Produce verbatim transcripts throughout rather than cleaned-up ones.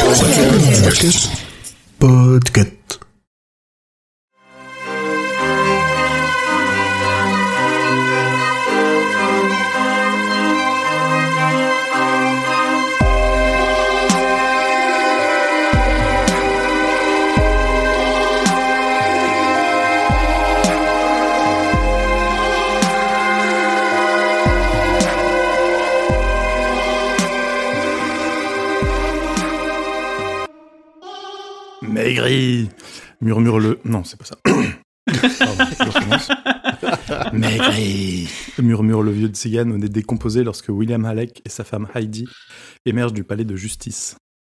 Podcast. Podcast. Maigri, murmure le... Non, c'est pas ça. Pardon, je recommence. Maigri, murmure le vieux tzigane au nez décomposé lorsque William Halleck et sa femme Heidi émergent du palais de justice.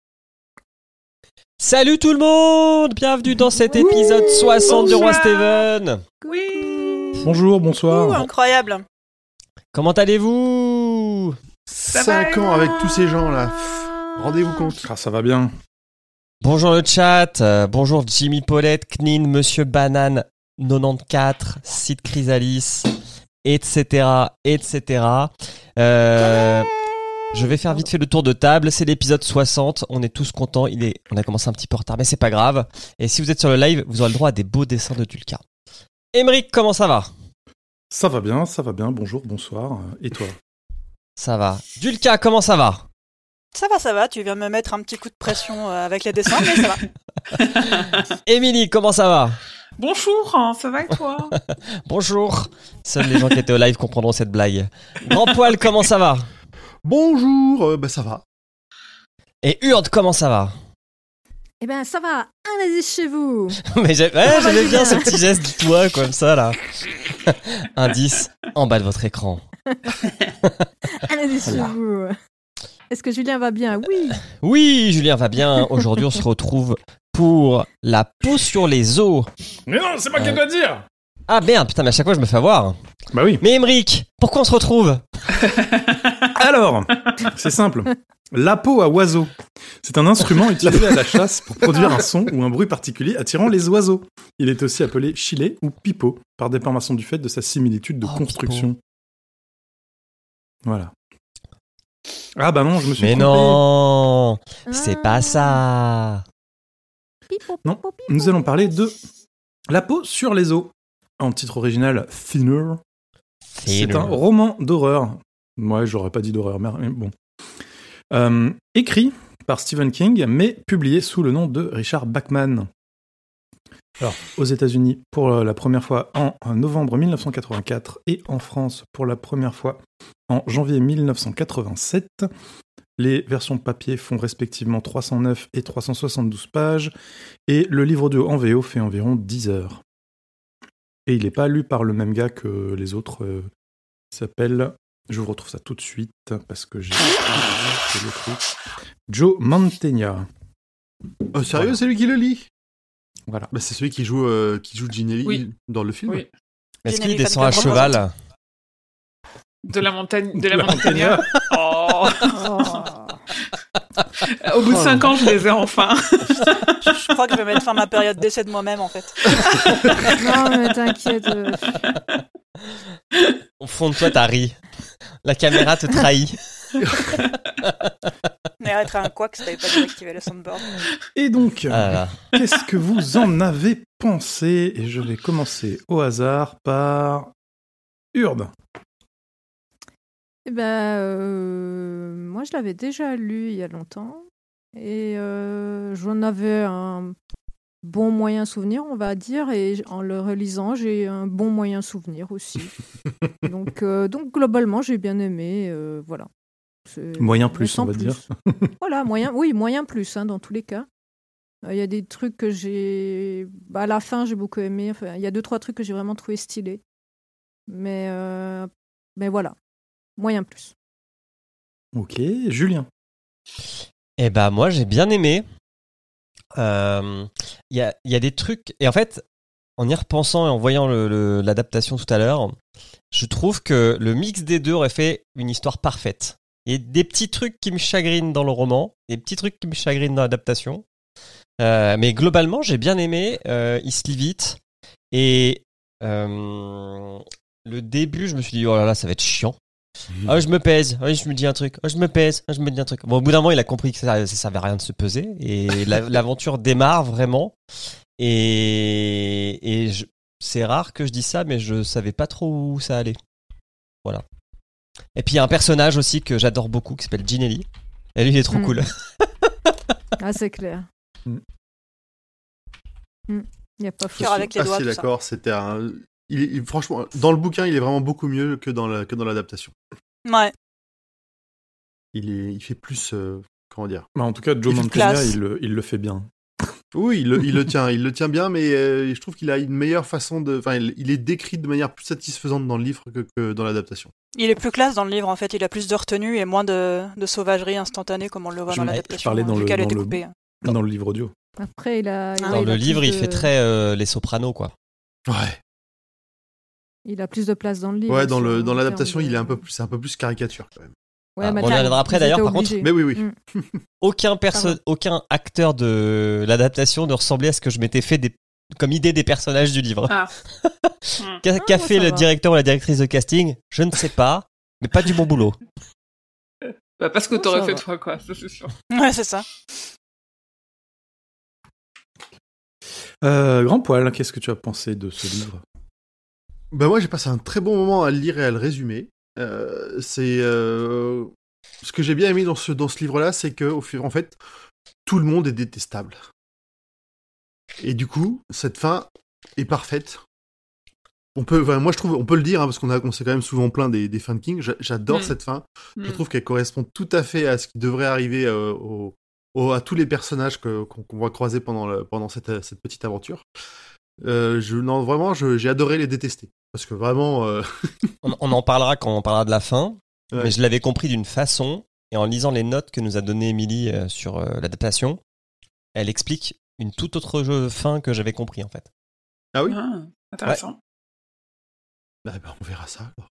Salut tout le monde, bienvenue dans cet épisode oui, soixante bonsoir. De Roi Steven. Oui. Bonjour, bonsoir. Ouh, incroyable. Comment allez-vous? Cinq ans avec tous ces gens-là. Rendez-vous compte. Ah, ça va bien. Bonjour le chat, euh, bonjour Jimmy Paulette, Knin, Monsieur Banane, quatre-vingt-quatorze, Sid Chrysalis, et cetera, et cetera. Euh, je vais faire vite fait le tour de table. C'est l'épisode soixante. On est tous contents. Il est, on a commencé un petit peu en retard, mais c'est pas grave. Et si vous êtes sur le live, vous aurez le droit à des beaux dessins de Dulka. Émeric, comment ça va? Ça va bien, ça va bien. Bonjour, bonsoir. Et toi? Ça va. Dulka, comment ça va? Ça va, ça va, tu viens me mettre un petit coup de pression avec les dessins, mais ça va. Émilie, comment ça va? Bonjour, hein, ça va et toi? Bonjour. Seuls les gens qui étaient au live comprendront cette blague. Grand Poil, comment ça va? Bonjour, euh, bah ça va. Et Urde, comment ça va? Eh ben ça va, un indice chez vous. Mais j'ai... ouais, j'aimais bien ce petit geste de toi, comme ça, là. Indice, en bas de votre écran. Un indice chez vous. Est-ce que Julien va bien? Oui. Oui, Julien va bien. Aujourd'hui, on se retrouve pour la peau sur les os. Mais non, c'est moi euh... qui dois dire. Ah merde, putain, mais à chaque fois, je me fais avoir. Bah oui. Mais Émeric, pourquoi on se retrouve? Alors, c'est simple. La peau à oiseau. C'est un instrument utilisé à la chasse pour produire un son ou un bruit particulier attirant les oiseaux. Il est aussi appelé chilet ou pipeau, par déformation du fait de sa similitude de oh, construction. Pipeau. Voilà. Ah bah non, je me suis Mais trompé. non, c'est pas ça. Non, nous allons parler de La peau sur les os. En titre original, Thinner. Thinner. C'est un roman d'horreur. Ouais, j'aurais pas dit d'horreur, mais bon. Euh, écrit par Stephen King, mais publié sous le nom de Richard Bachman. Alors, aux États-Unis pour la première fois en novembre dix-neuf cent quatre-vingt-quatre et en France pour la première fois en janvier dix-neuf cent quatre-vingt-sept. Les versions papier font respectivement trois cent neuf et trois cent soixante-douze pages et le livre audio en V O fait environ dix heures. Et il n'est pas lu par le même gars que les autres. Euh, il s'appelle, je vous retrouve ça tout de suite parce que j'ai le truc. Joe Mantegna. Oh, sérieux, voilà. C'est lui qui le lit? Voilà. Bah, c'est celui qui joue, euh, qui joue Ginelli oui. dans le film. Oui. Est-ce qu'il descend à cheval? De la montagne, de la montagne. Oh. Oh. Au bout de cinq ans, je les ai enfin. Je crois que je vais mettre fin à ma période d'essai de moi-même, en fait. Non, mais t'inquiète. Au fond de toi, t'as ri. La caméra te trahit. Mais arrêterait un couac si t'avais pas désactivé le soundboard. Et donc, ah qu'est-ce que vous en avez pensé? Et je vais commencer au hasard par Urde. Eh ben, euh, moi je l'avais déjà lu il y a longtemps. Et euh, j'en avais un bon moyen souvenir, on va dire. Et en le relisant, j'ai un bon moyen souvenir aussi. donc, euh, donc globalement, j'ai bien aimé. Euh, voilà. C'est moyen plus, on va plus. dire. Voilà, moyen, oui, moyen plus, hein, dans tous les cas. Il euh, y a des trucs que j'ai... Bah, à la fin, j'ai beaucoup aimé. Enfin, il y a deux, trois trucs que j'ai vraiment trouvé stylés. Mais, euh... mais voilà, moyen plus. Ok, Julien. Eh ben, moi, j'ai bien aimé. Il euh, y, a, y a des trucs... Et en fait, en y repensant et en voyant le, le, l'adaptation tout à l'heure, je trouve que le mix des deux aurait fait une histoire parfaite. Il y a des petits trucs qui me chagrinent dans le roman, des petits trucs qui me chagrinent dans l'adaptation. Euh, mais globalement, j'ai bien aimé. Euh, il se lit vite. Et euh, le début, je me suis dit, oh là là, ça va être chiant. Ah, je me pèse. Oui, je me dis un truc. Ah, je me pèse. Ah, je me dis un truc. Bon, au bout d'un moment, il a compris que ça, ça servait à rien de se peser. Et la, l'aventure démarre vraiment. Et, et je, c'est rare que je dise ça, mais je savais pas trop où ça allait. Voilà. Et puis, il y a un personnage aussi que j'adore beaucoup qui s'appelle Ginelli. Et lui, il est trop Mm. cool. Ah, c'est clair. Mm. Mm. Il n'y a pas fou. Cœur avec les doigts, assez tout ça. d'accord, c'était un... Il, il- franchement, dans le bouquin, il est vraiment beaucoup mieux que dans, la, que dans l'adaptation. Ouais. Il, est, il fait plus... euh, comment dire Bah, en tout cas, Joe Il fait Mantegna, classe. il, le- il le fait bien. Oui, il, le- il le tient, il le tient bien, mais euh, je trouve qu'il a une meilleure façon de... Enfin, il, il est décrit de manière plus satisfaisante dans le livre que, que dans l'adaptation. Il est plus classe dans le livre, en fait. Il a plus de retenue et moins de, de sauvagerie instantanée, comme on le voit Je- dans je l'adaptation. parlais dans vu le- qu'elle est dans le- découpée. Dans le livre audio. Après, il a. il a- Ah, Dans il a le plus livre, il de- fait très euh, les sopranos, quoi. Ouais. Il a plus de place dans le livre. Ouais, dans, aussi, le, en dans termes l'adaptation, de- il est un peu plus, c'est un peu plus caricature quand même. Ouais, Ah, mais on y attends, reviendra après, ils d'ailleurs, étaient par contre. obligés. Mais oui, oui. Mm. Aucun, perso- Pardon. aucun acteur de l'adaptation ne ressemblait à ce que je m'étais fait des... comme idée des personnages du livre. Ah. Qu'a, qu'a Ah, fait ça le va. directeur ou la directrice de casting? Je ne sais pas, mais pas du bon boulot. Bah, parce que Oh, t'aurais ça fait va. toi, quoi, ça c'est sûr. Ouais, c'est ça. Euh, Grand Poil, qu'est-ce que tu as pensé de ce livre? Bah moi, j'ai passé un très bon moment à le lire et à le résumer. Euh, c'est... euh, Ce que j'ai bien aimé dans ce, dans ce livre-là, c'est que, au fur, en fait, tout le monde est détestable. Et du coup, cette fin est parfaite. On peut, enfin, moi je trouve, on peut le dire, hein, parce qu'on a, on s'est quand même souvent plaint des, des fins de King. J'a- J'adore Mm. cette fin. Je Mm. trouve qu'elle correspond tout à fait à ce qui devrait arriver euh, au, au- à tous les personnages que, qu'on, qu'on va croiser pendant, le, pendant cette, cette petite aventure. Euh, je, non, vraiment, je- j'ai adoré les détester. Parce que vraiment... euh, On, on en parlera quand on parlera de la fin, Ouais. mais je l'avais compris d'une façon, et en lisant les notes que nous a données Émilie euh, sur euh, l'adaptation, elle explique une toute autre jeu- fin que j'avais compris, en fait. Ah oui Ah, intéressant. Bah, bah, on verra ça. alors.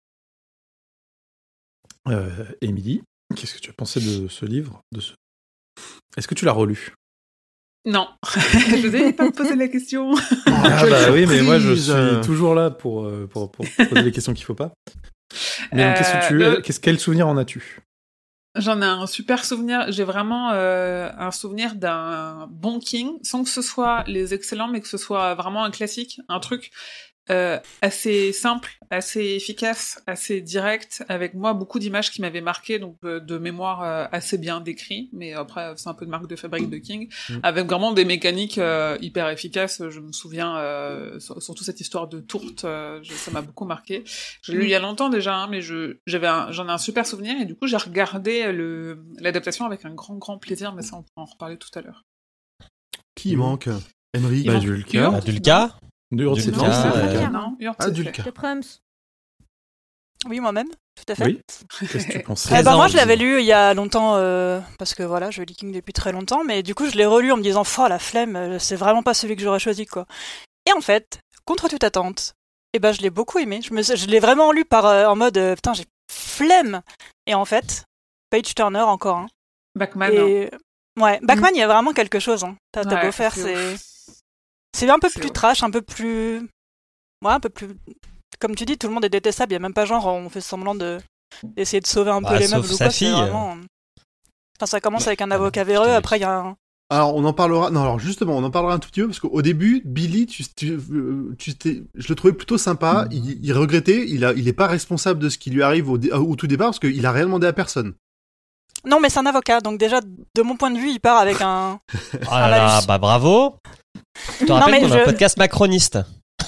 Euh, Émilie, qu'est-ce que tu as pensé de ce livre de ce... Est-ce que tu l'as relu? Non, je vous ai pas posé la question. Ah quelle bah oui, mais moi je surprise. suis toujours là pour, euh, pour, pour poser les questions qu'il faut pas. Mais donc, qu'est-ce que tu, Euh, qu'est-ce, quel souvenir en as-tu? J'en ai un super souvenir. J'ai vraiment euh, un souvenir d'un bon King, sans que ce soit les excellents, mais que ce soit vraiment un classique, un truc euh, assez simple, assez efficace, assez direct, avec moi beaucoup d'images qui m'avaient marqué, donc euh, de mémoire euh, assez bien décrit, mais après c'est un peu de marque de fabrique de King, Mm. avec vraiment des mécaniques euh, hyper efficaces. Je me souviens euh, sur- surtout cette histoire de tourte, euh, je- ça m'a beaucoup marqué. Je l'ai lu il y a longtemps déjà, hein, mais je j'avais un- j'en ai un super souvenir, et du coup j'ai regardé le l'adaptation avec un grand grand plaisir, mais ça on pourra en reparler tout à l'heure. Qui Mhm. manque Henry Il Bah, manque Dulca. Ur- Ah, Dulca, Dur, Dulca, c'est Non, bien, c'est c'est- pas clair. Non, Urt, Ah, c'est Dulca. fait. Le Prums. Oui, moi-même, tout à fait. Oui. Qu'est-ce que tu pensais? Eh ben, Présent, moi, je l'avais dis-moi. lu il y a longtemps, euh, parce que voilà, je lis King depuis très longtemps, mais du coup, je l'ai relu en me disant, oh, la flemme, euh, c'est vraiment pas celui que j'aurais choisi, quoi. Et en fait, contre toute attente, eh ben, je l'ai beaucoup aimé. Je, me, je l'ai vraiment lu par, euh, en mode, euh, putain, j'ai flemme. Et en fait, Page Turner, encore, hein. Bachman. hein. Et, ouais, Bachman, il y a vraiment quelque chose, hein. T'as, t'as Ouais, beau faire, c'est c'est, ouf. c'est un peu C'est plus ouf. trash, un peu plus, ouais, un peu plus, comme tu dis, tout le monde est détestable. Il y a même pas genre, on fait semblant de, d'essayer de sauver un Bah, peu les sauf meubles ou sa quoi. C'est fille. vraiment, enfin, ça commence avec un Ah, avocat bah, véreux, je te après il y a un, Alors, on en parlera. Non, alors justement, on en parlera un tout petit peu parce qu'au début, Billy, tu, tu, euh, tu t'es- je le trouvais plutôt sympa. Il, il regrettait. Il a, il est pas responsable de ce qui lui arrive au, dé- au tout départ parce qu'il a rien demandé à personne. Non, mais c'est un avocat, donc déjà, de mon point de vue, il part avec un... ah là là, malus. bah bravo. Je te Non, rappelle mais qu'on a un je- podcast macroniste.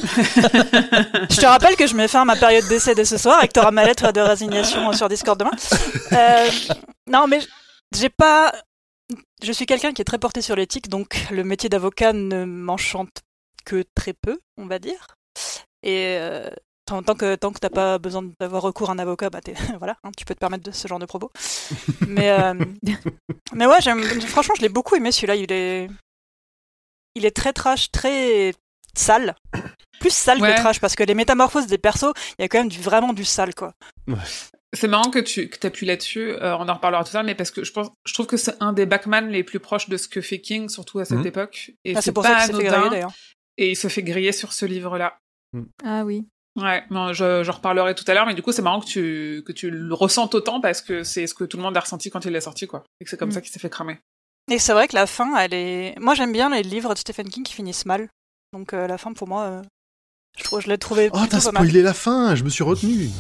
Je te rappelle que je mets fin à ma période d'essai dès ce soir et que tu auras ma lettre de résignation sur Discord demain. Euh, non, mais j'ai pas... Je suis quelqu'un qui est très porté sur l'éthique, donc le métier d'avocat ne m'enchante que très peu, on va dire. Et... euh, Tant, tant que tant que t'as pas besoin d'avoir recours à un avocat, bah t'es, voilà, hein, tu peux te permettre de ce genre de propos. Mais euh, mais ouais, j'aime, franchement, je l'ai beaucoup aimé celui-là. Il est il est très trash, très sale, plus sale Ouais. que trash parce que les métamorphoses des persos, il y a quand même du vraiment du sale quoi. C'est marrant que tu que t'appuies là-dessus. Euh, on en reparlera tout ça, mais parce que je pense, je trouve que c'est un des Bachman les plus proches de ce que fait King, surtout à cette Mhm. époque. Et Ah, c'est c'est pour pas ça qu'il s'est fait griller anodin. d'ailleurs. Et il se fait griller sur ce livre-là. Ah oui. Ouais, non, je, je reparlerai tout à l'heure, mais du coup, c'est marrant que tu, que tu le ressentes autant parce que c'est ce que tout le monde a ressenti quand il est sorti, quoi. Et que c'est comme mm. ça qu'il s'est fait cramer. Et c'est vrai que la fin, elle est... Moi, j'aime bien les livres de Stephen King qui finissent mal. Donc, euh, la fin, pour moi, euh, je, trouve, je l'ai trouvé oh, t'as spoilé la fin, je me suis retenu.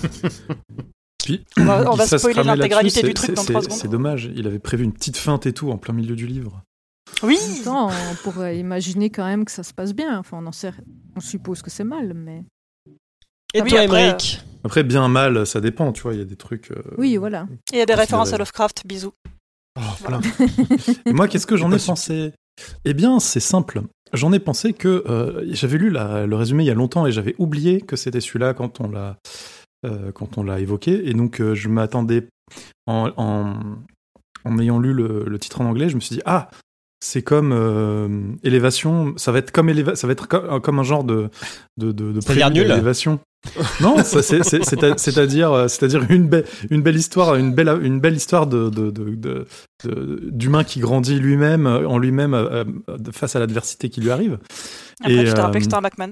Puis, on va, on va spoiler l'intégralité du truc c'est, dans c'est, trois secondes. C'est dommage, il avait prévu une petite feinte et tout en plein milieu du livre. Oui. Attends, on pourrait imaginer quand même que ça se passe bien. Enfin, on en sait... on suppose que c'est mal, mais... Et oui, toi, après, Émeric euh... Après, bien mal, ça dépend, tu vois, il y a des trucs... Euh... Oui, voilà. Il y a des références à Lovecraft, bisous. Oh, voilà. Et moi, qu'est-ce que j'en ai pensé ? Eh bien, c'est simple. J'en ai pensé que... Euh, j'avais lu la, le résumé il y a longtemps et j'avais oublié que c'était celui-là quand on l'a, euh, quand on l'a évoqué. Et donc, euh, je m'attendais... En, en, en ayant lu le, le titre en anglais, je me suis dit, ah, c'est comme euh, Élévation, ça va être comme, éléva- ça va être comme, comme un genre de, de, de, de prélude nul. Élévation. Non, ça, c'est, c'est, c'est, à, c'est-à-dire, c'est-à-dire une, be- une belle histoire, une belle, une belle histoire de, de, de, de, de, d'humain qui grandit lui-même, en lui-même, euh, face à l'adversité qui lui arrive. Après, et, tu t'es euh, rappelé que c'était un Bachman.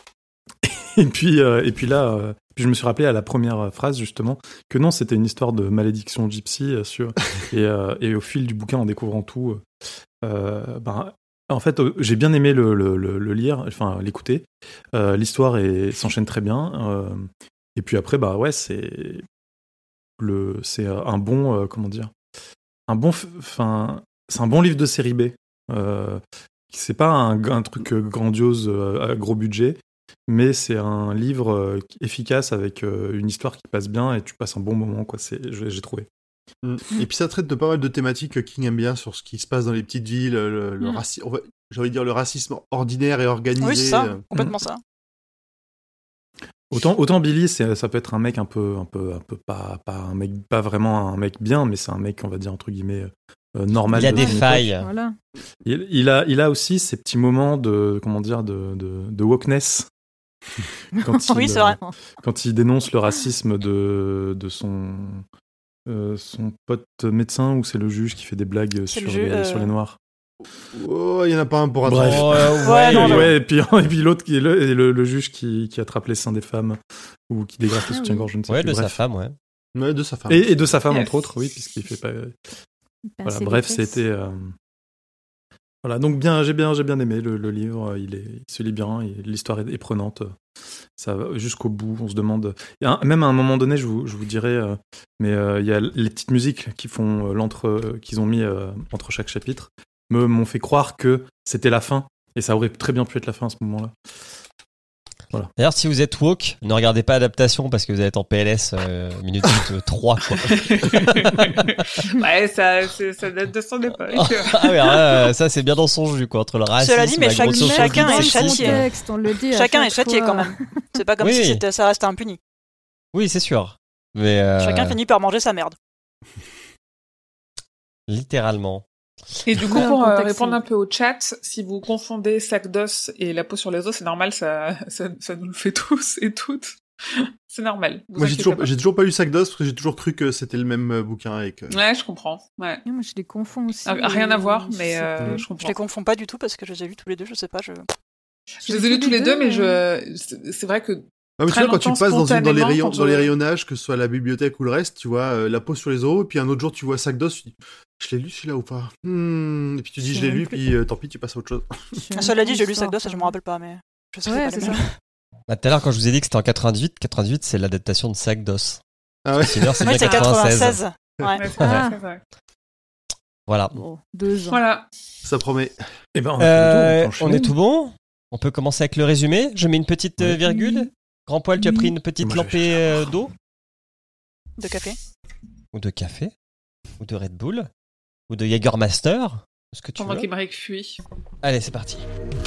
Et puis, euh, et puis là, euh, puis je me suis rappelé à la première phrase, justement, que non, c'était une histoire de malédiction gypsy. Euh, sur, et, euh, et au fil du bouquin, en découvrant tout, euh, ben, en fait, euh, j'ai bien aimé le, le, le, le lire, enfin l'écouter. Euh, l'histoire est, s'enchaîne très bien. Euh, et puis après, bah ouais, c'est, le, c'est un bon, euh, comment dire, un bon, enfin, c'est un bon livre de série B. Euh, c'est pas un, un truc grandiose euh, à gros budget. Mais c'est un livre euh, efficace avec euh, une histoire qui passe bien et tu passes un bon moment, quoi. C'est, j'ai, j'ai trouvé. Mm. Et puis ça traite de pas mal de thématiques que King aime bien sur ce qui se passe dans les petites villes, le, le mm. raci- va, j'ai envie de dire le racisme ordinaire et organisé. Oui, c'est ça, euh... complètement ça. Autant, autant Billy, c'est, ça peut être un mec un peu, un peu, un peu pas, pas un mec, pas vraiment un mec bien, mais c'est un mec, on va dire entre guillemets, euh, normal. Il a des failles. Voilà. Il, il a, il a aussi ces petits moments de, comment dire, de, de, de wokeness. Quand il, oui, c'est vrai. Quand il dénonce le racisme de, de son, euh, son pote médecin, ou c'est le juge qui fait des blagues sur, ju- les, euh... sur les noirs. Oh, il y en a pas un pour Bref. attraper. Oh, euh, ouais, ouais, non, non. ouais, et puis, et puis l'autre, qui est le, et le, le juge qui, qui attrape les seins des femmes, ou qui dégrafe le Ah, soutien-gorge, je ne sais Ouais, plus. de Bref. sa femme, ouais. Ouais, de sa femme. Et, et de sa femme, Yes. entre autres, oui, puisqu'il fait pas... Ben, Voilà, c'est bref, vitesse. c'était... Euh... Voilà, donc bien, j'ai bien, j'ai bien aimé le, le livre, il, est, il se lit bien, il, l'histoire est, est prenante, ça va jusqu'au bout, on se demande... Il y a un, même à un moment donné, je vous, je vous dirais, euh, mais euh, il y a les petites musiques qui font, euh, l'entre, euh, qu'ils ont mis euh, entre chaque chapitre, me, m'ont fait croire que c'était la fin, et ça aurait très bien pu être la fin à ce moment-là. Voilà. D'ailleurs, si vous êtes woke, ne regardez pas Adaptation parce que vous allez être en P L S euh, minute trois, quoi. Ouais, ça, c'est, ça date de son époque. Ah oui, alors là, ça c'est bien dans son jus, quoi, entre le racisme, Cela dit, mais la chaque- grossophobie, chacun est le châtié. sexisme. Contexte, on le dit à Chacun chaque est châtié fois. quand même. C'est pas comme Oui, si oui. c'était, ça restait impuni. Oui, c'est sûr. Mais euh, Chacun finit par manger sa merde. littéralement. Et du coup, Ouais, pour un euh, contexte. répondre un peu au chat, si vous confondez sac d'os et la peau sur les os, c'est normal, ça, ça, ça nous le fait tous et toutes. C'est normal. vous Moi, j'ai inquiétez toujours, pas. j'ai toujours pas eu Sac d'os parce que j'ai toujours cru que c'était le même euh, bouquin et que. Ouais, je comprends. Ouais. Moi, je les confonds aussi. Ah, rien à voir, Je mais sais euh, plus. je Je comprends. les confonds pas du tout parce que je les ai vus tous les deux, je sais pas. Je... Je les ai vus tous les deux, mais je, c'est c'est vrai que Ah, mais tu très vois, quand tu longtemps, passes dans, une- dans les spontanément, rayons, quand dans les je- rayonnages, que ce soit la bibliothèque ou le reste, tu vois euh, la peau sur les os, et puis un autre jour tu vois Sac d'os, tu dis, je l'ai lu celui-là ou pas hmm. Et puis tu dis Je je sais l'ai même lu, plus. puis euh, tant pis, tu passes à autre chose. Je sais Ah, même Cela plus dit, j'ai lu l'histoire, Sac d'os et je quand me rappelle pas, mais je sais que Ouais, c'est c'est pas les ça. mêmes. Bah, tout à l'heure, quand je vous ai dit que c'était en quatre-vingt-huit, quatre-vingt-huit, c'est l'adaptation de Sac d'os. Ah ouais. Sinon, c'est Oui, bien c'est quatre-vingt-seize. quatre-vingt-seize. Ouais. Ouais, c'est Ah. vrai, c'est vrai. Voilà. Bon, deux ans. Voilà. Ça promet. Eh ben, on a Euh, fait le tour, on est tout bon. On peut commencer avec le résumé. Je mets une petite euh, Ouais. virgule. Grand Poil, tu as Oui. pris une petite Moi, je vais lampée euh, d'eau De café. ou de café ou de Red Bull ou de Jägermeister, ce que tu Pendant veux. qu'Emeric fuit. Allez, c'est parti.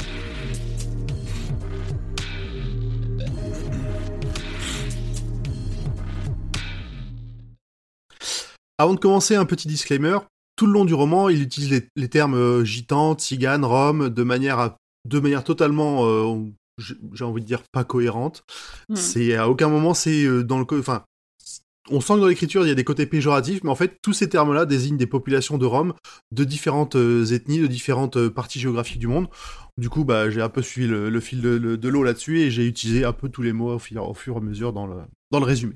Avant de commencer, un petit disclaimer. Tout le long du roman, il utilise les, les termes euh, gitan, tzigane, rome, de manière, à, de manière totalement, euh, j'ai j'ai envie de dire, pas cohérente. Hmm. C'est à aucun moment c'est euh, dans le, co- enfin, on sent que dans l'écriture, il y a des côtés péjoratifs, mais en fait, tous ces termes-là désignent des populations de Roms de différentes euh, ethnies, de différentes euh, parties géographiques du monde. Du coup, bah, j'ai un peu suivi le, le fil de, de, de l'eau là-dessus et j'ai utilisé un peu tous les mots au, fil, au fur et à mesure dans le, dans le résumé.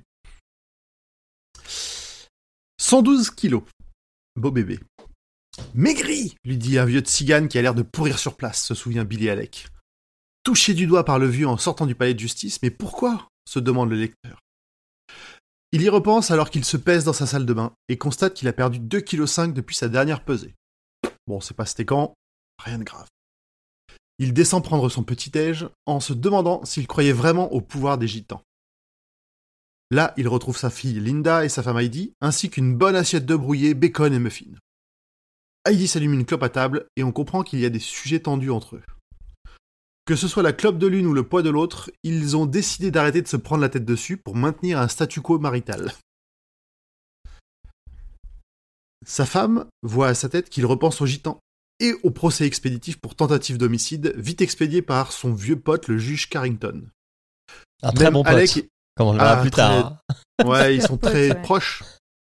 cent douze kilos. Beau bébé. Maigri, lui dit un vieux tzigane qui a l'air de pourrir sur place, se souvient Billy Alec. Touché du doigt par le vieux en sortant du palais de justice, mais pourquoi ? Se demande le lecteur. Il y repense alors qu'il se pèse dans sa salle de bain et constate qu'il a perdu deux virgule cinq kilos depuis sa dernière pesée. Bon, c'est pas c'était quand, rien de grave. Il descend prendre son petit-déj en se demandant s'il croyait vraiment au pouvoir des gitans. Là, il retrouve sa fille Linda et sa femme Heidi, ainsi qu'une bonne assiette de brouillé, bacon et muffins. Heidi s'allume une clope à table et on comprend qu'il y a des sujets tendus entre eux. Que ce soit la clope de l'une ou le poids de l'autre, ils ont décidé d'arrêter de se prendre la tête dessus pour maintenir un statu quo marital. Sa femme voit à sa tête qu'il repense aux gitans et au procès expéditif pour tentative d'homicide, vite expédié par son vieux pote le juge Carrington. Un très Même bon pote, Alec... comme on le verra ah, plus très... tard. Ouais, ils sont très Ouais. proches.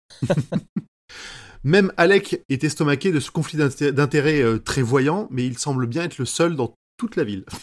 Même Alec est estomaqué de ce conflit d'intérêts euh, très voyant, mais il semble bien être le seul dans toute la ville.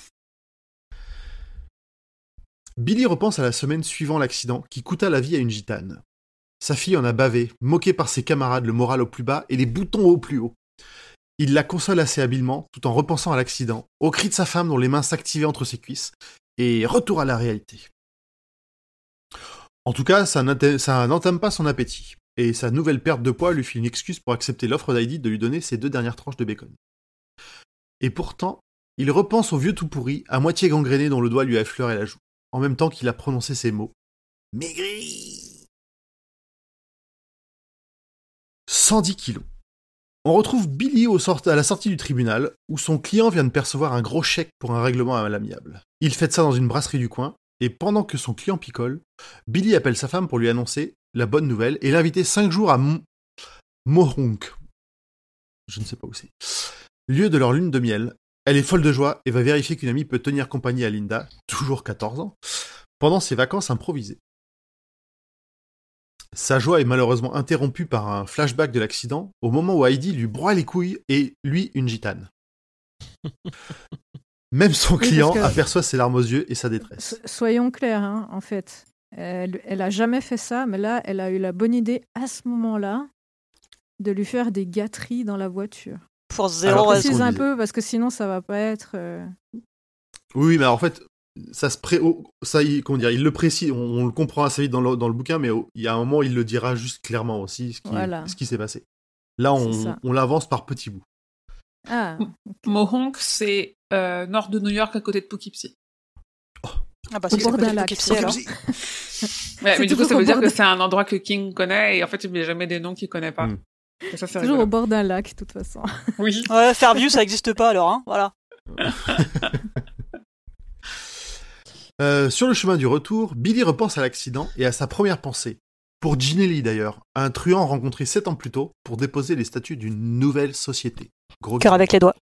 Billy repense à la semaine suivant l'accident qui coûta la vie à une gitane. Sa fille en a bavé, moqué par ses camarades, le moral au plus bas et les boutons au plus haut. Il la console assez habilement, tout en repensant à l'accident, au cri de sa femme dont les mains s'activaient entre ses cuisses, et retour à la réalité. En tout cas, ça n'entame pas son appétit, et sa nouvelle perte de poids lui fit une excuse pour accepter l'offre d'Heidi de lui donner ses deux dernières tranches de bacon. Et pourtant, il repense au vieux tout pourri, à moitié gangréné dont le doigt lui a effleuré la joue, en même temps qu'il a prononcé ces mots. Maigri. cent dix kilos. On retrouve Billy au sort- à la sortie du tribunal, où son client vient de percevoir un gros chèque pour un règlement à l'amiable. Il fête ça dans une brasserie du coin, et pendant que son client picole, Billy appelle sa femme pour lui annoncer la bonne nouvelle et l'inviter cinq jours à M- Mohonk. Je ne sais pas où c'est. Lieu de leur lune de miel. Elle est folle de joie et va vérifier qu'une amie peut tenir compagnie à Linda, toujours quatorze ans, pendant ses vacances improvisées. Sa joie est malheureusement interrompue par un flashback de l'accident, au moment où Heidi lui broie les couilles et lui une gitane. Même son Oui, client parce que- aperçoit ses larmes aux yeux et sa détresse. So- soyons clairs, hein, en fait. Elle, elle a jamais fait ça, mais là, elle a eu la bonne idée à ce moment-là de lui faire des gâteries dans la voiture. Pour Alors, zéro qu'est-ce raison. Précise qu'on un disait peu, parce que sinon, ça va pas être... euh, Oui, oui, mais en fait, ça se pré... oh, ça, il, comment dire, il le précise, on, on le comprend assez vite dans le, dans le bouquin, mais oh, il y a un moment, il le dira juste clairement aussi, ce qui, Voilà. ce qui s'est passé. Là, C'est on, ça. on l'avance par petits bouts. Ah, Mohonk, c'est euh, nord de New York, à côté de Poughkeepsie. Ah bah, Au c'est bord le d'un petit lac. Poughkeepsie, alors. Ouais, C'est mais du coup, toujours ça au veut dire bord que de- c'est un endroit que King connaît, et en fait, il met jamais des noms qu'il connaît pas. Mm. Et ça, c'est toujours au rigolo. bord d'un lac, de toute façon. Oui. Ouais, Fairview, ça existe pas alors, hein. Voilà. Euh, sur le chemin du retour, Billy repense à l'accident et à sa première pensée. Pour Ginelli d'ailleurs, un truand rencontré sept ans plus tôt pour déposer les statuts d'une nouvelle société. Gros Cœur avec les doigts.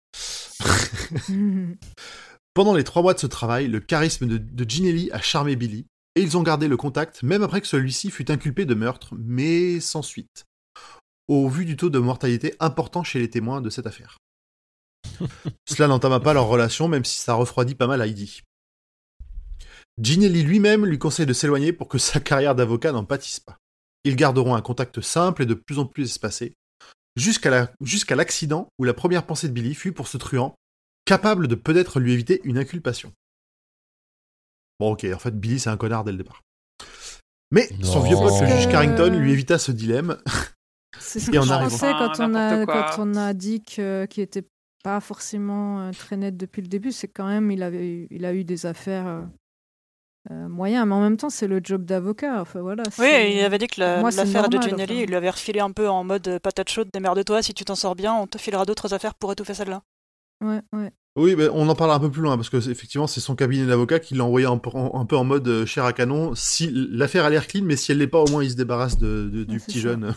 Pendant les trois mois de ce travail, le charisme de, de Ginelli a charmé Billy, et ils ont gardé le contact même après que celui-ci fut inculpé de meurtre, mais sans suite, au vu du taux de mortalité important chez les témoins de cette affaire. Cela n'entama pas leur relation, même si ça refroidit pas mal Heidi. Ginelli lui-même lui conseille de s'éloigner pour que sa carrière d'avocat n'en pâtisse pas. Ils garderont un contact simple et de plus en plus espacé, jusqu'à la, jusqu'à l'accident où la première pensée de Billy fut pour ce truand, capable de peut-être lui éviter une inculpation. Bon ok, en fait Billy c'est un connard dès le départ. Mais son Non. vieux pote, le juge Euh, Carrington, lui évita ce dilemme. C'est ce Et que en je arrivant- pensais quand Ah, on, a, n'importe quoi. quand on a dit que, qu'il était pas forcément euh, très net depuis le début. C'est quand même, il, avait, eu- il a eu des affaires euh, euh, moyennes, mais en même temps, c'est le job d'avocat. Enfin, voilà, Oui, c'est- il avait dit que la- Moi, c'est l'affaire de normal, Ginelli, enfin. il lui avait refilé un peu en mode euh, patate chaude, démerde-toi, si tu t'en sors bien, on te filera d'autres affaires pour étouffer celle-là. Ouais, ouais. Oui, mais on en parlera un peu plus loin, parce que c'est- effectivement c'est son cabinet d'avocat qui l'a envoyé un peu en, un peu en mode euh, chair à canon. Si l'affaire a l'air clean, mais si elle l'est pas, au moins il se débarrasse de, de- du Ouais, c'est petit ça. jeune.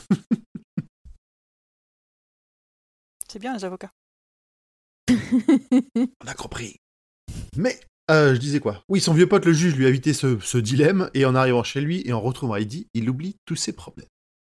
C'est bien les avocats. On a compris. Mais Euh, je disais quoi? Oui, son vieux pote le juge lui a évité ce, ce dilemme, et en arrivant chez lui et en retrouvant Heidi, il oublie tous ses problèmes.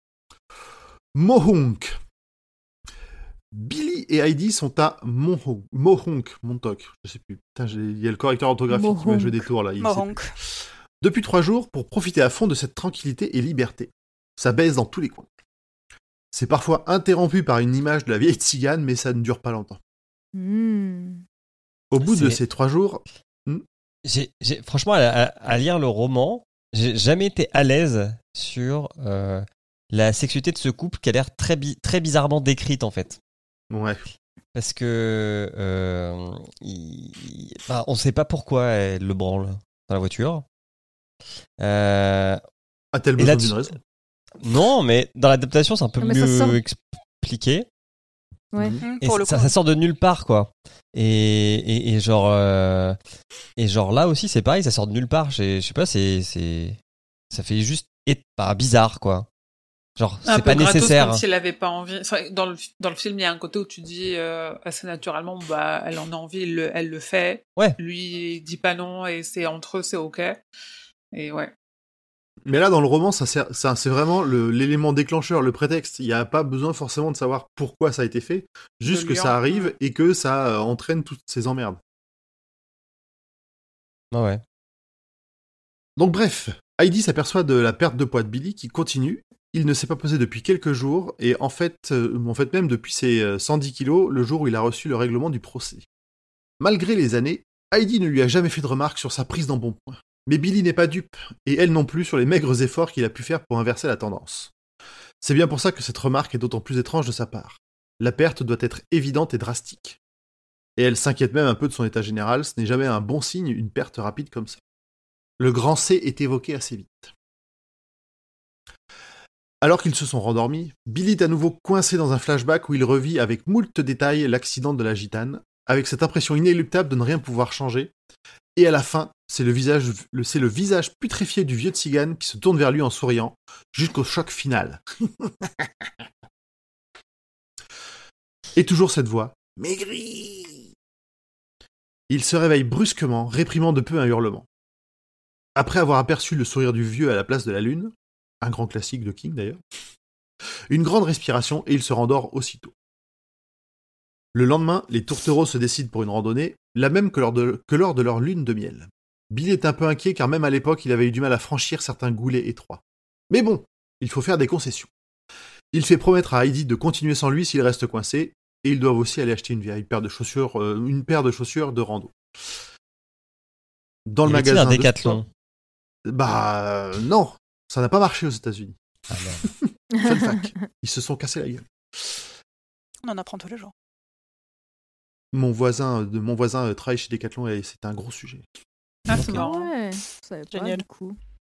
Mohonk. Billy et Heidi sont à Mohonk, Mohonk, Montauk, je sais plus. Putain, j'ai- il y a le correcteur orthographique qui m'a joué des tours là. il sait Mohonk. plus. Depuis trois jours pour profiter à fond de cette tranquillité et liberté. Ça baise dans tous les coins. C'est parfois interrompu par une image de la vieille tzigane, mais ça ne dure pas longtemps. Hmm. Au bout de C'est- ces trois jours, J'ai, j'ai- franchement, à, à- à lire le roman, j'ai jamais été à l'aise sur euh, la sexualité de ce couple qui a l'air très, bi- très bizarrement décrite en fait. ouais. Parce que euh, il- il- enfin, on ne sait pas pourquoi elle le branle dans la voiture. Euh, A-t-elle Et besoin là-dessus- d'une raison? non, mais dans l'adaptation, c'est un peu Non, mais ça mieux sort- expliqué. Ouais. Mhm. Mmh, Et pour le ça, coup. ça sort de nulle part, quoi. Et, et, et genre, euh, et genre là aussi, c'est pareil, ça sort de nulle part. Je je sais pas, c'est, c'est, ça fait juste être pas bizarre, quoi. Genre, Un c'est peu pas gratos, nécessaire. comme si elle avait pas envie. C'est vrai que Dans le, dans le film, il y a un côté où tu dis euh, assez naturellement, bah, elle en a envie, elle le, elle le fait. Ouais. Lui, il dit pas non et c'est entre eux, c'est ok. Et ouais. Mais là, dans le roman, ça, sert- ça c'est vraiment le- l'élément déclencheur, le prétexte. Il n'y a pas besoin forcément de savoir pourquoi ça a été fait, juste Le que lien, ça arrive ouais. et que ça euh, entraîne toutes ces emmerdes. Ah ouais. Donc bref, Heidi s'aperçoit de la perte de poids de Billy qui continue. Il ne s'est pas pesé depuis quelques jours et en fait, euh, en fait même depuis ses euh, cent dix kilos, le jour où il a reçu le règlement du procès. Malgré les années, Heidi ne lui a jamais fait de remarques sur sa prise d'embonpoint. Mais Billy n'est pas dupe, et elle non plus sur les maigres efforts qu'il a pu faire pour inverser la tendance. C'est bien pour ça que cette remarque est d'autant plus étrange de sa part. La perte doit être évidente et drastique. Et elle s'inquiète même un peu de son état général, ce n'est jamais un bon signe, une perte rapide comme ça. Le grand C est évoqué assez vite. Alors qu'ils se sont rendormis, Billy est à nouveau coincé dans un flashback où il revit avec moult détails l'accident de la gitane, avec cette impression inéluctable de ne rien pouvoir changer, et à la fin, c'est le visage, le, c'est le visage putréfié du vieux tzigane qui se tourne vers lui en souriant, jusqu'au choc final. Et toujours cette voix. Maigri. Il se réveille brusquement, réprimant de peu un hurlement. Après avoir aperçu le sourire du vieux à la place de la lune, un grand classique de King d'ailleurs, une grande respiration et il se rendort aussitôt. Le lendemain, les tourtereaux se décident pour une randonnée, la même que lors de, que lors de leur lune de miel. Billy est un peu inquiet car même à l'époque, il avait eu du mal à franchir certains goulets étroits. Mais bon, il faut faire des concessions. Il fait promettre à Heidi de continuer sans lui s'il reste coincé, et ils doivent aussi aller acheter une vieille paire de chaussures, euh, une paire de chaussures de rando. Dans le Y avait-il magasin un de Décathlon. sport- Bah euh, non, ça n'a pas marché aux États-Unis. Ah non. Fun fact, ils se sont cassés la gueule. On en apprend tous les jours. Mon voisin, de mon voisin euh, travaille chez Decathlon et c'est un gros sujet. Ah, c'est Ok. marrant. Ouais, je savais pas Génial. du coup.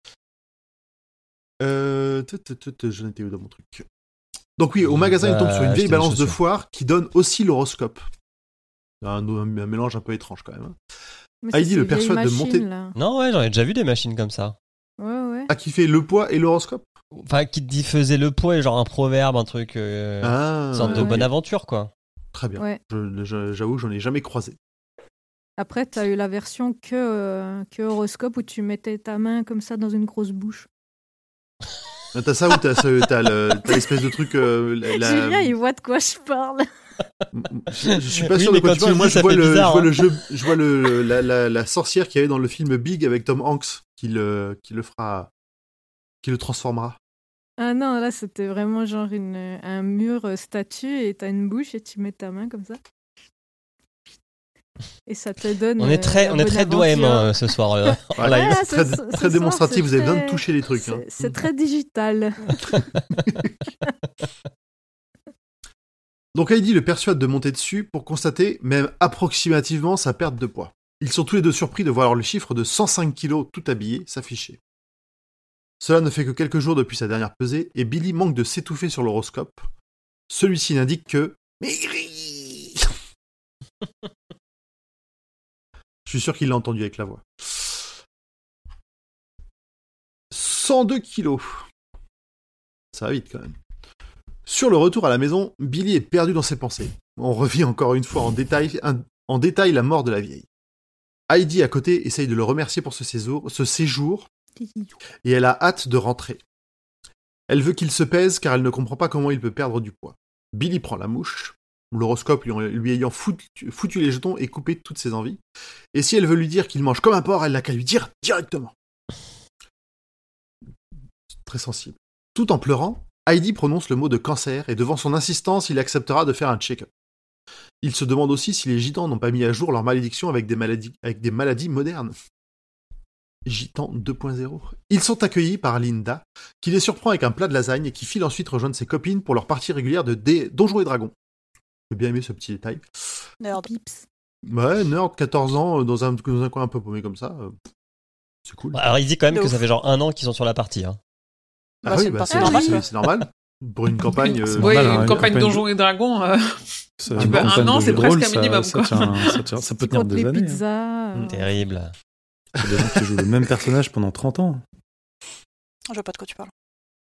Euh, tut, tut, tut, j'en étais où dans mon truc. Donc oui, au magasin, il tombe sur une Bah, vieille acheter des balance de chaussures. foire qui donne aussi l'horoscope. Un, un mélange un peu étrange quand même. hein. Mais Heidi c'est le ces vieilles persuade de machines, monter- là. Non, ouais, j'en ai déjà vu des machines comme ça. Ouais, ouais. Ah, qui fait le poids et l'horoscope. Enfin, qui te dit faisait le poids, genre un proverbe, un truc, euh, Ah, une sorte ouais, de ouais. bonne aventure, quoi. très bien. Ouais. Je- je- j'avoue, j'en ai jamais croisé. Après, t'as eu la version que, euh, que horoscope où tu mettais ta main comme ça dans une grosse bouche. Ah, T'as ça ou t'as, ce- t'as, le- t'as l'espèce de truc. euh, la- la- Julien, il voit de quoi je parle. Je, je suis pas Oui, sûr mais de quoi quand tu tu vois. le Moi, dis, je ça vois, fait le, bizarre, je vois hein. le jeu, je vois le, la, la, la sorcière qu'il y avait dans le film Big avec Tom Hanks qui le, qui le fera, qui le transformera. Ah non, là, c'était vraiment genre une, un mur euh, statue et t'as une bouche et tu mets ta main comme ça. Et ça te donne. On euh, est très, la on est bonne très D O M aventure. hein, ce soir. euh, en Ouais, live. Ouais, c'est ce- très, ce- très ce soir, démonstratif. c'est Vous avez bien très- touché les trucs. C'est hein. c'est très digital. Donc Heidi le persuade de monter dessus pour constater, même approximativement, sa perte de poids. Ils sont tous les deux surpris de voir le chiffre de cent cinq kilos tout habillé s'afficher. Cela ne fait que quelques jours depuis sa dernière pesée, et Billy manque de s'étouffer sur l'horoscope. Celui-ci n'indique que... Maigri. Je suis sûr qu'il l'a entendu avec la voix. cent deux kilos. Ça va vite quand même. Sur le retour à la maison, Billy est perdu dans ses pensées. On revit encore une fois en détail, un- en détail la mort de la vieille. Heidi, à côté, essaye de le remercier pour ce séjour, ce séjour et elle a hâte de rentrer. Elle veut qu'il se pèse car elle ne comprend pas comment il peut perdre du poids. Billy prend la mouche, l'horoscope lui, lui ayant foutu, foutu les jetons et coupé toutes ses envies. Et si elle veut lui dire qu'il mange comme un porc, elle n'a qu'à lui dire directement. Très sensible. Tout en pleurant, Heidi prononce le mot de cancer et devant son insistance, il acceptera de faire un check-up. Il se demande aussi si les gitans n'ont pas mis à jour leur malédiction avec des maladies, avec des maladies modernes. Gitan deux point zéro. Ils sont accueillis par Linda, qui les surprend avec un plat de lasagne et qui file ensuite rejoindre ses copines pour leur partie régulière de dé- Donjons et Dragons. J'ai bien aimé ce petit détail. Nerd. Ouais, nerd, quatorze ans, dans un, dans un coin un peu paumé comme ça. Euh, c'est cool. Alors il dit quand même De que ouf. ça fait genre un an qu'ils sont sur la partie. Hein. Ah Bah, oui, c'est bah, pas- c'est, c'est normal, normal, c'est, quoi. c'est normal. Pour une campagne... euh, C'est Oui, normal, hein, une une campagne campagne- Donjons et Dragons, euh, Ça, Tu une peux- un campagne an, de c'est jeu de presque rôle, un ça- minimum, ça quoi. tient- ça tient- ça peut Tu tenir comptes des les années. hein. pizzas. euh, Terrible. Il y a des gens qui jouent le même personnage pendant trente ans. Je vois pas de quoi tu parles.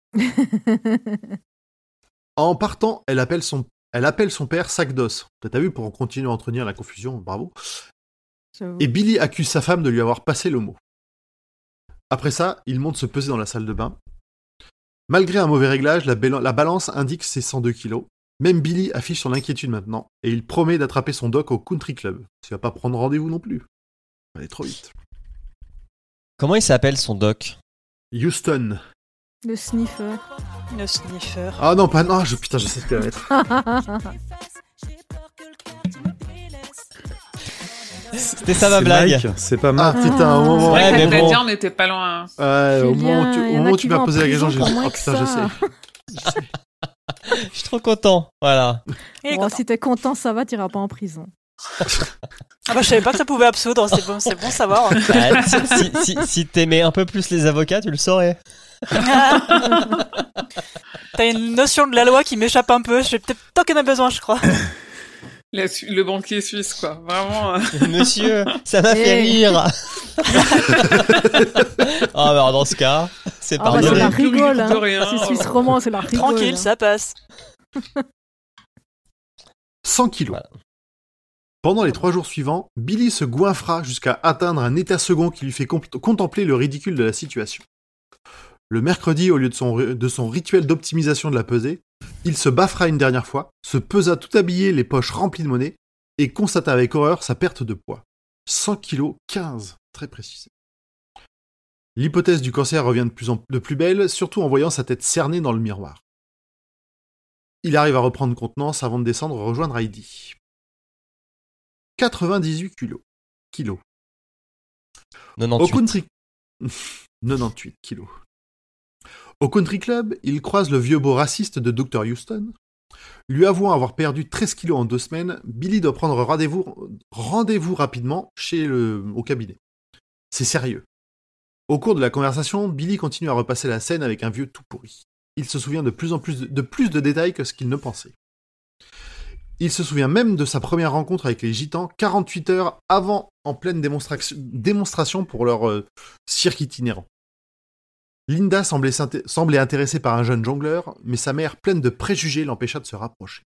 En partant, elle appelle son, elle appelle son père sac d'os. T'as vu, pour continuer à entretenir la confusion, bravo. J'avoue. Et Billy accuse sa femme de lui avoir passé le mot. Après ça, il monte se peser dans la salle de bain. Malgré un mauvais réglage, la, béla- la balance indique ses cent deux kilos. Même Billy affiche son inquiétude maintenant, et il promet d'attraper son doc au country club. Il va pas prendre rendez-vous non plus. Il va aller trop vite. Comment il s'appelle son doc? Houston. Le sniffer. Le sniffer. Ah non, pas non, je, putain, je sais ce qu'elle va être. C'était ça ma C'est blague. Mike, c'est pas Ah mal. putain, au moment, Ouais, ouais, mais mais bon. dit, on n'était pas loin. ouais, au moment où tu, Julien, au il y en a moment où qui tu m'as vont en posé la question, j'ai prison dit, pour oh moins putain, que je ça. sais. Je suis trop content. Voilà. Il est Bon, content. si t'es content, ça va, t'iras pas en prison. Ah bah je savais pas que ça pouvait absoudre, c'est bon, c'est bon à savoir. Bah, si si, si, si t'aimais un peu plus les avocats, tu le saurais. T'as une notion de la loi qui m'échappe un peu, je vais peut-être tant qu'on a besoin, je crois. La Su- le banquier suisse, quoi. Vraiment. euh, Monsieur, ça m'a fait Hey. rire. Ah, bah alors dans ce cas, c'est Ah bah c'est pardonné. la Plus rigole. de Hein. rien. C'est Suisse roman, c'est la rigole. Tranquille, hein. ça passe. cent kilos. Voilà. Pendant les trois jours suivants, Billy se goinfra jusqu'à atteindre un état second qui lui fait compl- contempler le ridicule de la situation. Le mercredi, au lieu de son, ri- de son rituel d'optimisation de la pesée, il se baffera une dernière fois, se pesa tout habillé, les poches remplies de monnaie, et constata avec horreur sa perte de poids. cent kilos, quinze, très précisé. L'hypothèse du cancer revient de plus en de plus belle, surtout en voyant sa tête cernée dans le miroir. Il arrive à reprendre contenance avant de descendre rejoindre Heidi. quatre-vingt-dix-huit kilos. kilos. Au quatre-vingt-dix-huit. country... quatre-vingt-dix-huit kilos. Au country club, il croise le vieux beau raciste de docteur Houston. Lui avouant avoir perdu treize kilos en deux semaines, Billy doit prendre rendez-vous, rendez-vous rapidement chez le... au cabinet. C'est sérieux. Au cours de la conversation, Billy continue à repasser la scène avec un vieux tout pourri. Il se souvient de plus en plus de, de plus de détails que ce qu'il ne pensait. Il se souvient même de sa première rencontre avec les gitans quarante-huit heures avant, en pleine démonstration, démonstration pour leur euh, cirque itinérant. Linda semblait, semblait intéressée par un jeune jongleur, mais sa mère, pleine de préjugés, l'empêcha de se rapprocher.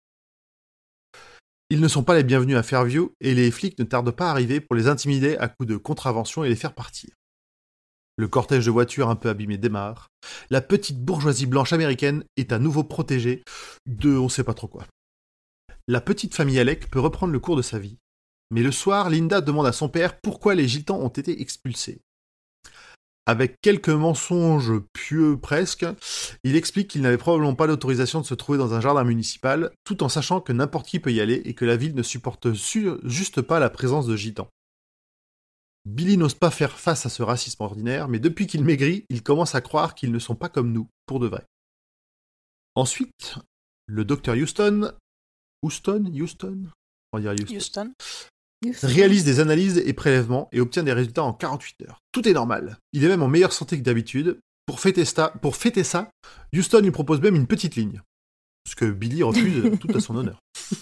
Ils ne sont pas les bienvenus à Fairview, et les flics ne tardent pas à arriver pour les intimider à coups de contravention et les faire partir. Le cortège de voitures un peu abîmé démarre. La petite bourgeoisie blanche américaine est à nouveau protégée de on sait pas trop quoi. La petite famille Alec peut reprendre le cours de sa vie. Mais le soir, Linda demande à son père pourquoi les gitans ont été expulsés. Avec quelques mensonges pieux presque, il explique qu'il n'avait probablement pas l'autorisation de se trouver dans un jardin municipal, tout en sachant que n'importe qui peut y aller et que la ville ne supporte su- juste pas la présence de gitans. Billy n'ose pas faire face à ce racisme ordinaire, mais depuis qu'il maigrit, il commence à croire qu'ils ne sont pas comme nous, pour de vrai. Ensuite, le docteur Houston... Houston Houston On va dire Houston. Houston. Réalise des analyses et prélèvements et obtient des résultats en quarante-huit heures. Tout est normal. Il est même en meilleure santé que d'habitude. Pour fêter ça, pour fêter ça, Houston lui propose même une petite ligne. Ce que Billy refuse tout à son honneur.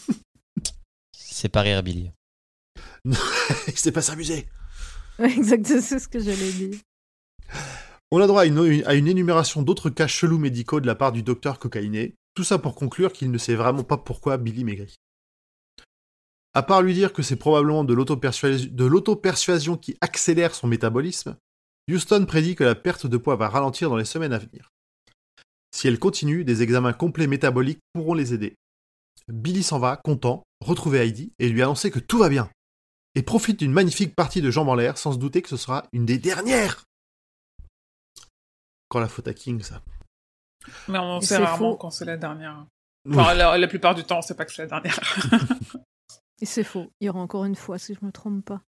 C'est pas rire, Billy. Il sait pas s'amuser. Exactement, c'est ce que j'allais dire. On a droit à une, à une énumération d'autres cas chelous médicaux de la part du docteur cocaïné. Tout ça pour conclure qu'il ne sait vraiment pas pourquoi Billy maigrit. À part lui dire que c'est probablement de l'auto-persuasion, de l'auto-persuasion qui accélère son métabolisme, Houston prédit que la perte de poids va ralentir dans les semaines à venir. Si elle continue, des examens complets métaboliques pourront les aider. Billy s'en va, content, retrouver Heidi et lui annoncer que tout va bien. Et profite d'une magnifique partie de jambes en l'air sans se douter que ce sera une des dernières. Quand la faute à King, ça. Mais on Et sait c'est rarement faux. quand c'est la dernière. Enfin, la, la plupart du temps, on sait pas que c'est la dernière. Et c'est faux. Il y aura encore une fois, si je me trompe pas.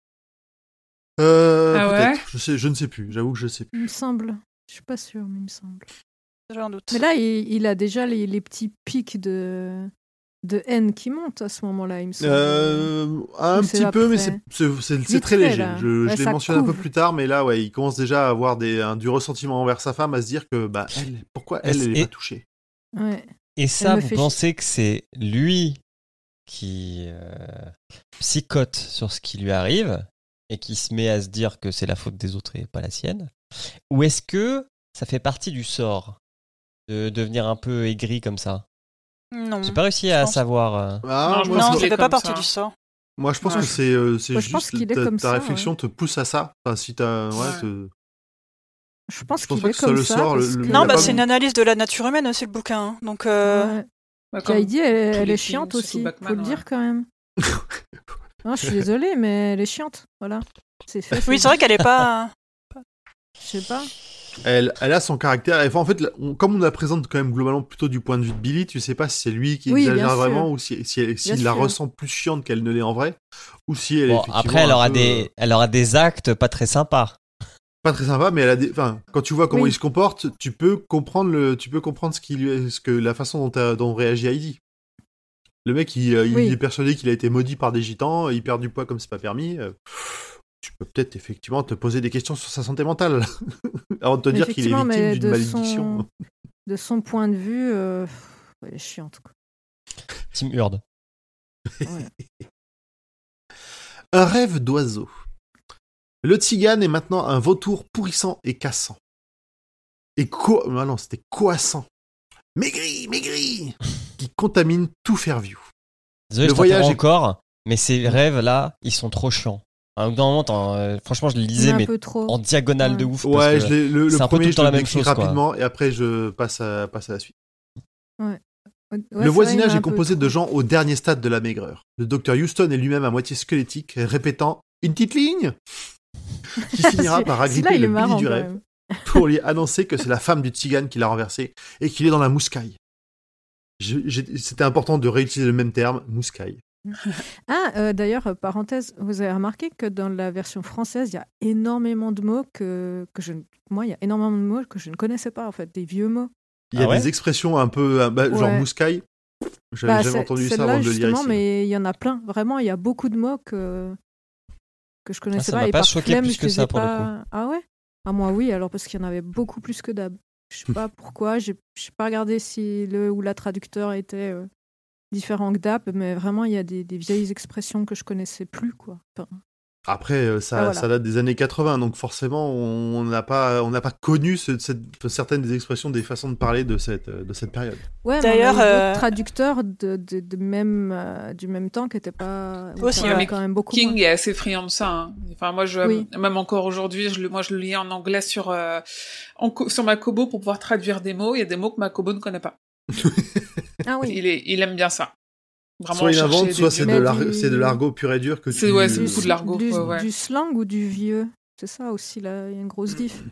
Euh, Ah ouais peut-être. Je, sais, je ne sais plus. J'avoue que je sais plus. Il me semble. Je suis pas sûre, mais il me semble. J'ai un doute. Mais là, il, il a déjà les, les petits pics de, de haine qui montent à ce moment-là, il me semble. Euh, un Ou c'est petit peu, mais après. c'est, c'est, c'est, c'est Vite très fait, léger. là. Je, Ouais, je l'ai ça mentionné un peu couve. plus tard, mais là, ouais, il commence déjà à avoir des, un, du ressentiment envers sa femme, à se dire que, bah, elle, pourquoi elle, elle est Et- pas touchée. Ouais. Et ça, me vous fait pensez que c'est lui qui euh, psychote sur ce qui lui arrive et qui se met à se dire que c'est la faute des autres et pas la sienne? Ou est-ce que ça fait partie du sort de devenir un peu aigri comme ça? Non. J'ai pas réussi à pense- savoir. euh, Ah, Non, je moi, pense Non, je- qu'il ça est fait pas comme partie ça. du sort. moi, je pense Ouais. que c'est, euh, c'est Moi, je pense juste qu'il est ta, comme ta ça, réflexion te pousse à ça. Enfin, si t'as, ouais, Ouais. te- Je pense Je pense qu'il pas est que ce soit comme le ça. sort, le- parce le- que- il Non, a bah pas c'est une analyse de la nature humaine aussi, le bouquin. hein. Donc, euh, Ouais. Bah, Puis comme Heidi, elle, tous elle les est films, chiante surtout aussi, Batman, faut le ouais. dire quand même. Non, je suis désolée, mais elle est chiante. Voilà. C'est fait. oui, c'est vrai qu'elle est pas. Je sais pas. Elle, elle a son caractère. Et, enfin, en fait, là, on- comme on la présente quand même globalement plutôt du point de vue de Billy, tu sais pas si c'est lui qui Oui, bien exagère sûr. vraiment ou si, si elle, s'il Bien la sûr. ressent plus chiante qu'elle ne l'est en vrai, ou si elle est Bon, effectivement après, elle un aura, peu, des, euh, elle aura des actes pas très sympas. pas très sympa, mais elle a des. Enfin, quand tu vois comment Oui. il se comporte, tu peux comprendre le, tu peux comprendre ce qui lui, ce que la façon dont, elle- dont réagit Heidi. Le mec, il, euh, il Oui. est persuadé qu'il a été maudit par des gitans, il perd du poids comme c'est pas permis. euh, Tu peux peut-être effectivement te poser des questions sur sa santé mentale avant de te dire qu'il est Effectivement, victime mais d'une de malédiction. son, de son point de vue, euh, elle est chiante. Quoi. Tim Hurd. Ouais. Un rêve d'oiseau. Le tzigane est maintenant un vautour pourrissant et cassant. Et co... Ah non, c'était coassant. Maigri, maigri qui contamine tout Fairview. Désolé, Le je voyage t'interromps est- encore, mais ces rêves-là, ils sont trop chiants. À un bout d'un moment, t'en- euh, franchement, je les lisais, un mais peu trop. en diagonale Ouais. de ouf. parce Ouais, que je l'ai- le, le c'est un peu tout premier, le je temps le la même décris chose, quoi. rapidement et après je passe à, passe à la suite. Ouais, Le c'est vrai, voisinage il y en a est un peu composé de trop. gens au dernier stade de la maigreur. Le docteur Houston est lui-même à moitié squelettique, répétant « Une petite ligne !» qui finira Celui- par celui-là, agripper il le est Billy marrant, du quand rêve même. pour lui annoncer que c'est la femme du tzigane qui l'a renversé et qu'il est dans la mouscaille. Je- j'ai- C'était important de réutiliser le même terme, mouscaille. Ah, euh, d'ailleurs, euh, parenthèse, vous avez remarqué que dans la version française, il y a énormément de mots que, que je... ne- Moi, il y a énormément de mots que je ne connaissais pas, en fait, des vieux mots. Il y a Ah ouais des expressions un peu, euh, bah, genre Ouais. mouscaille. J'avais Bah, jamais c'est- entendu ça celle-là, avant de le lire justement, ici. mais il y en a plein. Vraiment, il y a beaucoup de mots que, que je connaissais ça pas. m'a et pas par choqué flemme, plus je que les ça, ai pour le pas... Ah ouais Ah moi, oui, alors parce qu'il y en avait beaucoup plus que d'hab. Je sais pas pourquoi, j'ai j'ai pas regardé si le ou la traducteur était euh, différent que d'hab, mais vraiment, il y a des, des vieilles expressions que je connaissais plus, quoi. Enfin, Après, euh, ça, Ah, voilà. ça date des années quatre-vingts, donc forcément, on n'a pas, on n'a pas connu ce- cette, certaines des expressions, des façons de parler de cette, euh, de cette période. ouais, mais D'ailleurs, on a eu d'autres euh, traducteurs de, de, de même, euh, du même temps qui n'étaient pas... où Aussi, ça allait ouais. quand même beaucoup King moins. est assez friand de ça. hein. Enfin, moi, je, Oui. même encore aujourd'hui, je le, moi, je le lis en anglais sur, euh, en co- sur ma Kobo pour pouvoir traduire des mots. Il y a des mots que ma Kobo ne connaît pas. Ah oui. Il est, il aime bien ça. Vraiment Soit il chercher invente, des soit vieux c'est mots. de, Mais l'ar- du- c'est de l'argot pur et dur que C'est- tu... ouais, c'est Du- beaucoup de l'argot, Du, ouais, ouais. du slang ou du vieux. C'est ça aussi, là, il y a une grosse diff.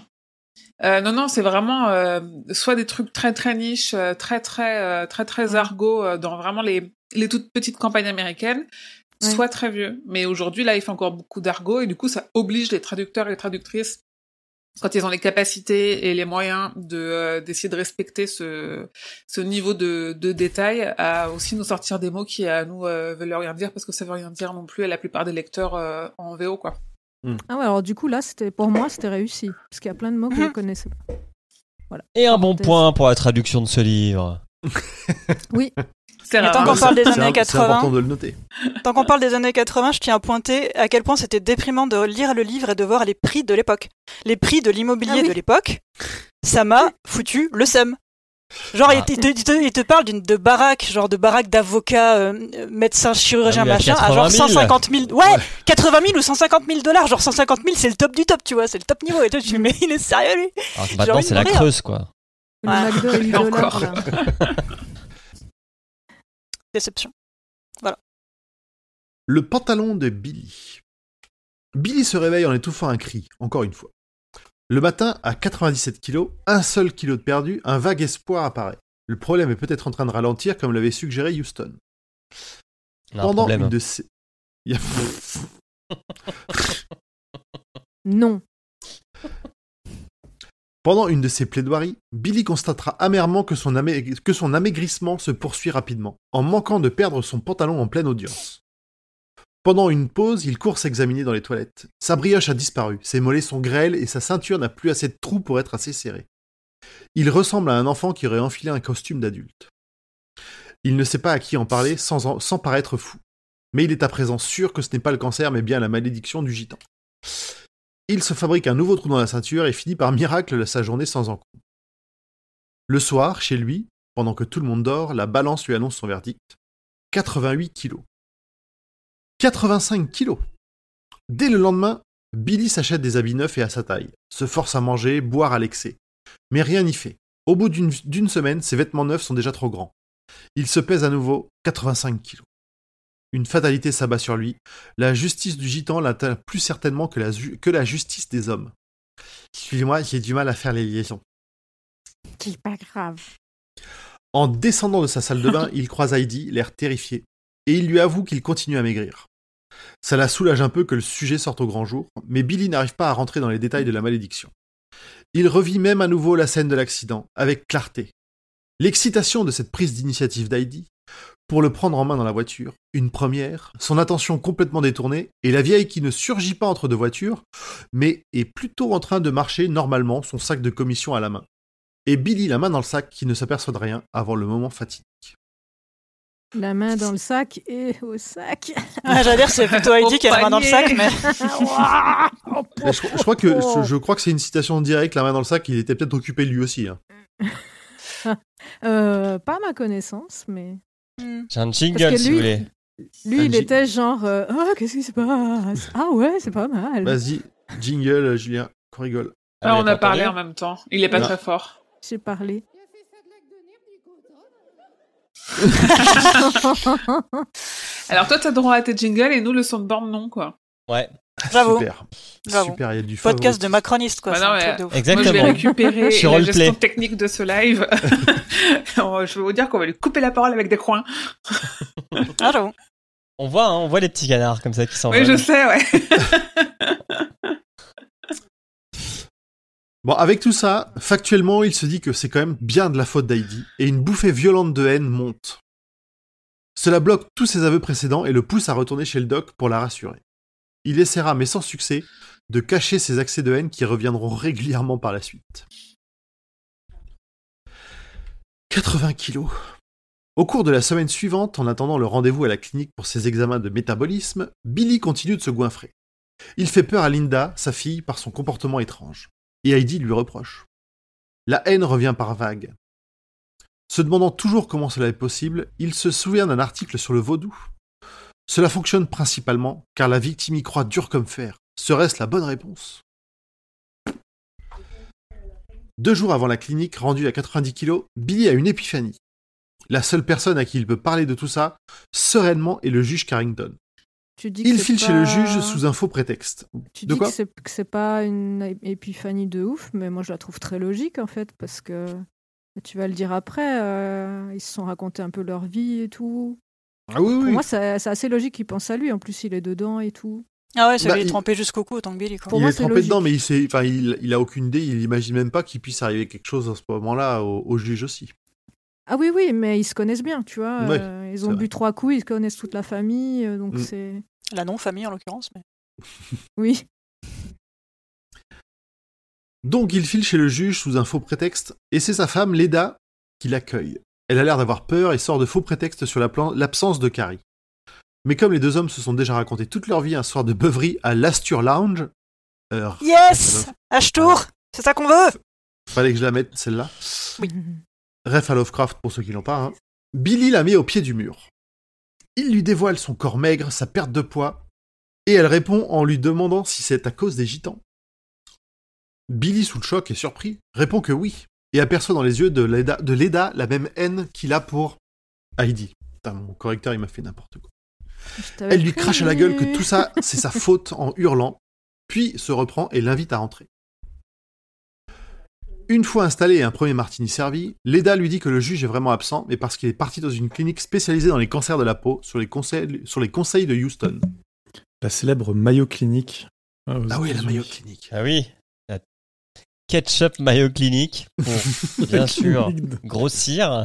Euh, non, non, c'est vraiment euh, soit des trucs très très niches, euh, très très euh, très très argot euh, dans vraiment les les toutes petites campagnes américaines, Ouais. soit très vieux. Mais aujourd'hui, là, il fait encore beaucoup d'argot et du coup, ça oblige les traducteurs et les traductrices, quand ils ont les capacités et les moyens de euh, d'essayer de respecter ce ce niveau de de détail, à aussi nous sortir des mots qui à nous euh, veulent rien dire parce que ça veut rien dire non plus à la plupart des lecteurs euh, en V O, quoi. Ah ouais, alors du coup, là, c'était pour moi, c'était réussi. Parce qu'il y a plein de mots que je ne connaissais pas. Voilà. Et un bon Parenthèse. point pour la traduction de ce livre. Oui, C'est Mais rare. tant hein. qu'on c'est- parle des c'est années un- C'est quatre-vingts. important de le noter. Tant qu'on parle des années quatre-vingts, je tiens à pointer à quel point c'était déprimant de lire le livre et de voir les prix de l'époque. Les prix de l'immobilier Ah oui. de l'époque, ça m'a foutu le seum. Genre, Ah. il, te, il, te, il, te, il te parle d'une de baraque, genre de baraque d'avocats, euh, médecins, chirurgiens, Ah oui, à machin, à quatre-vingt genre mille. cent cinquante mille. Ouais, ouais, quatre-vingt mille ou cent cinquante mille dollars. Genre cent cinquante mille, c'est le top du top, tu vois, c'est le top niveau. Et toi, tu mais il est sérieux, lui? Alors que J'ai maintenant, envie de c'est la mourir. Creuse, quoi. Le Ouais. McDo à huit Et dollars, encore. là. Déception. Le pantalon de Billy. Billy se réveille en étouffant un cri, encore une fois. Le matin, à quatre-vingt-dix-sept kilos, un seul kilo de perdu, un vague espoir apparaît. Le problème est peut-être en train de ralentir, comme l'avait suggéré Houston. On a un Pendant problème. une de ces... Il y a- Non. Pendant une de ses plaidoiries, Billy constatera amèrement que son, amai- que son amaigrissement se poursuit rapidement, en manquant de perdre son pantalon en pleine audience. Pendant une pause, il court s'examiner dans les toilettes. Sa brioche a disparu, ses mollets sont grêles et sa ceinture n'a plus assez de trous pour être assez serrée. Il ressemble à un enfant qui aurait enfilé un costume d'adulte. Il ne sait pas à qui en parler sans, en- sans paraître fou. Mais il est à présent sûr que ce n'est pas le cancer mais bien la malédiction du gitan. Il se fabrique un nouveau trou dans la ceinture et finit par miracle sa journée sans encombre. Le soir, chez lui, pendant que tout le monde dort, la balance lui annonce son verdict. quatre-vingt-huit kilos. quatre-vingt-cinq kilos. Dès le lendemain, Billy s'achète des habits neufs et à sa taille, se force à manger, boire à l'excès. Mais rien n'y fait. Au bout d'une, d'une semaine, ses vêtements neufs sont déjà trop grands. Il se pèse à nouveau quatre-vingt-cinq kilos. Une fatalité s'abat sur lui. La justice du gitan l'atteint plus certainement que la, ju- que la justice des hommes. Excusez-moi, j'ai du mal à faire les liaisons. C'est pas grave. En descendant de sa salle de bain, il croise Heidi, l'air terrifié, et il lui avoue qu'il continue à maigrir. Ça la soulage un peu que le sujet sorte au grand jour, mais Billy n'arrive pas à rentrer dans les détails de la malédiction. Il revit même à nouveau la scène de l'accident, avec clarté. L'excitation de cette prise d'initiative d'Heidi, pour le prendre en main dans la voiture, une première, son attention complètement détournée, et la vieille qui ne surgit pas entre deux voitures, mais est plutôt en train de marcher normalement, son sac de commission à la main. Et Billy la main dans le sac qui ne s'aperçoit de rien avant le moment fatidique. La main dans le sac et au sac. Ah, j'allais dire, c'est plutôt Heidi qui a la main dans le sac, mais. Mais je, je crois que, je, je crois que c'est une citation directe, la main dans le sac, il était peut-être occupé lui aussi. Hein. Euh, pas à ma connaissance, mais. J'ai un Parce jingle, que si lui- vous voulez. Lui, Un il J- était genre. euh, Ah, qu'est-ce qui se passe? Ah ouais, c'est pas mal. Vas-y, jingle, euh, Julien, qu'on rigole. Ah, on t'as a parlé en entendu même temps. Il est pas Ah. très fort. J'ai parlé. Alors toi, t'as droit à tes jingles et nous, le soundboard, non, quoi. Ouais, J'avoue. Super. J'avoue. Super, il y a du Podcast de favoritisme. macroniste, quoi. Bah c'est non, un mais- truc de ouf. exactement. Moi, je vais récupérer Je suis la roleplay. gestion technique de ce live. Je vais vous dire qu'on va lui couper la parole avec des coins. Ah, j'avoue. On voit, hein, on voit les petits canards comme ça qui s'envolent. Oui, je sais, ouais. Bon, avec tout ça, factuellement, il se dit que c'est quand même bien de la faute d'Heidi, et une bouffée violente de haine monte. Cela bloque tous ses aveux précédents et le pousse à retourner chez le doc pour la rassurer. Il essaiera, mais sans succès, de cacher ses accès de haine qui reviendront régulièrement par la suite. quatre-vingts kilos. Au cours de la semaine suivante, en attendant le rendez-vous à la clinique pour ses examens de métabolisme, Billy continue de se goinfrer. Il fait peur à Linda, sa fille, par son comportement étrange. Et Heidi lui reproche. La haine revient par vagues. Se demandant toujours comment cela est possible, il se souvient d'un article sur le vaudou. Cela fonctionne principalement car la victime y croit dur comme fer. Serait-ce la bonne réponse? Deux jours avant la clinique, rendue à quatre-vingt-dix kilos, Billy a une épiphanie. La seule personne à qui il peut parler de tout ça, sereinement, est le juge Carrington. Tu dis que Il c'est file chez pas- le juge sous un faux prétexte. Tu De dis quoi que c'est, que c'est pas une é- épiphanie de ouf, mais moi je la trouve très logique en fait, parce que tu vas le dire après, euh, ils se sont racontés un peu leur vie et tout. Ah oui, Pour oui. moi, c'est, c'est assez logique qu'ils pensent à lui. En plus, il est dedans et tout. Ah ouais, c'est Bah, lui il- trempé jusqu'au cou, autant que Billy, quoi. Pour il moi, est c'est trempé logique. dedans, mais il, sait, enfin, il, il a aucune idée, il imagine même pas qu'il puisse arriver quelque chose à ce moment-là au, au juge aussi. Ah oui, oui, mais ils se connaissent bien, tu vois. Ouais, euh, ils c'est ont vrai. bu trois coups, ils connaissent toute la famille, euh, donc Mm. c'est. La non-famille, en l'occurrence, mais. Oui. Donc il file chez le juge sous un faux prétexte, et c'est sa femme, Leda, qui l'accueille. Elle a l'air d'avoir peur et sort de faux prétextes sur la plan- l'absence de Carrie. Mais comme les deux hommes se sont déjà raconté toute leur vie un soir de beuverie à l'Astur Lounge, euh, Yes H-Tour C'est ça qu'on veut fallait que je la mette celle-là, Oui. Ref à Lovecraft pour ceux qui l'ont pas. Hein. Billy la met au pied du mur. Il lui dévoile son corps maigre, sa perte de poids, et elle répond en lui demandant si c'est à cause des gitans. Billy, sous le choc et surpris, répond que oui, et aperçoit dans les yeux de Leda, de Leda la même haine qu'il a pour Heidi. Putain, mon correcteur, il m'a fait n'importe quoi. Elle lui crache à la gueule que tout ça, c'est sa faute en hurlant, puis se reprend et l'invite à rentrer. Une fois installé et un premier martini servi, Leda lui dit que le juge est vraiment absent, mais parce qu'il est parti dans une clinique spécialisée dans les cancers de la peau, sur les conseils, sur les conseils de Houston. La célèbre Mayo Clinic. Ah, ah oui, la Mayo Clinic. Ah oui, la Ketchup Mayo Clinic, pour bien sûr grossir.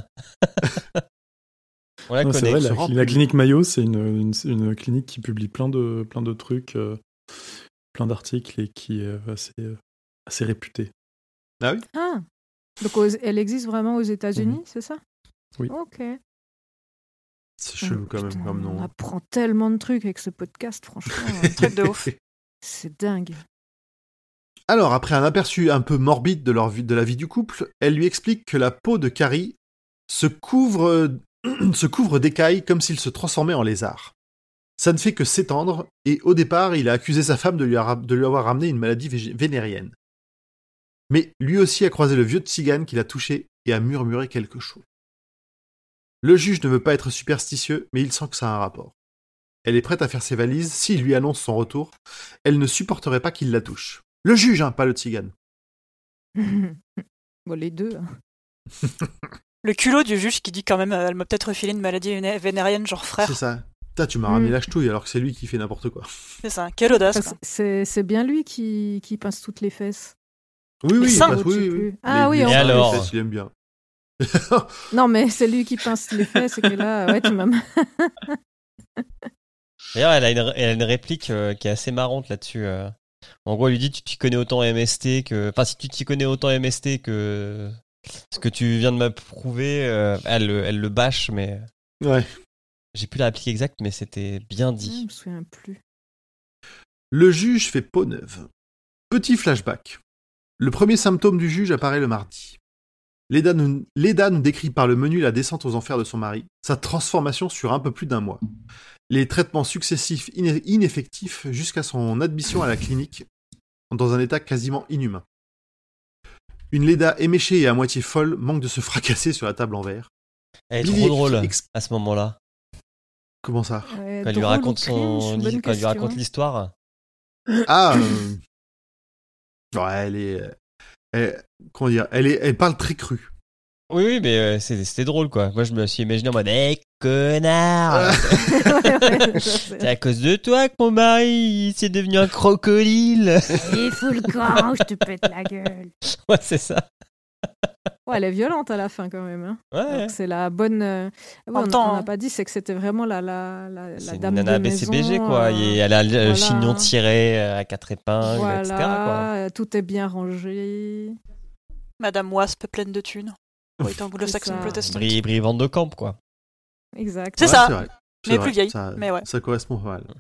On la non, connaît. C'est vrai, la, la clinique Mayo, c'est une, une, une clinique qui publie plein de, plein de trucs, euh, plein d'articles et qui est assez, euh, assez réputée. Ah oui. Ah, donc aux, elle existe vraiment aux États-Unis, mmh. c'est ça? Oui. Ok. C'est chelou quand même Putain, comme nom. On apprend tellement de trucs avec ce podcast, franchement. Un truc de ouf. C'est dingue. Alors, après un aperçu un peu morbide de, leur vie, de la vie du couple, elle lui explique que la peau de Carrie se couvre, se couvre d'écailles comme s'il se transformait en lézard. Ça ne fait que s'étendre, et au départ, il a accusé sa femme de lui, a, de lui avoir ramené une maladie vénérienne. Mais lui aussi a croisé le vieux tzigane qui l'a touché et a murmuré quelque chose. Le juge ne veut pas être superstitieux, mais il sent que ça a un rapport. Elle est prête à faire ses valises, s'il lui annonce son retour, elle ne supporterait pas qu'il la touche. Le juge, hein, pas le tzigane. Bon, les deux. Hein. Le culot du juge qui dit quand même, euh, elle m'a peut-être refilé une maladie vénérienne, genre frère. C'est ça. Putain, tu m'as ramené mm. la ch'touille alors que c'est lui qui fait n'importe quoi. C'est ça, quelle audace. Enfin, c'est, c'est bien lui qui, qui pince toutes les fesses. Oui, oui, il ça, passe, oui, oui. Ah les, oui, les, et alors les fesses, il aime bien. Non, mais c'est lui qui pince les fesses et que là, ouais, tu m'as... D'ailleurs, elle a une, elle a une réplique euh, qui est assez marrante là-dessus. Euh. En gros, elle lui dit, tu t'y connais autant M S T que... Enfin, si tu t'y connais autant M S T que ce que tu viens de m'approuver, euh, elle, elle le bâche, mais... Ouais. J'ai plus la réplique exacte, mais c'était bien dit. Je me souviens plus. Le juge fait peau neuve. Petit flashback. Le premier symptôme du juge apparaît le mardi. Leda nous, Leda nous décrit par le menu la descente aux enfers de son mari, sa transformation sur un peu plus d'un mois, les traitements successifs iné- ineffectifs jusqu'à son admission à la clinique dans un état quasiment inhumain. Une Leda éméchée et à moitié folle manque de se fracasser sur la table en verre. Elle est Billy trop drôle ex- à ce moment-là. Comment ça? Ouais, Quand elle lui raconte, son... quand elle lui raconte l'histoire. Ah euh... Ouais, elle est... Elle... Comment dire? Elle, est... elle parle très cru. Oui, oui, mais euh, c'est, c'était drôle, quoi. Moi, je me suis imaginé en mode « Hé, connard !» ouais, ouais, C'est à cause de toi que mon mari, c'est devenu un crocodile. Il fout le camp, je te pète la gueule. Ouais, c'est ça. Ouais, elle est violente à la fin, quand même. Hein. Ouais. Donc, c'est la bonne... Euh... Ouais, on temps, n'a pas dit, c'est que c'était vraiment la, la, la, c'est la dame une nana de B C B G, maison, quoi. euh... Et elle a le voilà. chignon tiré à quatre épingles, voilà, et cetera, quoi. Tout est bien rangé. Madame Wasp pleine de thunes. Oui, anglo-saxon protestant. Brie, Brie Van de Camp, quoi. Exact. C'est ouais, ça, c'est vrai. C'est mais vrai. plus vieille. Ça, mais ouais. ça correspond pas mal.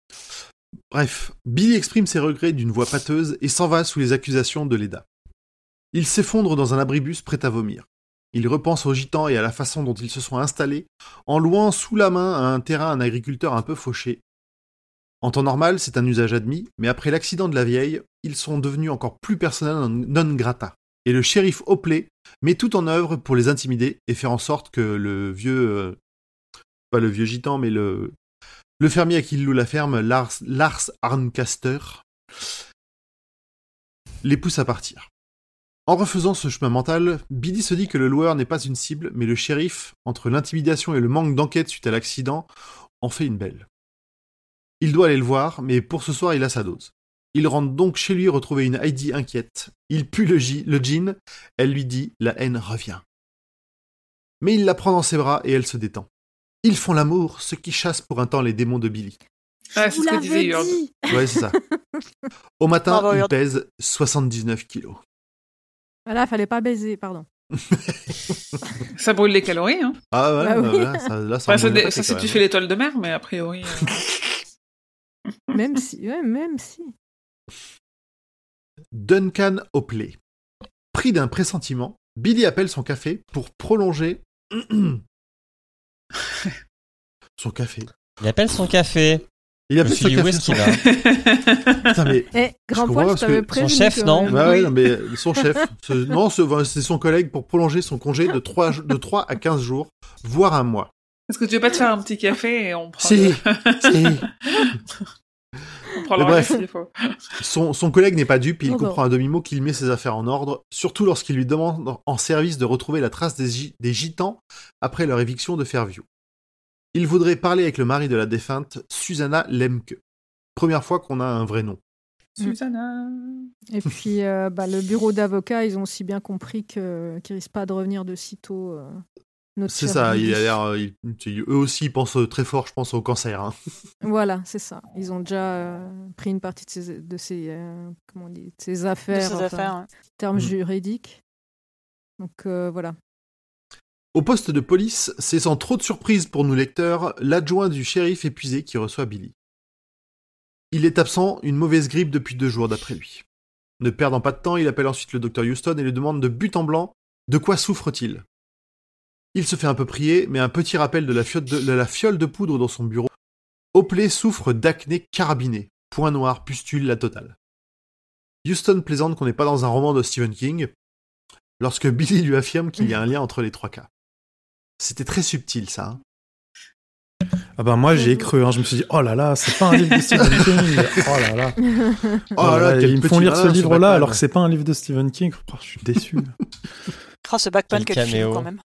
Bref, Billy exprime ses regrets d'une voix pâteuse et s'en va sous les accusations de Leda. Il s'effondre dans un abribus prêt à vomir. Il repense aux gitans et à la façon dont ils se sont installés, en louant sous la main à un terrain un agriculteur un peu fauché. En temps normal, c'est un usage admis, mais après l'accident de la vieille, ils sont devenus encore plus personnels non grata. Et le shérif Opley met tout en œuvre pour les intimider et faire en sorte que le vieux... Euh, pas le vieux gitan, mais le, le fermier à qui il loue la ferme, Lars, Lars Arncaster, les pousse à partir. En refaisant ce chemin mental, Billy se dit que le loueur n'est pas une cible, mais le shérif, entre l'intimidation et le manque d'enquête suite à l'accident, en fait une belle. Il doit aller le voir, mais pour ce soir, il a sa dose. Il rentre donc chez lui retrouver une Heidi inquiète. Il pue le, G- le jean, elle lui dit « la haine revient ». Mais il la prend dans ses bras et elle se détend. Ils font l'amour, ce qui chasse pour un temps les démons de Billy. Ah, c'est ce que disait Yurd. Ouais, c'est ça. Au matin, Bravo, il Yurd. pèse soixante-dix-neuf kilos. Voilà, fallait pas baiser, pardon. Ça brûle les calories, hein. Ah ouais, Bah oui. bah là, ça, là, ça Enfin, ça, remonte dé- pas, ça c'est si quand tu même. fais l'étoile de mer, mais a priori... euh, Même si, ouais, même si. Duncan Opley. Pris d'un pressentiment, Billy appelle son café pour prolonger... son café. Il appelle son café. Il appelle son Où café. est-ce qu'il va? Putain, mais... Eh, grand comprends poil, je parce t'avais que prévenu. son chef, que- non Ouais, ouais, Oui. non, mais son chef. Ce- non, ce- c'est son collègue pour prolonger son congé de trois, de trois à quinze jours, voire un mois. Est-ce que tu veux pas te faire un petit café et on prend Si, le... si. on prend Mais le bref. reste s'il faut. Son, son collègue n'est pas dupe, et il Oh, comprend à demi-mot qu'il met ses affaires en ordre, surtout lorsqu'il lui demande en service de retrouver la trace des, gi- des gitans après leur éviction de Fairview. Il voudrait parler avec le mari de la défunte, Susanna Lemke. Première fois qu'on a un vrai nom. Susanna. Et puis, euh, bah, le bureau d'avocats, ils ont aussi bien compris que, qu'ils risquent pas de revenir de sitôt. Euh, notre C'est cher ça, Billy. il a l'air, euh, il- eux aussi ils pensent très fort, je pense, au cancer. Hein. Voilà, c'est ça. Ils ont déjà euh, pris une partie de ces, de ces, euh, comment on dit, de ces affaires, De ces enfin, affaires, ouais. termes Mhm. juridiques. Donc euh, voilà. Au poste de police, c'est sans trop de surprise pour nous lecteurs, l'adjoint du shérif épuisé qui reçoit Billy. Il est absent, une mauvaise grippe depuis deux jours d'après lui. Ne perdant pas de temps, il appelle ensuite le docteur Houston et lui demande de but en blanc de quoi souffre-t-il. Il se fait un peu prier, mais un petit rappel de la, fiole de, de la fiole de poudre dans son bureau. Opley souffre d'acné carabiné. Point noir, pustule, la totale. Houston plaisante qu'on n'est pas dans un roman de Stephen King, lorsque Billy lui affirme qu'il y a un lien entre les trois cas. C'était très subtil, ça. Hein. Ah bah moi j'y ai cru, hein. Je me suis dit oh là là, c'est pas un livre de Stephen King. Oh là là. Oh là là, quel ils me petit font lire malin, ce ce livre-là Batman. alors que c'est pas un livre de Stephen King. Oh, je suis déçu. Oh, ce backpack Quel quel film caméo. quand même.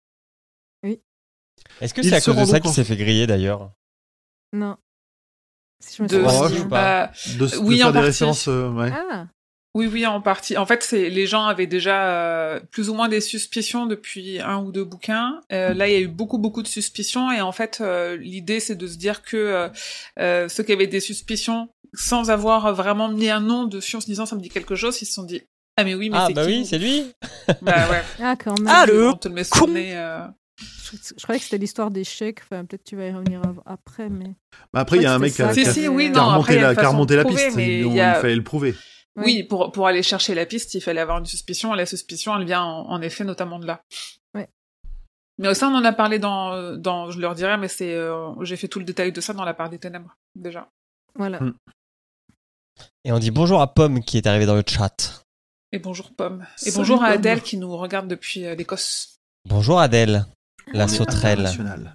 Est-ce que Il c'est à se cause de rend ça donc qu'il en- s'est fait griller d'ailleurs? Non. Si je me De... souviens Oh, bien. je sais Bah, De, de Oui, faire en des partie. références, euh, ouais. Ah, Oui, oui, en partie. En fait, c'est les gens avaient déjà euh, plus ou moins des suspicions depuis un ou deux bouquins. Euh, là, il y a eu beaucoup, beaucoup de suspicions, et en fait, euh, l'idée, c'est de se dire que euh, euh, ceux qui avaient des suspicions, sans avoir vraiment mis un nom dessus, en se disant ça me dit quelque chose, ils se sont dit ah mais oui, mais Ah c'est bah qui oui, c'est lui. Bah ouais. ah quand même. Ah, le On te le met sur con. le nez. euh. Je, je croyais que c'était l'histoire des chèques. Enfin, peut-être tu vas y revenir av- après, mais. Bah après, il y a un mec Je qui a, crois que qui a- Si, c'était si, oui, ça. qui a non, après, remonté il y a la, une qui a façon remonté de la prouver, piste. mais Il, il y a- il fallait le prouver. Oui, pour, pour aller chercher la piste, il fallait avoir une suspicion, et la suspicion, elle vient en, en effet notamment de là. Ouais. Mais ça, on en a parlé dans, dans je leur dirais, mais c'est, euh, j'ai fait tout le détail de ça dans la part des ténèbres, déjà. Voilà. Hmm. Et on dit bonjour à Pomme qui est arrivé dans le chat. Et bonjour Pomme. Et Salut, bonjour à Pomme. Adèle qui nous regarde depuis euh, l'Écosse. Bonjour Adèle, la sauterelle. International.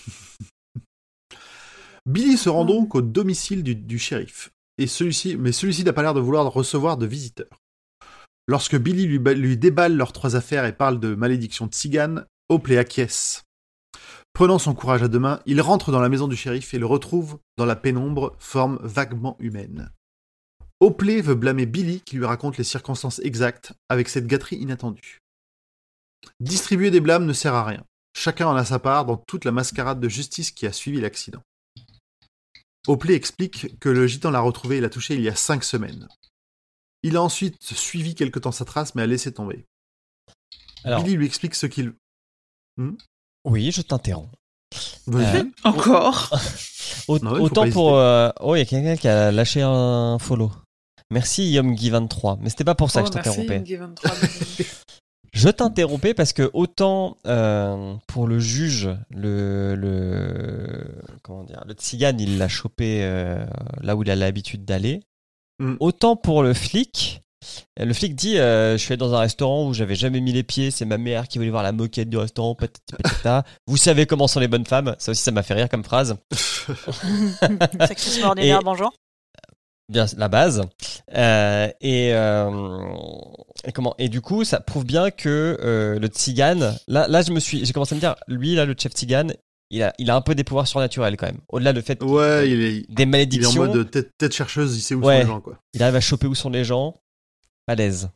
Billy se rend donc au domicile du, du shérif, et celui-ci, mais celui-ci n'a pas l'air de vouloir recevoir de visiteurs. Lorsque Billy lui, ba- lui déballe leurs trois affaires et parle de malédiction tzigane, Opley acquiesce. Prenant son courage à deux mains, il rentre dans la maison du shérif et le retrouve dans la pénombre, forme vaguement humaine. Opley veut blâmer Billy qui lui raconte les circonstances exactes avec cette gâterie inattendue. Distribuer des blâmes ne sert à rien. Chacun en a sa part dans toute la mascarade de justice qui a suivi l'accident. Opley explique que le gitan l'a retrouvé et l'a touché il y a cinq semaines. Il a ensuite suivi quelque temps sa trace mais a laissé tomber. Alors, Billy lui explique ce qu'il... oui, je t'interromps. Vas-y. Euh, Encore. Au- Non, ouais, faut autant pas pour... euh, Oh, il y a quelqu'un qui a lâché un follow. Merci Yomgi vingt-trois, mais c'était pas pour ça Oh, que je merci, t'interrompais. Guy vingt-trois, désolé. Je t'interrompais parce que autant euh, pour le juge, le, le comment dire, le tzigane, il l'a chopé euh, là où il a l'habitude d'aller. Mm. Autant pour le flic, le flic dit euh, je suis allé dans un restaurant où j'avais jamais mis les pieds, c'est ma mère qui voulait voir la moquette du restaurant, patati patata. Vous savez comment sont les bonnes femmes. Ça aussi, ça m'a fait rire comme phrase. Sexisme ordinaire, Et- bonjour. Bien la base. Euh, et, euh, et comment et du coup ça prouve bien que euh, le tzigane, là là je me suis j'ai commencé à me dire lui là le chef tzigane il a il a un peu des pouvoirs surnaturels quand même, au-delà du fait Ouais, il est, des il est en malédictions, mode tête, tête chercheuse, il sait où Ouais. sont les gens, quoi. il arrive à choper où sont les gens, malaise.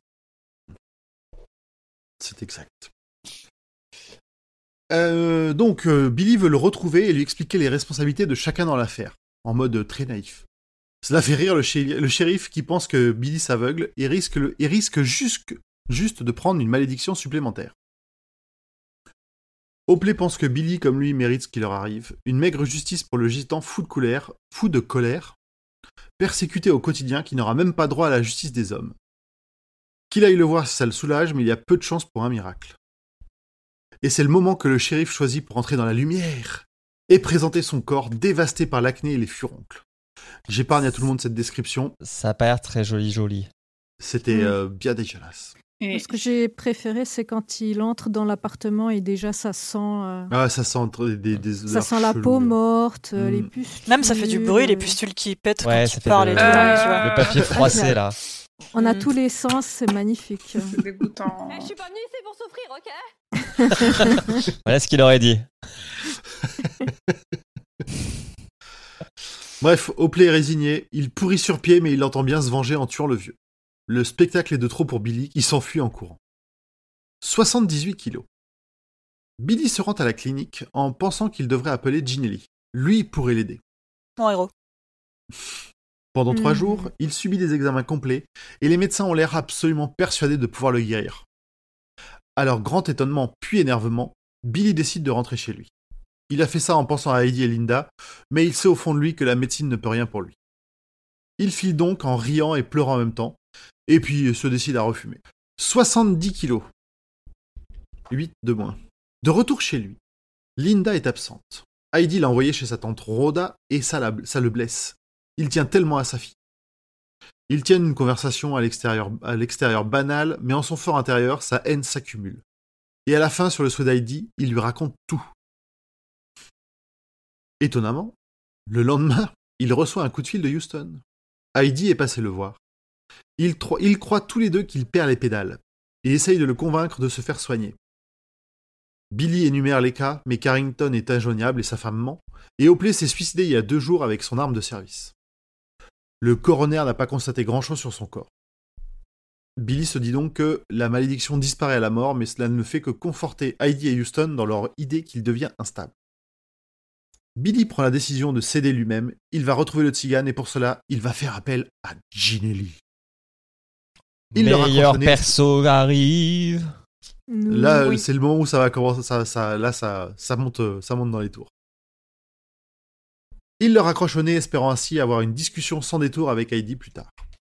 C'est exact. Euh, donc, euh, Billy veut le retrouver et lui expliquer les responsabilités de chacun dans l'affaire, en mode euh, très naïf. Cela fait rire le, chéri- le shérif qui pense que Billy s'aveugle et risque, le- et risque juste, juste de prendre une malédiction supplémentaire. Opley pense que Billy, comme lui, mérite ce qui leur arrive. Une maigre justice pour le gitan fou de colère, fou de colère, persécuté au quotidien, qui n'aura même pas droit à la justice des hommes. Qu'il aille le voir si ça le soulage, mais il y a peu de chance pour un miracle. Et c'est le moment que le shérif choisit pour entrer dans la lumière et présenter son corps dévasté par l'acné et les furoncles. J'épargne à tout le monde cette description. Ça a pas l'air très joli, joli. C'était Mm. euh, bien dégueulasse. Et Ce que j'ai préféré, c'est quand il entre dans l'appartement et déjà ça sent, euh, Ah, ça sent des, des, des ça odeurs sent la cheloues, peau là. morte, euh, Mm. les pustules. Même ça fait du bruit, les euh, pustules qui pètent Ouais, quand ça tu fait parles de- et tout. Euh, tu vois. Le papier froissé, là. On a Mm. tous les sens, c'est magnifique. c'est dégoûtant. Eh, je suis pas venue ici pour souffrir, ok? Voilà ce qu'il aurait dit. Bref, Oakley est résigné, il pourrit sur pied, mais il entend bien se venger en tuant le vieux. Le spectacle est de trop pour Billy, qui s'enfuit en courant. soixante-dix-huit kilos. Billy se rend à la clinique en pensant qu'il devrait appeler Ginelli. Lui pourrait l'aider. Mon héros. Pendant trois Mhm. jours, il subit des examens complets, et les médecins ont l'air absolument persuadés de pouvoir le guérir. À leur grand étonnement puis énervement, Billy décide de rentrer chez lui. Il a fait ça en pensant à Heidi et Linda, mais il sait au fond de lui que la médecine ne peut rien pour lui. Il file donc en riant et pleurant en même temps, et puis se décide à refumer. soixante-dix kilos. huit de moins. De retour chez lui, Linda est absente. Heidi l'a envoyé chez sa tante Rhoda, et ça, la- ça le blesse. Il tient tellement à sa fille. Ils tiennent une conversation à l'extérieur, à l'extérieur banale, mais en son fort intérieur, sa haine s'accumule. Et à la fin, sur le souhait d'Heidi, il lui raconte tout. Étonnamment, le lendemain, il reçoit un coup de fil de Houston. Heidi est passée le voir. Ils, tro- ils croient tous les deux qu'il perd les pédales, et essayent de le convaincre de se faire soigner. Billy énumère les cas, mais Carrington est injoignable et sa femme ment, et Oakley s'est suicidé il y a deux jours avec son arme de service. Le coroner n'a pas constaté grand-chose sur son corps. Billy se dit donc que la malédiction disparaît à la mort, mais cela ne fait que conforter Heidi et Houston dans leur idée qu'il devient instable. Billy prend la décision de céder lui-même, il va retrouver le tzigane et pour cela, il va faire appel à Ginelli. Il leur a Meilleur raccrochonné- perso arrive. Là, Oui. c'est le moment où ça va commencer, ça, ça, là, ça, ça monte, euh, ça monte dans les tours. Il leur accroche au nez, espérant ainsi avoir une discussion sans détour avec Heidi plus tard.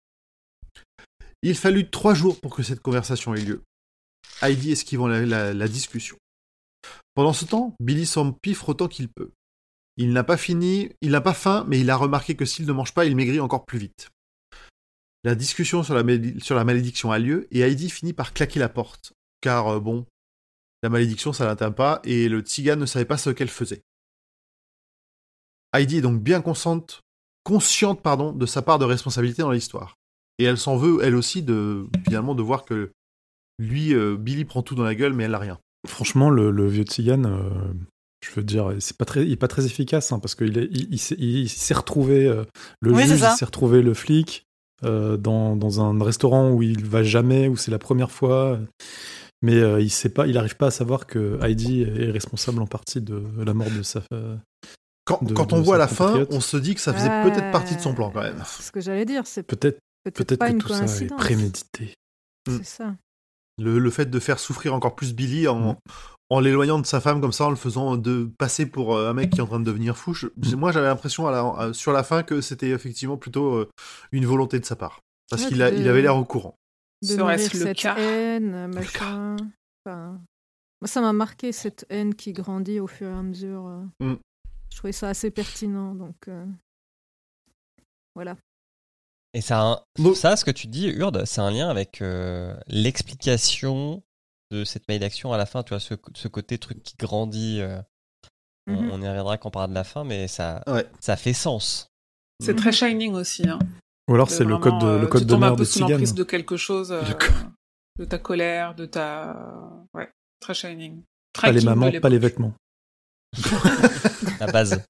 Il fallut trois jours pour que cette conversation ait lieu. Heidi esquivant la, la, la discussion. Pendant ce temps, Billy s'empiffre autant qu'il peut. Il n'a pas fini, il n'a pas faim, mais il a remarqué que s'il ne mange pas, il maigrit encore plus vite. La discussion sur la, malédi- sur la malédiction a lieu et Heidi finit par claquer la porte. Car, euh, bon, la malédiction, ça l'atteint pas, et le tzigane ne savait pas ce qu'elle faisait. Heidi est donc bien consciente, consciente pardon, de sa part de responsabilité dans l'histoire. Et elle s'en veut, elle aussi, de, finalement, de voir que lui, euh, Billy prend tout dans la gueule, mais elle n'a rien. Franchement, le, le vieux tzigane, euh, je veux dire, c'est pas très, il est pas très efficace, hein, parce qu'il est- il, il s'est- il s'est retrouvé, euh, le Oui, c'est juge, ça. il s'est retrouvé le flic, euh, dans, dans un restaurant où il va jamais, où c'est la première fois. Mais euh, il sait pas, il arrive pas à savoir que Heidi est responsable en partie de la mort de sa. euh, Quand, De- quand de on voit sa la fin, compatriote. on se dit que ça faisait Ah, peut-être partie de son plan, quand même. C'est ce que j'allais dire, c'est Peut-être, peut-être peut-être pas que une tout ça est coïncidence. prémédité. C'est ça. Le, le fait de faire souffrir encore plus Billy en, Mm. en l'éloignant de sa femme comme ça, en le faisant de passer pour euh, un mec qui est en train de devenir fou. Je- Mm. Moi, j'avais l'impression à la- à- sur la fin que c'était effectivement plutôt euh, une volonté de sa part. Parce Ouais, qu'il a- de- il avait l'air au courant. De Serait-ce nourrir le cette cas haine, machin. Enfin, moi, ça m'a marqué, cette haine qui grandit au fur et à mesure. euh. Mm. Je trouvais ça assez pertinent, donc euh, voilà. Et ça, a un- Bon. ça, ce que tu dis, Urde, c'est un lien avec euh, l'explication de cette malédiction à la fin. Tu vois, ce, ce côté truc qui grandit. euh, on, Mhm. on y reviendra quand on parlera de la fin, mais ça, Ouais. ça fait sens. C'est très Shining aussi. Hein. Ou alors De c'est le vraiment, code, de, euh, le code tu tombes un d'honneur peu de sous Tzigane. l'emprise de quelque chose, euh, Le co- de ta colère, de ta... Ouais, très Shining. Pas les Tracking de mamans, pas les l'époque. vêtements. La base.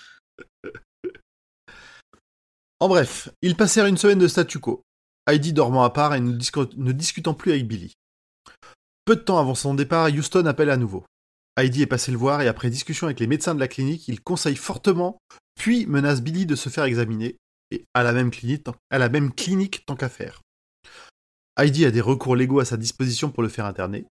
En bref, ils passèrent une semaine de statu quo. Heidi dormant à part et ne, discu- ne discutant plus avec Billy. Peu de temps avant son départ, Houston appelle à nouveau. Heidi est passé le voir et après discussion avec les médecins de la clinique, il conseille fortement, puis menace Billy de se faire examiner, et à la même clinique, à la même clinique tant qu'à faire. Heidi a des recours légaux à sa disposition pour le faire interner.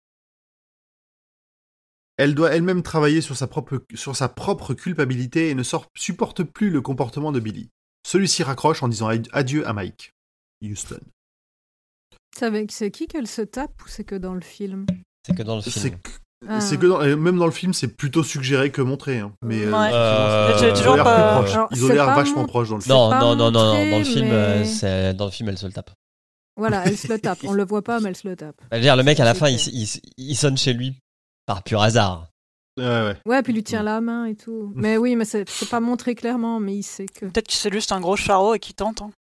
Elle doit elle-même travailler sur sa propre, sur sa propre culpabilité et ne sort- supporte plus le comportement de Billy. Celui-ci raccroche en disant adieu à Mike. Houston. C'est avec c'est qui qu'elle se tape ou c'est que dans le film? C'est que dans le C'est film. que, Ah. c'est que dans, et même dans le film, c'est plutôt suggéré que montré. Hein. Mais euh, Ouais. Euh, J'ai ils ont toujours l'air pas- plus proches. Alors, Ils ont c'est l'air pas vachement mon- proches dans le film. Non, pas non, non, non, montré, dans le film, mais- euh, c'est- dans le film, elle se le tape. Voilà, elle se le tape. On le voit pas, mais elle se le tape. Bah, je veux dire, le mec, à la C'est fin, il, clair. il, il sonne chez lui par pur hasard. Ouais, ouais. Ouais, puis il lui tient la main et tout. Mais oui, mais c'est c'est pas montré clairement, mais il sait que. Peut-être que c'est juste un gros charreau et qui tente. hein.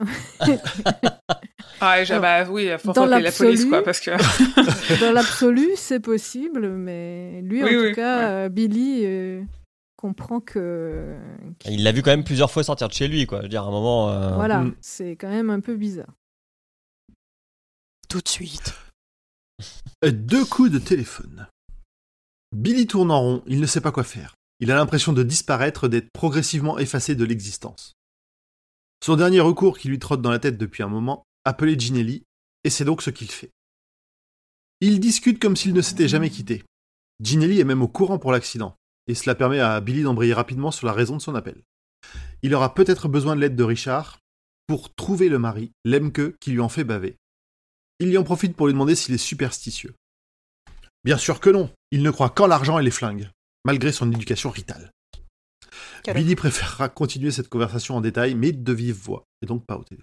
Ah, j'ai- Alors, bah oui, il faut dans appeler la police, l'absolu- quoi, parce que. Dans l'absolu, c'est possible, mais lui, en Oui, tout oui, cas, ouais. euh, Billy euh, comprend que. Il l'a vu quand même plusieurs fois sortir de chez lui, quoi. Je veux dire, à un moment. euh, Voilà, Mm. c'est quand même un peu bizarre. Tout de suite. Deux coups de téléphone. Billy tourne en rond, il ne sait pas quoi faire. Il a l'impression de disparaître, d'être progressivement effacé de l'existence. Son dernier recours qui lui trotte dans la tête depuis un moment, appeler Ginelli, et c'est donc ce qu'il fait. Ils discutent comme s'ils ne s'étaient jamais quittés. Ginelli est même au courant pour l'accident, et cela permet à Billy d'embrayer rapidement sur la raison de son appel. Il aura peut-être besoin de l'aide de Richard pour trouver le mari, Lemke, qui lui en fait baver. Il y en profite pour lui demander s'il est superstitieux. Bien sûr que non, il ne croit qu'en l'argent et les flingues, malgré son éducation ritale. Quel Billy préférera continuer cette conversation en détail, mais de vive voix, et donc pas au téléphone.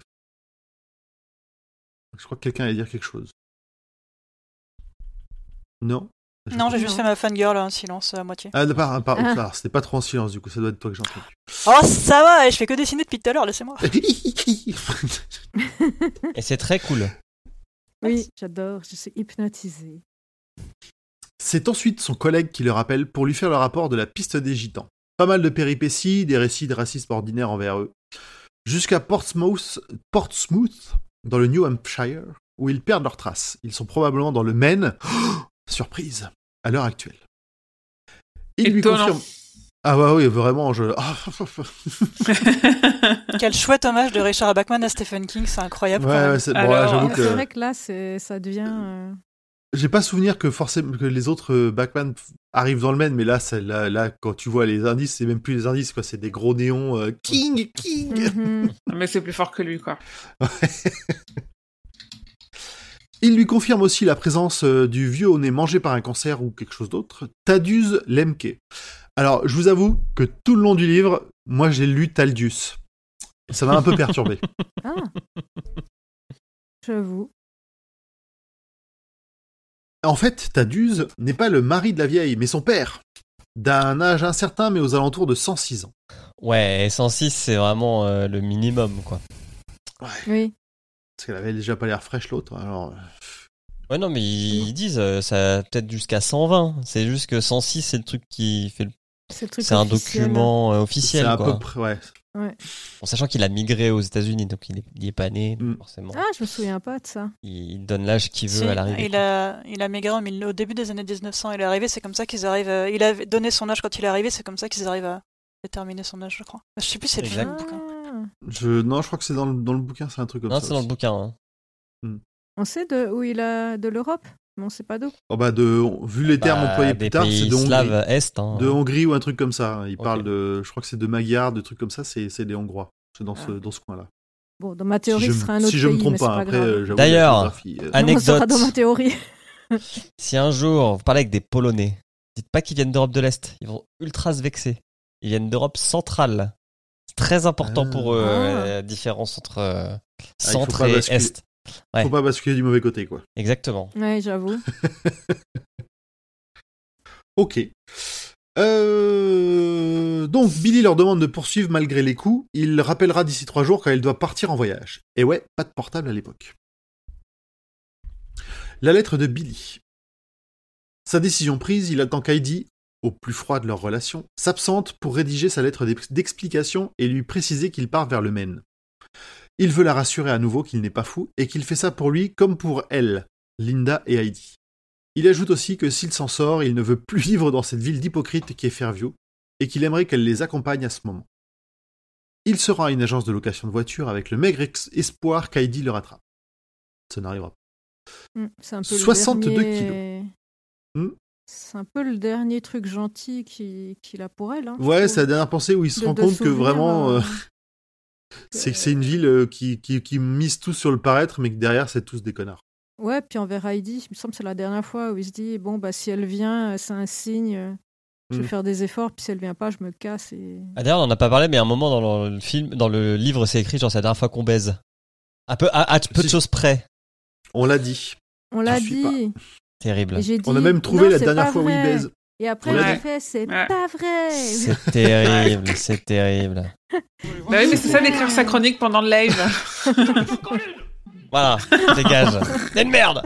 Je crois que quelqu'un allait dire quelque chose. Non Non, j'ai Non. juste fait ma fangirl en silence à moitié. Ah, pardon, pardon, Ah. pardon, c'était pas trop en silence du coup, ça doit être toi que j'ai entendu. Oh, ça va, je fais que dessiner depuis tout à l'heure, laissez-moi. Et c'est très cool. Oui, j'adore, je suis hypnotisée. C'est ensuite son collègue qui le rappelle pour lui faire le rapport de la piste des gitans. Pas mal de péripéties, des récits de racisme ordinaire envers eux. Jusqu'à Portsmouth, Portsmouth, dans le New Hampshire, où ils perdent leurs traces. Ils sont probablement dans le Maine. Oh, surprise, à l'heure actuelle. Il lui Étonnant. confirme... Ah ouais, oui, vraiment, je... Ah, Quel chouette hommage de Richard Bachman à Stephen King, c'est incroyable. quand ouais, même. ouais, c'est... Bon, Alors, là, j'avoue Ouais, que... C'est vrai que là, c'est- ça devient. euh, J'ai pas souvenir que forcément que les autres euh, Bachman f- arrivent dans le Maine, mais là, c'est, là, là, quand tu vois les indices, c'est même plus les indices, quoi. C'est des gros néons euh, King, King. mhm. Mais c'est plus fort que lui, quoi. Il lui confirme aussi la présence euh, du vieux au nez mangé par un cancer ou quelque chose d'autre, Thaddeus Lemke. Alors, je vous avoue que tout le long du livre, moi, j'ai lu Taldius. Ça m'a un peu perturbé. Ah. J'avoue. En fait, Thaddeus n'est pas le mari de la vieille, mais son père. D'un âge incertain, mais aux alentours de cent six ans. Ouais, et cent six, c'est vraiment euh, le minimum, quoi. Oui. Parce qu'elle avait déjà pas l'air fraîche, l'autre. Alors, euh, Ouais, non, mais ils, ils disent euh, ça peut-être jusqu'à cent vingt. C'est juste que cent six, c'est le truc qui fait le. C'est le truc C'est un officiel. document euh, c'est officiel, à quoi. peu près, ouais. En sachant qu'il a migré aux États-Unis, donc il est, il est pas né, Mm. forcément. Ah, je me souviens pas de ça. Il donne l'âge qu'il veut Si, à l'arrivée. il quoi. a, il a migré en mille- au début des années dix-neuf cents. Il est arrivé, c'est comme ça qu'ils arrivent. à- il a donné son âge quand il est arrivé, c'est comme ça qu'ils arrivent à déterminer son âge, je crois. Je sais plus, c'est le Exact. film. ou le bouquin. Ah. Je... Non, je crois que c'est dans le, dans le bouquin, c'est un truc comme Non, ça. c'est dans le aussi. bouquin. Hein. On sait de où il a de l'Europe, mais on sait pas d'où. Oh bah de, vu les termes Bah, employés des plus tard, pays c'est de Hongrie. slaves est. Hein. De Hongrie ou un truc comme ça. Il Ok. parle de, je crois que c'est de Magyar, de trucs comme ça, c'est, c'est des Hongrois. C'est dans ce, dans ce coin-là. Bon, dans ma théorie, si je, ce me- sera un autre si je me pays, trompe mais c'est pas, pas après, grave. euh, j'avoue, D'ailleurs, la géographie, euh, Anne- On sera anecdote. dans ma théorie. Si un jour vous parlez avec des Polonais, dites pas qu'ils viennent d'Europe de l'Est. Ils vont ultra se vexer. Ils viennent d'Europe centrale. C'est très important Ah. pour eux, Ah. euh, la différence entre euh, faut centre pas et basculer. est. ouais. Faut pas basculer du mauvais côté, quoi. Exactement. Ouais, j'avoue. Ok. Euh, Donc, Billy leur demande de poursuivre malgré les coups. Il rappellera d'ici trois jours quand il doit partir en voyage. Et ouais, pas de portable à l'époque. La lettre de Billy. Sa décision prise, il attend qu'Heidi, au plus froid de leur relation, s'absente pour rédiger sa lettre d'ex- d'explication et lui préciser qu'il part vers le Maine. Il veut la rassurer à nouveau qu'il n'est pas fou et qu'il fait ça pour lui comme pour elle, Linda et Heidi. Il ajoute aussi que s'il s'en sort, il ne veut plus vivre dans cette ville d'hypocrite qui est Fairview, et qu'il aimerait qu'elle les accompagne à ce moment. Il se rend à une agence de location de voitures avec le maigre ex- espoir qu'Heidi le rattrape. Ça n'arrivera pas. Hmm, C'est un peu soixante-deux le dernier... Hmm. C'est un peu le dernier truc gentil qui- qu'il a pour elle. Hein, je Ouais, trouve. c'est la dernière pensée où il se De- rend de compte que s'ouvrir, vraiment... euh, euh, C'est que c'est une ville euh, qui, qui, qui mise tout sur le paraître, mais que derrière, c'est tous des connards. Ouais, puis envers Heidi, il me semble que c'est la dernière fois où il se dit bon, bah, si elle vient, c'est un signe, euh, je vais Mm. faire des efforts, puis si elle vient pas, je me casse. Et... Ah, d'ailleurs, on n'en a pas parlé, mais à un moment dans le film, dans le livre, c'est écrit genre c'est la dernière fois qu'on baise. À peu, à, à peu de Si. choses près. On l'a dit. On l'a suis dit. Terrible. Et j'ai dit On a même trouvé non, la c'est dernière pas fois où il vrai. baise. Et après, On l'a j'ai dit. fait c'est Ouais. pas vrai. C'est terrible, c'est terrible. Bah oui, mais c'est ça d'écrire sa chronique pendant le live. Voilà, dégage. C'est une merde.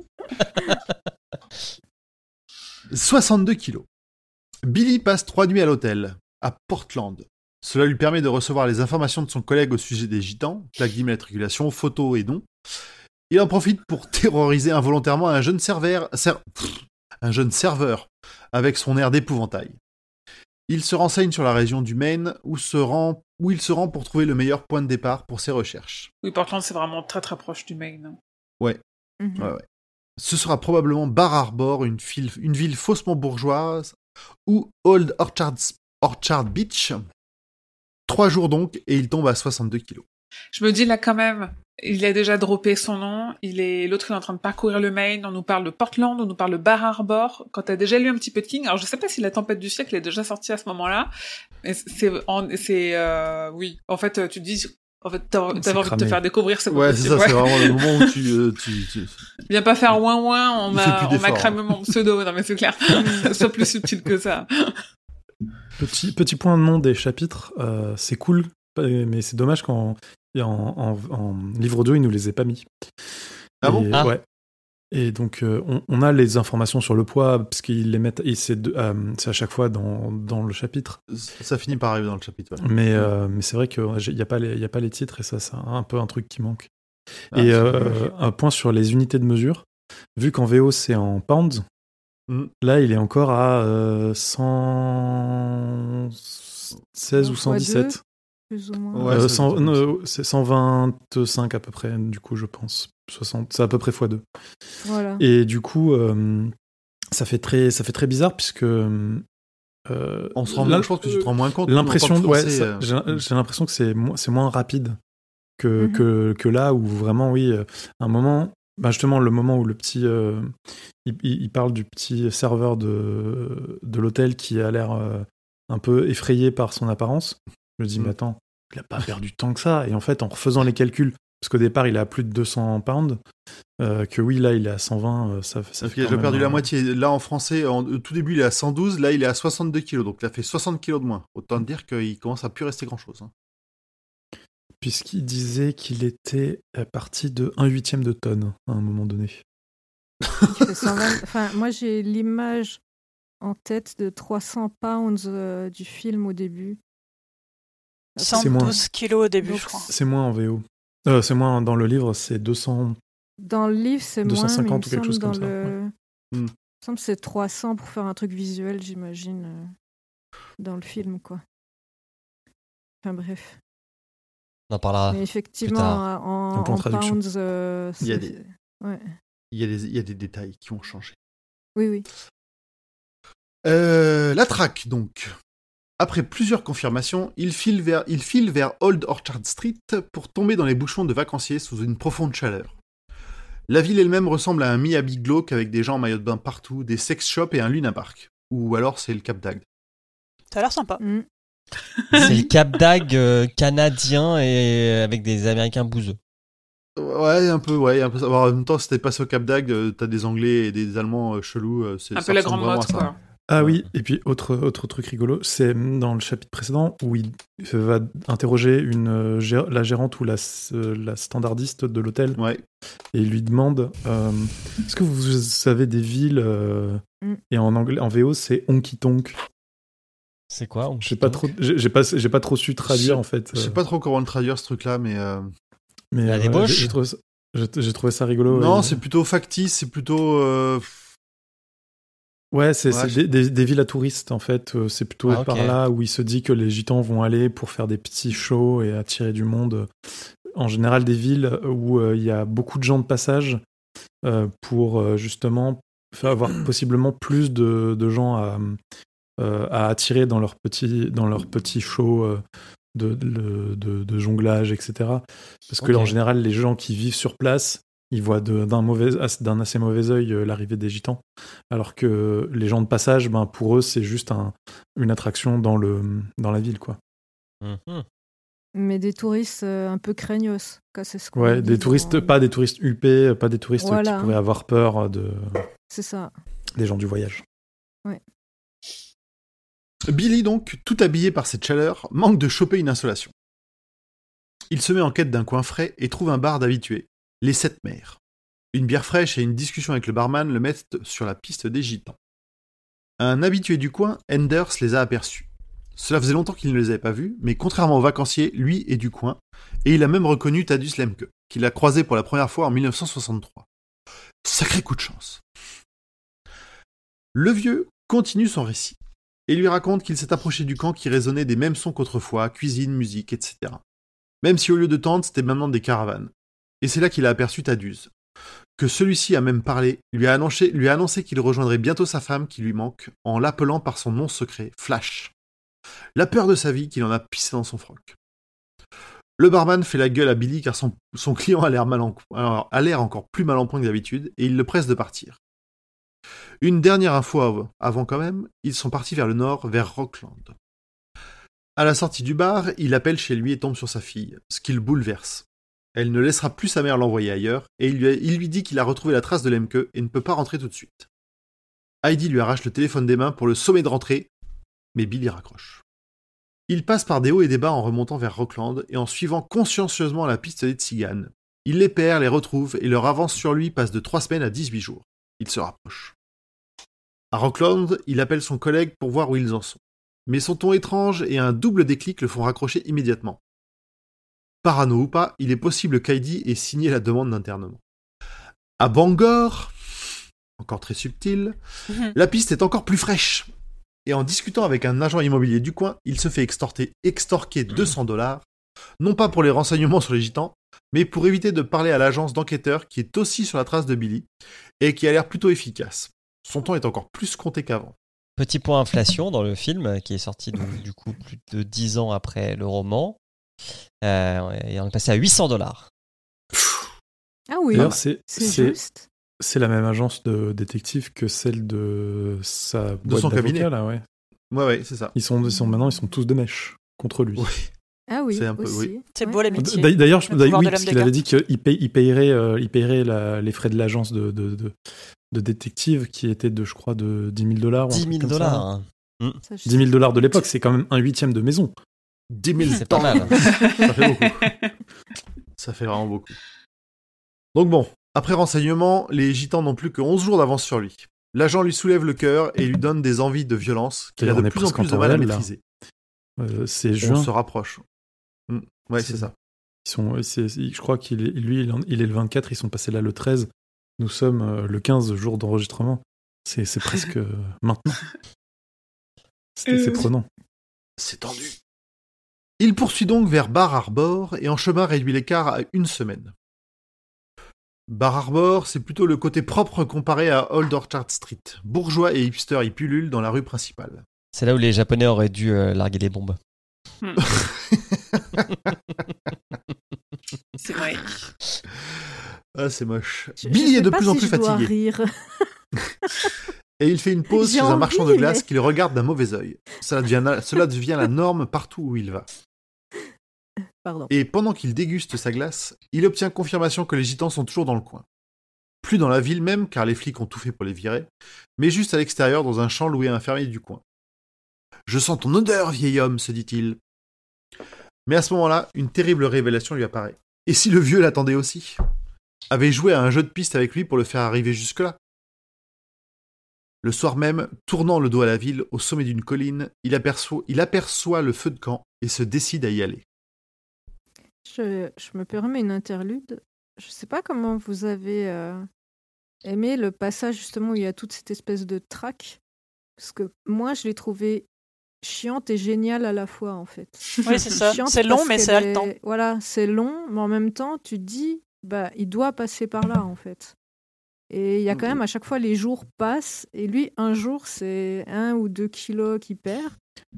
soixante-deux kilos. Billy passe trois nuits à l'hôtel, à Portland. Cela lui permet de recevoir les informations de son collègue au sujet des gitans, plaques d'immatriculation, photos et noms. Il en profite pour terroriser involontairement un jeune serveur, ser- pff, un jeune serveur, avec son air d'épouvantail. Il se renseigne sur la région du Maine, où, se rend, où il se rend pour trouver le meilleur point de départ pour ses recherches. Oui, Portland, c'est vraiment très très proche du Maine. Ouais. Mhm. Ouais, ouais. Ce sera probablement Bar Harbor, une, file- une ville faussement bourgeoise, ou Old Orchard, Orchard Beach. Trois jours donc, et il tombe à soixante-deux kilos. Je me dis là quand même, il a déjà droppé son nom, il est l'autre il est en train de parcourir le Maine, on nous parle de Portland, on nous parle de Bar Harbor. Quand t'as déjà lu un petit peu de King, alors je sais pas si La Tempête du siècle est déjà sortie à ce moment-là, mais c'est, en, c'est, euh, oui, en fait tu te dis, en fait t'as, C'est t'avais envie de te cramé. faire découvrir, c'est pas Ouais, c'est possible, ça, ouais. c'est vraiment le moment où tu... euh, tu, tu... Viens pas faire ouin ouin, on Il fait m'a, plus on m'a d'efforts. cramé mon pseudo, non mais c'est clair, sois plus subtil que ça. Petit, petit point de nom des chapitres, euh, c'est cool, mais c'est dommage qu'en en, en, en livre deux, ils nous les aient pas mis. Ah bon Et, Ah. Ouais. Et donc, euh, on, on a les informations sur le poids, parce qu'ils les mettent, et c'est, de- euh, c'est à chaque fois dans, dans le chapitre. Ça finit par arriver dans le chapitre. Ouais. Mais, euh, mais c'est vrai qu'il n'y a, pas les- y a pas les titres, et ça, c'est un peu un truc qui manque. Ah, et c'est euh, dommage. un point sur les unités de mesure. Vu qu'en V O, c'est en pounds, Mm. là, il est encore à euh, cent seize ou Fois cent dix-sept. deux, plus ou moins. Ouais, Euh, ça, cent- c'est non, c'est cent vingt-cinq à peu près, du coup, je pense. soixante, c'est à peu près fois deux. Voilà. Et du coup, euh, ça, fait très, ça fait très bizarre, puisque... euh, On se rend là, moins, je pense que tu te rends moins compte. L'impression, en tant que ouais, Français, ça- euh, j'ai, j'ai l'impression que c'est, mo- c'est moins rapide que, Mhm. que, que là, où vraiment, oui, euh, un moment... Bah justement, le moment où le petit... euh, il, il- il parle du petit serveur de, de l'hôtel qui a l'air euh, un peu effrayé par son apparence. Je me dis, Mm. mais attends, il a pas perdu tant que ça. Et en fait, en refaisant les calculs, parce qu'au départ, il est à plus de deux cents pounds, euh, que oui, là, il est à cent vingt, euh, ça, ça Donc fait il a quand déjà même perdu un- la moitié. Là, en français, en, au tout début, il est à cent douze. Là, il est à soixante-deux kilos. Donc, il a fait soixante kilos de moins. Autant dire qu'il commence à plus rester grand-chose. Hein. Puisqu'il disait qu'il était euh, parti de un huitième de tonne, à un moment donné. Qui fait cent vingt Enfin, moi, j'ai l'image en tête de trois cents pounds euh, du film au début. C'est moins. cent douze kilos au début, Donc, je crois. C'est moins en V O. Euh, c'est moins dans le livre, c'est deux cents. Dans le livre, c'est deux cent moins, mais il me cinquante ou quelque semble chose dans comme ça, le... ouais. Il Hmm. me semble que c'est trois cents pour faire un truc visuel, j'imagine, euh, dans le film, quoi. Enfin, bref. On en parlera. Mais effectivement, tard. en, Un peu en en traduction. pounds, euh, Il y a c'est- des- Ouais. Il y, a des, il y a des détails qui ont changé. Oui, oui. Euh, la traque, donc. Après plusieurs confirmations, il file, vers, il file vers Old Orchard Street pour tomber dans les bouchons de vacanciers sous une profonde chaleur. La ville elle-même ressemble à un Miami glauque avec des gens en maillot de bain partout, des sex shops et un Luna Park. Ou alors c'est le Cap d'Agde. Ça a l'air sympa. Mm. C'est le Cap d'Agde euh, canadien et avec des Américains bouseux. Ouais, un peu, ouais, un peu. Alors, en même temps, si t'es passé au Cap d'Agde, euh, t'as des Anglais et des Allemands euh, chelous. euh, C'est, Un ça peu la ressemble grande vraiment motte, à ça. quoi. Ah oui, et puis autre, autre truc rigolo, c'est dans le chapitre précédent où il va interroger une, euh, gé- la gérante ou la, euh, la standardiste de l'hôtel Ouais. et il lui demande euh, est-ce que vous savez des villes euh, Mm. et en anglais, en V O, c'est honky tonk. C'est quoi on- Je sais pas trop, j'ai j'ai pas, j'ai pas trop su traduire Je- en fait. Je sais euh, pas trop comment le traduire ce truc-là, mais. euh, mais La euh, débauche j'ai- j'ai trouvé ça, j'ai, j'ai trouvé ça rigolo. Non, et- c'est plutôt factice, c'est plutôt. euh, Ouais, c'est, Ouais, c'est je- des, des- des villes à touristes en fait. Euh, C'est plutôt Ah, ok. par là où il se dit que les gitans vont aller pour faire des petits shows et attirer du monde. En général, des villes où euh, il y a beaucoup de gens de passage euh, pour euh, justement faire avoir possiblement plus de, de gens à, euh, à attirer dans leurs petits dans leurs petits shows euh, de, de, de, de jonglage, et cetera. Parce que Ok. en général, les gens qui vivent sur place, ils voient de, d'un, mauvais, d'un assez mauvais œil euh, l'arrivée des gitans. Alors que les gens de passage, ben, pour eux, c'est juste un, une attraction dans, le, dans la ville, quoi. Mhm. Mais des touristes euh, un peu craignos. quoi, C'est ce qu'on Ouais, dit des dans- touristes, pas des touristes huppés, pas des touristes Voilà. qui pourraient avoir peur de, C'est ça. des gens du voyage. Billy, donc, tout habillé par cette chaleur, manque de choper une insolation. Il se met en quête d'un coin frais et trouve un bar d'habitués, les Sept Mers. Une bière fraîche et une discussion avec le barman le mettent sur la piste des gitans. Un habitué du coin, Enders, les a aperçus. Cela faisait longtemps qu'il ne les avait pas vus, mais contrairement aux vacanciers, lui est du coin, et il a même reconnu Thaddeus Lemke, qu'il a croisé pour la première fois en mille neuf cent soixante-trois. Sacré coup de chance. Le vieux continue son récit, et lui raconte qu'il s'est approché du camp qui résonnait des mêmes sons qu'autrefois, cuisine, musique, et cetera. Même si au lieu de tentes, c'était maintenant des caravanes. Et c'est là qu'il a aperçu Thaddeus. Que celui-ci a même parlé, lui a annoncé, lui a annoncé qu'il rejoindrait bientôt sa femme qui lui manque, en l'appelant par son nom secret, Flash. La peur de sa vie qu'il en a pissé dans son froc. Le barman fait la gueule à Billy car son, son client a l'air, mal en, alors, a l'air encore plus mal en point que d'habitude, et il le presse de partir. Une dernière info avant quand même, ils sont partis vers le nord, vers Rockland. À la sortie du bar, il appelle chez lui et tombe sur sa fille, ce qui le bouleverse. Elle ne laissera plus sa mère l'envoyer ailleurs, et il lui, a, il lui dit qu'il a retrouvé la trace de Lemke et ne peut pas rentrer tout de suite. Heidi lui arrache le téléphone des mains pour le sommer de rentrer, mais Billy raccroche. Il passe par des hauts et des bas en remontant vers Rockland et en suivant consciencieusement la piste des tziganes. Il les perd, les retrouve, et leur avance sur lui passe de trois semaines à dix-huit jours. Il se rapproche. À Rockland, il appelle son collègue pour voir où ils en sont. Mais son ton étrange et un double déclic le font raccrocher immédiatement. Parano ou pas, il est possible qu'Heidi ait signé la demande d'internement. À Bangor, encore très subtil, Mhm. la piste est encore plus fraîche. Et en discutant avec un agent immobilier du coin, il se fait extorter, extorquer deux cents dollars, non pas pour les renseignements sur les gitans, mais pour éviter de parler à l'agence d'enquêteurs qui est aussi sur la trace de Billy, et qui a l'air plutôt efficace. Son temps est encore plus compté qu'avant. Petit point inflation dans le film, qui est sorti donc, du coup plus de dix ans après le roman. Euh, et on est passé à huit cents dollars. Ah oui, D'ailleurs, c'est, c'est c'est, juste. c'est la même agence de détective que celle de sa boîte son d'avocats, cabinet. là, ouais. Ouais, ouais, c'est ça. Ils sont, ils sont maintenant, ils sont tous de mèche contre lui. Ouais. Ah oui, C'est un peu- aussi. oui. C'est Ouais. beau l'amitié. D'a- D'ailleurs, je- Le d'ailleurs, pouvoir oui, de parce l'homme qu'il de avait dit carte. qu'il paye, il payerait, euh, il payerait la- les frais de l'agence de, de, de, de détective qui était de, je crois, de dix mille dollars. dix mille dollars. hein. Ça, je dix mille dollars de l'époque, c'est quand même un huitième de maison. dix mille C'est pas mal. Ça fait beaucoup. Ça fait vraiment beaucoup. Donc bon, après renseignement, les gitans n'ont plus que onze jours d'avance sur lui. L'agent lui soulève le cœur et lui donne des envies de violence qu'il a D'ailleurs, on de est plus en presque en plus de temps mal à réel, là. maîtriser. Euh, c'est On juin. se rapproche. Mm. Ouais, c'est C'est- ça. Ils sont, c'est- c'est- je crois qu'il est, lui, il, en- il est le vingt-quatre, ils sont passés là le treize. Nous sommes euh, le quinze, jour d'enregistrement. C'est, c'est presque euh, maintenant. C'est, c'est Euh. prenant. C'est tendu. Il poursuit donc vers Bar Harbor et en chemin réduit l'écart à une semaine. Bar Harbor, c'est plutôt le côté propre comparé à Old Orchard Street. Bourgeois et hipsters y pullulent dans la rue principale. C'est là où les Japonais auraient dû euh, larguer les bombes. C'est vrai. Ah, c'est moche. Je- je Billy sais est de pas plus en si plus je dois fatigué. rire. Et il fait une pause J'ai chez un marchand de envie, glace mais- qui le regarde d'un mauvais œil. Cela devient, la- cela devient la norme partout où il va. Pardon. Et pendant qu'il déguste sa glace, il obtient confirmation que les gitans sont toujours dans le coin. Plus dans la ville même, car les flics ont tout fait pour les virer, mais juste à l'extérieur dans un champ loué à un fermier du coin. « Je sens ton odeur, vieil homme », se dit-il. Mais à ce moment-là, une terrible révélation lui apparaît. Et si le vieux l'attendait aussi ? Avait joué à un jeu de piste avec lui pour le faire arriver jusque-là. Le soir même, tournant le dos à la ville, au sommet d'une colline, il aperçoit, il aperçoit le feu de camp et se décide à y aller. Je, je me permets une interlude. Je sais pas comment vous avez euh, aimé le passage justement où il y a toute cette espèce de traque. Parce que moi, je l'ai trouvé chiante et géniale à la fois, en fait. Oui, c'est ça. Chiante C'est long, parce mais qu'elle c'est haletant. est- Voilà, c'est long, mais en même temps, tu te dis, bah, il doit passer par là, en fait. Et il y a quand même, à chaque fois, les jours passent. Et lui, un jour, c'est un ou deux kilos qu'il perd.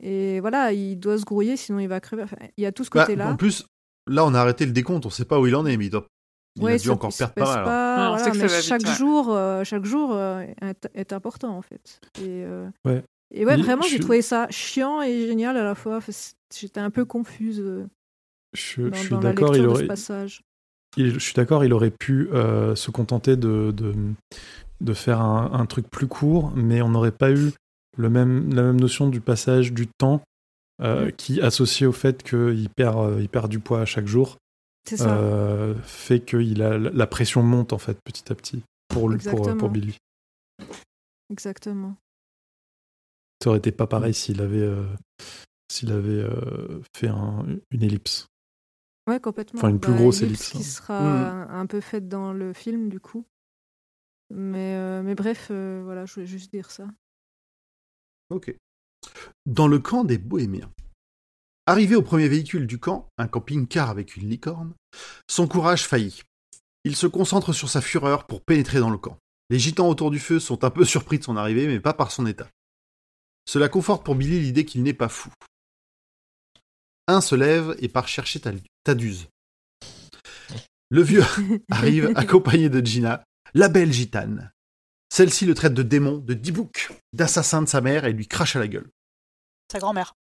Et voilà, il doit se grouiller, sinon il va crever. Enfin, il y a tout ce Bah, côté-là. en plus, là, on a arrêté le décompte, on sait pas où il en est, mais il, doit... il Ouais, a dû ça- encore ça perdre pèse pas mal. alors. pas, Non, on voilà, sait que ça mais va vite, chaque ouais. jour, euh, chaque jour euh, est, est important en fait. Et, euh, Ouais. et ouais, Mais vraiment, je j'ai suis- trouvé ça chiant et génial à la fois. Enfin, c'est- j'étais un peu confuse euh, Je, dans, je suis dans la d'accord, lecture il de aurait, ce passage. il- je suis d'accord, il aurait pu euh, se contenter de, de, de faire un, un truc plus court, mais on n'aurait pas eu le même, la même notion du passage du temps euh, Mm. qui, associé au fait qu'il perd, euh, il perd du poids à chaque jour, C'est ça. euh, fait que il a, la pression monte en fait petit à petit pour, lui- pour, Exactement. pour Billy. Exactement. Ça aurait été pas pareil s'il avait, euh, s'il avait euh, fait un- une ellipse. Ouais, complètement. Enfin, une plus grosse ellipse ellipse, qui hein. sera Mm. un, un peu faite dans le film, du coup. Mais, euh, mais bref, euh, voilà, je voulais juste dire ça. Ok. Dans le camp des Bohémiens. Arrivé au premier véhicule du camp, un camping-car avec une licorne, son courage faillit. Il se concentre sur sa fureur pour pénétrer dans le camp. Les gitans autour du feu sont un peu surpris de son arrivée, mais pas par son état. Cela conforte pour Billy l'idée qu'il n'est pas fou. Un se lève et part chercher Tal- Taduz. Le vieux arrive accompagné de Gina, la belle gitane. Celle-ci le traite de démon, de dibouk, d'assassin de sa mère et lui crache à la gueule. Sa grand-mère.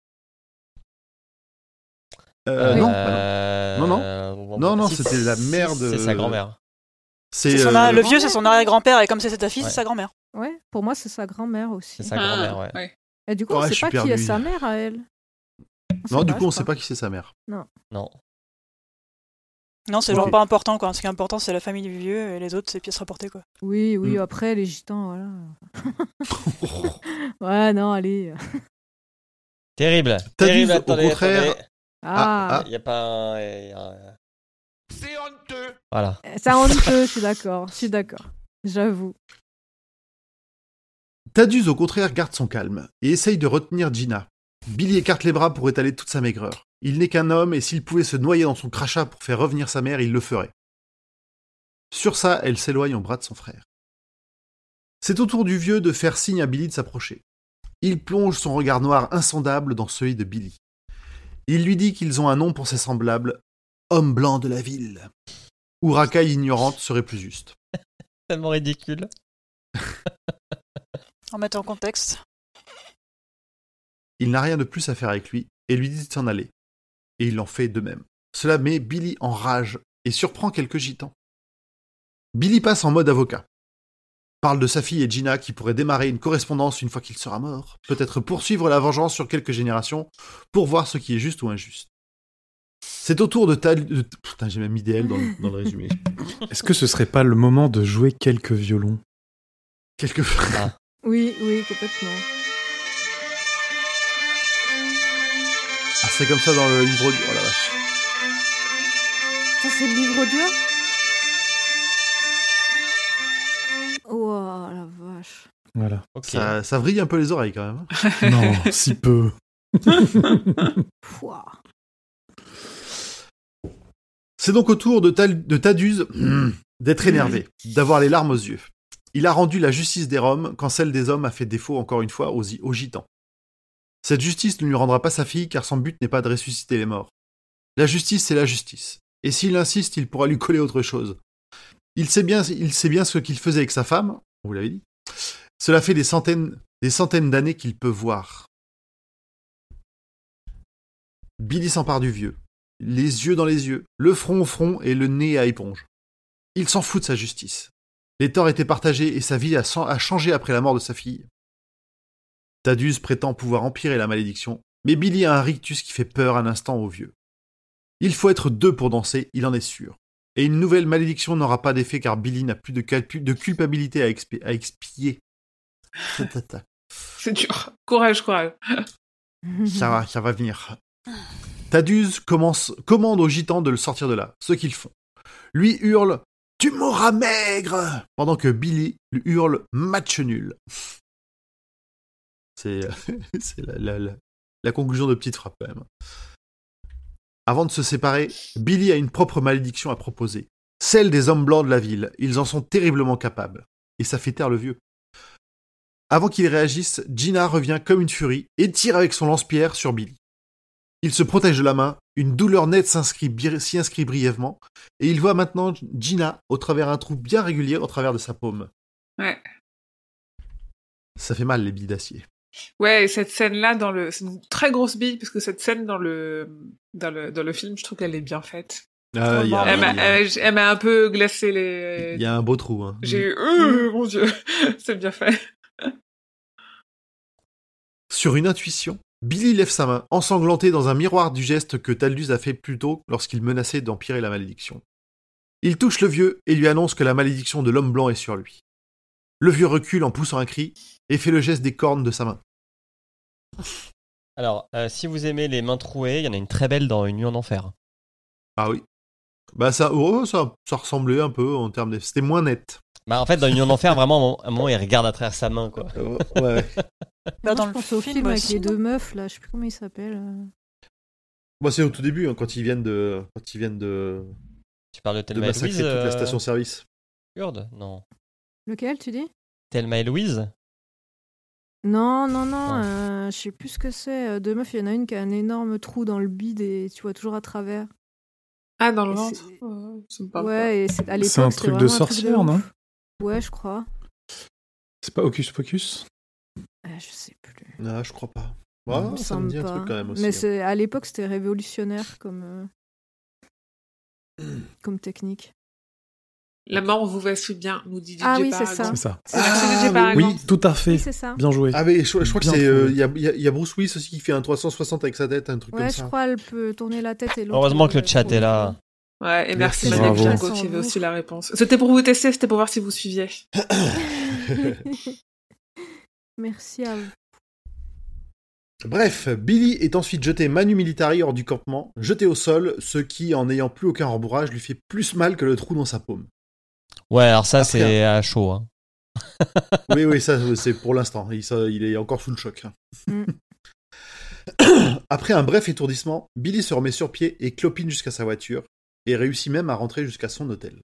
Euh, non, bah non. Euh, Non, non. bon, Non, non, si, c'était la si, mère de- C'est sa grand-mère. C'est, C'est son euh, a- le- le vieux, c'est son arrière-grand-père, et comme c'est sa fille, Ouais. c'est sa grand-mère. Ouais, pour moi, c'est sa grand-mère aussi. C'est sa grand-mère, ouais. Ah, ouais. Et du coup, Ouais, on je sait suis pas qui perdu. est sa mère à elle. On Non, sait du pas, coup, on je sait crois. pas qui c'est sa mère. Non. Non, c'est Ok. genre pas important, quoi. Ce qui est important, c'est la famille du vieux, et les autres, c'est pièces rapportées, quoi. Oui, oui, Mm. après, les gitans, voilà. Ouais, non, allez. Terrible. T'as Terrible, dit, au attendez, contraire- attendez. Ah, Ah, Il y a pas un... il y a un- Voilà. c'est honteux, je suis d'accord, je suis d'accord. J'avoue. Taduz, au contraire, garde son calme et essaye de retenir Gina. Billy écarte les bras pour étaler toute sa maigreur. Il n'est qu'un homme et s'il pouvait se noyer dans son crachat pour faire revenir sa mère, il le ferait. Sur ça, elle s'éloigne au bras de son frère. C'est au tour du vieux de faire signe à Billy de s'approcher. Il plonge son regard noir insondable dans celui de Billy. Il lui dit qu'ils ont un nom pour ses semblables, homme blanc de la ville. Ou racaille ignorante serait plus juste. Tellement ridicule. En mettant en contexte. Il n'a rien de plus à faire avec lui et lui dit de s'en aller. Et il en fait de même. Cela met Billy en rage et surprend quelques gitans. Billy passe en mode avocat. Parle de sa fille et Gina qui pourraient démarrer une correspondance une fois qu'il sera mort. Peut-être poursuivre la vengeance sur quelques générations pour voir ce qui est juste ou injuste. C'est au tour de Tal... de- Putain, j'ai même mis des L dans le, dans le résumé. Est-ce que ce serait pas le moment de jouer quelques violons? Quelques... Oui, oui, complètement. Ah, c'est comme ça dans le livre... du- Oh la vache. Ça, c'est le livre dur. Oh la vache. Voilà. Ok. Ça, ça vrille un peu les oreilles quand même. Non, si peu. Pouah. C'est donc au tour de, Tal- de Taduz d'être énervé, d'avoir les larmes aux yeux. Il a rendu la justice des Roms quand celle des hommes a fait défaut encore une fois aux, aux gitans. Cette justice ne lui rendra pas sa fille car son but n'est pas de ressusciter les morts. La justice, c'est la justice. Et s'il insiste, il pourra lui coller autre chose. Il sait bien, il sait bien ce qu'il faisait avec sa femme, vous l'avez dit. Cela fait des centaines, des centaines d'années qu'il peut voir. Billy s'empare du vieux. Les yeux dans les yeux, le front au front et le nez à éponge. Il s'en fout de sa justice. Les torts étaient partagés et sa vie a, a changé après la mort de sa fille. Taduz prétend pouvoir empirer la malédiction, mais Billy a un rictus qui fait peur un instant au vieux. Il faut être deux pour danser, il en est sûr. Et une nouvelle malédiction n'aura pas d'effet car Billy n'a plus de, calpu- de culpabilité à, expi- à expier. C'est dur. Courage, courage. Ça va, ça va venir. Taduz commence, commande aux gitans de le sortir de là, ce qu'ils font. Lui hurle « Tu mourras maigre !» pendant que Billy lui hurle « Match nul !» C'est, c'est la, la, la, la conclusion de petite frappe quand même. Avant de se séparer, Billy a une propre malédiction à proposer. Celle des hommes blancs de la ville. Ils en sont terriblement capables. Et ça fait taire le vieux. Avant qu'il réagisse, Gina revient comme une furie et tire avec son lance-pierre sur Billy. Il se protège de la main, une douleur nette s'inscrit, s'y inscrit brièvement, et il voit maintenant Gina au travers un trou bien régulier au travers de sa paume. Ouais. Ça fait mal les billes d'acier. Ouais, et cette scène-là, dans le... c'est une très grosse bille, parce que cette scène dans le, dans le, dans le film, je trouve qu'elle est bien faite. Ah, y a, elle, m'a, y a... elle, elle m'a un peu glacé les... Il y a un beau trou. Hein. J'ai eu... Euh, mon Dieu, c'est bien fait. Sur une intuition, Billy lève sa main, ensanglanté dans un miroir du geste que Taldus a fait plus tôt lorsqu'il menaçait d'empirer la malédiction. Il touche le vieux et lui annonce que la malédiction de l'homme blanc est sur lui. Le vieux recule en poussant un cri et fait le geste des cornes de sa main. Alors, euh, si vous aimez les mains trouées, il y en a une très belle dans Une nuit en enfer. Ah oui. Bah ça, oh, ça, ça ressemblait un peu en termes de... C'était moins net. Bah en fait, dans Une nuit en enfer, vraiment, à un moment, il regarde à travers sa main, quoi. Euh, ouais. Bah, dans Moi, je le pense au film film avec aussi, les non deux meufs, là, je sais plus comment ils s'appellent. euh. Moi, c'est au tout début, hein, quand ils viennent de... Quand ils viennent de... Tu parles de de Thelma et massacrer Louise toute euh... la station-service. Kurde Non. Lequel, tu dis? Thelma et Louise Non, non, non, Ah. euh, je sais plus ce que c'est. Euh, Deux meufs, il y en a une qui a un énorme trou dans le bide et tu vois toujours à travers. Ah, dans le Et ventre c'est- euh, ça me parle Ouais, et c'est, à l'époque, C'est un c'était truc de vraiment un sorcière, ouf. non? Ouais, je crois. C'est pas Hocus Pocus? Ah, je sais plus. Ah, je crois pas. Il Ouais, me ça me semble dit un pas. truc quand même aussi. Mais hein. c'est, à l'époque, c'était révolutionnaire comme, euh, comme technique. La mort vous va si bien, nous dit D J Ah oui, Paragon. c'est ça. C'est ça. C'est Merci ça. D J Paragon. Oui, tout à fait. Oui, c'est ça. Bien joué. Ah mais je, je crois Bien que c'est... trouvé. Il y, a, y a- y a Bruce Willis aussi qui fait un trois cent soixante avec sa tête, un truc Ouais, comme je ça. crois elle peut tourner la tête et l'autre. Heureusement que le euh, chat tourne est là. Ouais, et merci, Merci, Madame bravo. Django qui avait aussi la réponse. C'était pour vous tester, c'était pour voir si vous suiviez. Merci à vous. Bref, Billy est ensuite jeté manu militari hors du campement, jeté au sol, ce qui, en n'ayant plus aucun rembourrage, lui fait plus mal que le trou dans sa paume. Ouais, alors ça, Après, c'est à chaud. Hein. Oui, oui, ça, c'est pour l'instant. Il, ça, il est encore sous le choc. Mm. Après un bref étourdissement, Billy se remet sur pied et clopine jusqu'à sa voiture, et réussit même à rentrer jusqu'à son hôtel.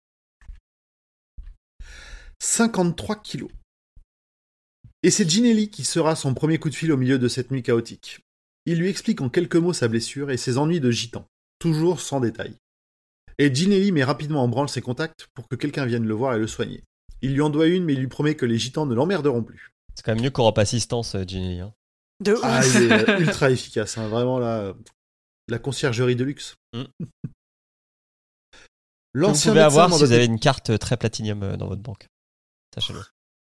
cinquante-trois kilos. Et c'est Ginelli qui sera son premier coup de fil au milieu de cette nuit chaotique. Il lui explique en quelques mots sa blessure et ses ennuis de gitan, toujours sans détail. Et Ginelli met rapidement en branle ses contacts pour que quelqu'un vienne le voir et le soigner. Il lui en doit une, mais il lui promet que les gitans ne l'emmerderont plus. C'est quand même mieux qu'Europe Assistance, euh, Ginelli. Hein. De ouf. Ah, il est euh, ultra efficace, hein, vraiment là, euh, la conciergerie de luxe. Mm. Vous L'ancien pouvez médecin avoir si mandaté- vous avez une carte très platinium euh, dans votre banque. Sachez-le.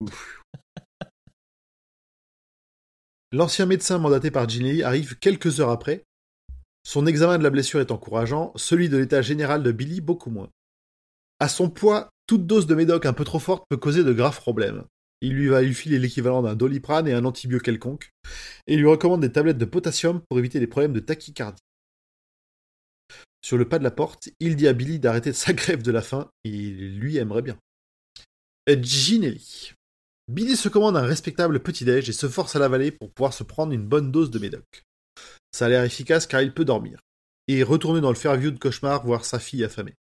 L'ancien médecin mandaté par Ginelli arrive quelques heures après. Son examen de la blessure est encourageant, celui de l'état général de Billy beaucoup moins. À son poids, toute dose de médoc un peu trop forte peut causer de graves problèmes. Il lui va lui filer l'équivalent d'un doliprane et un antibio quelconque, et lui recommande des tablettes de potassium pour éviter les problèmes de tachycardie. Sur le pas de la porte, il dit à Billy d'arrêter sa grève de la faim, et lui aimerait bien. Ginelli. Billy se commande un respectable petit-déj et se force à l'avaler pour pouvoir se prendre une bonne dose de médoc. Ça a l'air efficace car il peut dormir. Et retourner dans le Fairview de cauchemar voir sa fille affamée.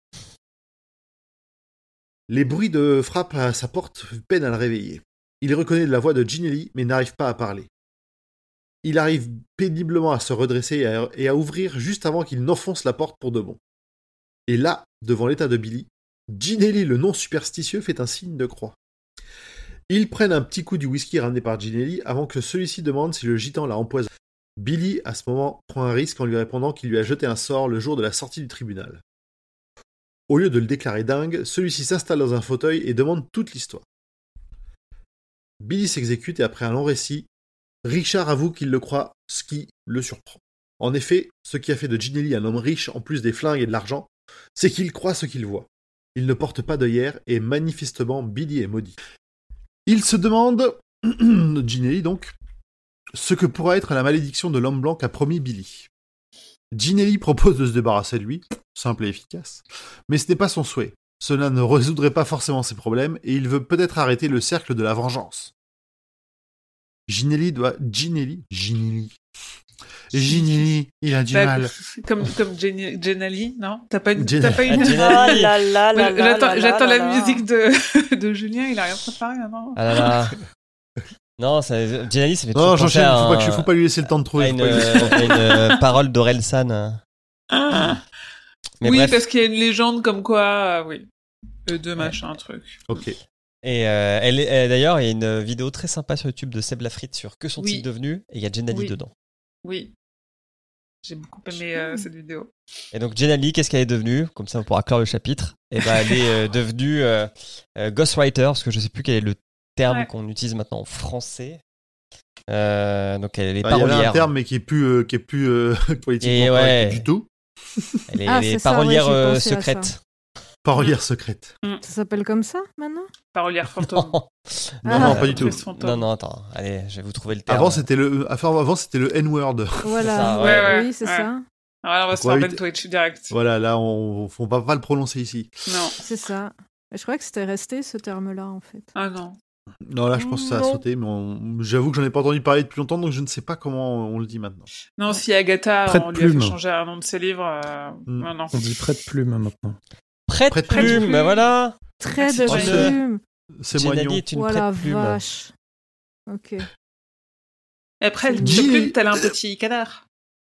Les bruits de frappe à sa porte peinent à le réveiller. Il reconnaît la voix de Ginelli mais n'arrive pas à parler. Il arrive péniblement à se redresser et à, et à ouvrir juste avant qu'il n'enfonce la porte pour de bon. Et là, devant l'état de Billy, Ginelli le non superstitieux fait un signe de croix. Ils prennent un petit coup du whisky ramené par Ginelli avant que celui-ci demande si le gitan l'a empoisonné. Billy, à ce moment, prend un risque en lui répondant qu'il lui a jeté un sort le jour de la sortie du tribunal. Au lieu de le déclarer dingue, celui-ci s'installe dans un fauteuil et demande toute l'histoire. Billy s'exécute et après un long récit, Richard avoue qu'il le croit, ce qui le surprend. En effet, ce qui a fait de Ginelli un homme riche en plus des flingues et de l'argent, c'est qu'il croit ce qu'il voit. Il ne porte pas d'œillère et manifestement Billy est maudit. Il se demande, Ginelli donc, ce que pourra être la malédiction de l'homme blanc qu'a promis Billy. Ginelli propose de se débarrasser de lui, simple et efficace, mais ce n'est pas son souhait. Cela ne résoudrait pas forcément ses problèmes et il veut peut-être arrêter le cercle de la vengeance. Ginelli doit... Ginelli Ginelli. Ginelli, il a du Bah, mal. Comme, comme Gen- Genali, non? T'as pas une... Gen- T'as pas une... Ah, Gen- Oh là là là Ouais, là J'attends là j'attends là la là. musique de, de Julien, il a rien préparé, non? Ah là là. Non, ça, Ginelli, ça fait toujours Non, penser j'enchaîne, à faut, un- pas que- faut pas lui laisser le temps de trouver. à faut une, pas lui laisser le temps de à une, euh, parole d'Orelsan. Mais oui, bref. parce qu'il y a une légende comme quoi, euh, oui, eux deux machins, un truc. Ok. Et euh, elle est, elle- d'ailleurs, il y a une vidéo très sympa sur YouTube de Seb Lafrite sur que sont-ils Oui. devenus, et il y a Jen Ali Oui. dedans. Oui. J'ai beaucoup aimé euh, cette vidéo. Et donc Jen Ali, qu'est-ce qu'elle est devenue? Comme ça, on pourra clore le chapitre. Et ben, elle est euh, devenue euh, euh, ghostwriter, parce que je sais plus quel est le terme Ouais. qu'on utilise maintenant en français. Euh, donc elle est Bah, il y avait un parolière. terme, mais qui est plus, euh, qui est plus euh, politiquement Et correct ouais. du tout. Elle est, Ah, elle est c'est ça, parolière ouais, j'ai euh, pensé à secrète. Parolière secrète. Ça s'appelle comme ça maintenant? Parolière fantôme. Non, Ah. non, pas du tout. Actrice fantôme. Non, non, attends. Allez, je vais vous trouver le terme. Avant, c'était le, enfin, avant, c'était le N-word. Voilà. ça, ouais, ouais, oui, c'est ouais. ça. Alors, on va se Ouais, faire oui, Ben Twitch direct. Voilà, là, on, on va pas le prononcer ici. Non. C'est ça. Mais je croyais que c'était resté ce terme-là en fait. Ah non. Non, là, je pense que ça a Non. sauté, mais on- j'avoue que j'en ai pas entendu parler depuis longtemps, donc je ne sais pas comment on le dit maintenant. Non, si Agatha, Près de on lui a fait plume. changer un nom de ses livres, euh, Mm. non, non. On dit près de plume maintenant. Prête Prête plume, plume. ben voilà. Très de Merci, Jenny. plume. C'est Jen Ali moignon. est une Voilà, prête plume. vache. Ok. Et après, C'est le Ginny. plume, tel un petit canard.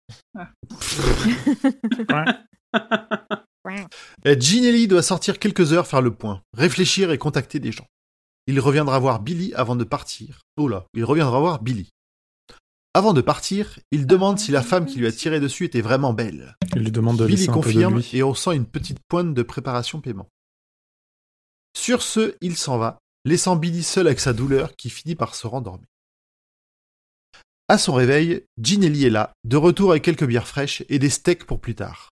Et Ginelli doit sortir quelques heures faire le point, réfléchir et contacter des gens. Il reviendra voir Billy avant de partir. Oh là, il reviendra voir Billy. Avant de partir, il demande si la femme qui lui a tiré dessus était vraiment belle. Il lui demande de Billy laisser un peu de confirme lui. et on sent une petite pointe de préparation paiement. Sur ce, il s'en va, laissant Billy seul avec sa douleur qui finit par se rendormir. À son réveil, Ginelli est là, de retour avec quelques bières fraîches et des steaks pour plus tard.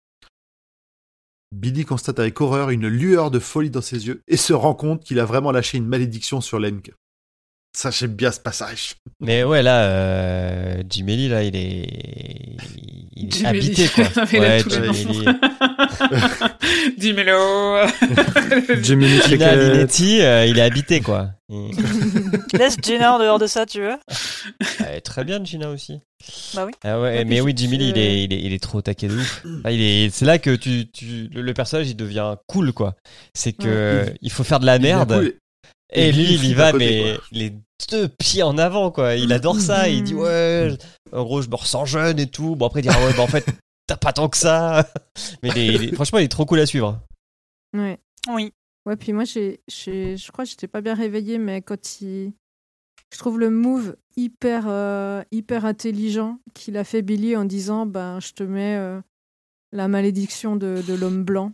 Billy constate avec horreur une lueur de folie dans ses yeux et se rend compte qu'il a vraiment lâché une malédiction sur Lenk. Ça, j'aime bien ce passage. Mais ouais, là, euh, Jimmy là, il est, il est Jimmy habité, Lee. quoi. Non, mais il a Ouais, tous les Jimmy noms. Lee. Dis-mélo. Jimmy Lee Gina Cricket. Linetti, euh, il est habité, quoi. Il- Laisse Gina en dehors de ça, tu veux. Elle est très bien, Gina aussi. Bah oui. Ah ouais, Ouais, mais puis oui, je- Jimmy Lee, je- il est, il est, il est trop taqué de ouf. Enfin, il est, c'est là que tu, tu, le, le personnage, il devient cool, quoi. C'est que Ouais. il faut faire de la merde. Il est cool. Et, Et lui, Billy il y flippe va, à côté, mais quoi. les deux pieds en avant, quoi. Il adore ça. Il dit, Mhm. ouais, en gros, je me ressens jeune et tout. Bon, après, il dira, ouais, bah, en fait, t'as pas tant que ça. Mais il est- il est- franchement, il est trop cool à suivre. Ouais. Oui. Ouais, puis moi, j'ai, j'ai, je crois que j'étais pas bien réveillée, mais quand il. Je trouve le move hyper, euh, hyper intelligent qu'il a fait Billy en disant ben, je te mets euh, la malédiction de, de l'homme blanc.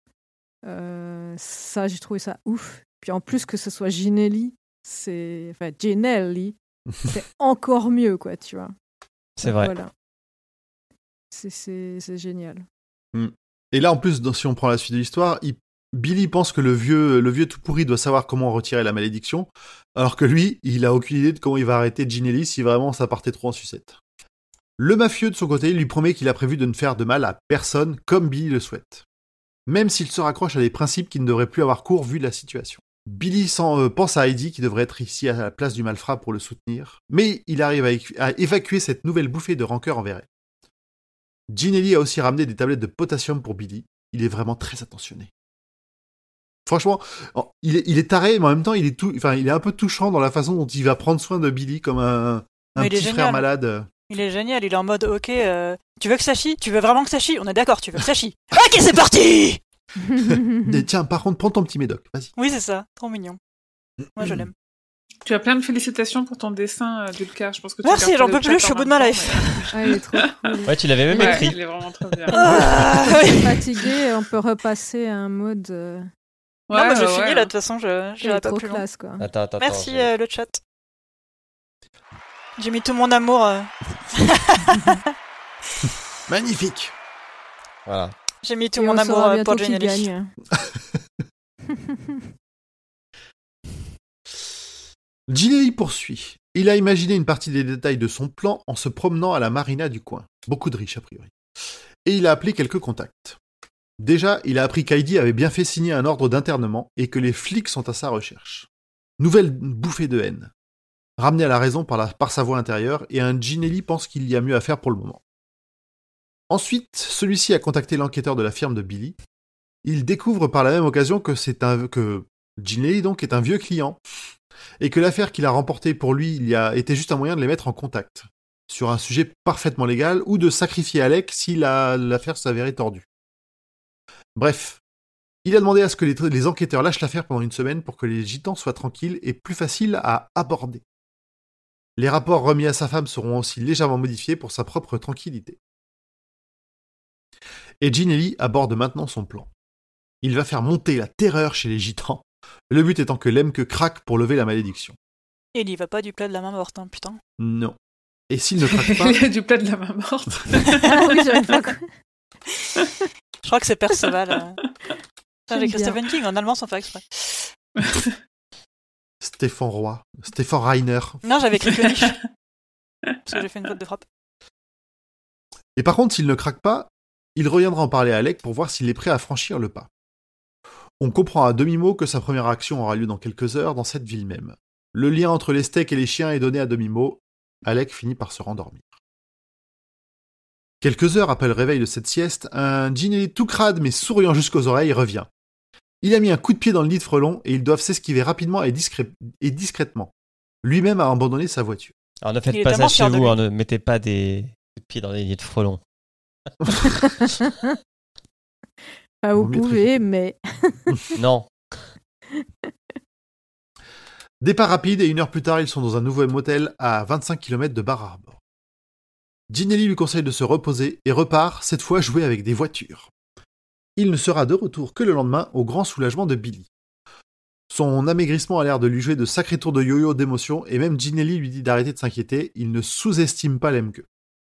Euh, ça, j'ai trouvé ça ouf. Puis en plus que ce soit Ginelli, c'est. Enfin, Ginelli, c'est encore mieux, quoi, tu vois. C'est Donc, vrai. Voilà. C'est, c'est, c'est génial. Et là, en plus, dans- si on prend la suite de l'histoire, il- Billy pense que le vieux, le vieux tout pourri doit savoir comment retirer la malédiction, alors que lui, il a aucune idée de comment il va arrêter Ginelli si vraiment ça partait trop en sucette. Le mafieux, de son côté, lui promet qu'il a prévu de ne faire de mal à personne comme Billy le souhaite. Même s'il se raccroche à des principes qui ne devraient plus avoir cours vu la situation. Billy s'en, euh, pense à Heidi qui devrait être ici à la place du malfrat pour le soutenir, mais il arrive à, écu- à évacuer cette nouvelle bouffée de rancœur envers elle. Ginelli a aussi ramené des tablettes de potassium pour Billy. Il est vraiment très attentionné. Franchement, oh, il est, il est taré, mais en même temps, il est, tout, enfin, il est un peu touchant dans la façon dont il va prendre soin de Billy comme un, un Mais il est petit frère génial. malade. Il est génial, il est en mode ok, euh, tu veux que ça chie? Tu veux vraiment que ça chie? On est d'accord, tu veux que ça chie? Ok, c'est parti! Et tiens, par contre, prends ton petit médoc, vas-y. Oui, c'est ça, trop mignon. Moi, je l'aime. Tu as plein de félicitations pour ton dessin, euh, Dulcar. Je pense que tu Merci, gardes j'en le peux chat plus, je suis en au bout de même ma temps, life. mais- Ah, il est trop cool. Ouais, tu l'avais même Ouais, écrit. il est vraiment trop bien. Ah, Je oui. suis fatiguée, on peut repasser un mode. euh, Ouais, non, moi, j'ai ouais, fini ouais. là, de toute façon, je il j'irai est pas trop plus loin. classe, quoi. Attends, attends, Merci attends, j'ai- euh, le chat. J'ai mis tout mon amour. euh, Magnifique. Voilà. J'ai mis tout Et mon on amour saura euh, bientôt pour qui Ginelli. gagne. Ginelli poursuit. Il a imaginé une partie des détails de son plan en se promenant à la marina du coin. Beaucoup de riches, a priori. Et il a appelé quelques contacts. Déjà, il a appris qu'Heidi avait bien fait signer un ordre d'internement et que les flics sont à sa recherche. Nouvelle bouffée de haine. Ramené à la raison par, la, par sa voix intérieure, et un Ginelli pense qu'il y a mieux à faire pour le moment. Ensuite, celui-ci a contacté l'enquêteur de la firme de Billy. Il découvre par la même occasion que c'est un que Ginelli donc est un vieux client et que l'affaire qu'il a remportée pour lui il y a était juste un moyen de les mettre en contact sur un sujet parfaitement légal ou de sacrifier Alec si la, l'affaire s'avérait tordue. Bref, il a demandé à ce que les, les enquêteurs lâchent l'affaire pendant une semaine pour que les gitans soient tranquilles et plus faciles à aborder. Les rapports remis à sa femme seront aussi légèrement modifiés pour sa propre tranquillité. Et Ginelli aborde maintenant son plan. Il va faire monter la terreur chez les gitans, le but étant que Lemke craque pour lever la malédiction. Et il y va pas du plat de la main morte, hein, putain. Non. Et s'il ne craque pas... du plat de la main morte. Ah oui, j'avais pas compris. Je crois que c'est Perceval. Euh... Putain, j'ai écrit bien. Stephen King, en allemand sans faire exprès. Stéphane Roy. Stéphane Reiner. Non, j'avais écrit Koenig. Parce que j'ai fait une faute de frappe. Et par contre, s'il ne craque pas, il reviendra en parler à Alec pour voir s'il est prêt à franchir le pas. On comprend à demi-mot que sa première action aura lieu dans quelques heures dans cette ville même. Le lien entre les steaks et les chiens est donné à demi-mot. Alec finit par se rendormir. Quelques heures après le réveil de cette sieste, un Ginelli tout crade mais souriant jusqu'aux oreilles revient. Il a mis un coup de pied dans le nid de frelons et ils doivent s'esquiver rapidement et, discré- et discrètement. Lui-même a abandonné sa voiture. Alors ne faites Il est pas ça tellement chez fier de vous, lui. hein, ne mettez pas des coups de pied dans les nids de frelons. Ah, vous Vaut mieux pouvez, mais Non. Départ rapide et une heure plus tard, ils sont dans un nouveau motel à vingt-cinq kilomètres de Bar Harbor. Ginelli lui conseille de se reposer et repart, cette fois jouer avec des voitures. Il ne sera de retour que le lendemain au grand soulagement de Billy. Son amaigrissement a l'air de lui jouer de sacrés tours de yo-yo d'émotion et même Ginelli lui dit d'arrêter de s'inquiéter, il ne sous-estime pas Lemke.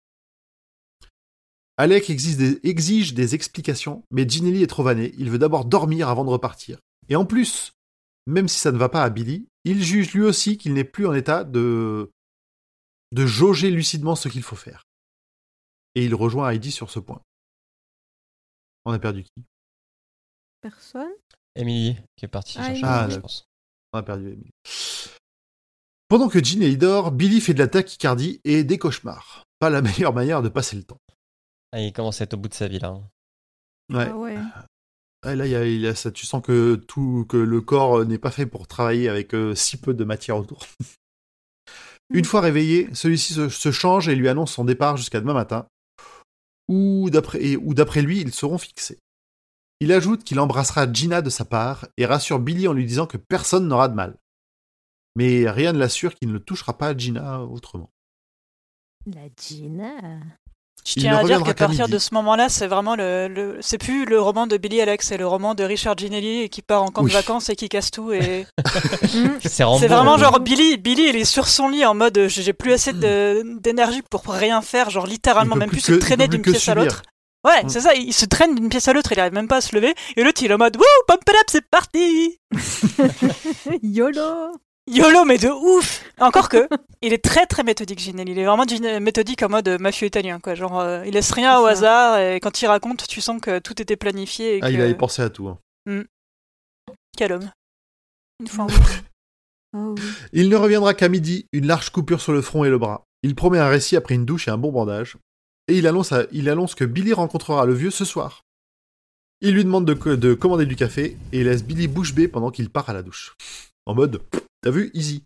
Alec exige des, exige des explications, mais Ginelli est trop vanné, il veut d'abord dormir avant de repartir. Et en plus, même si ça ne va pas à Billy, il juge lui aussi qu'il n'est plus en état de, de jauger lucidement ce qu'il faut faire. Et il rejoint Heidi sur ce point. On a perdu qui ? personne. Emily qui est partie Ah, chercher Emily. un Ah, je pense. On a perdu Emily. Pendant que Ginelli dort, Billy fait de la tachycardie et des cauchemars. Pas la meilleure manière de passer le temps. Ah, il commence à être au bout de sa vie là. Ouais. Ah ouais. Ouais, là, il y a, il y a ça, tu sens que, tout, que le corps n'est pas fait pour travailler avec euh, si peu de matière autour. Une fois réveillé, celui-ci se, se change et lui annonce son départ jusqu'à demain matin, où d'après, et, où d'après lui, ils seront fixés. Il ajoute qu'il embrassera Gina de sa part et rassure Billy en lui disant que personne n'aura de mal. Mais rien ne l'assure qu'il ne touchera pas à Gina autrement. La Gina. Je Il tiens ne à dire reviendra qu'à qu'à partir midi. de ce moment-là, c'est vraiment le, le- c'est plus le roman de Billy Alex, c'est le roman de Richard Ginelli qui part en camp Oui. de vacances et qui casse tout. Et C'est Rambo, c'est vraiment hein. genre Billy, Billy, il est sur son lit en mode euh, j'ai plus assez de- d'énergie pour rien faire, genre littéralement Il peut même plus plus se que- il traîner peut plus d'une que pièce à subir. l'autre. Ouais, Mm. c'est ça, il se traîne d'une pièce à l'autre, il arrive même pas à se lever. Et l'autre, il est en mode wouh, pump it up, c'est parti. YOLO. YOLO, mais de ouf. Encore que, il est très très méthodique, Ginelli. Il est vraiment gin- méthodique en mode mafieux italien, quoi. Genre, euh, il laisse rien C'est au ça. hasard et quand il raconte, tu sens que tout était planifié. Et Ah, que... il avait pensé à tout. Hein. Quel homme. Une fois en Oh oui. Il ne reviendra qu'à midi, une large coupure sur le front et le bras. Il promet un récit après une douche et un bon bandage. Et il annonce, à- il annonce que Billy rencontrera le vieux ce soir. Il lui demande de, co- de commander du café et laisse Billy bouche bée pendant qu'il part à la douche. En mode, t'as vu, easy.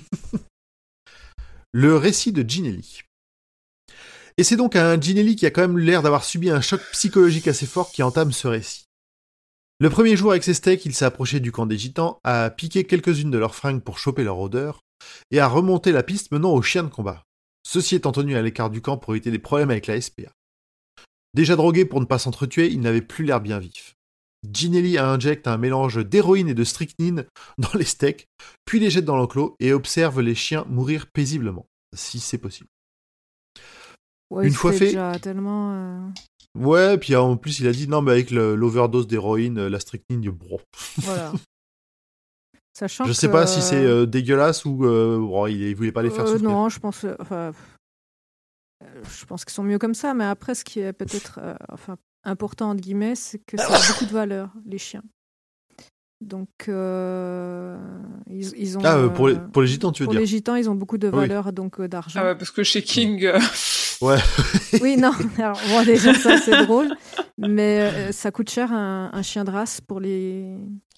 Le récit de Ginelli. Et c'est donc un Ginelli qui a quand même l'air d'avoir subi un choc psychologique assez fort qui entame ce récit. Le premier jour avec ses steaks, il s'est approché du camp des gitans, a piqué quelques-unes de leurs fringues pour choper leur odeur, et a remonté la piste menant aux chiens de combat. Ceux-ci étant tenus à l'écart du camp pour éviter des problèmes avec la S P A. Déjà drogué pour ne pas s'entretuer, il n'avait plus l'air bien vif. Ginelli injecte un mélange d'héroïne et de strychnine dans les steaks, puis les jette dans l'enclos et observe les chiens mourir paisiblement, si c'est possible. Ouais, Une il fois fait fait- déjà tellement. euh, Ouais, puis en plus il a dit non, mais avec le- l'overdose d'héroïne, la strychnine, bon. Voilà. Sachant Je sais que, pas si c'est euh, dégueulasse ou euh, bon, il, il voulait pas les faire euh, souffrir. Non, je pense. euh, Enfin, euh, je pense qu'ils sont mieux comme ça. Mais après, ce qui est peut-être, euh, enfin, important entre guillemets, c'est que ça a beaucoup de valeur, les chiens. Donc, euh, ils, ils ont. Ah, euh, pour, les, euh, pour les gitans, tu veux pour dire les gitans, ils ont beaucoup de Oui. valeur, donc euh, d'argent. Ah ouais, parce que chez King, euh, Ouais. Oui, non. Alors, bon, déjà, ça, c'est drôle. Mais euh, ça coûte cher un, un chien de race pour les,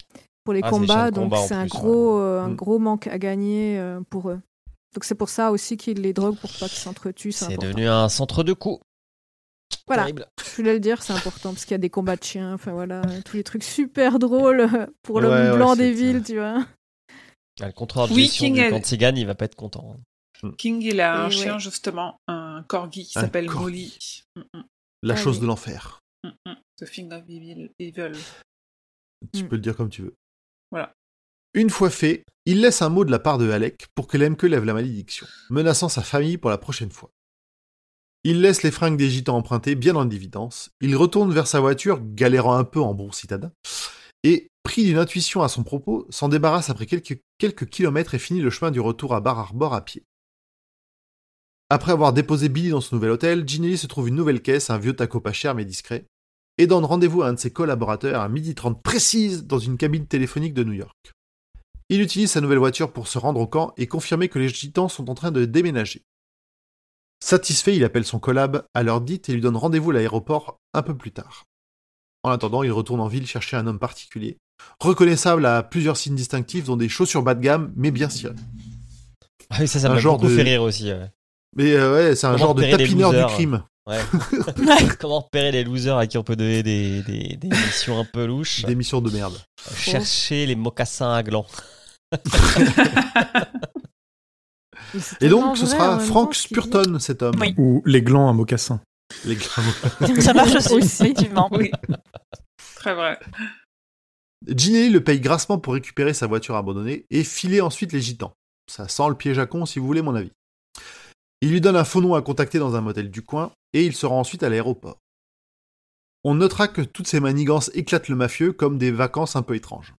pour les Ah, c'est les chiens combats, de donc combat en c'est un plus, gros, euh, un Mm. gros manque à gagner euh, pour eux. Donc c'est pour ça aussi qu'ils les droguent pour pas qu'ils s'entretuent. C'est, C'est important. devenu un centre de coût. Voilà. Terrible. Je voulais le dire, c'est important parce qu'il y a des combats de chiens, enfin voilà, tous les trucs super drôles euh, pour l'homme Ouais, ouais, blanc c'est- des villes, tu vois. Ah, le contrôleur de Oui, gestion King du elle- camp Tsigan, il va pas être content. King, il a Et un ouais. chien, justement, un corgi qui Un s'appelle corgi. Molly. Mm, mm, La Ah chose oui. de l'enfer. mm, mm. The Thing of Evil. Evil. Tu Mm. peux le dire comme tu veux. Voilà. Une fois fait, il laisse un mot de la part de Alec pour que Lemke lève la malédiction, menaçant sa famille pour la prochaine fois. Il laisse les fringues des gitans empruntées bien en évidence, il retourne vers sa voiture, galérant un peu en bon citadin, et, pris d'une intuition à son propos, s'en débarrasse après quelques, quelques kilomètres et finit le chemin du retour à Bar Harbor à pied. Après avoir déposé Billy dans son nouvel hôtel, Ginelli se trouve une nouvelle caisse, un vieux taco pas cher mais discret, et donne rendez-vous à un de ses collaborateurs à midi trente précise dans une cabine téléphonique de New York. Il utilise sa nouvelle voiture pour se rendre au camp et confirmer que les gitans sont en train de déménager. Satisfait, il appelle son collab à l'heure dite et lui donne rendez-vous à l'aéroport un peu plus tard. En attendant, il retourne en ville chercher un homme particulier, reconnaissable à plusieurs signes distinctifs dont des chaussures bas de gamme mais bien cirées. Ah oui, ça, ça Un m'a genre beaucoup de- fait rire aussi. Ouais. Mais euh, ouais, c'est un Comment genre de repérer les tapineur du losers. crime. Ouais. Comment repérer les losers à qui on peut donner des, des, des missions un peu louches. Des missions de merde. Chercher les mocassins à gland. Mais c'est Et tellement donc, ce vrai, en sera même Frank temps, ce qu'il Spurton, cet homme. Oui. Ou les glands à mocassin. Les gars. dit. Ça marche aussi, Aussi. effectivement. Oui. Très vrai. Ginelli le paye grassement pour récupérer sa voiture abandonnée et filer ensuite les gitans. Ça sent le piège à con si vous voulez mon avis. Il lui donne un faux nom à contacter dans un motel du coin et il se rend ensuite à l'aéroport. On notera que toutes ces manigances éclatent le mafieux comme des vacances un peu étranges.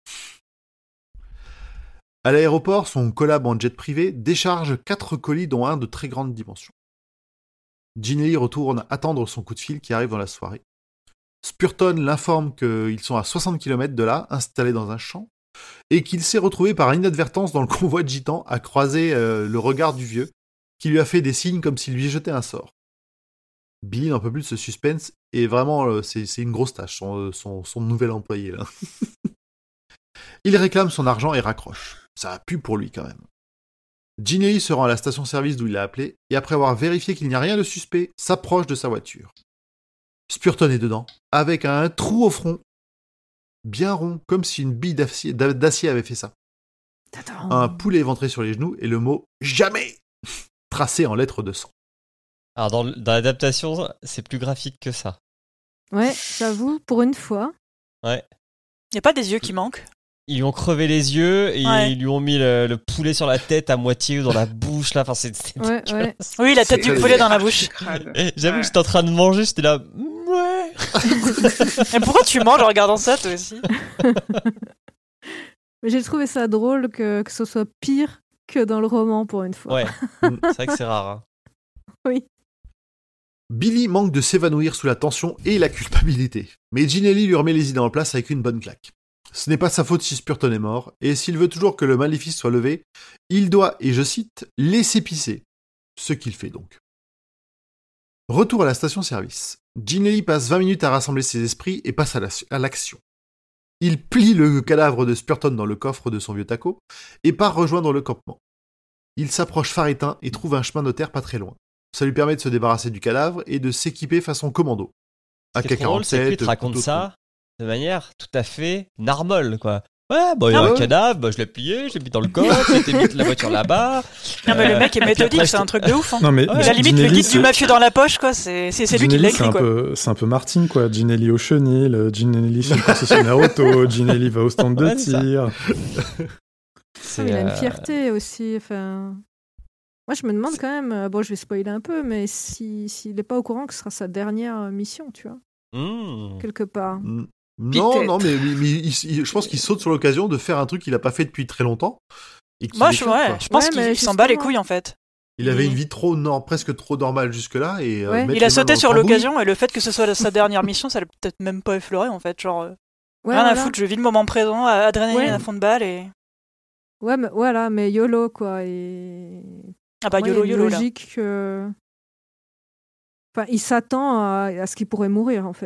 À l'aéroport, son collab en jet privé décharge quatre colis dont un de très grande dimension. Ginelli retourne attendre son coup de fil qui arrive dans la soirée. Spurton l'informe qu'ils sont à soixante kilomètres de là, installés dans un champ, et qu'il s'est retrouvé par inadvertance dans le convoi de gitans à croiser euh, le regard du vieux, qui lui a fait des signes comme s'il lui jetait un sort. Billy n'en peut plus de ce suspense, et vraiment, euh, c'est, c'est une grosse tâche, son, son, son nouvel employé, là. Il réclame son argent et raccroche. Ça a pu pour lui, quand même. Ginelli se rend à la station-service d'où il a appelé, et après avoir vérifié qu'il n'y a rien de suspect, s'approche de sa voiture. Spurton est dedans, avec un trou au front, bien rond, comme si une bille d'acier, d'acier avait fait ça. Attends. Un poulet éventré sur les genoux, et le mot « Jamais » tracé en lettres de sang. Alors, dans, l- dans l'adaptation, c'est plus graphique que ça. Ouais, j'avoue, pour une fois. Ouais. Il n'y a pas des yeux qui manquent. Ils lui ont crevé les yeux et Ouais. ils lui ont mis le, le poulet sur la tête à moitié ou dans la bouche. Là. Enfin, c'est, c'est Ouais, dégueulasse. ouais. Oui, la tête C'est- du poulet dans la bouche. Crade. Et J'avoue Ouais. que j'étais en train de manger, j'étais là. Ouais. Et pourquoi tu manges en regardant ça, toi aussi? Mais j'ai trouvé ça drôle que, que ce soit pire que dans le roman pour une fois. Ouais. C'est vrai que c'est rare. Hein. Oui. Billy manque de s'évanouir sous la tension et la culpabilité. Mais Ginelli lui remet les idées en place avec une bonne claque. Ce n'est pas sa faute si Spurton est mort, et s'il veut toujours que le maléfice soit levé, il doit, et je cite, laisser pisser. Ce qu'il fait donc. Retour à la station-service. Ginelli passe vingt minutes à rassembler ses esprits et passe à, la- à l'action. Il plie le cadavre de Spurton dans le coffre de son vieux taco et part rejoindre le campement. Il s'approche phare éteint et trouve un chemin de terre pas très loin. Ça lui permet de se débarrasser du cadavre et de s'équiper façon commando. Ce qui est trop drôle, c'est que lui te raconte couteau ça de manière tout à fait narmole, quoi. Ouais, bah, il y a Ah un ouais. cadavre, bah, je l'ai plié, je l'ai mis dans le coffre, j'ai mis la voiture là-bas. Non, mais Euh, le mec est et puis méthodique, après, c'est un truc de ouf. Hein. Non, mais Ouais, Il a limite le Ginelli, guide c'est- du mafieux dans la poche, quoi. C'est, c'est, c'est lui qui Ginelli, l'a c'est écrit, un quoi. peu, c'est un peu Martine, quoi. Ginelli au chenil, euh, Ginelli chez le concessionnaire auto, Ginelli va au stand de Ouais, c'est ça. tir. C'est, il a une euh, fierté aussi. Enfin, moi, je me demande quand même. euh, Bon, je vais spoiler un peu, mais si s'il n'est pas au courant que ce sera sa dernière euh, mission, tu vois, hmm. quelque part. Mm. Non, Peut-être. non, mais, mais- mais il- il- je pense qu'il saute sur l'occasion de faire un truc qu'il n'a pas fait depuis très longtemps. Et qu'il Moi, je, éclate, ouais, quoi. je pense Ouais, qu'il mais il s'en bat les justement. couilles, en fait. Il avait il- une vie trop nor- presque trop normale jusque-là. Et, euh, Ouais. mettre Il a les mains sauté dans le sur cambouis- l'occasion, et le fait que ce soit sa dernière mission, ça l'a peut-être même pas effleuré, en fait. Genre, euh, Ouais, rien à voilà. foutre, je vis le moment présent, à- adrénaline Ouais. à fond de balle, et... Ouais, mais voilà, mais YOLO, quoi. Et... Ah bah, Moi, il y a YOLO, une YOLO, là. logique que... Enfin, il s'attend à, à ce qu'il pourrait mourir, en fait.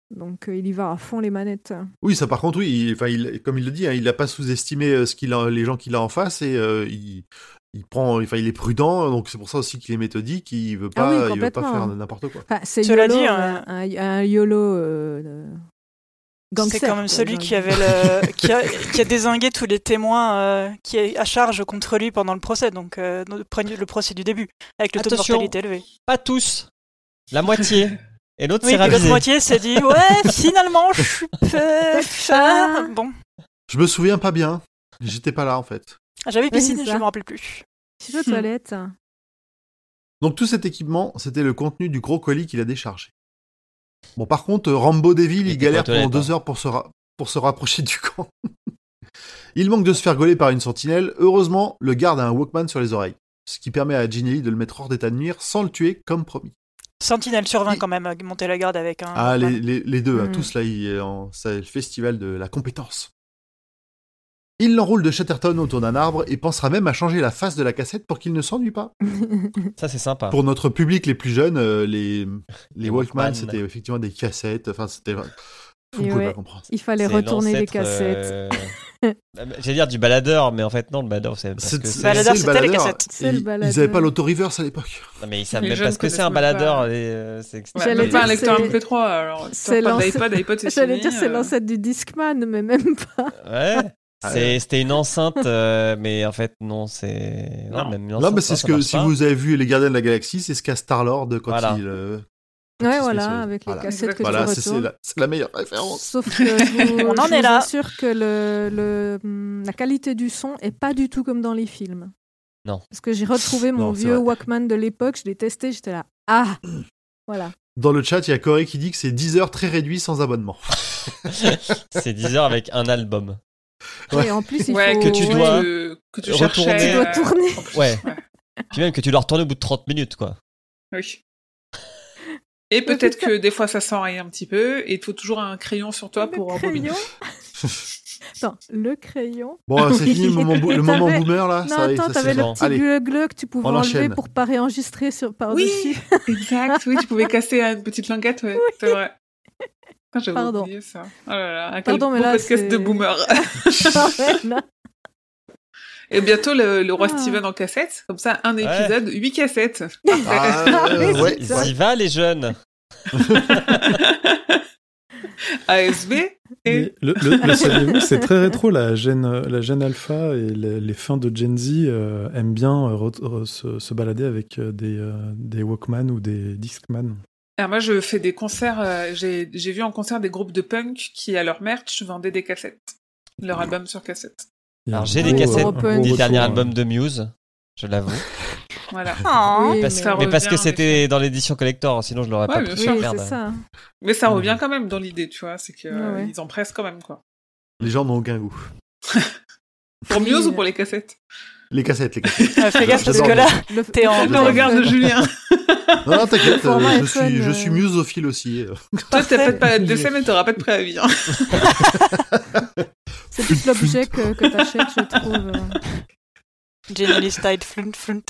Donc euh, il y va à fond les manettes. Oui, ça par contre, oui, il, enfin, il, comme il le dit, hein, il n'a pas sous-estimé euh, ce qu'il a, les gens qu'il a en face et euh, il, il prend, enfin, il est prudent, donc c'est pour ça aussi qu'il est méthodique, il veut pas, Ah oui, il veut pas complètement. faire n'importe quoi. Enfin, c'est Cela YOLO, dit, un, un, un YOLO euh, de- gangster. C'est quand même quoi, celui j'ai qui envie avait de le, qui a, qui a dézingué tous les témoins euh, qui est à charge contre lui pendant le procès, donc euh, le pre- le procès du début, avec le taux de Attention. mortalité élevé. Pas tous. La moitié. Et l'autre Oui, s'est puis l'autre ravisé. moitié s'est dit ouais, finalement, je suis peu. ça. Bon, Je me souviens pas bien, j'étais pas là en fait. j'avais Oui, piscine, c'est je ça. me rappelle plus. Je suis aux toilettes. Donc tout cet équipement, c'était le contenu du gros colis qu'il a déchargé. Bon, par contre, Rambo Devil, Il il était galère pas aux pendant toilettes, deux heures pour se, ra- pour se rapprocher du camp. Il manque de se faire gauler par une sentinelle. Heureusement, le garde a un Walkman sur les oreilles, ce qui permet à Ginny de le mettre hors d'état de nuire sans le tuer comme promis. Sentinelle sur vingt Il- quand même, euh, monter la garde avec un. Ah, les, Walkman. les, les deux, hein, Mm. tous là, il est en- c'est le festival de la compétence. Il l'enroule de Chatterton autour d'un arbre et pensera même à changer la face de la cassette pour qu'il ne s'ennuie pas. Ça, c'est sympa. Pour notre public les plus jeunes, euh, les, les, Les Walkman, Walkman. c'était effectivement des cassettes. Enfin, c'était. Vous Et ne pouvez ouais. pas comprendre. Il fallait C'est retourner les l'ancêtre, cassettes. euh, J'allais dire du baladeur, mais en fait, non, le baladeur, c'est parce C'est- que c'est- c'est. Baladeur, c'est le c'était les baladeur. cassettes. C'est le Ils- baladeur. Ils n'avaient pas l'auto-reverse à l'époque. Non, mais ils savent Les même jeunes pas ce que c'est un connaissent même baladeur. pas. et, euh, c'est- Ouais, J'allais même pas un dire, lecteur c'est- M P trois, alors. c'est Pas l'ancêtre- d'iPod, iPod, c'est J'allais fini, dire c'est euh. l'ancêtre du Discman, mais même pas. Ouais. Ah, C'est- ouais. C'était une enceinte, euh, mais en fait, non, c'est. Non. même une Non, enceinte, mais c'est ce ça que marche si pas. vous avez vu Les Gardiens de la Galaxie, c'est ce qu'a Star-Lord quand Voilà. il. euh, quand il Ouais, se met voilà, sur- avec les Voilà. cassettes que Voilà, tu c'est c'est retournes. la, c'est la meilleure référence. Sauf que je vous, On en je est vous là. assure que le, le, hum, la qualité du son est pas du tout comme dans les films. Non. Parce que j'ai retrouvé mon Non, c'est vieux vrai. Walkman de l'époque, je l'ai testé, j'étais là. Ah Voilà. Dans le chat, il y a Corey qui dit que c'est dix heures très réduit sans abonnement. C'est dix heures avec un album. Ouais. Et en plus, il Ouais, faut. que tu ouais, dois que, que tu retourner. cherchais. Tu dois euh, tourner. en plus. Ouais. Puis même que tu dois retourner au bout de trente minutes, quoi. Oui. Et peut-être putain. que des fois ça s'enraye un petit peu, et il te faut toujours un crayon sur toi Le pour embobiner. crayon. Attends, le crayon. Bon, c'est Oui. fini le moment, bou- Et le moment t'avais- boomer là. Non, ça, y est, attends, ça, t'avais c'est le bon. petit Allez, bleu-bleu que tu pouvais on enlever enchaîne. pour pas réenregistrer sur, par-dessus. Exact, oui, tu pouvais casser une petite languette, ouais, c'est vrai. Ah, j'avais Pardon. oublié ça. Oh là là, un Pardon, quel mais beau là, podcast c'est- de boomer. Ah ouais, là. Et bientôt le, le roi Ah. Steven en cassette, comme ça un Ouais. épisode, huit cassettes. Ah, euh, Oui, ouais. c'est ça. Ils y va, les jeunes. A S B et Mais le, le, le saviez-vous, c'est très rétro, la gène, la gène alpha et les, les fins de Gen Z euh, aiment bien euh, re- re- se, se balader avec euh, des, euh, des Walkman ou des Discman. Alors moi, je fais des concerts, euh, j'ai j'ai vu en concert des groupes de punk qui, à leur merch, vendaient des cassettes. Leur album sur cassette. Il y a Alors, un j'ai gros, des euh, cassettes un gros du Des retour, derniers euh, albums de Muse, je l'avoue. Voilà. Oh. Oui, Parce mais- ça Mais parce que revient, c'était dans l'édition collector, sinon je l'aurais Ouais, pas bien pris. sûr. Oui, Merde. c'est ça. Mais ça Mhm. revient quand même dans l'idée, tu vois, c'est que Ouais, euh, ouais. ils en pressent quand même, quoi. Les gens n'ont aucun goût. Pour Oui, Muse ou euh, pour les cassettes? Les cassettes, les cassettes. Euh, fais gaffe parce J'adore. que là, Le, T'es en- Le regard de Julien. Non, non, t'inquiète, Le format euh, est je fun, suis, je euh. suis musophile aussi. euh. Toi, t'as peut-être pas de décès, mais t'auras pas de préavis. Hein. C'est plus l'objet que, que t'achètes, je trouve. Jenny Lee Style, flunt, flunt.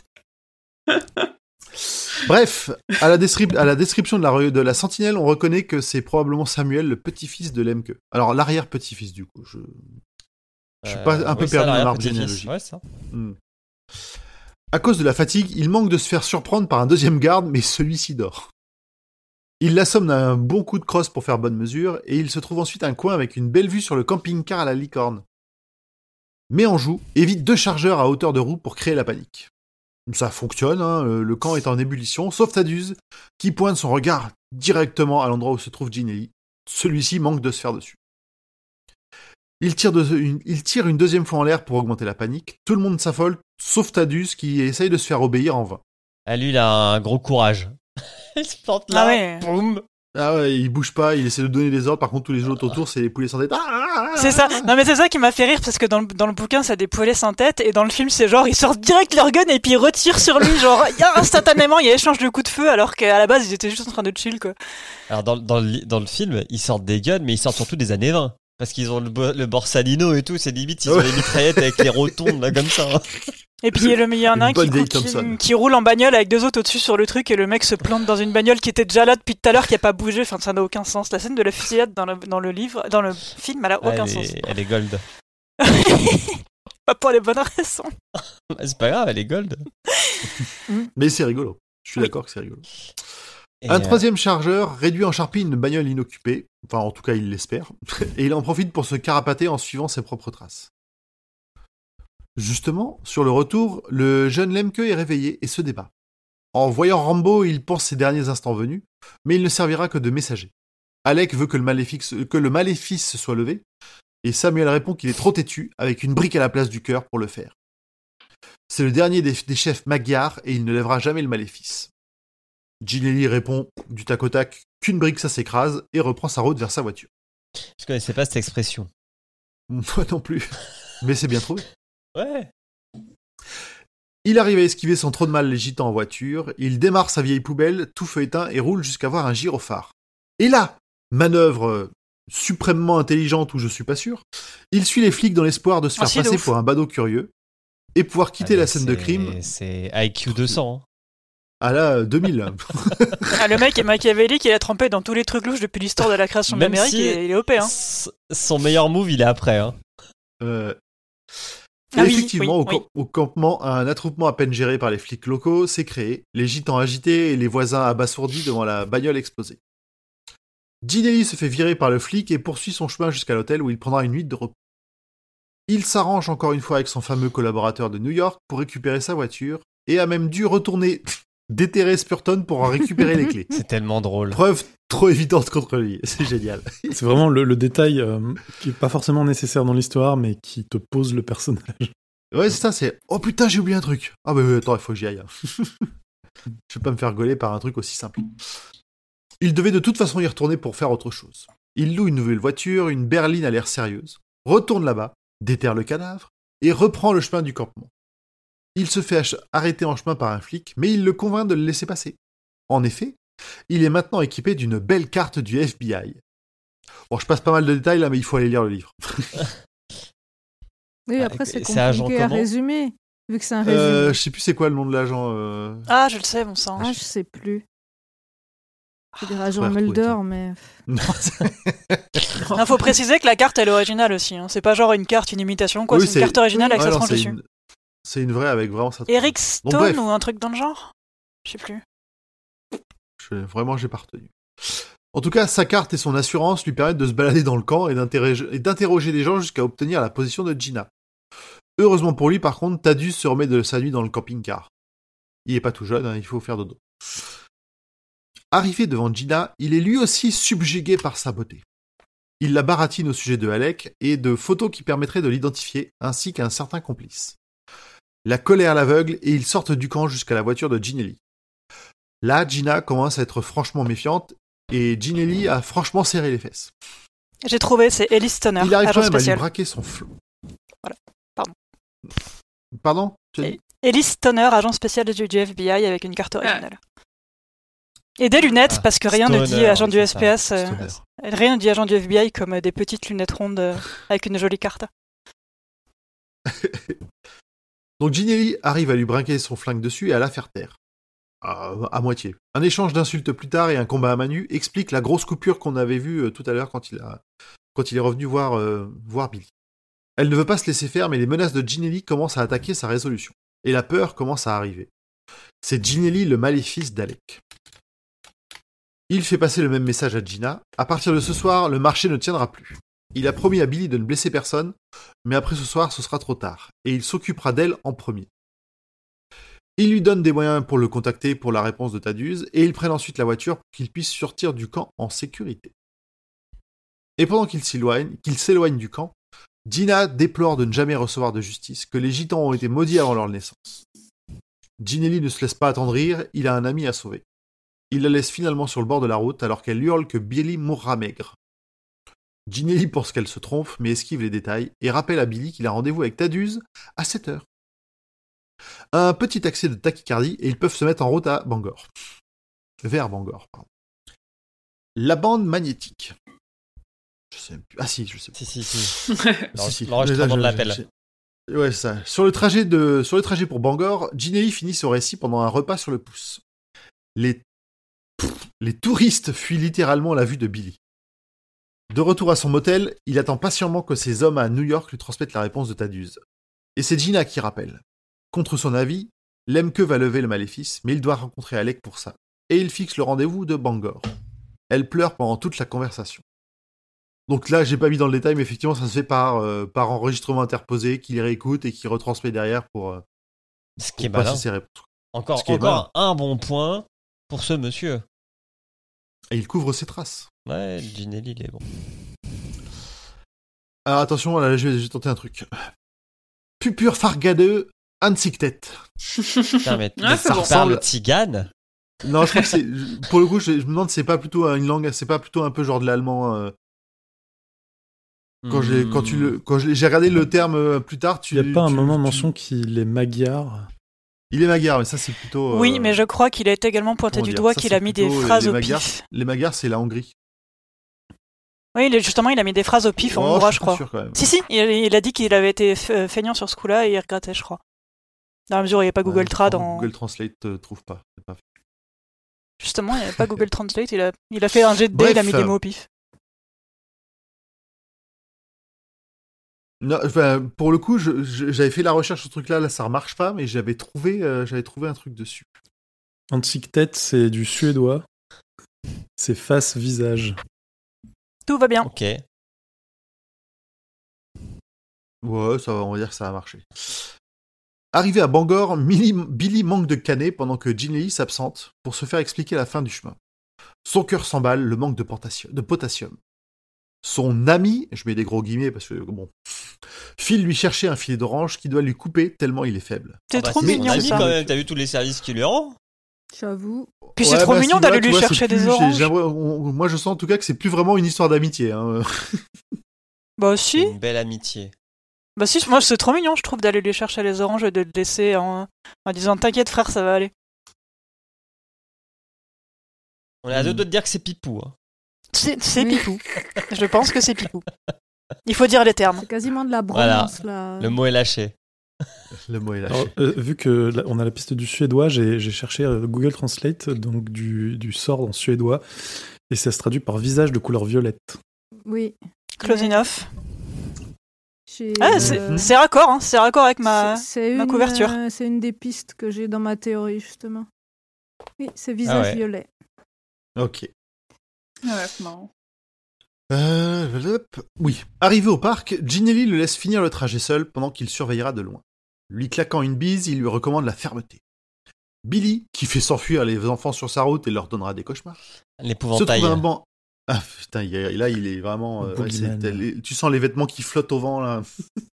Bref, à la, descrip- à la description de la, re- de la sentinelle, on reconnaît que c'est probablement Samuel, le petit-fils de Lemke. Alors, l'arrière-petit-fils, du coup. Je... Je suis pas un peu oui, ça, perdu dans l'arrière l'arbre petit-fils. généalogique. Ouais, ça. Hmm. À cause de la fatigue, il manque de se faire surprendre par un deuxième garde, mais celui-ci dort. Il l'assomme d'un bon coup de crosse pour faire bonne mesure, et il se trouve ensuite un coin avec une belle vue sur le camping-car à la licorne. Mais Anjou évite deux chargeurs à hauteur de roue pour créer la panique. Ça fonctionne, hein, le, le camp est en ébullition, sauf Thaddeus, qui pointe son regard directement à l'endroit où se trouve Ginelli. Celui-ci manque de se faire dessus. Il tire, de, une, il tire une deuxième fois en l'air pour augmenter la panique. Tout le monde s'affole, sauf Thaddeus qui essaye de se faire obéir en vain. Ah, lui, il a un gros courage. Il se plante là. Ah ouais. Boum. Ah ouais, il bouge pas, il essaie de donner des ordres, par contre tous les autres autour c'est les poulets sans tête. Ah, ah, ah, C'est ça. Non mais c'est ça qui m'a fait rire parce que dans le, dans le bouquin c'est des poulets sans tête et dans le film c'est genre ils sortent direct leur gun et puis ils retirent sur lui genre y a instantanément il y a échange de coups de feu alors qu'à la base ils étaient juste en train de chill quoi. Alors, dans, dans, le, dans le film, ils sortent des guns, mais ils sortent surtout des années vingt. Parce qu'ils ont le, bo- le Borsalino et tout, c'est limite, ils ont Ouais. les mitraillettes avec les rotondes, là, comme ça. hein. Et puis il y, a le- il y en a un Une qui, bonne vieille qui, Thompson. qui roule en bagnole avec deux autres au-dessus sur le truc et le mec se plante dans une bagnole qui était déjà là depuis tout à l'heure, qui a pas bougé. Enfin, ça n'a aucun sens. La scène de la fusillade dans le, dans le livre, dans le film, elle a Ah, aucun elle, sens. est, elle est gold. Pas pour les bonnes raisons. C'est pas grave, elle est gold. Mais c'est rigolo. Je suis Oui. d'accord que c'est rigolo. Et, Un euh, troisième chargeur réduit en charpie une bagnole inoccupée. Enfin, en tout cas, il l'espère. Et il en profite pour se carapater en suivant ses propres traces. Justement, sur le retour, le jeune Lemke est réveillé et se débat. En voyant Rambo, il pense ses derniers instants venus, mais il ne servira que de messager. Alec veut que le maléfice, que le maléfice soit levé, et Samuel répond qu'il est trop têtu, avec une brique à la place du cœur pour le faire. C'est le dernier des, des chefs magyars, et il ne lèvera jamais le maléfice. Ginelli répond du tac au tac qu'une brique ça s'écrase, et reprend sa route vers sa voiture. Je connaissais pas cette expression. Moi non plus, mais c'est bien trouvé. Ouais. Il arrive à esquiver sans trop de mal les gitans en voiture, il démarre sa vieille poubelle, tout feu éteint, et roule jusqu'à voir un gyrophare. Et là, manœuvre euh, suprêmement intelligente ou je suis pas sûr, il suit les flics dans l'espoir de se faire Ah, si, de passer ouf. pour un badaud curieux, et pouvoir quitter Ah, la mais scène de c'est- crime C'est I Q deux cents. à la deux mille. Ah, le mec est machiavélique, il a trempé dans tous les trucs louches depuis l'histoire de la création de Même l'Amérique si- et il est O P. Hein. S- Son meilleur move, il est après. Hein. Euh, Ah oui, effectivement, oui, au, oui. camp- au campement, un attroupement à peine géré par les flics locaux s'est créé, les gitans agités et les voisins abasourdis devant la bagnole explosée. Ginelli se fait virer par le flic et poursuit son chemin jusqu'à l'hôtel où il prendra une nuit de repos. Il s'arrange encore une fois avec son fameux collaborateur de New York pour récupérer sa voiture et a même dû retourner déterrer Spurton pour en récupérer les clés. C'est tellement drôle. Preuve trop évidente contre lui, c'est génial. C'est vraiment le, le détail euh, qui est pas forcément nécessaire dans l'histoire, mais qui te pose le personnage. Ouais, c'est ça, c'est « Oh putain, j'ai oublié un truc !» Ah bah attends, il faut que j'y aille. Je vais pas me faire gauler par un truc aussi simple. Il devait de toute façon y retourner pour faire autre chose. Il loue une nouvelle voiture, une berline à l'air sérieuse, retourne là-bas, déterre le cadavre, et reprend le chemin du campement. Il se fait ach- arrêter en chemin par un flic, mais il le convainc de le laisser passer. En effet, il est maintenant équipé d'une belle carte du F B I. Bon, je passe pas mal de détails là, mais il faut aller lire le livre. Oui, Ah, après, c'est c'est agent compliqué à comment résumer, vu que c'est un résumé. Euh, je sais plus c'est quoi le nom de l'agent. euh, Ah, je le sais, bon sang. Ah, je sais plus. Je dirais faudrait agent retrouver Mulder, ça. mais... Non, c'est- Il faut préciser que la carte elle est originale aussi. Hein. C'est pas genre une carte, une imitation, quoi. Oui, c'est c'est- une carte originale avec Ouais, sa non, tranche c'est dessus. une... c'est une vraie avec vraiment ça. Eric Bon, Stone bref. ou un truc dans le genre. Je sais plus. Je... Vraiment, j'ai pas retenu. En tout cas, sa carte et son assurance lui permettent de se balader dans le camp et d'interroger, et d'interroger les gens jusqu'à obtenir la position de Gina. Heureusement pour lui, par contre, Thaddeus se remet de sa nuit dans le camping-car. Il est pas tout jeune, hein, il faut faire dodo. Arrivé devant Gina, il est lui aussi subjugué par sa beauté. Il la baratine au sujet de Alec et de photos qui permettraient de l'identifier, ainsi qu'un certain complice. La colère l'aveugle et ils sortent du camp jusqu'à la voiture de Ginelli. Là, Gina commence à être franchement méfiante et Ginelli a franchement serré les fesses. J'ai trouvé, c'est Ellie Stoner, Il arrive quand agent même à lui spécial. braquer son flot. Voilà. Pardon. Pardon tu as dit Et- Ellie Stoner, agent spécial du, du F B I avec une carte originale. Et des lunettes, Ah, parce que rien ne dit Stoner, agent du c'est S P S, ça, euh, Stoner. rien ne dit agent du F B I comme euh, des petites lunettes rondes euh, avec une jolie carte. Donc Ginelli arrive à lui brinquer son flingue dessus et à la faire taire. À, à moitié. Un échange d'insultes plus tard et un combat à main nue expliquent la grosse coupure qu'on avait vue euh, tout à l'heure quand il, a, quand il est revenu voir, euh, voir Billy. Elle ne veut pas se laisser faire, mais les menaces de Ginelli commencent à attaquer sa résolution. Et la peur commence à arriver. C'est Ginelli le maléfice d'Alec. Il fait passer le même message à Gina. À partir de ce soir, le marché ne tiendra plus. Il a promis à Billy de ne blesser personne, mais après ce soir, ce sera trop tard, et il s'occupera d'elle en premier. Il lui donne des moyens pour le contacter pour la réponse de Thaddeus, et ils prennent ensuite la voiture pour qu'il puisse sortir du camp en sécurité. Et pendant qu'il s'éloigne, qu'il s'éloigne du camp, Gina déplore de ne jamais recevoir de justice, que les gitans ont été maudits avant leur naissance. Ginelli ne se laisse pas attendrir, il a un ami à sauver. Il la laisse finalement sur le bord de la route alors qu'elle hurle que Billy mourra maigre. Ginelli pense qu'elle se trompe, mais esquive les détails, et rappelle à Billy qu'il a rendez-vous avec Thaddeus à sept heures. Un petit accès de tachycardie, et ils peuvent se mettre en route à Bangor. Vers Bangor, pardon. La bande magnétique. Je sais même plus. Ah si, je sais plus. Si, si, si. Si, si. L'enregistrement Là, de je- l'appel. j'ai- Ouais, c'est ça. Sur le trajet de, sur le trajet pour Bangor, Ginelli finit son récit pendant un repas sur le pouce. Les, Pff, les touristes fuient littéralement la vue de Billy. De retour à son motel, il attend patiemment que ses hommes à New York lui transmettent la réponse de Thaddeus. Et c'est Gina qui rappelle. Contre son avis, Lemke va lever le maléfice, mais il doit rencontrer Alec pour ça. Et il fixe le rendez-vous de Bangor. Elle pleure pendant toute la conversation. Donc là, j'ai pas mis dans le détail, mais effectivement, ça se fait par, euh, par enregistrement interposé, qu'il réécoute et qu'il retransmet derrière pour, euh, Ce pour qui est passer malin. ses réponses. Encore, Ce qui est encore un bon point pour ce monsieur. Et il couvre ses traces. Ouais, Ginelli, il est bon. Alors attention, là, je vais, je vais tenter un truc. Pupur fargadeux ansiktet. Putain, mais, Ah, mais c'est ça bon. parle tzigane. Non, je crois que c'est... Pour le coup, je, je me demande si c'est pas plutôt une langue, c'est pas plutôt un peu genre de l'allemand... Euh... Quand, j'ai, quand tu le, quand je, j'ai regardé le terme euh, plus tard, tu... Il n'y a pas un tu, moment tu... mention qu'il est magyar. Il est magyar, mais ça c'est plutôt... Euh... Oui, mais je crois qu'il a été également pointé Comment du dire, doigt ça, qu'il c'est a mis des plutôt phrases les au Magyars. pif. Les Magyars, c'est la Hongrie. Oui, il est- justement, il a mis des phrases au pif en Oh, hongrois, je je suis pas crois. sûr, quand même. Si, si, il, il a dit qu'il avait été fe- feignant sur ce coup-là et il regrettait, je crois. Dans la mesure où il n'y a pas Google Ouais, Trad non, en... Google Translate euh, trouve pas. C'est pas... Justement, il n'y avait pas Google Translate, il a, il a fait un jet de dés, Bref. il a mis des mots au pif. Non, enfin, pour le coup, je, je, j'avais fait la recherche sur ce truc-là, là ça remarche pas, mais j'avais trouvé, euh, j'avais trouvé un truc dessus. Ansiktet, c'est du suédois. C'est face visage. Tout va bien. Ok. Ouais, ça, va, on va dire que ça a marché. Arrivé à Bangor, Billy, Billy manque de canet pendant que Ginelli s'absente pour se faire expliquer la fin du chemin. Son cœur s'emballe, le manque de potassium. De potassium. Son ami, je mets des gros guillemets parce que bon, file lui chercher un filet d'orange qui doit lui couper tellement il est faible. C'est Ah bah, trop c'est mignon, son ami, ça. quand même. T'as vu tous les services qu'il lui rend? J'avoue. Puis c'est trop bah, mignon si, d'aller là, tu lui vois, chercher c'est des plus- j'ai- oranges. j'ai l'impression- on- Moi, je sens en tout cas que c'est plus vraiment une histoire d'amitié. Hein. Bah si, Une belle amitié. bah si, moi c'est trop mignon, je trouve, d'aller lui chercher les oranges et de le laisser en, en disant t'inquiète frère, ça va aller. On est à Hmm. deux doigts de dire que c'est Pipou. Hein. C'est, c'est Oui. Pipou. Je pense que c'est Pipou. Il faut dire les termes. C'est quasiment de la Voilà. bromance, là. Le mot est lâché. Le mot est lâché. Alors, euh, vu que là, on a la piste du suédois, j'ai, j'ai cherché euh, Google Translate, donc du, du sort en suédois, et ça se traduit par visage de couleur violette. Oui. Close enough. J'ai, Ah, c'est, euh, c'est raccord, hein, c'est raccord avec ma... c'est- c'est ma une, couverture. euh, c'est une des pistes que j'ai dans ma théorie, justement. Oui, c'est visage ouais. violet. Ok. Ouais, c'est marrant. Euh, hop. Oui. Arrivé au parc, Ginelli le laisse finir le trajet seul pendant qu'il surveillera de loin. Lui claquant une bise, il lui recommande la fermeté. Billy, qui fait s'enfuir les enfants sur sa route et leur donnera des cauchemars, se L'épouvantail. trouve un banc. Ah putain, il y a- là il est vraiment. euh, ouais, Boogeyman. c'est- les- tu sens les vêtements qui flottent au vent là.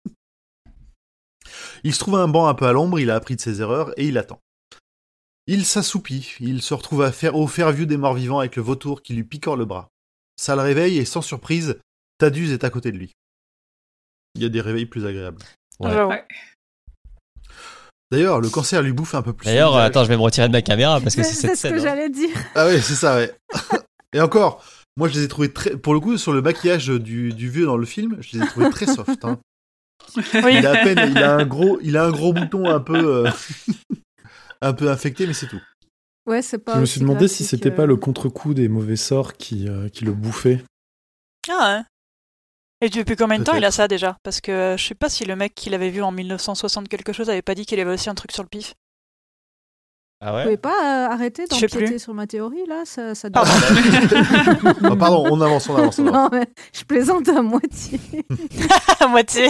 Il se trouve un banc un peu à l'ombre, il a appris de ses erreurs et il attend. Il s'assoupit, il se retrouve à faire au Fairview des morts vivants avec le vautour qui lui picore le bras. Ça le réveille et sans surprise, Thaddeus est à côté de lui. Il y a des réveils plus agréables. Ouais. J'avoue. Ouais. D'ailleurs, le cancer lui bouffe un peu plus. D'ailleurs, son visage. attends, je vais me retirer de ma caméra parce que c'est, C'est cette ce scène. que hein. j'allais dire. Ah ouais, c'est ça, ouais. Et encore, moi je les ai trouvés très. Pour le coup, sur le maquillage du, du vieux dans le film, je les ai trouvés très soft. Hein. Oui. Il a à peine, il a un gros, il a un gros bouton un peu, euh, un peu infecté, mais c'est tout. Ouais, c'est pas Je me aussi suis demandé si graphique, c'était euh. pas le contre-coup des mauvais sorts qui, euh, qui le bouffaient. Ah ouais. Et depuis combien de temps Peut-être. il a ça déjà? Parce que euh, je sais pas si le mec qu'il avait vu en mille neuf cent soixante quelque chose avait pas dit qu'il avait aussi un truc sur le pif. Ah Vous ouais? pouvez pas euh, arrêter Je sais d'empiéter plus. sur ma théorie, là? Ça, ça Pardon. Oh, pardon, on avance, on avance, on avance. Non, mais je plaisante à moitié. À moitié.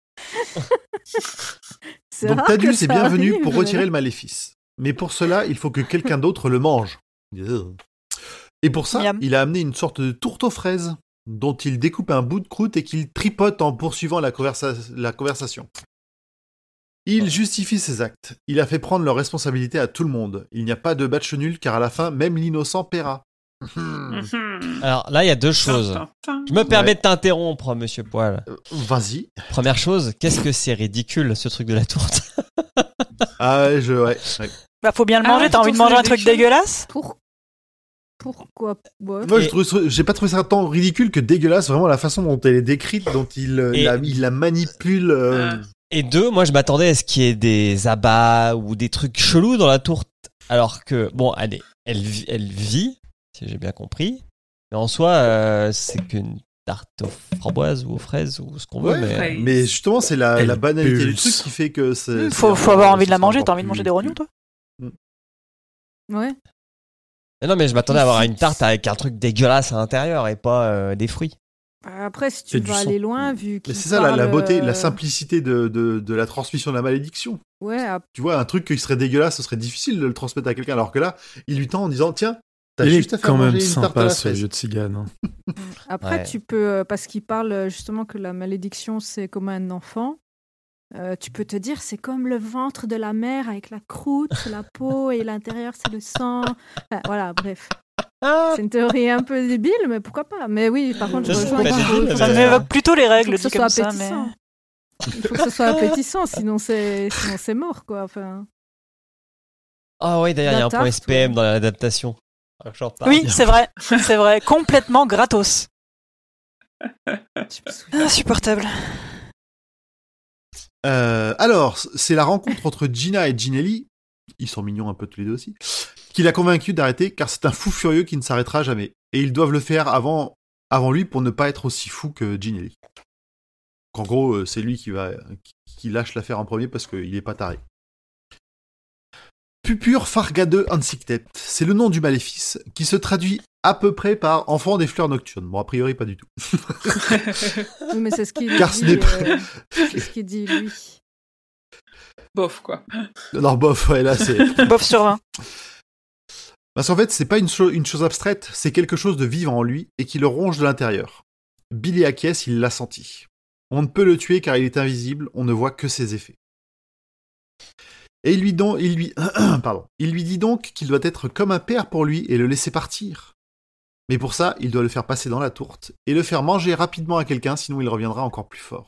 C'est Donc rare que Thaddeus ça est bienvenu arrive, pour mais- retirer le maléfice. Mais pour cela, il faut que quelqu'un d'autre le mange. Et pour ça, Miam. il a amené une sorte de tourte aux fraises, dont il découpe un bout de croûte et qu'il tripote en poursuivant la, conversa- la conversation. Il justifie ses actes. Il a fait prendre leurs responsabilités à tout le monde. Il n'y a pas de match nul car à la fin, même l'innocent paiera. Mhm. Alors là, il y a deux choses. Tintin. Je me permets Ouais. de t'interrompre, monsieur Poil. Euh, Vas-y. Première chose, qu'est-ce que c'est ridicule, ce truc de la tourte? Ah ouais, je... Ouais, ouais. Bah faut bien le Ah manger, ouais, t'as tu envie de trouves manger ça un truc ridicule dégueulasse? Pour... Pourquoi? Ouais. Moi, Et- je trouve ça- j'ai pas trouvé ça tant ridicule que dégueulasse. Vraiment, la façon dont elle est décrite, dont il, euh, Et- la, il la manipule. euh, Ah. Et deux, moi je m'attendais à ce qu'il y ait des abats ou des trucs chelous dans la tourte, alors que bon, elle, est, elle, vit- elle vit, si j'ai bien compris, mais en soi, euh, c'est qu'une tarte aux framboises ou aux fraises ou ce qu'on veut. Ouais, mais... fraises. Mais justement, c'est la, Elle la banalité du pulse. truc qui fait que c'est. c'est Faut, faut vraiment- avoir envie de la ce sera manger. encore T'as envie de plus- manger des rognons, toi Ouais. Mais non, mais je m'attendais à avoir une tarte avec un truc dégueulasse à l'intérieur et pas euh, des fruits. Après, si tu Et du vas sang. aller loin, vu Mais qu'il c'est ça la, la parle, beauté, euh, la simplicité de, de, de la transmission de la malédiction. Ouais, ap- Tu vois, un truc qui serait dégueulasse, ce serait difficile de le transmettre à quelqu'un, alors que là, il lui tend en disant tiens, t'as Il juste est à faire quand manger même une tarte à sympa la ce fraise. vieux de cigane. hein. après Ouais. tu peux, euh, parce qu'il parle euh, justement que la malédiction, c'est comme un enfant. Euh, tu peux te dire, c'est comme le ventre de la mère avec la croûte, c'est la peau et l'intérieur, c'est le sang. Enfin, voilà, bref. Ah C'est une théorie un peu débile, mais pourquoi pas. Mais oui, par contre, je Je sais rejoins pas Margot, débile, il faut Ça mais- que- m'évoque plutôt les il faut règles, que dit ce comme soit ça, mais... appétissant. Il faut que ce soit appétissant, sinon c'est, sinon c'est mort, quoi. Enfin, Ah oui, d'ailleurs, il y a La un point tarte, S P M ouais. dans l'adaptation. Alors que j'en parle. Oui, c'est vrai, c'est vrai, complètement gratos. je me souviens. Insupportable. Euh, alors, c'est la rencontre entre Gina et Ginelli, ils sont mignons un peu tous les deux aussi, qui l'a convaincu d'arrêter car c'est un fou furieux qui ne s'arrêtera jamais. Et ils doivent le faire avant, avant lui pour ne pas être aussi fou que Ginelli. En gros, euh, c'est lui qui, va, qui, qui lâche l'affaire en premier parce qu'il est pas taré. Pupur Fargadeux Ansiktet, c'est le nom du maléfice qui se traduit à peu près par enfant des fleurs nocturnes. Bon, a priori, pas du tout. Oui, mais c'est ce qu'il Car dit. ce n'est pas- euh, c'est ce qu'il dit, lui. Bof, quoi. Alors, bof, ouais, là, c'est. Bof sur vingt. Parce qu'en fait, c'est pas une, cho- une chose abstraite, c'est quelque chose de vivant en lui et qui le ronge de l'intérieur. Billy acquiesce, il l'a senti. On ne peut le tuer car il est invisible, on ne voit que ses effets. Et il lui, don- il lui, pardon, il lui dit donc qu'il doit être comme un père pour lui et le laisser partir. Mais pour ça, il doit le faire passer dans la tourte et le faire manger rapidement à quelqu'un, sinon il reviendra encore plus fort.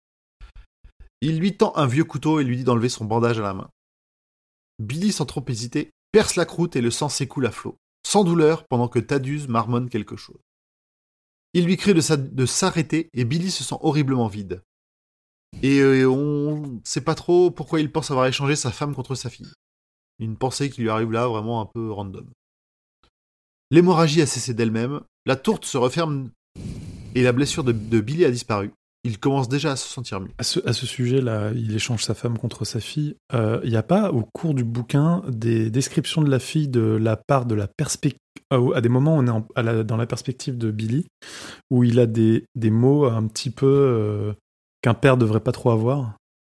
Il lui tend un vieux couteau et lui dit d'enlever son bandage à la main. Billy, sans trop hésiter, perce la croûte et le sang s'écoule à flot, sans douleur, pendant que Thaddeus marmonne quelque chose. Il lui crie de, sa- de s'arrêter et Billy se sent horriblement vide. Et euh, on ne sait pas trop pourquoi il pense avoir échangé sa femme contre sa fille. Une pensée qui lui arrive là vraiment un peu random. L'hémorragie a cessé d'elle-même, la tourte se referme et la blessure de, de Billy a disparu. Il commence déjà à se sentir mieux. À ce, à ce sujet-là, il échange sa femme contre sa fille. Il n'y a pas, au cours du bouquin, des descriptions de la fille de la part de la perspective. À des moments, on est en- à la- dans la perspective de Billy, où il a des, des mots un petit peu euh, qu'un père devrait pas trop avoir.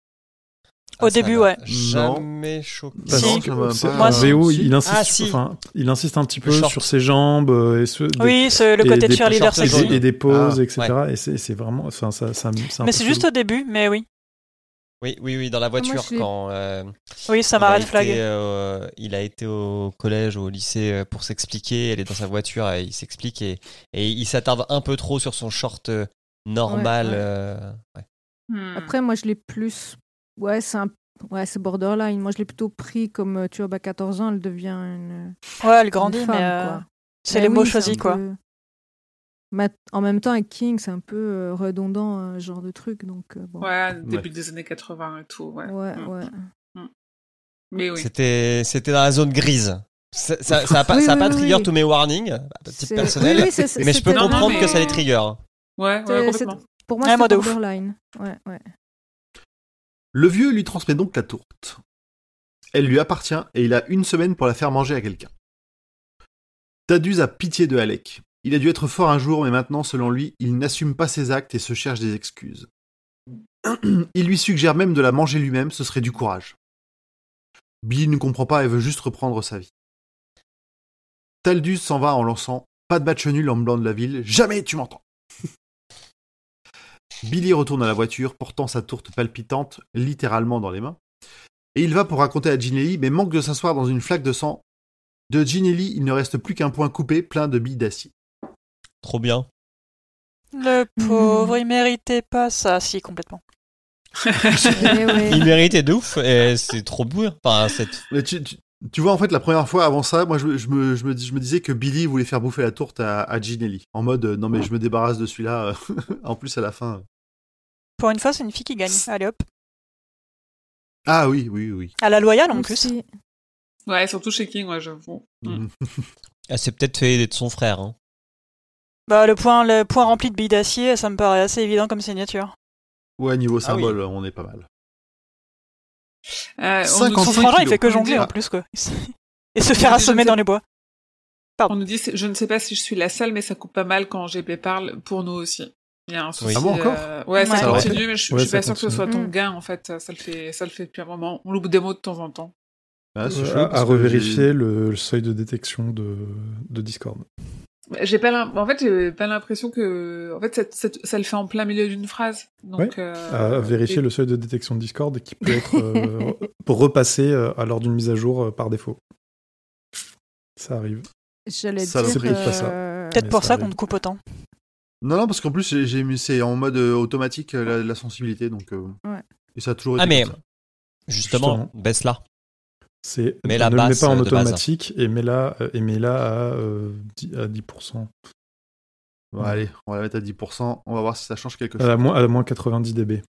Au Ah, ça début, m'a ouais. Jamais choqué. Parce Si. que, Non, ça m'a c'est- pas- en V O, Si. il insiste, Ah, si. enfin, il insiste un petit peu Le short. sur ses jambes euh, et, ce, des- Oui, c'est le et côté des cheerleader shorts et sexy. des, et des poses, Ah, et cetera. Et c'est, c'est vraiment, enfin, ça, ça, c'est un Mais peu c'est juste chelou. au début, mais oui. Oui, oui, oui, dans la voiture, je l'ai- quand euh, Oui, ça il, m'a a red flag. été, euh, il a été au collège, au lycée euh, pour s'expliquer. Elle est dans sa voiture et il s'explique et, et il s'attarde un peu trop sur son short euh, normal. Ouais, ouais. euh, ouais. Hmm. Après, moi, je l'ai plus. Ouais, c'est un... ouais, c'est borderline. Moi, je l'ai plutôt pris comme, euh, tu vois, bah, quatorze ans, elle devient une. Ouais, elle une grandit, femme, mais euh, quoi. c'est Mais les mots oui, c'est choisis, un quoi. peu- Mais en même temps, avec King, c'est un peu euh, redondant, euh, ce genre de truc. Donc, euh, bon. Ouais, début des années quatre-vingts et tout, ouais. Ouais, Hmm. ouais. Mais oui. C'était, c'était dans la zone grise. Ça, ça, ça a pas, Oui, ça a oui, pas oui, trigger oui. tous mes warnings, à titre C'est- personnel. oui, oui, c'est- c'est- mais je peux c'était- comprendre Non, que mais- ça les trigger. Ouais, ouais, C'est- complètement. Pour moi, Ouais, c'est moi, de ouf. borderline. Ouais, ouais. Le vieux lui transmet donc la tourte. Elle lui appartient et il a une semaine pour la faire manger à quelqu'un. Thaddeus a pitié de Alec. Il a dû être fort un jour, mais maintenant, selon lui, il n'assume pas ses actes et se cherche des excuses. Il lui suggère même de la manger lui-même, ce serait du courage. Billy ne comprend pas et veut juste reprendre sa vie. Thaddeus s'en va en lançant « Pas de match nul en blanc de la ville, jamais tu m'entends !» Billy retourne à la voiture, portant sa tourte palpitante, littéralement dans les mains. Et il va pour raconter à Ginelli, mais manque de s'asseoir dans une flaque de sang. De Ginelli, il ne reste plus qu'un point coupé, plein de billes d'acier. Trop bien. Le pauvre, il méritait pas ça. Si, complètement. Eh ouais. Il méritait de ouf et c'est trop beau. Enfin, cette... Mais tu, tu, tu vois, en fait, la première fois avant ça, moi, je, je, me, je, me, je me disais que Billy voulait faire bouffer la tourte à, à Ginelli. En mode, euh, non mais je me débarrasse de celui-là. En plus, à la fin... Pour une fois, c'est une fille qui gagne. Allez hop. Ah oui, oui, oui. À la loyale en plus. Aussi. Ouais, surtout chez King, ouais, j'avoue. Mm. Ah, c'est peut-être fait aider de son frère. Hein. Bah, le point, le point rempli de billes d'acier, ça me paraît assez évident comme signature. Ouais, niveau Ah oui. symbole, on est pas mal. Euh, on nous cinquante-cinq dit- Son frangin, il kilos. fait que jongler Ah. en plus, quoi. Et se faire Je assommer sais- dans les bois. On nous dit, c'est- je ne sais pas si je suis la seule, mais ça coupe pas mal quand G P parle pour nous aussi. Il y a un souci. Ah bon, encore euh, Ouais, ça Ouais. continue, mais je, Ouais, je suis ça pas sûre que ce continue. soit ton Mm. gain, en fait. Ça, ça le fait, ça le fait depuis un moment. On loupe des mots de temps en temps. Ah, c'est Euh, chaud, à, parce à que revérifier j'ai- le, le seuil de détection de, de Discord. J'ai pas l'im- en fait, j'ai pas l'impression que, en fait, ça, ça, ça le fait en plein milieu d'une phrase. Donc, Ouais. euh, À vérifier et- le seuil de détection de Discord qui peut être euh, pour repasser euh, à lors d'une mise à jour euh, par défaut. Ça arrive. J'allais Ça, dire. c'est peut-être pas ça. euh, Peut-être Mais pour ça ça arrive. qu'on te coupe autant. Non, non, parce qu'en plus, j'ai, j'ai mis c'est en mode euh, automatique euh, la, la sensibilité, donc. euh, Ouais. Et ça a toujours été Ah, mais comme ça. justement, Justement. baisse-la. C'est Mets ne la le mets basse, pas en euh, de base. automatique et mets-la euh, et mets-la à, euh, dix, à dix pour cent. Bon, allez, on va la mettre à dix pour cent. On va voir si ça change quelque chose. À moins, à moins quatre-vingt-dix décibels.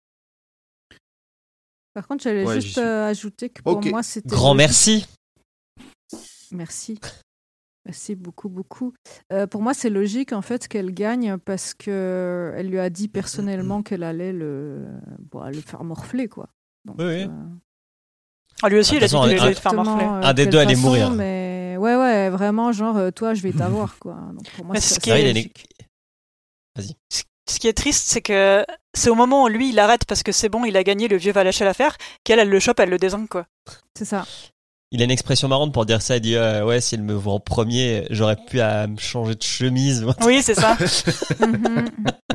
Par contre, j'allais Ouais, j'y juste suis. euh, ajouter que pour Ok. moi, c'était. Grand logique. merci. Merci. Merci beaucoup, beaucoup. Euh, pour moi, c'est logique en fait qu'elle gagne parce que elle lui a dit personnellement qu'elle allait le, bon, le faire morfler, quoi. Donc, Oui, oui. euh, Ah, lui aussi, il a dit Attention, qu'il un- allait te faire morfler. exactement, euh, Un des quelle deux allait façon, mourir. Mais ouais, ouais, vraiment, genre, euh, toi, je vais t'avoir, quoi. Donc pour moi, Mais c'est ce qui assez Ah, il a une- logique. Ce qui est triste, c'est que c'est au moment où lui, il arrête parce que c'est bon, il a gagné, le vieux va lâcher l'affaire, qu'elle, elle le chope, elle le désingue, quoi. C'est ça. Il a une expression marrante pour dire ça. Il dit euh, ouais, si elle me voit en premier, j'aurais pu à me changer de chemise. Oui, c'est ça. Mhm.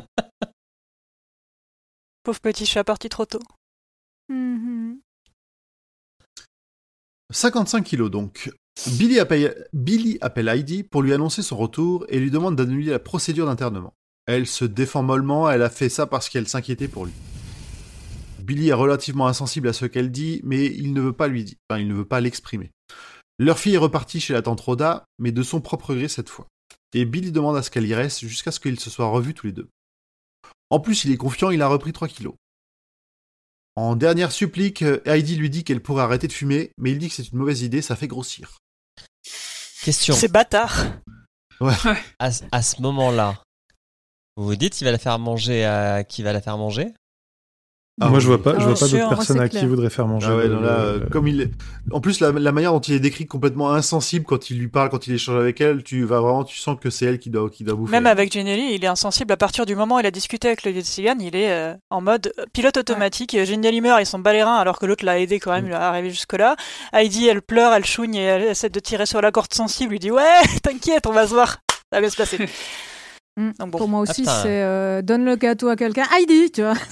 Pauvre petit chat parti trop tôt. Mhm. cinquante-cinq kilos donc. Billy appelle, Billy appelle Heidi pour lui annoncer son retour et lui demande d'annuler la procédure d'internement. Elle se défend mollement, elle a fait ça parce qu'elle s'inquiétait pour lui. Billy est relativement insensible à ce qu'elle dit, mais il ne veut pas lui dire, enfin, il ne veut pas l'exprimer. Leur fille est repartie chez la tante Rhoda, mais de son propre gré cette fois. Et Billy demande à ce qu'elle y reste jusqu'à ce qu'ils se soient revus tous les deux. En plus, il est confiant, il a repris trois kilos. En dernière supplique, Heidi lui dit qu'elle pourrait arrêter de fumer, mais il dit que c'est une mauvaise idée, ça fait grossir. Question. C'est bâtard. À, ce- à ce moment-là, vous vous dites, il va la faire manger à qui va la faire manger? Ah moi, oui. je vois pas, Ah je vois oui, pas sûr, d'autres moi, personnes c'est à qui clair. voudrait faire manger. Ah ouais, le- non, là, euh, le- comme il est... En plus, la, la manière dont il est décrit complètement insensible quand il lui parle, quand il échange avec elle, tu vas vraiment, tu sens que c'est elle qui doit, qui doit bouffer. Même avec Gennelly, il est insensible à partir du moment où il a discuté avec le Tsigan, il est euh, en mode pilote automatique. Gennelly meurt, ils sont balérins alors que l'autre l'a aidé quand même, il a arrivé jusque-là. Heidi, elle pleure, elle chouigne et elle essaie de tirer sur la corde sensible, lui dit ouais, t'inquiète, on va se voir, ça va bien se passer. Mm. Donc bon. Pour moi aussi, Attends. c'est euh, donne le gâteau à quelqu'un. Heidi, tu vois.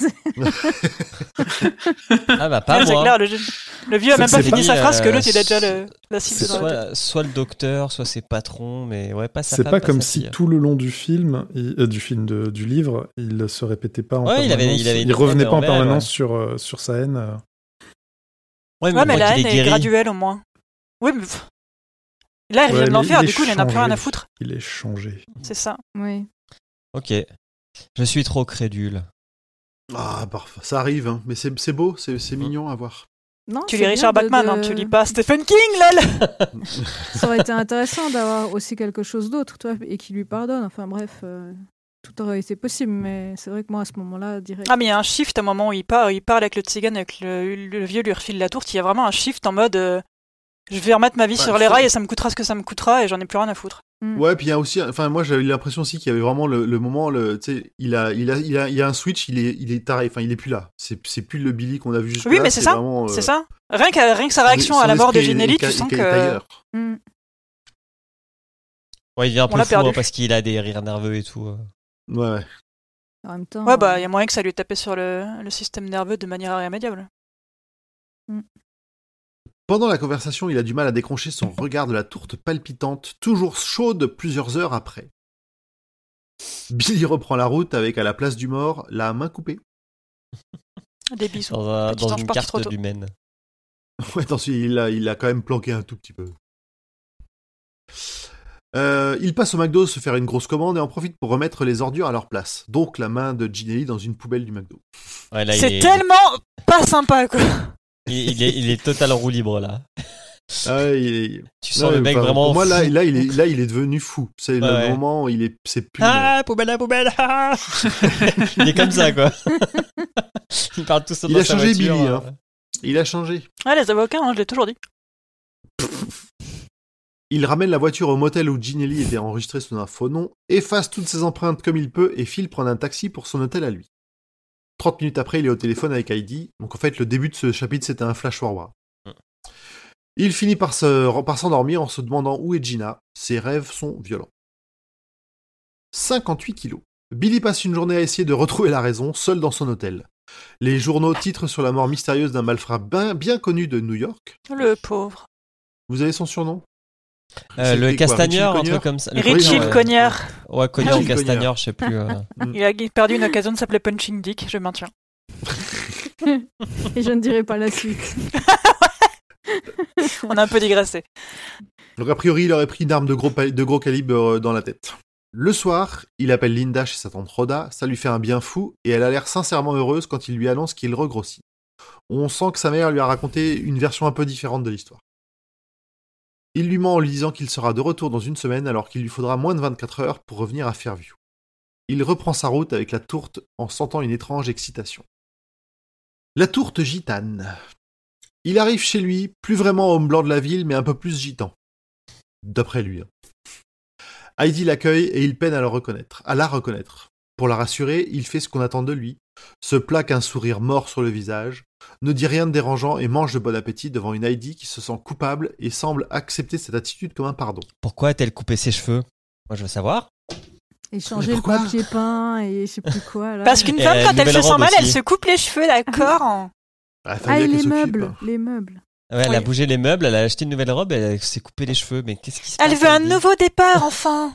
Ah bah pas Ouais, c'est moi. clair, le, le vieux a C'est- même pas c'est fini pas- sa phrase que euh, l'autre il a déjà le, la cible C'est dans la tête. soit, soit le docteur, soit ses patrons, mais ouais, pas sa C'est femme, pas pas comme sa si fille. tout le long du film, il- euh, du film de- du livre, il se répétait pas en Ouais, il permanence. avait- il avait une revenait haine pas en envers elle, permanence ouais. sur euh, sur sa haine. euh. Ouais, Ouais, mais on voit la qu'il haine est est guéri. graduelle au moins. Oui, mais pff. Là, il Ouais, vient de mais Ah, l'en faire, il du est coup, il en a plus rien à changé. foutre. Il est changé. C'est ça. Oui. Ok. Je suis trop crédule. Ah, parfois, ça arrive, hein. Mais c'est, c'est beau, c'est, c'est mignon à voir. Non, Tu c'est lis Richard bien de- Bachman, de- hein, tu lis pas Stephen King, lol. Ça aurait été intéressant d'avoir aussi quelque chose d'autre, toi, et qui lui pardonne. Enfin bref, euh, tout aurait été possible, mais c'est vrai que moi, à ce moment-là, direct. Ah, mais il y a un shift à un moment où il part, il parle avec le Tsigan, avec le, le vieux lui refile la tourte. Il y a vraiment un shift en mode euh, je vais remettre ma vie Ouais, sur les ça- rails et ça me coûtera ce que ça me coûtera et j'en ai plus rien à foutre. Mm. Ouais, puis il y a aussi, enfin, moi j'avais eu l'impression aussi qu'il y avait vraiment le, le moment, le, tu sais, il a, il a, il a, il y a un switch, il est, il est taré, enfin, il est plus là. C'est, c'est plus le Billy qu'on a vu jusque là. Oui, mais c'est ça, vraiment, euh, C'est ça. Rien que, rien que sa réaction son à la mort de esprit est- Gennelly, est- tu est- sens est que. ailleurs. Mm. Ouais, il vient un On peu l'a fou perdu. hein, parce qu'il a des rires nerveux et tout. euh. Ouais, ouais. En même temps. Ouais, bah, il euh, y a moyen que ça lui tape sur le, le système nerveux de manière irrémédiable. Pendant la conversation, il a du mal à décrocher son regard de la tourte palpitante, toujours chaude plusieurs heures après. Billy reprend la route avec à la place du mort la main coupée. Des bisous. Dans, un- Petit dans ange une parti euh, carte trop tôt. du Maine. Ouais, attention, il a, il a quand même planqué un tout petit peu. Euh, il passe au McDo se faire une grosse commande et en profite pour remettre les ordures à leur place. Donc la main de Gennelly dans une poubelle du McDo. Ouais, là, il C'est est- tellement pas sympa, quoi. il, il, est, il est total en roue libre là. Ah, il est... Tu sens non, le mec enfin, vraiment. Pour moi, là, fou. là, il est, là, il est devenu fou. C'est Ouais, le ouais. moment où il est, c'est plus. Ah, poubelle, la poubelle. Ah il est comme ça, quoi. Il parle tout seul Il dans a sa changé, voiture, Billy, euh. hein. Il a changé. Ouais, les avocats, hein, je l'ai toujours dit. Il ramène la voiture au motel où Ginelli était enregistré sous un faux nom, efface toutes ses empreintes comme il peut et file prendre un taxi pour son hôtel à lui. trente minutes après, il est au téléphone avec Heidi. Donc en fait, le début de ce chapitre, c'était un flash forward. Mm. Il finit par, se, par s'endormir en se demandant où est Gina. Ses rêves sont violents. cinquante-huit kilos. Billy passe une journée à essayer de retrouver la raison, seul dans son hôtel. Les journaux titrent sur la mort mystérieuse d'un malfrat bien, bien connu de New York. Le pauvre. Vous avez son surnom? Euh, le C'était quoi, Castagneur, un Richie le truc comme ça. Le Richie Cogneur, le ouais. cogneur. Ouais, Cogneur ou Richie le Castagneur, je sais plus. euh. Il a perdu une occasion de s'appeler Punching Dick, je maintiens. Et je ne dirai pas la suite. On a un peu digressé. Donc a priori, il aurait pris une arme de gros, pa- de gros calibre euh, dans la tête. Le soir, il appelle Linda chez sa tante Rhoda, ça lui fait un bien fou, et elle a l'air sincèrement heureuse quand il lui annonce qu'il regrossit. On sent que sa mère lui a raconté une version un peu différente de l'histoire. Il lui ment en lui disant qu'il sera de retour dans une semaine alors qu'il lui faudra moins de vingt-quatre heures pour revenir à Fairview. Il reprend sa route avec la tourte en sentant une étrange excitation. La tourte gitane. Il arrive chez lui, plus vraiment homme blanc de la ville, mais un peu plus gitan. D'après lui. Hein. Heidi l'accueille et il peine à, le reconnaître, à la reconnaître. Pour la rassurer, il fait ce qu'on attend de lui, se plaque un sourire mort sur le visage, ne dit rien de dérangeant et mange de bon appétit devant une Heidi qui se sent coupable et semble accepter cette attitude comme un pardon. Pourquoi a-t-elle coupé ses cheveux? Moi, je veux savoir. Et changer le pourquoi papier peint et je sais plus quoi. Là. Parce qu'une Et femme, euh, quand elle nouvelle se sent robe mal, elle aussi. se coupe les cheveux, d'accord? Ah, Ah, fallait et qu'elle les s'occupe. meubles, les meubles. Ouais, elle a Oui. bougé les meubles, elle a acheté une nouvelle robe, elle s'est coupé les cheveux. Mais qu'est-ce qui se Elle passe veut un Heidi nouveau départ, enfin.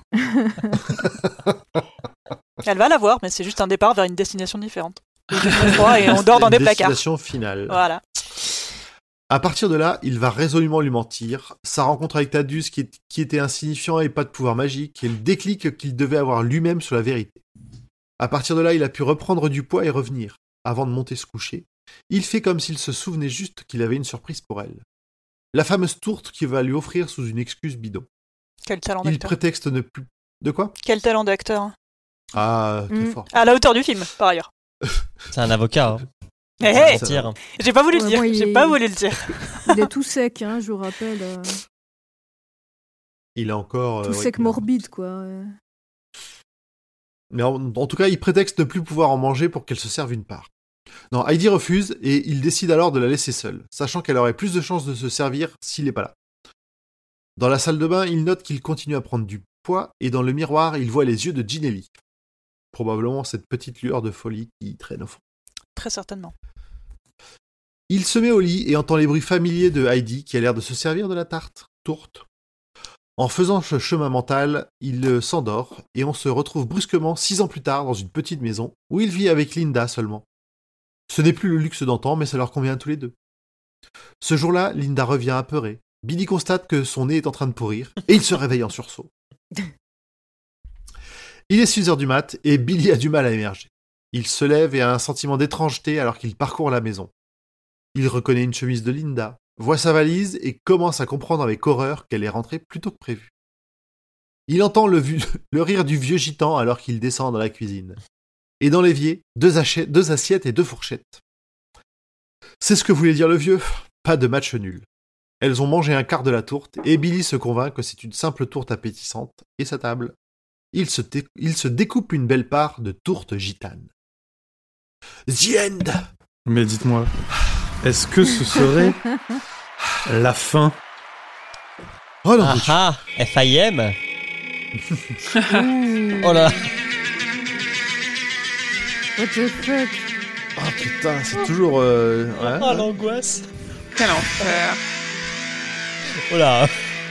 Elle va l'avoir, mais c'est juste un départ vers une destination différente. Il fait très froid et on dort dans des placards. Destination finale. Voilà. À partir de là, il va résolument lui mentir. Sa rencontre avec Thaddeus, qui, est- qui était insignifiant et pas de pouvoir magique, et le déclic qu'il devait avoir lui-même sur la vérité. À partir de là, il a pu reprendre du poids et revenir. Avant de monter se coucher, il fait comme s'il se souvenait juste qu'il avait une surprise pour elle. La fameuse tourte qu'il va lui offrir sous une excuse bidon. Quel talent Il d'acteur. prétexte ne plus... De quoi? Quel talent d'acteur. Ah, très Mm. fort. À la hauteur du film, par ailleurs. C'est un avocat. Hein. Hé hé, Ça- Mentir. j'ai pas voulu le Ouais, dire. moi, il J'ai est- pas voulu le dire. Il est tout sec, hein, je vous rappelle. euh, Il est encore... euh, tout ouais, sec il est- morbide, quoi. euh. Mais en, en tout cas, il prétexte ne plus pouvoir en manger pour qu'elle se serve une part. Non, Heidi refuse et il décide alors de la laisser seule, sachant qu'elle aurait plus de chances de se servir s'il n'est pas là. Dans la salle de bain, il note qu'il continue à prendre du poids et dans le miroir, il voit les yeux de Ginelli. Probablement cette petite lueur de folie qui traîne au fond. Très certainement. Il se met au lit et entend les bruits familiers de Heidi qui a l'air de se servir de la tarte, tourte. En faisant ce chemin mental, il euh, s'endort et on se retrouve brusquement six ans plus tard dans une petite maison où il vit avec Linda seulement. Ce n'est plus le luxe d'antan, mais ça leur convient à tous les deux. Ce jour-là, Linda revient apeurée. Billy constate que son nez est en train de pourrir et il se réveille en sursaut. Il est six heures du mat et Billy a du mal à émerger. Il se lève et a un sentiment d'étrangeté alors qu'il parcourt la maison. Il reconnaît une chemise de Linda, voit sa valise et commence à comprendre avec horreur qu'elle est rentrée plus tôt que prévu. Il entend le, vu- le rire du vieux gitan alors qu'il descend dans la cuisine. Et dans l'évier, deux, achi- deux assiettes et deux fourchettes. C'est ce que voulait dire le vieux, pas de match nul. Elles ont mangé un quart de la tourte et Billy se convainc que c'est une simple tourte appétissante et sa table. Il se, dé- il se découpe une belle part de tourte gitane. The end. Mais dites-moi, est-ce que ce serait la fin? Oh non, Ah ah, F I M. Oh là. What the fuck? oh putain, c'est toujours... Euh, ouais, Oh ouais. l'angoisse. Quel enfer. Oh là.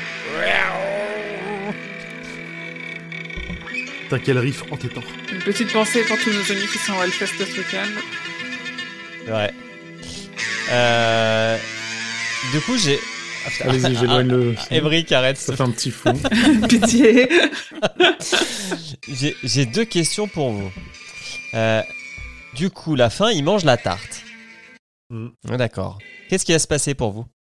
Putain, quel riff entêtant. Une petite pensée pour tous nos amis qui sont au Hellfest ce week-end. Ouais. Euh... Du coup, j'ai. Allez-y, j'éloigne le... Ébrick, arrête. Ça fait un petit fond. Pitié. J'ai j'ai deux questions pour vous. Euh, du coup, la fin, il mange la tarte. Mm. Ouais, d'accord. Qu'est-ce qui va se passer pour vous?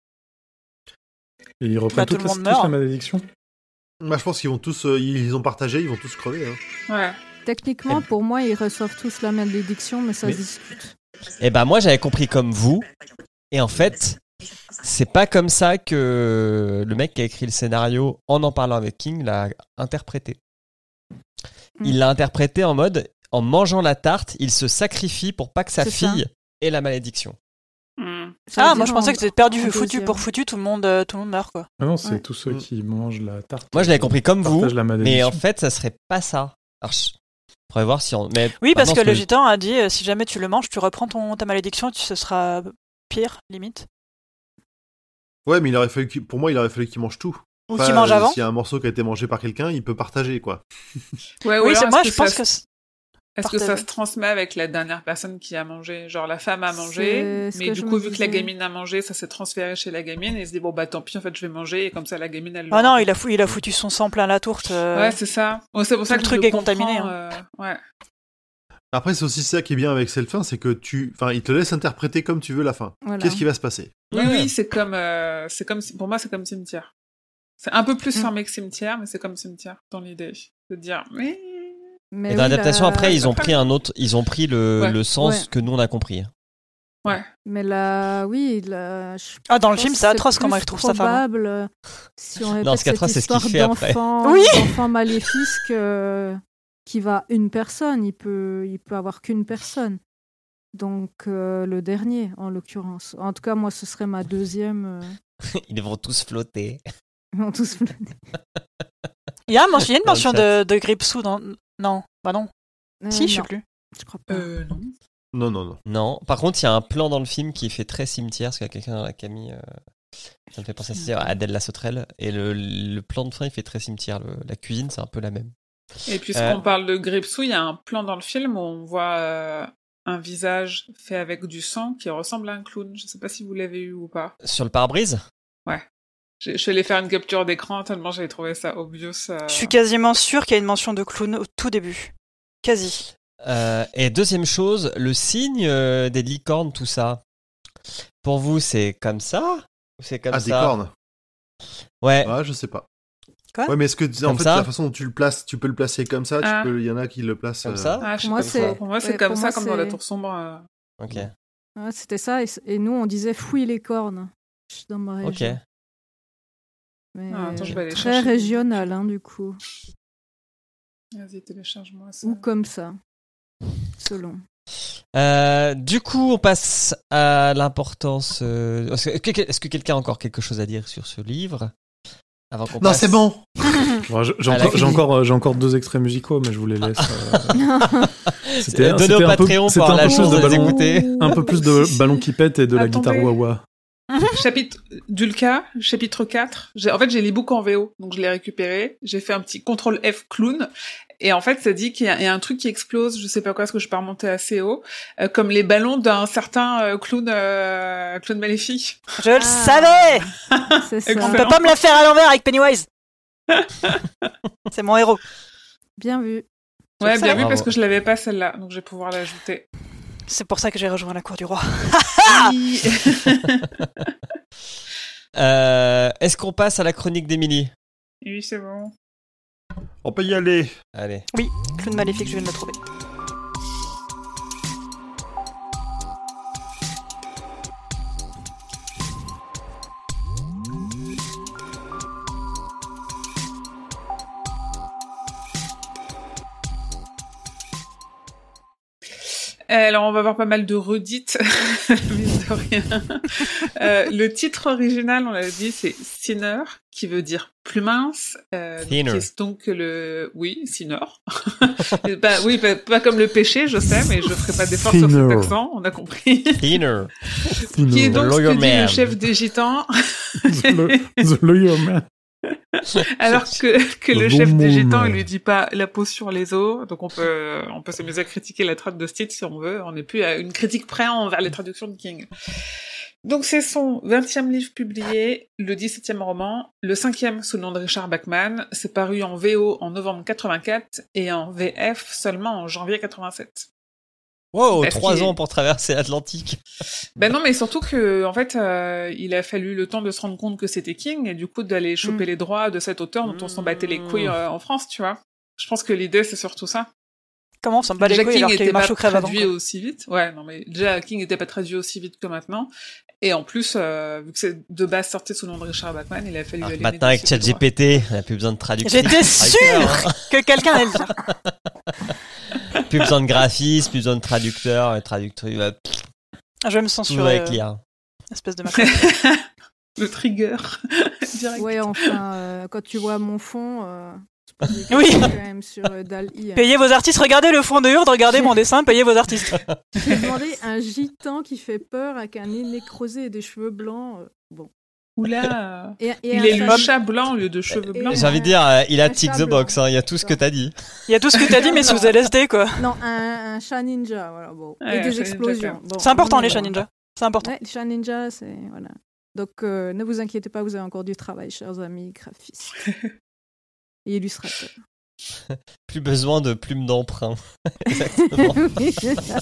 Et ils reprennent Bah, tout toutes le la, monde tous meurt. la malédiction. Bah, je pense qu'ils vont tous, euh, ils ont partagé, ils vont tous crever. Hein. Ouais. Techniquement, pour moi, ils reçoivent tous la malédiction, mais ça Mais- se discute. Eh ben moi j'avais compris comme vous, et en fait c'est pas comme ça que le mec qui a écrit le scénario en en parlant avec King l'a interprété. Il l'a interprété en mode en mangeant la tarte, il se sacrifie pour pas que sa C'est ça. fille ait la malédiction. Hmm. Ça veut Ah, dire moi je pensais en- que c'était perdu, en foutu deuxième. pour foutu, tout le monde, euh, tout le monde meurt quoi. Ah non, c'est Ouais. tous ceux Mm. qui mangent la tarte. Moi je l'avais compris comme vous, Partagent la mais malédiction. en fait ça serait pas ça. Alors je pourrais voir si on. Mais Oui, parce maintenant, que le ce gitan a dit euh, si jamais tu le manges, tu reprends ton, ta malédiction, tu, ce sera pire, limite. Ouais, mais il aurait fallu, qu'il- pour moi, il aurait fallu qu'il mange tout. Ou Pas, qu'il mange euh, avant. S'il y a un morceau qui a été mangé par quelqu'un, il peut partager, quoi. Ouais, ou Oui, alors, c'est est-ce moi, que je ça pense se- que. c'est- Est-ce que ça partagé. se transmet avec la dernière personne qui a mangé? Genre la femme a mangé, C'est ce mais que du je coup me vu que la disais. gamine a mangé, ça s'est transféré chez la gamine et il se dit bon bah tant pis en fait je vais manger et comme ça la gamine elle. Ah l'aura. non, il a, fou- il a foutu son sang plein la tourte. euh, Ouais c'est ça. Bon, c'est pour ça tout que le je truc est comprends, contaminé, euh, Ouais. Après, c'est aussi ça qui est bien avec cette fin, c'est que tu, enfin, il te laisse interpréter comme tu veux la fin. Voilà. Qu'est-ce qui va se passer? Oui Ouais. oui c'est comme euh, c'est comme pour moi c'est comme cimetière. C'est un peu plus Mm. fermé que cimetière mais c'est comme cimetière dans l'idée de dire mais. Mais Et dans oui, l'adaptation la- après ils ont Après- pris un autre, ils ont pris le, Ouais. le sens Ouais. que nous on a compris. Ouais. Mais là, oui, là, je Ah, dans le pense film, que c'est atroce comment plus il retrouve sa femme. probable, euh, si on répète Non, ce qui est cette atroce, c'est ce qu'il histoire fait après. d'enfant, Oui. d'enfant maléfique euh, qui va une personne, il peut, il peut avoir qu'une personne. Donc euh, le dernier, en l'occurrence. En tout cas, moi, ce serait ma deuxième. euh, Ils vont tous flotter. ils vont tous flâner. Il y a, un mention- il y a une Dans le mention chat. de, de Gripsou dans. Non, bah non. Euh, Si, je sais non, plus. je crois pas. Euh non. Non, non, non. Non. Par contre, il y a un plan dans le film qui fait très cimetière, parce qu'il y a quelqu'un qui a mis. euh, Ça me fait penser à Adèle la Sauterelle. Et le, le plan de fin, il fait très cimetière. Le- la cuisine, c'est un peu la même. Et puisqu'on Euh. parle de Gripsou, il y a un plan dans le film où on voit euh, un visage fait avec du sang qui ressemble à un clown. Je sais pas si vous l'avez eu ou pas. Sur le pare-brise Je je suis allée faire une capture d'écran tellement j'avais trouvé ça obvious. euh. Je suis quasiment sûre qu'il y a une mention de clown au tout début. Quasi. Euh, Et deuxième chose, le signe euh, des licornes, tout ça. Pour vous, c'est comme ça ou c'est comme Ah, ça des cornes. Ouais. Ah, je sais pas. Quoi Ouais, mais est-ce que, en Comme fait, ça la façon dont tu le places, tu peux le placer comme ça, tu Ah. peux, il y en a qui le placent. Comme euh, ça Ah, je sais Pour moi, pas c'est- pourquoi. Pour moi, c'est ouais, comme pour ça, moi, comme dans la c'est- tour sombre. euh. Ok. Ouais, c'était ça. Et, c- et nous, on disait fouille les cornes. Dans ma Ok. région. Mais Ah, attends, je vais aller très chercher. régional, hein, du coup. Vas-y, télécharge-moi ça. Ou comme ça. Selon. Euh, du coup, on passe à l'importance. euh, Est-ce que, est-ce que quelqu'un a encore quelque chose à dire sur ce livre avant qu'on Non, passe- c'est bon. Bon, je- j'ai À la encore, j'ai fini. encore, euh, j'ai encore deux extraits musicaux, mais je vous les laisse. euh, C'était Euh, Donnez au c'était un peu- Patreon pour c'était avoir un la peu plus chance de de les ballon- écouter. Un peu plus de ballon qui pète et de la Attendez. guitare wah-wah. Chapitre Dulca, chapitre quatre. J'ai, en fait, j'ai l'ebook en V O, donc je l'ai récupéré. J'ai fait un petit contrôle F clown. Et en fait, ça dit qu'il y a, il y a un truc qui explose, je sais pas quoi, parce que je peux pas remonter assez haut, euh, comme les ballons d'un certain euh, clown, euh, clown maléfique. Je le Ah. savais. C'est ça. Excellent. On peut pas me la faire à l'envers avec Pennywise. C'est mon héros. Bien vu. Ouais, bien vu, Bravo. parce que je l'avais pas celle-là, donc je vais pouvoir l'ajouter. C'est pour ça que j'ai rejoint la cour du roi. Oui. Euh, Est-ce qu'on passe à la chronique d'Émilie Oui, c'est bon. On peut y aller. Allez. Clown maléfique, je viens de le trouver. Alors, on va avoir pas mal de redites, mine de rien. Euh, le titre original, on l'a dit, c'est Thinner, qui veut dire plus mince. Euh, Thinner. qui est donc le... Oui, Thinner. bah, oui, pas, pas comme le péché, je sais, mais je ferai pas d'effort sur cet Thinner. accent, on a compris. Thinner. Qui est donc ce Lawyer que dit man. le chef des gitans, The, lo- the Lawyer Man. alors que, que le Bon chef des moment. gitans, il lui dit pas la peau sur les os. Donc on peut, on peut s'amuser à critiquer la trad de ce titre si on veut. On n'est plus à une critique près envers les traductions de King. Donc c'est son vingtième livre publié, le dix-septième roman, le cinquième sous le nom de Richard Bachman. C'est paru en V O en novembre quatre-vingt-quatre et en V F seulement en janvier quatre-vingt-sept. Wow, Parce trois qu'il- ans pour traverser l'Atlantique. Ben non, mais surtout que en fait, euh, il a fallu le temps de se rendre compte que c'était King et du coup d'aller choper Mm. les droits de cet auteur dont on s'en battait les couilles euh, en France, tu vois. Je pense que l'idée c'est surtout ça. Comment on s'en bat les Déjà couilles King alors qu'il y a n'était eu marche pas ou crève avant, traduit quoi. aussi vite. Ouais, non mais déjà King n'était pas traduit aussi vite que maintenant. Et en plus, euh, vu que c'est de base sorti sous le nom de Richard Bachman, il a fallu Alors, aller maintenant, avec négocier les droits. ChatGPT, on n'a plus besoin de traduction. J'étais sûre que quelqu'un allait le dire. Plus besoin de graphisme, plus besoin de traducteur, et traducteur, euh, Je vais me tout censurer. avec euh, l'I A. espèce de machin. Le trigger. Direct. Ouais, enfin, euh, quand tu vois mon fond, euh, tu peux dire que Oui. c'est quand même sur euh, D A L L-I. hein. Payez vos artistes, regardez le fond de Hurde, regardez mon dessin, payez vos artistes. J'ai demandé un gitan qui fait peur avec un nez nécrosé et des cheveux blancs. euh, bon. Oula. Et, et Il un est le chat- chat blanc au lieu de cheveux Et- blancs. J'ai envie de dire, euh, il a Un tick chat the box, blanc. hein, il y a tout ce que t'as dit. Il y a tout ce que t'as dit, mais sous L S D, quoi. Non, un, un chat ninja, voilà, bon. Ouais, et un des chat ninja, explosions. Bon, C'est important, oui, les chats voilà. ninjas. C'est important. Ouais, les chats ninja, c'est... Voilà. Donc, euh, ne vous inquiétez pas, vous avez encore du travail, chers amis graphistes. Et illustrateurs. Plus besoin de plumes d'emprunt. Exactement. Oui.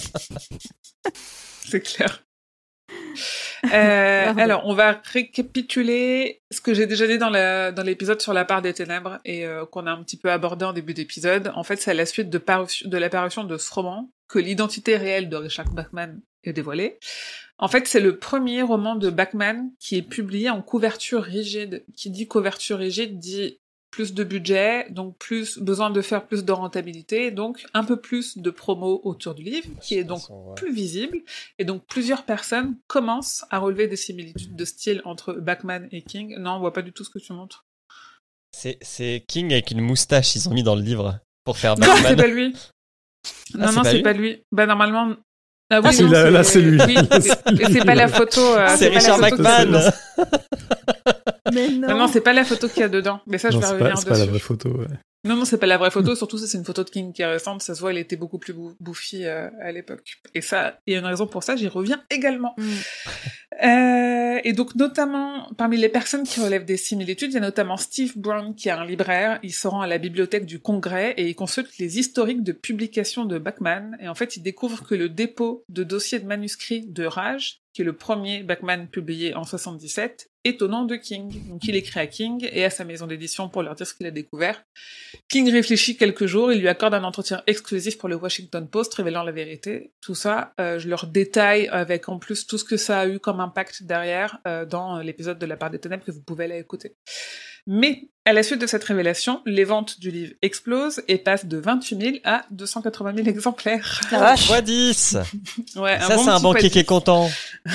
C'est clair. Euh, Pardon. alors, on va récapituler ce que j'ai déjà dit dans, la, dans l'épisode sur la part des ténèbres et euh, qu'on a un petit peu abordé en début d'épisode. En fait, c'est à la suite de, paru- de l'apparition de ce roman que l'identité réelle de Richard Bachman est dévoilée. En fait, c'est le premier roman de Bachman qui est publié en couverture rigide. Qui dit couverture rigide dit plus de budget, donc plus besoin de faire plus de rentabilité, donc un peu plus de promo autour du livre, qui est donc plus visible, et donc plusieurs personnes commencent à relever des similitudes de style entre Bachman et King. Non, on voit pas du tout ce que tu montres. C'est, c'est King avec une moustache, ils ont mis dans le livre pour faire Non, c'est Batman. pas lui. Ah, Non, c'est non, pas c'est lui pas lui. Bah normalement. Ah Ah, si, non, là- là, c'est lui. Oui, Là, et- c'est et c'est lui. pas la photo. euh, C'est pas la Richard photo que- Bachman. Mais non. Non, non, c'est pas la photo qu'il y a dedans. Mais ça, je Non, vais c'est revenir pas, c'est pas dessus. la vraie photo. Ouais. Non, non, c'est pas la vraie photo. Surtout, ça, c'est une photo de King qui est récente. Ça se voit, il était beaucoup plus bou- bouffi euh, à l'époque. Et ça, il y a une raison pour ça. J'y reviens également. Mm. Euh, et donc, notamment, parmi les personnes qui relèvent des similitudes, il y a notamment Steve Brown, qui est un libraire. Il se rend à la bibliothèque du Congrès et il consulte les historiques de publication de Bachman. Et en fait, il découvre que le dépôt de dossiers de manuscrits de Rage, qui est le premier Bachman publié en soixante-dix-sept, est au nom de King. Donc il écrit à King et à sa maison d'édition pour leur dire ce qu'il a découvert. King réfléchit quelques jours, il lui accorde un entretien exclusif pour le Washington Post, révélant la vérité. Tout ça, euh, je leur détaille avec en plus tout ce que ça a eu comme impact derrière euh, dans l'épisode de La part des ténèbres que vous pouvez aller écouter. Mais à la suite de cette révélation, les ventes du livre explosent et passent de vingt-huit mille à deux cent quatre-vingt mille exemplaires. La vache. fois dix. Ouais, Ça, bon c'est un petit banquier fois qui est dix. content.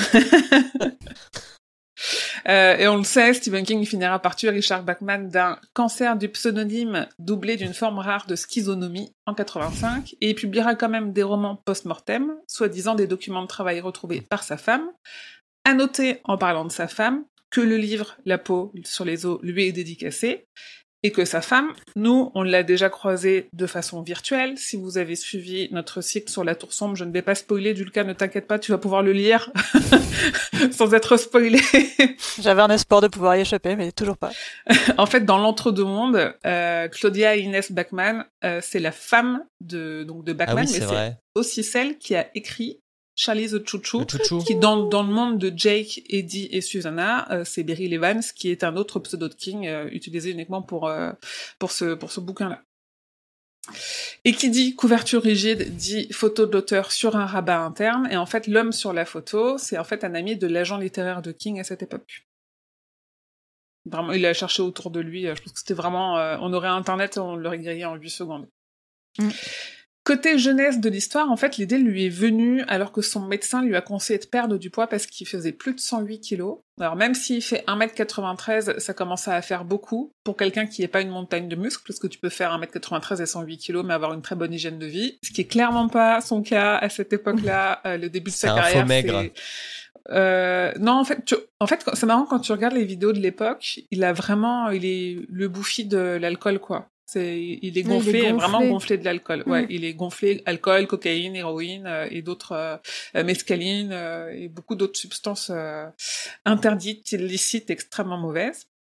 Euh, et on le sait, Stephen King finira par tuer Richard Bachman d'un cancer du pseudonyme doublé d'une forme rare de schizonomie en quatre-vingt-cinq, et il publiera quand même des romans post-mortem, soi-disant des documents de travail retrouvés par sa femme. À noter, en parlant de sa femme, que le livre La peau sur les os lui est dédicacé, et que sa femme, nous, on l'a déjà croisée de façon virtuelle. Si vous avez suivi notre cycle sur la Tour Sombre, je ne vais pas spoiler, Julka, ne t'inquiète pas, tu vas pouvoir le lire sans être spoilé. J'avais un espoir de pouvoir y échapper, mais toujours pas. En fait, dans l'entre-deux-mondes, euh, Claudia Inès Bachman, euh, c'est la femme de, donc de Ah Bachman, oui, c'est mais c'est vrai. aussi celle qui a écrit Charlie the Choo-Choo, Le chouchou. qui dans, dans le monde de Jake, Eddie et Susanna, euh, c'est Beryl Evans, qui est un autre pseudo de King euh, utilisé uniquement pour, euh, pour ce, pour ce bouquin-là. Et qui dit couverture rigide, dit photo de l'auteur sur un rabat interne, et en fait, l'homme sur la photo, c'est en fait un ami de l'agent littéraire de King à cette époque. Vraiment, il a cherché autour de lui, euh, je pense que c'était vraiment... euh, on aurait Internet, on l'aurait grillé en huit secondes. Mm. Côté jeunesse de l'histoire, en fait, l'idée lui est venue alors que son médecin lui a conseillé de perdre du poids parce qu'il faisait plus de cent huit kilos. Alors même s'il fait un mètre quatre-vingt-treize, ça commence à faire beaucoup pour quelqu'un qui n'est pas une montagne de muscles, parce que tu peux faire un mètre quatre-vingt-treize et cent huit kilos, mais avoir une très bonne hygiène de vie, ce qui est clairement pas son cas à cette époque-là, euh, le début de C'est sa un carrière. faux maigre. c'est- Euh, non, en fait, tu... en fait, c'est marrant quand tu regardes les vidéos de l'époque, il a vraiment, il est le bouffi de l'alcool, quoi. C'est, il est Oui, gonflé, il est vraiment gonflé. gonflé de l'alcool. Ouais, Mm. il est gonflé, alcool, cocaïne, héroïne euh, et d'autres euh, euh, mescaline euh, et beaucoup d'autres substances euh, interdites, illicites, extrêmement mauvaises.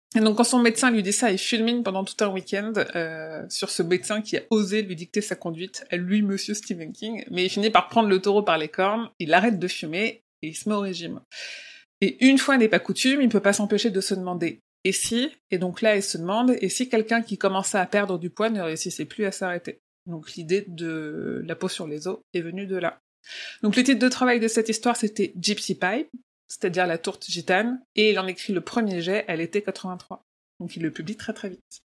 Et donc, quand son médecin lui dit ça, il fulmine pendant tout un week-end euh, sur ce médecin qui a osé lui dicter sa conduite, à lui, monsieur Stephen King. Mais il finit par prendre le taureau par les cornes, il arrête de fumer et il se met au régime. Et une fois n'est pas coutume, il peut pas s'empêcher de se demander « et si ?» Et donc là, il se demande « et si quelqu'un qui commençait à perdre du poids ne réussissait plus à s'arrêter ?» Donc l'idée de la peau sur les os est venue de là. Donc le titre de travail de cette histoire, c'était Gypsy Pie, c'est-à-dire la tourte gitane, et il en écrit le premier jet à l'été quatre-vingt-trois. Donc il le publie très très vite.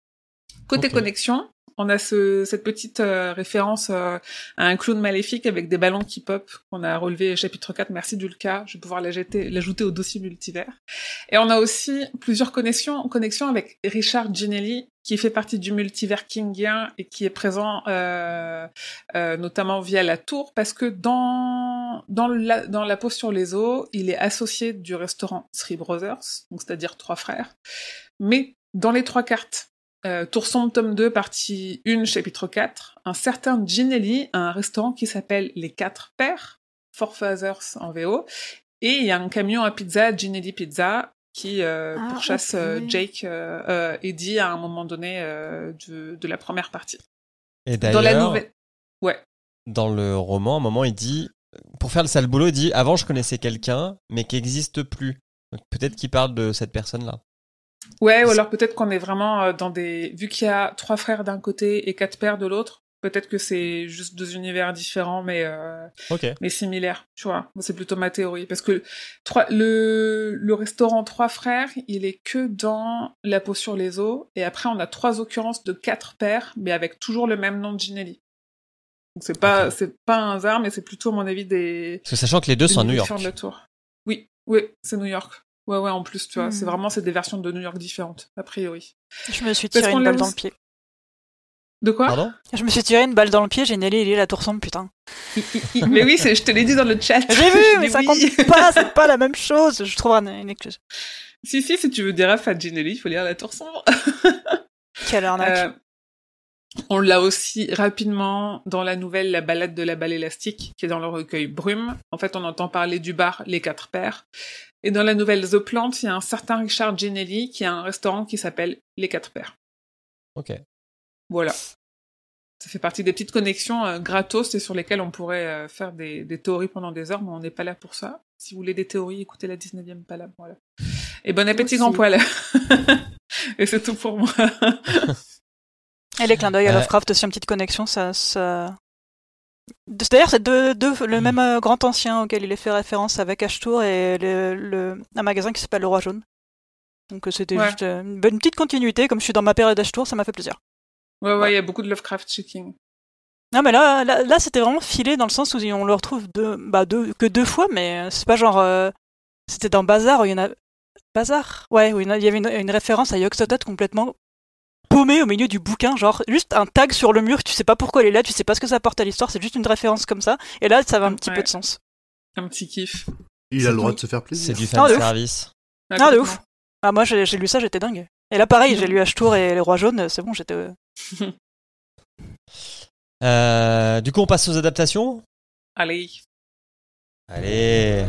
Côté okay. connexion, on a ce, cette petite euh, référence euh, à un clown maléfique avec des ballons qui pop qu'on a relevé au chapitre quatre. Merci Dulka, je vais pouvoir l'ajouter, l'ajouter au dossier multivers. Et on a aussi plusieurs connexions, connexions avec Richard Ginelli, qui fait partie du multivers kingien et qui est présent euh, euh, notamment via la tour, parce que dans dans la, dans la peau sur les os, il est associé du restaurant Three Brothers, donc c'est-à-dire trois frères. Mais dans les trois cartes, Euh, Tour sombre, tome deux, partie un, chapitre quatre, un certain Ginelli a un restaurant qui s'appelle Les Quatre Pères, Four Fathers en V O, et il y a un camion à pizza, Ginelli Pizza, qui euh, ah, pourchasse okay. euh, Jake euh, euh, Eddie à un moment donné euh, de, de la première partie. Et d'ailleurs, dans, la nouvelle... ouais. dans le roman, à un moment, il dit, pour faire le sale boulot, il dit « Avant, je connaissais quelqu'un, mais qui n'existe plus. » Donc peut-être qu'il parle de cette personne-là. Ouais, ou alors peut-être qu'on est vraiment dans des... Vu qu'il y a trois frères d'un côté et quatre pères de l'autre, peut-être que c'est juste deux univers différents, mais, euh... okay. mais similaires, tu vois. C'est plutôt ma théorie. Parce que trois... le... le restaurant Trois Frères, il est que dans La peau sur les os, et après on a trois occurrences de quatre pères, mais avec toujours le même nom de Ginelli. Donc c'est pas, okay. c'est pas un hasard, mais c'est plutôt, à mon avis, des... Parce que sachant que les deux sont à New York. De la tour. Oui, oui, c'est New York. Ouais, ouais, en plus, tu vois, mmh. c'est vraiment, c'est des versions de New York différentes, a priori. Je me suis tiré une balle dans le pied. De quoi ? Pardon ? Je me suis tiré une balle dans le pied, j'ai Nelly, il est la tour sombre, putain. Mais oui, c'est, je te l'ai dit dans le chat. J'ai vu, mais ça oui. compte pas, c'est pas la même chose, je trouve une excuse. Si, si, si tu veux dire à Ginelli, il faut lire la tour sombre. Quelle arnaque. Euh, on l'a aussi rapidement dans la nouvelle La balade de la balle élastique, qui est dans le recueil Brume. En fait, on entend parler du bar Les Quatre Pères. Et dans la nouvelle The Plant, il y a un certain Richard Ginelli qui a un restaurant qui s'appelle Les Quatre Pères. Ok. Voilà. Ça fait partie des petites connexions euh, gratos et sur lesquelles on pourrait euh, faire des, des théories pendant des heures, mais on n'est pas là pour ça. Si vous voulez des théories, écoutez la dix-neuvième Palabre, voilà. Et bon appétit, grand poil. Et c'est tout pour moi. Et les clins d'œil à Lovecraft, aussi une petite connexion, ça... ça... D'ailleurs, c'est deux, deux, le même euh, grand ancien auquel il est fait référence avec Ashtour et le, le, un magasin qui s'appelle Le Roi Jaune. Donc euh, c'était ouais. juste euh, une, une petite continuité. Comme je suis dans ma période Ashtour, ça m'a fait plaisir. Ouais, ouais, il y a beaucoup de Lovecraft chez King. Non, mais là, là, là, c'était vraiment filé dans le sens où on le retrouve deux, bah, deux, que deux fois, mais c'est pas genre... Euh, c'était dans Bazar où il y en a... Bazar ? Ouais, où il y avait une, une référence à Yog-Sothoth complètement paumé au milieu du bouquin, genre juste un tag sur le mur, tu sais pas pourquoi il est là, tu sais pas ce que ça apporte à l'histoire, c'est juste une référence comme ça, et là ça va un petit ouais. peu de sens. Un petit kiff. Il c'est a le droit de se faire plaisir. C'est du fan service. Non, ah, de ouf. Ah, moi j'ai, j'ai lu ça, j'étais dingue. Et là pareil, j'ai lu Ashtour et Les Rois Jaunes, c'est bon, j'étais... euh, du coup on passe aux adaptations ? Allez. Allez.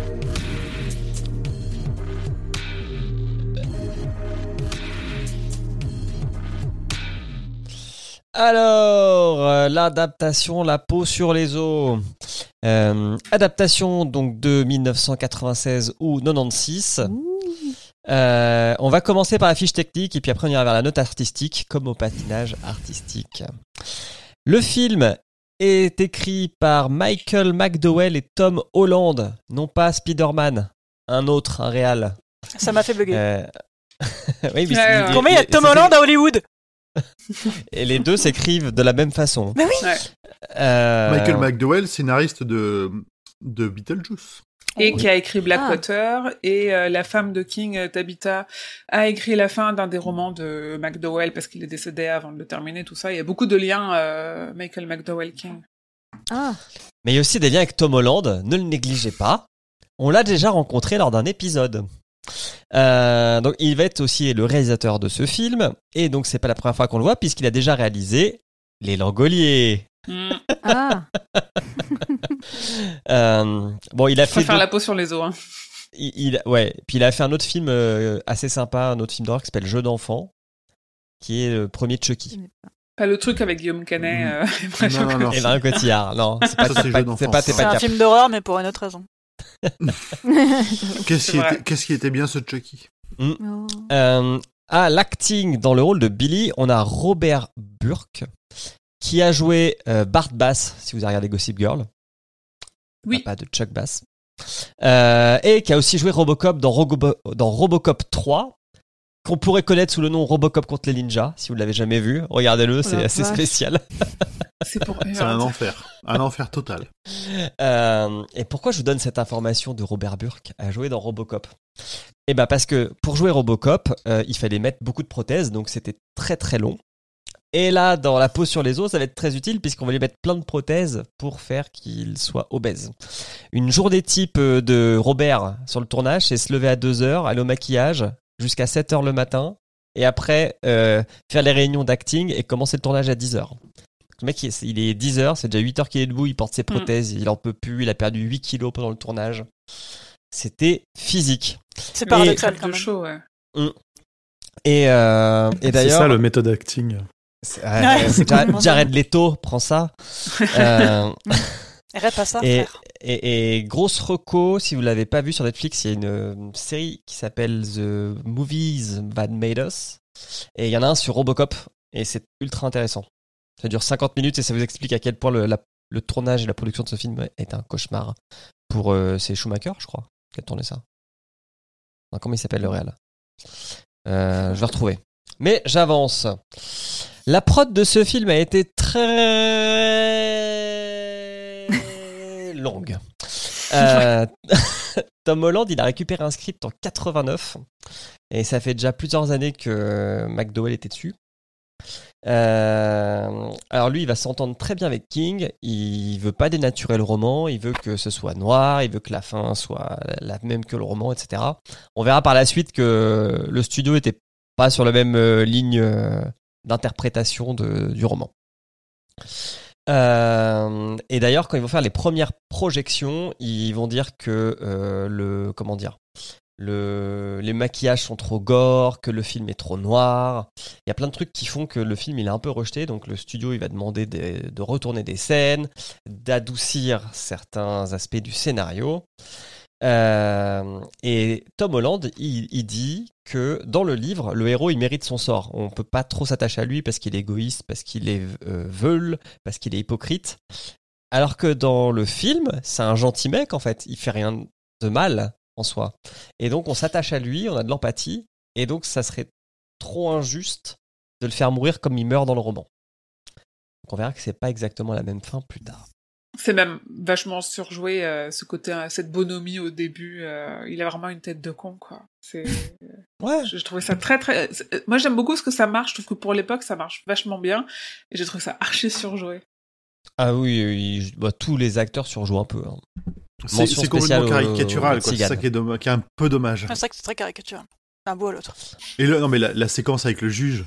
Alors, euh, l'adaptation La peau sur les os. Euh, adaptation donc de dix-neuf cent quatre-vingt-seize ou quatre-vingt-seize. Euh, on va commencer par la fiche technique et puis après on ira vers la note artistique, comme au patinage artistique. Le film est écrit par Michael McDowell et Tom Holland, non pas Spider-Man, un autre, un réal. Ça m'a fait bugger. Euh... oui, mais euh, c'est, combien il y a Tom Holland à Hollywood ? Et les deux s'écrivent de la même façon. Mais oui. Ouais. Euh... Michael McDowell, scénariste de de Beetlejuice. Et oui. qui a écrit Blackwater, ah. et euh, la femme de King, Tabitha, a écrit la fin d'un des romans de McDowell parce qu'il est décédé avant de le terminer, tout ça. Il y a beaucoup de liens euh, Michael McDowell King. Ah. Mais il y a aussi des liens avec Tom Holland, ne le négligez pas. On l'a déjà rencontré lors d'un épisode. Euh, donc il va être aussi le réalisateur de ce film, et donc c'est pas la première fois qu'on le voit puisqu'il a déjà réalisé Les Langoliers. Mm. Ah. euh, bon, il a Je fait préfère deux... La peau sur les os. Hein. il, il, ouais. Puis il a fait un autre film euh, assez sympa, un autre film d'horreur qui s'appelle Jeu d'enfant, qui est le premier de Chucky. Pas le truc avec Guillaume Canet Mmh. euh, et Marion Non, non, non. Et Marion Cotillard. Non, c'est pas, Ça, c'est c'est pas, Jeu d'enfant, c'est pas, ça. c'est C'est pas un cap. film d'horreur, mais pour une autre raison. Qu'est-ce C'est qui, vrai. était, qu'est-ce qui était bien ce Chucky? Oh. Euh, à l'acting dans le rôle de Billy, on a Robert Burke qui a joué euh, Bart Bass, si vous avez regardé Gossip Girl. Oui. Papa de Chuck Bass. Euh, et qui a aussi joué Robocop dans, Rogo- dans Robocop trois, qu'on pourrait connaître sous le nom Robocop contre les ninjas. Si vous ne l'avez jamais vu, regardez-le, c'est la assez vache. spécial. C'est pour. C'est un enfer. Un enfer total. Euh, et pourquoi je vous donne cette information de Robert Burke à jouer dans Robocop? Eh ben parce que pour jouer Robocop, euh, il fallait mettre beaucoup de prothèses, donc c'était très très long. Et là, dans la peau sur les os, ça va être très utile puisqu'on va lui mettre plein de prothèses pour faire qu'il soit obèse. Une journée type de Robert sur le tournage, c'est se lever à deux heures, aller au maquillage jusqu'à sept heures le matin, et après euh, faire les réunions d'acting et commencer le tournage à dix heures. Le mec, il est, il est dix heures, c'est déjà huit heures qu'il est debout, il porte ses prothèses, il en peut plus, il a perdu huit kilos pendant le tournage. C'était physique. C'est paradoxal de quand même. show, ouais. Et, euh, et C'est d'ailleurs... ça le méthode acting. C'est- Ouais, ouais, c'est Jared, complètement Jared Leto, prends ça. Euh, Rép à ça, et, frère. et, et grosse reco, si vous l'avez pas vu sur Netflix, il y a une, euh, série qui s'appelle The Movies That Made Us. Et il y en a un sur Robocop. Et c'est ultra intéressant. Ça dure cinquante minutes et ça vous explique à quel point le, la, le tournage et la production de ce film est un cauchemar. Pour euh, c'est Schumacher, je crois, qui a tourné ça. Non, comment il s'appelle le réal euh, Je vais retrouver. Mais j'avance. La prod de ce film a été très longue. Euh, Tom Holland, il a récupéré un script en quatre-vingt-neuf et ça fait déjà plusieurs années que McDowell était dessus. Euh, alors lui, il va s'entendre très bien avec King. Il veut pas dénaturer le roman. Il veut que ce soit noir. Il veut que la fin soit la même que le roman, et cetera. On verra par la suite que le studio était pas sur la même euh, ligne euh, d'interprétation de, du roman. Euh, et d'ailleurs, quand ils vont faire les premières projections, ils vont dire que euh, le comment dire, le, les maquillages sont trop gore, que le film est trop noir. Il y a plein de trucs qui font que le film il est un peu rejeté. Donc le studio il va demander des, de retourner des scènes, d'adoucir certains aspects du scénario. Euh, et Tom Holland, il, il dit que dans le livre, le héros, il mérite son sort. On peut pas trop s'attacher à lui parce qu'il est égoïste, parce qu'il est euh, veule, parce qu'il est hypocrite. Alors que dans le film, c'est un gentil mec, en fait. Il fait rien de mal en soi. Et donc, on s'attache à lui, on a de l'empathie. Et donc, ça serait trop injuste de le faire mourir comme il meurt dans le roman. Donc, on verra que c'est pas exactement la même fin plus tard. C'est même vachement surjoué, euh, ce côté, euh, cette bonhomie au début. Euh, il a vraiment une tête de con, quoi. C'est... Ouais. Je, je trouvais ça très, très... Moi, j'aime beaucoup ce que ça marche. Je trouve que pour l'époque, ça marche vachement bien. Et j'ai trouvé ça archi surjoué. Ah oui, oui, bah, tous les acteurs surjouent un peu. Hein. C'est, Mention c'est complètement spéciale au- caricatural, au quoi. C'est Tzigane. ça qui est, domm- qui est un peu dommage. C'est vrai que c'est très caricatural. Un bout à l'autre. Et le, non, mais la, la séquence avec le juge.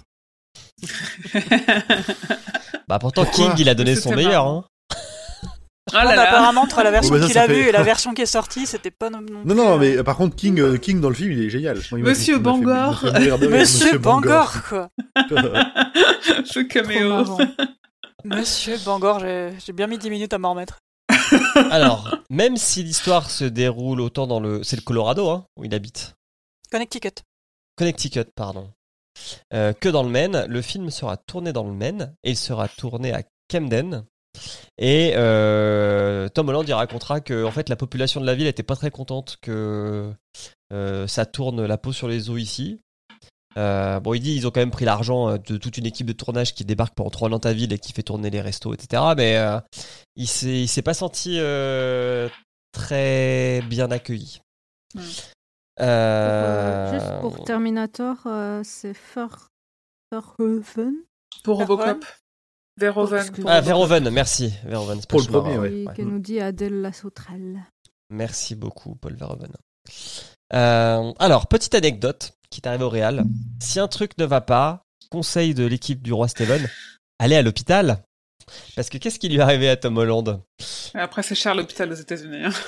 Bah pourtant, Pourquoi King, il a donné C'était son meilleur. marrant. Hein. Ah là Bon, là. apparemment, entre la version Bon, bah, ça, qu'il ça a fait- vue et la version qui est sortie, c'était pas non, non Non, plus, non, euh, mais par contre, King, euh, King dans le film, il est génial. Moi, il m'a- Monsieur il m'a fait- il m'a Bangor. fait mourir de rire, Monsieur Bangor, quoi. Ce Trop caméo. marrant. Monsieur Bangor, j'ai j'ai bien mis dix minutes à m'en remettre. Alors, même si l'histoire se déroule autant dans le... C'est le Colorado, hein, où il habite. Connecticut. Connecticut, pardon. Euh, que dans le Maine, le film sera tourné dans le Maine et il sera tourné à Camden. Et euh, Tom Holland, il racontera que en fait, la population de la ville n'était pas très contente que euh, ça tourne la peau sur les os ici. Euh, bon, il dit ils ont quand même pris l'argent de toute une équipe de tournage qui débarque pendant trois ans dans ta ville et qui fait tourner les restos, et cetera. Mais euh, il s'est, il s'est pas senti euh, très bien accueilli. Mm. Euh, Pour, euh, juste pour Terminator, euh, c'est Ver- Verhoeven Pour Robocop. Verhoeven. Excuse- pour Ah, Robocop. Verhoeven, merci. Verhoeven, c'est pas Pour le Schumacher, premier, ouais. qui, ouais. qui nous dit Adèle la sauterelle. Merci beaucoup, Paul Verhoeven. Euh, alors, petite anecdote qui est arrivée au Real. Si un truc ne va pas, conseil de l'équipe du Roi Steven, allez à l'hôpital. Parce que qu'est-ce qui lui est arrivé à Tom Holland ? Après, c'est cher l'hôpital aux États-Unis. Hein.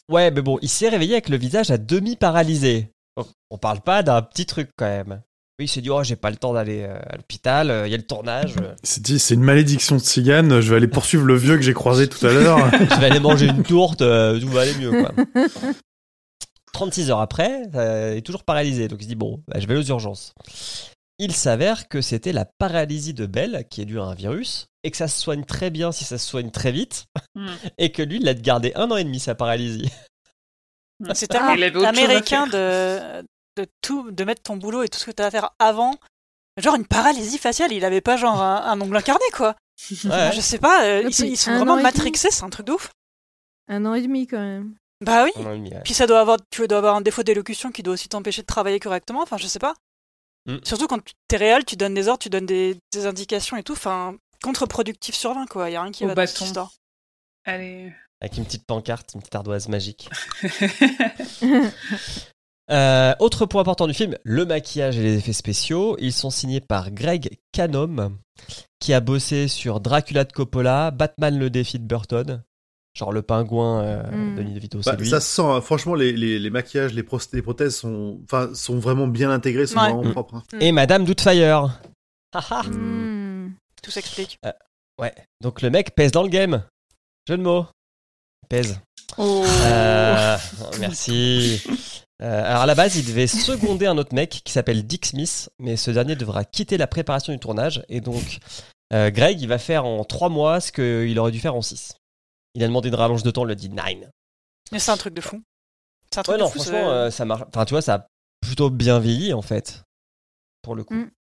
Ouais, mais bon, il s'est réveillé avec le visage à demi paralysé. Donc, on parle pas d'un petit truc quand même. Oui, il s'est dit, oh, j'ai pas le temps d'aller euh, à l'hôpital, il euh, y a le tournage. Euh. Il s'est dit, c'est une malédiction de cigane, je vais aller poursuivre le vieux que j'ai croisé tout à l'heure. Je vais aller manger une tourte, euh, tout va aller mieux, quoi. trente-six heures après, euh, il est toujours paralysé, donc il se dit, bon, bah, je vais aux urgences. Il s'avère que c'était la paralysie de Bell, qui est due à un virus, et que ça se soigne très bien si ça se soigne très vite, mm. et que lui, il l'a gardé un an et demi, sa paralysie. C'est tellement ah, américain de, de, tout, de mettre ton boulot et tout ce que tu as à faire avant. Genre une paralysie faciale, il avait pas genre un, un ongle incarné, quoi. Ouais. Je sais pas, euh, ils, ils sont vraiment matrixés, c'est un truc de ouf. Un an et demi, quand même. Bah oui. Demi, ouais. Puis ça doit avoir, tu dois avoir un défaut d'élocution qui doit aussi t'empêcher de travailler correctement, enfin je sais pas. Mm. Surtout quand t'es réel, tu donnes des ordres, tu donnes des, des indications et tout, enfin contre-productif sur vingt, quoi. Y a rien qui Au va bâton. dans cette histoire. Allez. Avec une petite pancarte, une petite ardoise magique. euh, autre point important du film, le maquillage et les effets spéciaux. Ils sont signés par Greg Cannom, qui a bossé sur Dracula de Coppola, Batman le défi de Burton. Genre le pingouin euh, mm. de Danny DeVito, bah, c'est lui. Ça se sent, hein. Franchement, les, les, les maquillages, les, prost- les prothèses sont, sont vraiment bien intégrés, sont ouais. vraiment mm. propres. Hein. Et Madame Doubtfire. mm. Tout s'explique. Euh, ouais, donc le mec pèse dans le game. Jeu de mots. Pèse. Oh. Euh, merci. Euh, alors à la base, il devait seconder un autre mec qui s'appelle Dick Smith, mais ce dernier devra quitter la préparation du tournage. Et donc, euh, Greg, il va faire en trois mois ce qu'il aurait dû faire en six. Il a demandé une rallonge de temps, il lui a dit nine. Mais c'est un truc de fou. C'est un truc ouais, de non, fou. Franchement, euh, ça marche. Enfin, tu vois, ça a plutôt bien vieilli en fait, pour le coup. Mm.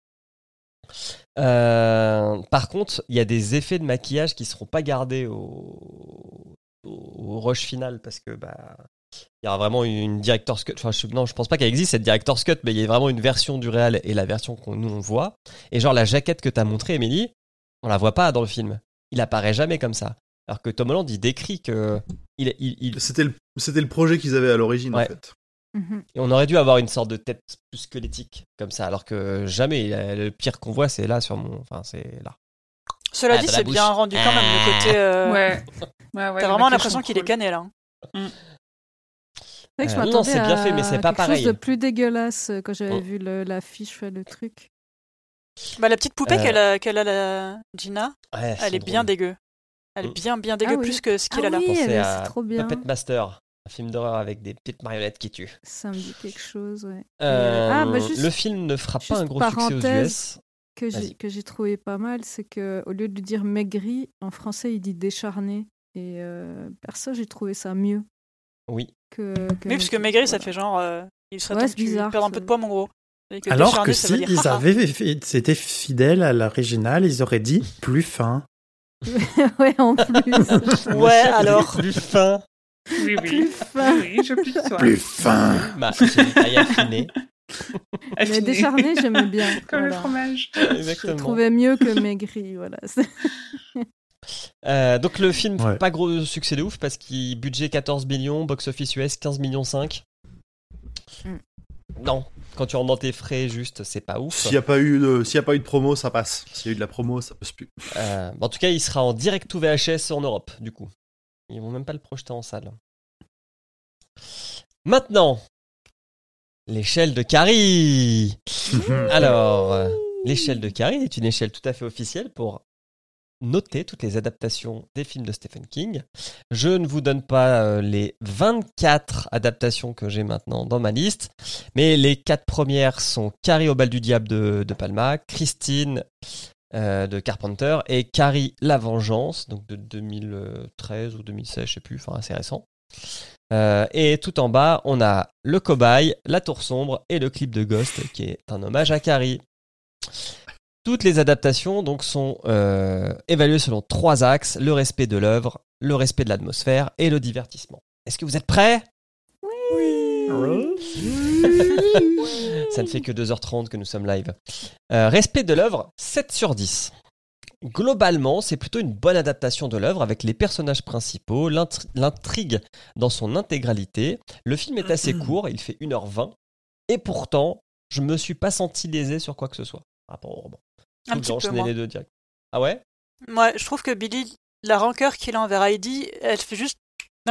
Euh, par contre, il y a des effets de maquillage qui seront pas gardés au, au, au rush final parce que bah il y aura vraiment une director's cut. Enfin, je, non, je pense pas qu'elle existe cette director's cut, mais il y a vraiment une version du réel et la version qu'on nous on voit. Et genre la jaquette que t'as montrée, Émilie, on la voit pas dans le film. Il apparaît jamais comme ça. Alors que Tom Holland, il décrit que il, il, il... C'était le c'était le projet qu'ils avaient à l'origine ouais. en fait. Et on aurait dû avoir une sorte de tête plus squelettique comme ça, alors que jamais. Le pire qu'on voit, c'est là sur mon. Enfin, c'est là. Cela ah, dit, c'est bouche. Bien rendu quand même le côté. Euh... Ouais. ouais, ouais. T'as vraiment l'impression qu'il cool. est cané là. Mm. C'est vrai que je euh, non, c'est bien fait, mais c'est pas pareil. Quelque chose de plus dégueulasse quand j'avais mm. vu le, l'affiche, le truc. Bah la petite poupée euh... qu'elle a, qu'elle a la Gina, ouais, elle est drôle. bien dégueu. Elle est bien bien dégueu ah, plus oui. que ce qu'il ah, a là. Oui, Pensez elle, à c'est trop bien. Puppet Master, un film d'horreur avec des petites marionnettes qui tuent. Ça me dit quelque chose, ouais. Euh, ah, bah juste, le film ne fera pas un gros succès aux U S. Que j'ai, que j'ai trouvé pas mal, c'est que au lieu de dire maigri, en français il dit décharné. Et euh, perso, j'ai trouvé ça mieux. Oui. Que, que oui, parce que maigri, voilà. Ça fait genre. Euh, il serait ouais, temps c'est que tu bizarre, perds un peu de poids, mon gros. Que alors décharné, que si dire, ils avaient c'était fidèles à l'original, ils auraient dit plus fin. ouais, en plus. ouais, alors. Plus fin. Oui, oui. Plus fin. Oui, oui, je plus sois. Plus fin. Bah, c'est une taille affinée. Mais décharné, j'aimais bien. Comme voilà. le fromage. Exactement. Je trouvais mieux que maigri, voilà. euh, donc le film, ouais. pas gros succès de ouf parce qu'il budget quatorze millions, box-office U S quinze millions cinq. Mm. Non, quand tu rentres dans tes frais, juste, c'est pas ouf. S'il n'y a pas eu de, s'il y a pas eu de promo, ça passe. S'il y a eu de la promo, ça passe plus. Euh, en tout cas, il sera en direct ou V H S en Europe, du coup. Ils vont même pas le projeter en salle. Maintenant, l'échelle de Carrie. Alors, euh, l'échelle de Carrie est une échelle tout à fait officielle pour noter toutes les adaptations des films de Stephen King. Je ne vous donne pas euh, les vingt-quatre adaptations que j'ai maintenant dans ma liste, mais les quatre premières sont Carrie au bal du diable de, de Palma, Christine euh, de Carpenter et Carrie la vengeance, donc de deux mille treize ou deux mille seize, je sais plus, enfin assez récent. Euh, et tout en bas, on a le cobaye, la tour sombre et le clip de Ghost qui est un hommage à Carrie. Toutes les adaptations donc sont euh, évaluées selon trois axes, le respect de l'œuvre, le respect de l'atmosphère et le divertissement. Est-ce que vous êtes prêts ? Oui. Ça ne fait que deux heures trente que nous sommes live. Euh, respect de l'œuvre, sept sur dix. Globalement, c'est plutôt une bonne adaptation de l'œuvre avec les personnages principaux, l'intri- l'intrigue dans son intégralité. Le film est assez court, il fait une heure vingt. Et pourtant, je me suis pas senti lésé sur quoi que ce soit. Par rapport au roman. Un petit peu moins. Les deux direct. Ah ouais ? Ouais, je trouve que Billy, la rancœur qu'il a envers Heidi, elle fait juste d'un coup.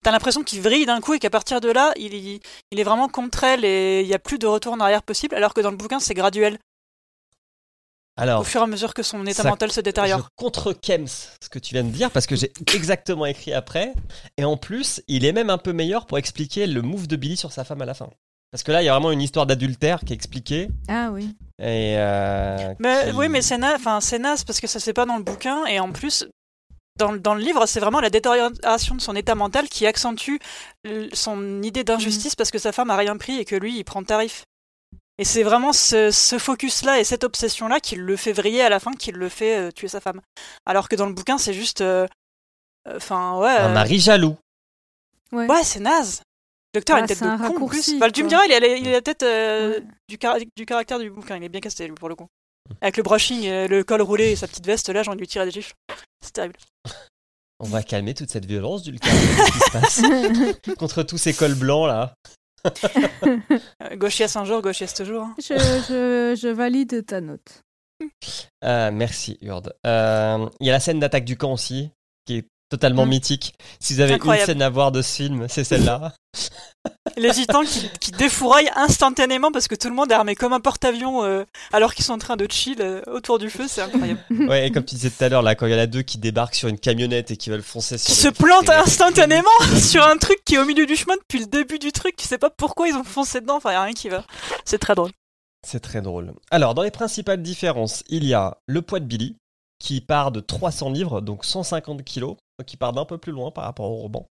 t'as l'impression qu'il vrille d'un coup et qu'à partir de là, il, il, il est vraiment contre elle et il n'y a plus de retour en arrière possible, alors que dans le bouquin, c'est graduel. Alors, au fur et à mesure que son état ça- mental se détériore. Je contre-kems ce que tu viens de dire parce que j'ai exactement écrit après. Et en plus, il est même un peu meilleur pour expliquer le move de Billy sur sa femme à la fin. Parce que là, il y a vraiment une histoire d'adultère qui est expliquée. Ah oui. Et euh, Mais, qui- Oui, mais c'est naze, enfin, c'est naze parce que ça c'est pas dans le bouquin et en plus. Dans, le- dans le livre, c'est vraiment la détérioration de son état mental qui accentue l- son idée d'injustice parce que sa femme a rien pris et que lui, il prend le tarif. Et c'est vraiment ce, ce focus-là et cette obsession-là qui le fait vriller à la fin, qui le fait euh, tuer sa femme. Alors que dans le bouquin, c'est juste... Enfin, ouais... un euh, mari jaloux. Ouais. Ouais, c'est naze. Le docteur Ah, a une tête c'est de un con en raccourci, plus. Enfin, tu me quoi. diras, il a, il a la tête euh, Ouais. du, car- du caractère du bouquin. Il est bien casté, lui, pour le coup. Avec le brushing, et le col roulé et sa petite veste, là, j'ai envie de lui tirer des gifles. C'est terrible. On va calmer toute cette violence du Qu'est-ce qui se passe contre tous ces cols blancs là. Euh, gauchias un jour, gauchias toujours. hein. je, je, je valide ta note. Euh, merci Urde. Euh, Il y a la scène d'attaque du camp aussi, qui est totalement Mm. mythique. Si vous avez Incroyable. une scène à voir de ce film, c'est celle-là. Les gitans qui, qui défouraillent instantanément parce que tout le monde est armé comme un porte-avions euh, alors qu'ils sont en train de chill euh, autour du feu, c'est incroyable. Ouais, et comme tu disais tout à l'heure, là, quand il y en a deux qui débarquent sur une camionnette et qui veulent foncer sur Qui les- se plantent les- instantanément sur un truc qui est au milieu du chemin depuis le début du truc, tu sais pas pourquoi ils ont foncé dedans, enfin y a rien qui va. C'est très drôle. C'est très drôle. Alors, dans les principales différences, il y a le poids de Billy, qui part de trois cents livres, donc cent cinquante kilos, donc il part d'un peu plus loin par rapport au roman.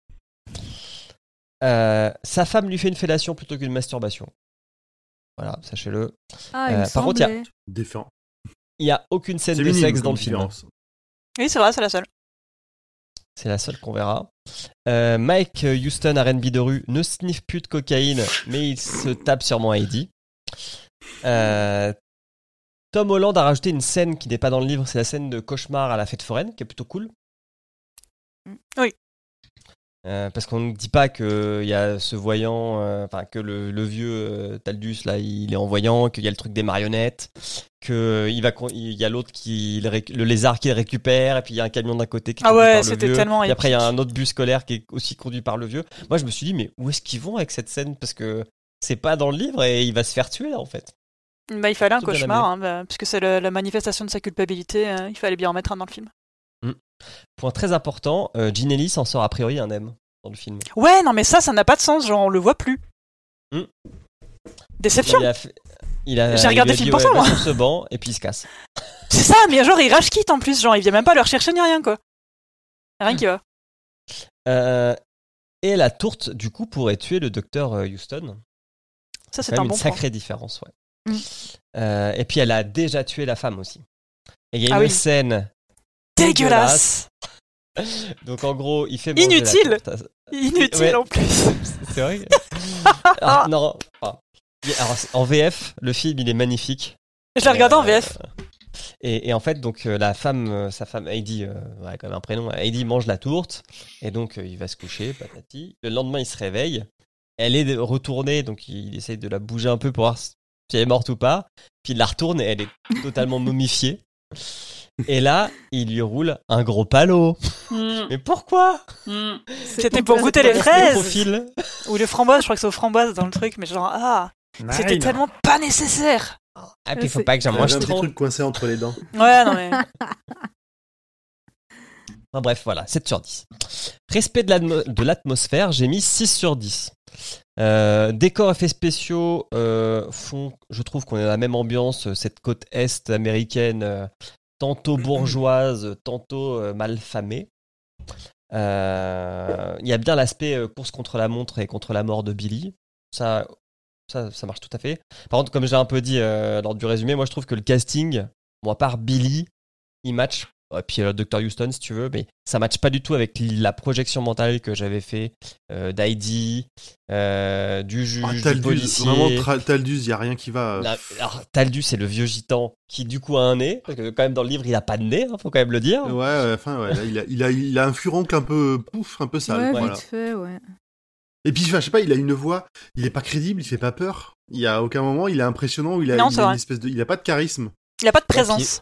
Euh, sa femme lui fait une fellation plutôt qu'une masturbation. Voilà, sachez-le. Ah, il Euh, me par contre, il y a- semblait. Défend. Il n'y a aucune scène C'est de minime sexe dans comme le film. différence. Oui, c'est vrai, c'est la seule. C'est la seule qu'on verra. Euh, Mike Houston, R and B de rue, ne sniffe plus de cocaïne, mais il se tape sûrement Heidi. Euh, Tom Holland a rajouté une scène qui n'est pas dans le livre, c'est la scène de cauchemar à la fête foraine, qui est plutôt cool. Oui. Euh, parce qu'on ne dit pas qu'il y a ce voyant, euh, enfin que le, le vieux euh, Taldus là, il est en voyant, qu'il y a le truc des marionnettes, que il va, con- il y a l'autre qui le, réc- le lézard qui le récupère, et puis il y a un camion d'un côté qui est Ah conduit ouais, par le c'était vieux, tellement et après il y a épique. un autre bus scolaire qui est aussi conduit par le vieux. Moi je me suis dit mais où est-ce qu'ils vont avec cette scène parce que c'est pas dans le livre et il va se faire tuer là en fait. Bah, il fallait un Tout bien cauchemar, hein, bah, puisque c'est le- la manifestation de sa culpabilité, hein, il fallait bien en mettre un dans le film. Point très important, euh, Ginelli s'en sort a priori un M dans le film. Ouais, non mais ça, ça n'a pas de sens, genre on le voit plus. Hmm. Déception. Il a fait- il a- J'ai il regardé lui a le film dit, pour ouais, ça, va moi. sur ce banc et puis il se casse. C'est ça, mais genre il rage quitte en plus, genre il vient même pas le rechercher ni rien quoi. Rien qui va. Euh, et la tourte du coup pourrait tuer le docteur euh, Houston. Ça C'est c'est quand un même bon une point. sacrée différence, ouais. Mm. Euh, et puis elle a déjà tué la femme aussi. Et il y a Ah une oui. scène Dégueulasse. Donc en gros, il fait manger Inutile. la tourte à- Inutile Ouais. en plus. C'est vrai. Alors, non. enfin, il y a- alors, en V F, le film il est magnifique. Je l'ai regardé en V Euh, F. Et, et en fait, donc euh, la femme, euh, sa femme, Heidi, euh, ouais, quand même un prénom, Heidi mange la tourte et donc euh, il va se coucher, patati. Le lendemain, il se réveille. Elle est retournée, donc il essaye de la bouger un peu pour voir si elle est morte ou pas. Puis il la retourne et elle est totalement momifiée. Et là, il lui roule un gros palo. Mm, Mais pourquoi mm. C'était pour goûter les Le fraises. profil. Ou les framboises, je crois que c'est aux framboises dans le truc, mais genre, ah, c'était tellement pas nécessaire. Ah, puis il faut C'est- pas que j'en Il y mange avait un petit trop. truc coincé entre les dents. Ouais, non mais. Enfin, bref, voilà, sept sur dix. Respect de l'atmo- de l'atmosphère, j'ai mis six sur dix. Euh, décors effets spéciaux euh, font, je trouve qu'on est dans la même ambiance, euh, cette côte est américaine, euh, tantôt bourgeoise, tantôt euh, mal famée. Euh, Il y a bien l'aspect euh, course contre la montre et contre la mort de Billy. Ça, ça, ça marche tout à fait. Par contre, comme j'ai un peu dit euh, lors du résumé, moi je trouve que le casting, bon, à part Billy, il match. Et puis le docteur Houston, si tu veux, mais ça matche pas du tout avec la projection mentale que j'avais fait euh, d'Heidi, euh, du juge, Ah, du Taldus, policier. vraiment, tra- Taldus, il n'y a rien qui va. La- alors, Taldus, c'est le vieux gitan qui, du coup, a un nez. Parce que, quand même, dans le livre, il a pas de nez, hein, faut quand même le dire. Ouais, ouais, enfin, ouais, là, il, a, il, a, il a un furoncle un peu pouf, un peu sale. Ouais, voilà. vite fait, ouais. Et puis, enfin, je sais pas, il a une voix, il est pas crédible, il fait pas peur. Il y a aucun moment, il est impressionnant, il a, Non, il c'est a vrai. une espèce de, il a pas de charisme. Il a pas de présence.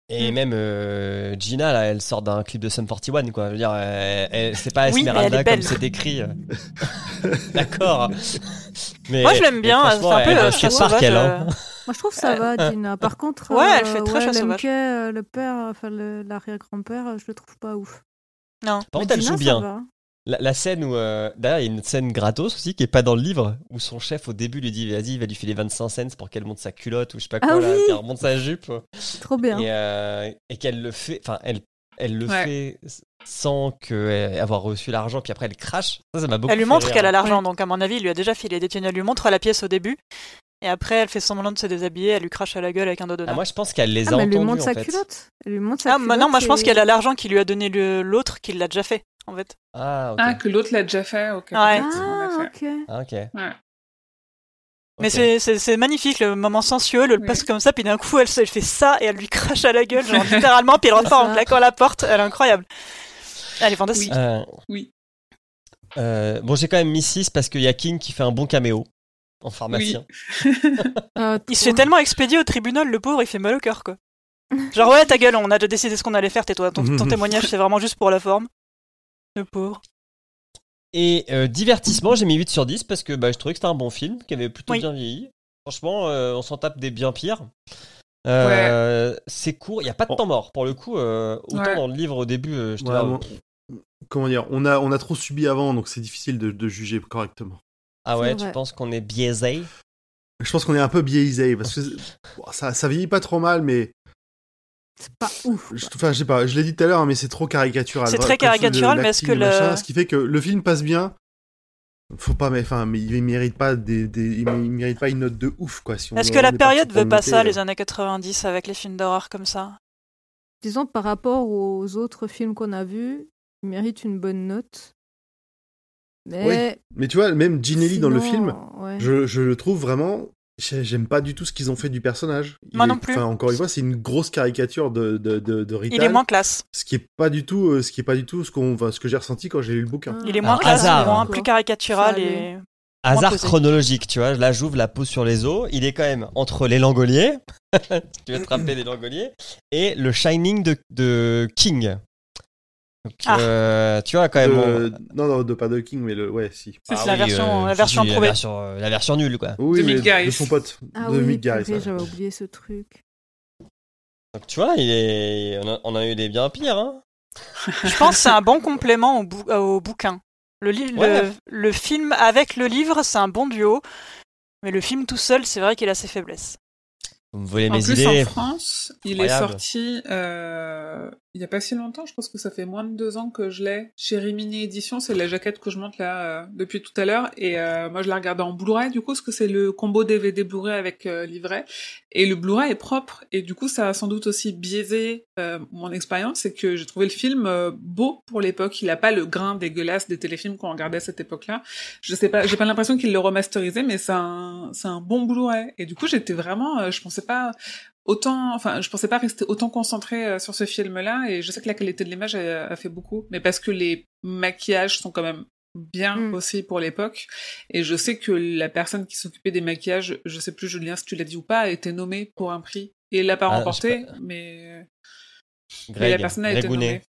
Et même euh, Gina, là, elle sort d'un clip de Sum quarante et un, quoi. Je veux dire, elle, elle, c'est pas Oui, mais elle Esmeralda est belle. comme c'est écrit. D'accord. Mais, Moi, je l'aime mais bien. C'est franchement, un peu elle euh, va chasse chez Park, sauvage. elle, euh, hein. Moi, je trouve que ça Euh, va, Dina. Par contre, Ouais, elle euh, fait très ouais, chasse l'M sauvage. K, euh, le père, enfin le- l'arrière-grand-père, euh, je le trouve pas ouf. Non. Par Mais contre, elle Gina, joue ça bien. va. La, la scène où. Euh, d'ailleurs, il y a une scène gratos aussi qui est pas dans le livre, où son chef au début lui dit vas-y, il va lui filer vingt-cinq cents pour qu'elle monte sa culotte ou je sais pas Ah quoi, là, oui. qu'elle remonte sa jupe. Trop bien. Et, euh, et qu'elle le fait. Enfin, elle, elle le Ouais. fait sans que, euh, avoir reçu l'argent, puis après elle crache. Ça, ça m'a beaucoup Elle lui fait montre rire. qu'elle a l'argent, donc à mon avis, il lui a déjà filé des thunes. Elle lui montre la pièce au début, et après, elle fait semblant de se déshabiller, elle lui crache à la gueule avec un dos dedans. Ah, moi, je pense qu'elle les Ah, a mais elle lui entendus montre en sa fait. culotte. Elle lui montre sa Ah, culotte. bah non, moi je pense et- qu'elle a l'argent qu'il lui a donné le- l'autre, qu'il l'a déjà fait, en fait. Ah, ok. Ah, que l'autre l'a déjà fait. Ok. Ouais. peut-être, en Ah, effet. ok. Ah, ok. Ouais. Mais Ok. c'est- c'est c'est magnifique, le moment sensuel, elle Oui. passe comme ça, puis d'un coup, elle, se- elle fait ça, et elle lui crache à la gueule, genre littéralement, puis elle repart en Ça. claquant la porte. Elle est incroyable. Elle est fantastique. Euh, Oui. euh, bon, j'ai quand même mis six parce qu'il y a King qui fait un bon caméo en pharmacien. Ah, Il se trop. fait tellement expédier au tribunal, le pauvre, il fait mal au cœur, quoi. Genre, ouais, ta gueule, on a déjà décidé ce qu'on allait faire, tais-toi. Ton, ton témoignage, c'est vraiment juste pour la forme. Le pauvre. Et euh, divertissement, j'ai mis huit sur dix parce que bah, je trouvais que c'était un bon film qui avait plutôt Oui. bien vieilli. Franchement, euh, on s'en tape des bien pires. Euh, C'est court, il n'y a pas de Bon. temps mort. Pour le coup, euh, autant Ouais. dans le livre au début, euh, j'étais Ouais, là, bon, comment dire, on a, on a trop subi avant, donc c'est difficile de, de juger correctement. ah ouais, C'est tu vrai. penses qu'on est biaisé? Je pense qu'on est un peu biaisé, parce que bon, ça, ça vieillit pas trop mal, mais C'est pas ouf. je, enfin, je sais pas, je l'ai dit tout à l'heure, mais c'est trop caricatural. C'est Vrai- très comme tout, caricatural, le- mais est-ce que l'acting, le- machin, ce qui fait que le film passe bien. Faut pas, mais enfin, mais il mérite pas des, des il il mérite pas une note de ouf, quoi. Si on- Est-ce que on la est période parti pour veut pas noter, ça, euh, les années quatre-vingt-dix, avec les films d'horreur comme ça? Disons, par rapport aux autres films qu'on a vus, il mérite une bonne note. Mais Mais tu vois, même Ginelli dans le sinon, film, ouais. je, je le trouve vraiment. j'ai- J'aime pas du tout ce qu'ils ont fait du personnage. Il Moi est- non plus. Enfin, encore une fois, c'est une grosse caricature de de de, de Rital. Il est moins classe. Ce qui est pas du tout, euh, ce qui est pas du tout ce qu'on, enfin, ce que j'ai ressenti quand j'ai lu le bouquin. Ah. Il est moins Alors, classe, hasard. moins plus caricatural Ça et... allait. Hasard posé. chronologique, tu vois. Là, j'ouvre la peau sur les os. Il est quand même entre les Langoliers, tu vas te rappeler des Langoliers, et le Shining de, de King. Donc, Ah. euh, tu vois, quand même. Euh, on- non, non, de pas de King, mais le, ouais, si. C'est la version- la si, version si, approuvée. La version, euh, la version nulle, quoi. Oui, De mais Mick Garris. de son pote, Ah de oui, Mick Garris. purée, ouais. j'avais oublié ce truc. Donc, tu vois, il est... on, a, on a eu des bien pires, hein. Je pense que c'est un bon complément au, bou- au bouquin. Le, li- Ouais. le, le film avec le livre, c'est un bon duo. Mais le film tout seul, c'est vrai qu'il a ses faiblesses. Vous me volez En mes plus, idées. en France, il Incroyable. est sorti euh, il y a pas si longtemps. Je pense que ça fait moins de deux ans que je l'ai chez Rimini Édition. C'est la jaquette que je monte là euh, depuis tout à l'heure. Et euh, moi, je l'ai regardé en Blu-ray, du coup, parce que c'est le combo D V D Blu-ray avec euh, livret. Et le Blu-ray est propre. Et du coup, ça a sans doute aussi biaisé euh, mon expérience. C'est que j'ai trouvé le film euh, beau pour l'époque. Il a pas le grain dégueulasse des téléfilms qu'on regardait à cette époque-là. Je sais pas, j'ai pas l'impression qu'il le remasterisé, mais c'est un, c'est un bon Blu-ray. Et du coup, j'étais vraiment, euh, je pensais pas autant, enfin, je pensais pas rester autant concentrée euh, sur ce film-là, et je sais que la qualité de l'image a, a fait beaucoup, mais parce que les maquillages sont quand même bien Mm. aussi pour l'époque, et je sais que la personne qui s'occupait des maquillages, je sais plus Julien si tu l'as dit ou pas, a été nommée pour un prix, et elle l'a pas Ah, remporté, je sais mais... mais Greg, la personne a été Greg Gounet. nommée.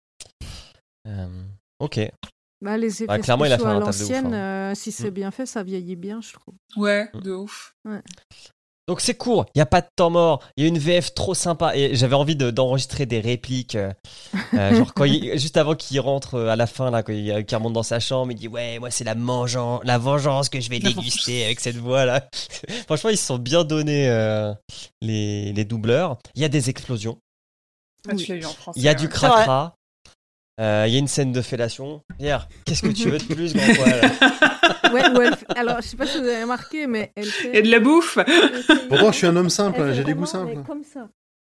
Euh, ok. Bah, les effets Ouais, clairement, il a spéciaux fait à un taf de ouf, l'ancienne, hein. euh, si c'est Mm. bien fait, ça vieillit bien, je trouve. Ouais, Mm. de ouf. Donc c'est court, il n'y a pas de temps mort, il y a une V F trop sympa et j'avais envie de- d'enregistrer des répliques, euh, euh, genre quand il- juste avant qu'il rentre euh, à la fin là, quand il, euh, qu'il remonte dans sa chambre, il dit ouais moi c'est la vengeance, la vengeance que je vais La déguster avec cette voix là. Franchement ils se sont bien donnés euh, les, les doubleurs. Il y a des explosions, Ah, tu l'as eu en français. il y a ouais. du cracra, euh, il y a une scène de fellation. Hier, qu'est-ce que tu veux de plus grand poil? Ouais, où elle fait- Alors, je sais pas si vous avez remarqué, mais elle fait. Il y a de la bouffe. elle fait- Pourtant, je suis un homme simple, elle hein, fait j'ai des goûts vraiment, simples. mais Comme ça.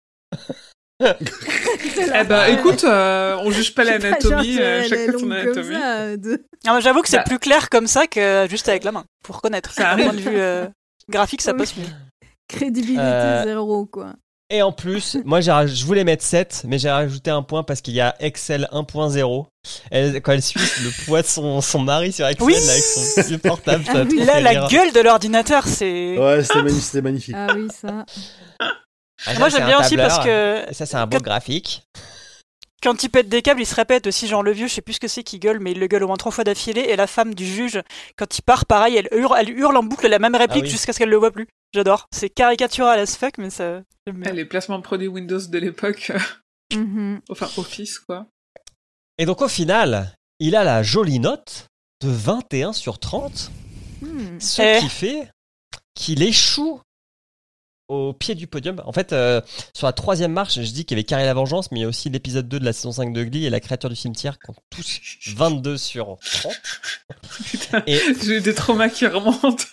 Eh ben, écoute, euh, on juge pas Je sais pas, l'anatomie, genre, euh, elle est chacun son longue comme anatomie. ça, euh, de- Ah, moi, j'avoue que c'est Bah. plus clair comme ça que juste avec la main, faut reconnaître. Ça D'un arrive. point de vue euh, graphique, ça Oui. passe mieux. Crédibilité Euh, zéro, quoi. Et en plus, moi j'ai raj- je voulais mettre sept, mais j'ai rajouté un point parce qu'il y a Excel un point zéro. Elle, quand elle suit le poids de son, son mari sur Excel Oui. là, avec son vieux portable, ça Ah a oui. trop La, fait la rire. gueule de l'ordinateur, c'est... Ouais, c'était magnifique. C'était magnifique. Ah oui, ça. Ah, ça, Moi, c'est j'aime un bien aussi tableur. parce que Et ça, c'est un beau quand- graphique. quand il pète des câbles, il se répète aussi, genre le vieux, je sais plus ce que c'est qui gueule, mais il le gueule au moins trois fois d'affilée. Et la femme du juge, quand il part, pareil, elle hurle, elle hurle en boucle la même réplique Ah oui. jusqu'à ce qu'elle le voit plus. J'adore. C'est caricatural as fuck, mais ça. j'aime bien. Les placements de produits Windows de l'époque, euh, Mhm. enfin Office, quoi. Et donc, au final, il a la jolie note de vingt et un sur trente, Hmm. ce Eh. qui fait qu'il échoue au pied du podium. En fait, euh, sur la troisième marche, je dis qu'il y avait Carré la Vengeance, mais il y a aussi l'épisode deux de la saison cinq de Glee et La Créature du Cimetière qui ont tous vingt-deux sur trente. Putain, Et- j'ai eu des traumas qui remontent.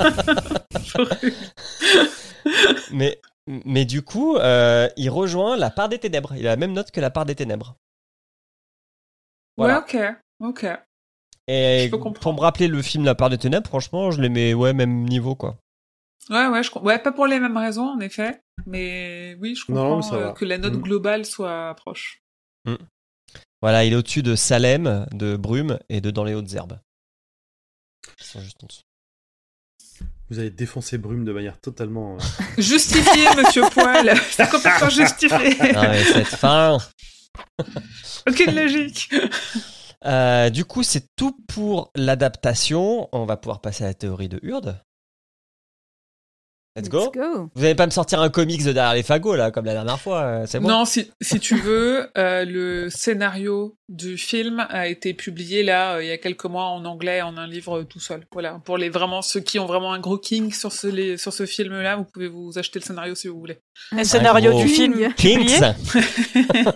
Mais, mais du coup, euh, il rejoint La Part des Ténèbres. Il a la même note que La Part des Ténèbres. Voilà. Ouais, ok, ok. Et Je peux comprendre. pour me rappeler le film La Part des Ténèbres, franchement, je les mets ouais, même niveau, quoi. Ouais, ouais, je com- ouais, pas pour les mêmes raisons, en effet. Mais oui, je Non, comprends mais ça euh, va. que la note Mm. globale soit proche. Voilà, il est au-dessus de Salem, de Brume et de Dans les Hautes Herbes. Ils sont juste en dessous. Vous avez défoncé Brume de manière totalement... euh, Justifié, monsieur Poil. C'est complètement justifié. Non, mais cette fin. Aucune logique. Euh, du coup, c'est tout pour l'adaptation. On va pouvoir passer à la théorie de Hurd. Let's go. Let's go. Vous n'allez pas me sortir un comics de derrière les fagots, là, comme la dernière fois. euh, C'est bon. Non, si, si tu veux, euh, le scénario du film a été publié là euh, il y a quelques mois en anglais en un livre euh, tout seul. Voilà, pour les vraiment ceux qui ont vraiment un gros king sur ce les, sur ce film-là, vous pouvez vous acheter le scénario si vous voulez. Le scénario gros du film publié. Kinks.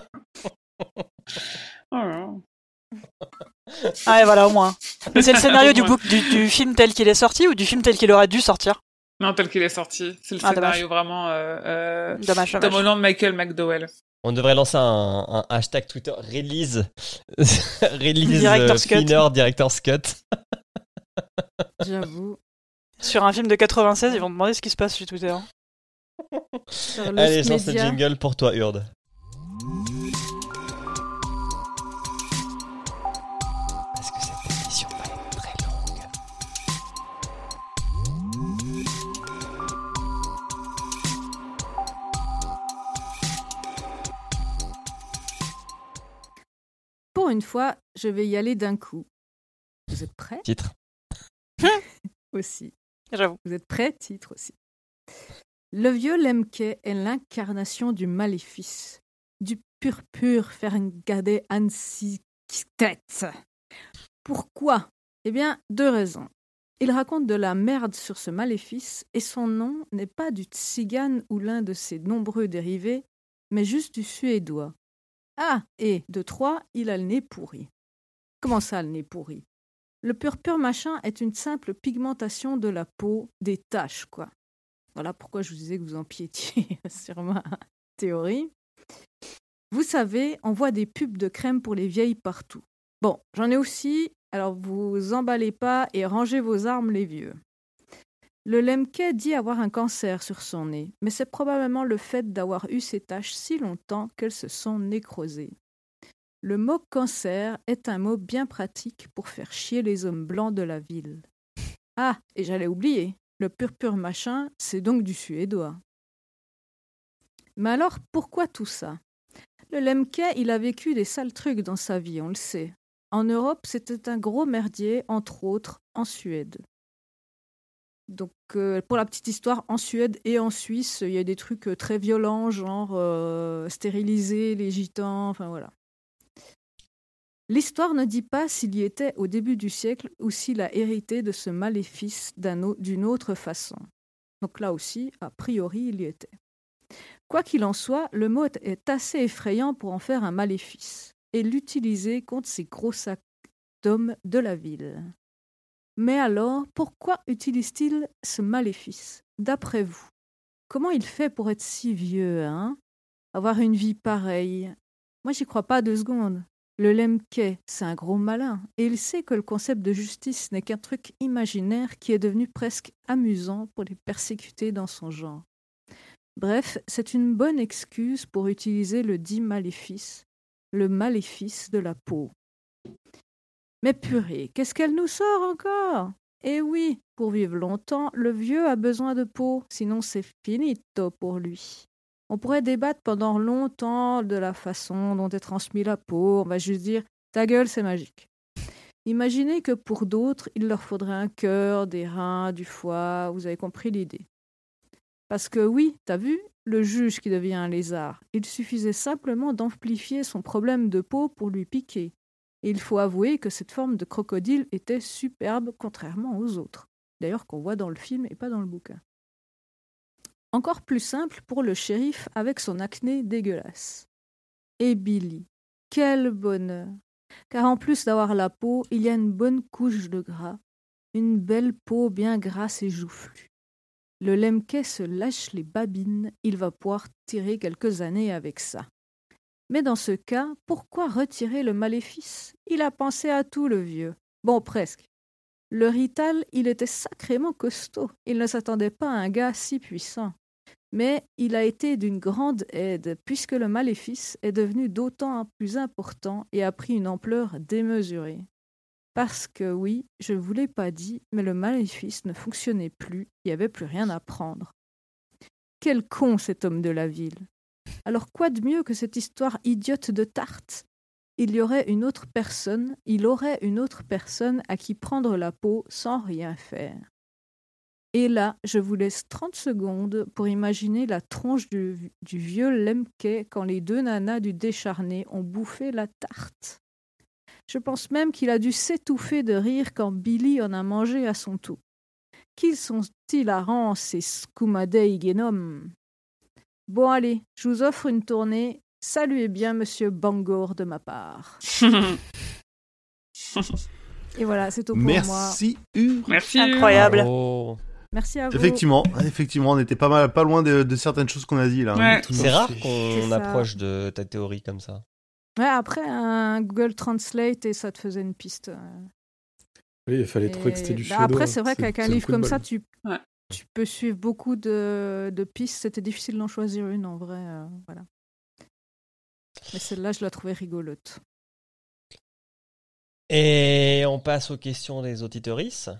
Oh là là. Ah ouais, voilà, au moins. Mais c'est le scénario du, Au moins. book, du, du film tel qu'il est sorti ou du film tel qu'il aurait dû sortir? Non, tel qu'il est sorti, c'est le Ah, scénario vraiment euh, euh, Dommage, Tom dommage. Holland, Michael McDowell. On devrait lancer un, un hashtag Twitter release release Director's euh, cut. Finner, Director's Cut. J'avoue. Sur un film de quatre-vingt-seize, ils vont demander ce qui se passe sur Twitter. Sur Allez, Lost je lance le Media. jingle pour toi, Hurd. Parce que cette émission va être très longue. Pour une fois, je vais y aller d'un coup. Vous êtes prêts? Titre. Aussi. J'avoue. Vous êtes prêts? Titre aussi. Le vieux Lemke est l'incarnation du maléfice, du purpur Ferngade Ansiktet. Pourquoi? Eh bien, deux raisons. Il raconte de la merde sur ce maléfice et son nom n'est pas du tzigane ou l'un de ses nombreux dérivés, mais juste du suédois. Ah, et de trois, il a le nez pourri. Comment ça, le nez pourri? Le purpur machin est une simple pigmentation de la peau, des taches, quoi. Voilà pourquoi je vous disais que vous empiétiez sur ma théorie. Vous savez, on voit des pubs de crème pour les vieilles partout. Bon, j'en ai aussi, alors vous emballez pas et rangez vos armes les vieux. Le Lemke dit avoir un cancer sur son nez, mais c'est probablement le fait d'avoir eu ces taches si longtemps qu'elles se sont nécrosées. Le mot cancer est un mot bien pratique pour faire chier les hommes blancs de la ville. Ah, et j'allais oublier, le purpur machin, c'est donc du suédois. Mais alors, pourquoi tout ça? Le Lemke, il a vécu des sales trucs dans sa vie, on le sait. En Europe, c'était un gros merdier, entre autres en Suède. Donc, euh, pour la petite histoire, en Suède et en Suisse, il y a des trucs euh, très violents, genre euh, stériliser les gitans, enfin voilà. L'histoire ne dit pas s'il y était au début du siècle ou s'il a hérité de ce maléfice d'un au- d'une autre façon. Donc là aussi, a priori, il y était. Quoi qu'il en soit, le mot est- est assez effrayant pour en faire un maléfice et l'utiliser contre ces gros sacs d'hommes de la ville. Mais alors, pourquoi utilise-t-il ce maléfice, d'après vous? Comment il fait pour être si vieux, hein? Avoir une vie pareille? Moi, j'y crois pas deux secondes. Le Lemke, c'est un gros malin, et il sait que le concept de justice n'est qu'un truc imaginaire qui est devenu presque amusant pour les persécuter dans son genre. Bref, c'est une bonne excuse pour utiliser le dit maléfice, le maléfice de la peau. Mais purée, qu'est-ce qu'elle nous sort encore? Eh oui, pour vivre longtemps, le vieux a besoin de peau, sinon c'est finito pour lui. On pourrait débattre pendant longtemps de la façon dont est transmise la peau. On va juste dire « ta gueule, c'est magique ». Imaginez que pour d'autres, il leur faudrait un cœur, des reins, du foie. Vous avez compris l'idée. Parce que oui, t'as vu, le juge qui devient un lézard, il suffisait simplement d'amplifier son problème de peau pour lui piquer. Et il faut avouer que cette forme de crocodile était superbe contrairement aux autres. D'ailleurs qu'on voit dans le film et pas dans le bouquin. Encore plus simple pour le shérif avec son acné dégueulasse. Et Billy, quel bonheur! Car en plus d'avoir la peau, il y a une bonne couche de gras, une belle peau bien grasse et joufflue. Le Lemke se lâche les babines, il va pouvoir tirer quelques années avec ça. Mais dans ce cas, pourquoi retirer le maléfice? Il a pensé à tout, le vieux. Bon, presque. Le Rital, il était sacrément costaud. Il ne s'attendait pas à un gars si puissant. Mais il a été d'une grande aide, puisque le maléfice est devenu d'autant plus important et a pris une ampleur démesurée. Parce que oui, je ne vous l'ai pas dit, mais le maléfice ne fonctionnait plus, il n'y avait plus rien à prendre. Quel con cet homme de la ville! Alors quoi de mieux que cette histoire idiote de tarte? Il y aurait une autre personne, il aurait une autre personne à qui prendre la peau sans rien faire. Et là, je vous laisse trente secondes pour imaginer la tronche du, du vieux Lemke quand les deux nanas du décharné ont bouffé la tarte. Je pense même qu'il a dû s'étouffer de rire quand Billy en a mangé à son tour. Qu'ils sont hilarants, ces Skumadei Genom. Bon allez, je vous offre une tournée. Saluez bien Monsieur Bangor de ma part. Et voilà, c'est tout pour Merci, moi. Merci, Ur. Merci. Incroyable. Oh. Merci à vous. Effectivement, effectivement, on était pas mal, pas loin de, de certaines choses qu'on a dit là. Ouais. Tout C'est à rare fait. qu'on C'est ça. approche de ta théorie comme ça. Ouais, après, un Google Translate et ça te faisait une piste. Oui, il fallait Et trouver que c'était du bah suédois. après, c'est vrai qu'avec un c'est livre coup de comme bol. ça, tu, Ouais. tu peux suivre beaucoup de, de pistes. C'était difficile d'en choisir une en vrai. euh, voilà. Mais celle-là, je la trouvais rigolote. Et on passe aux questions des auditeuristes.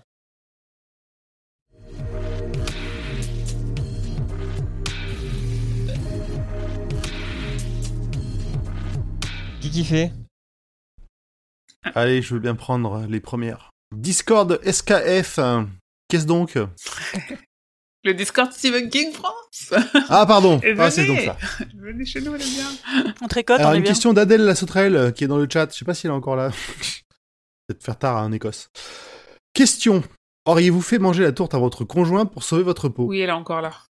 Qui qui fait? Allez, je veux bien prendre les premières. Discord S K F. euh, Qu'est-ce donc? Le Discord Stephen King France. Ah, pardon. Et Ah, c'est venez. donc ça. Venez chez nous, elle est bien. On tricote, Alors, on est une bien. question d'Adèle La Sauterelle euh, qui est dans le chat. Je sais pas si elle est encore là. Peut-être faire tard en Écosse. Question. Auriez-vous fait manger la tourte à votre conjoint pour sauver votre peau? Oui, elle est encore là.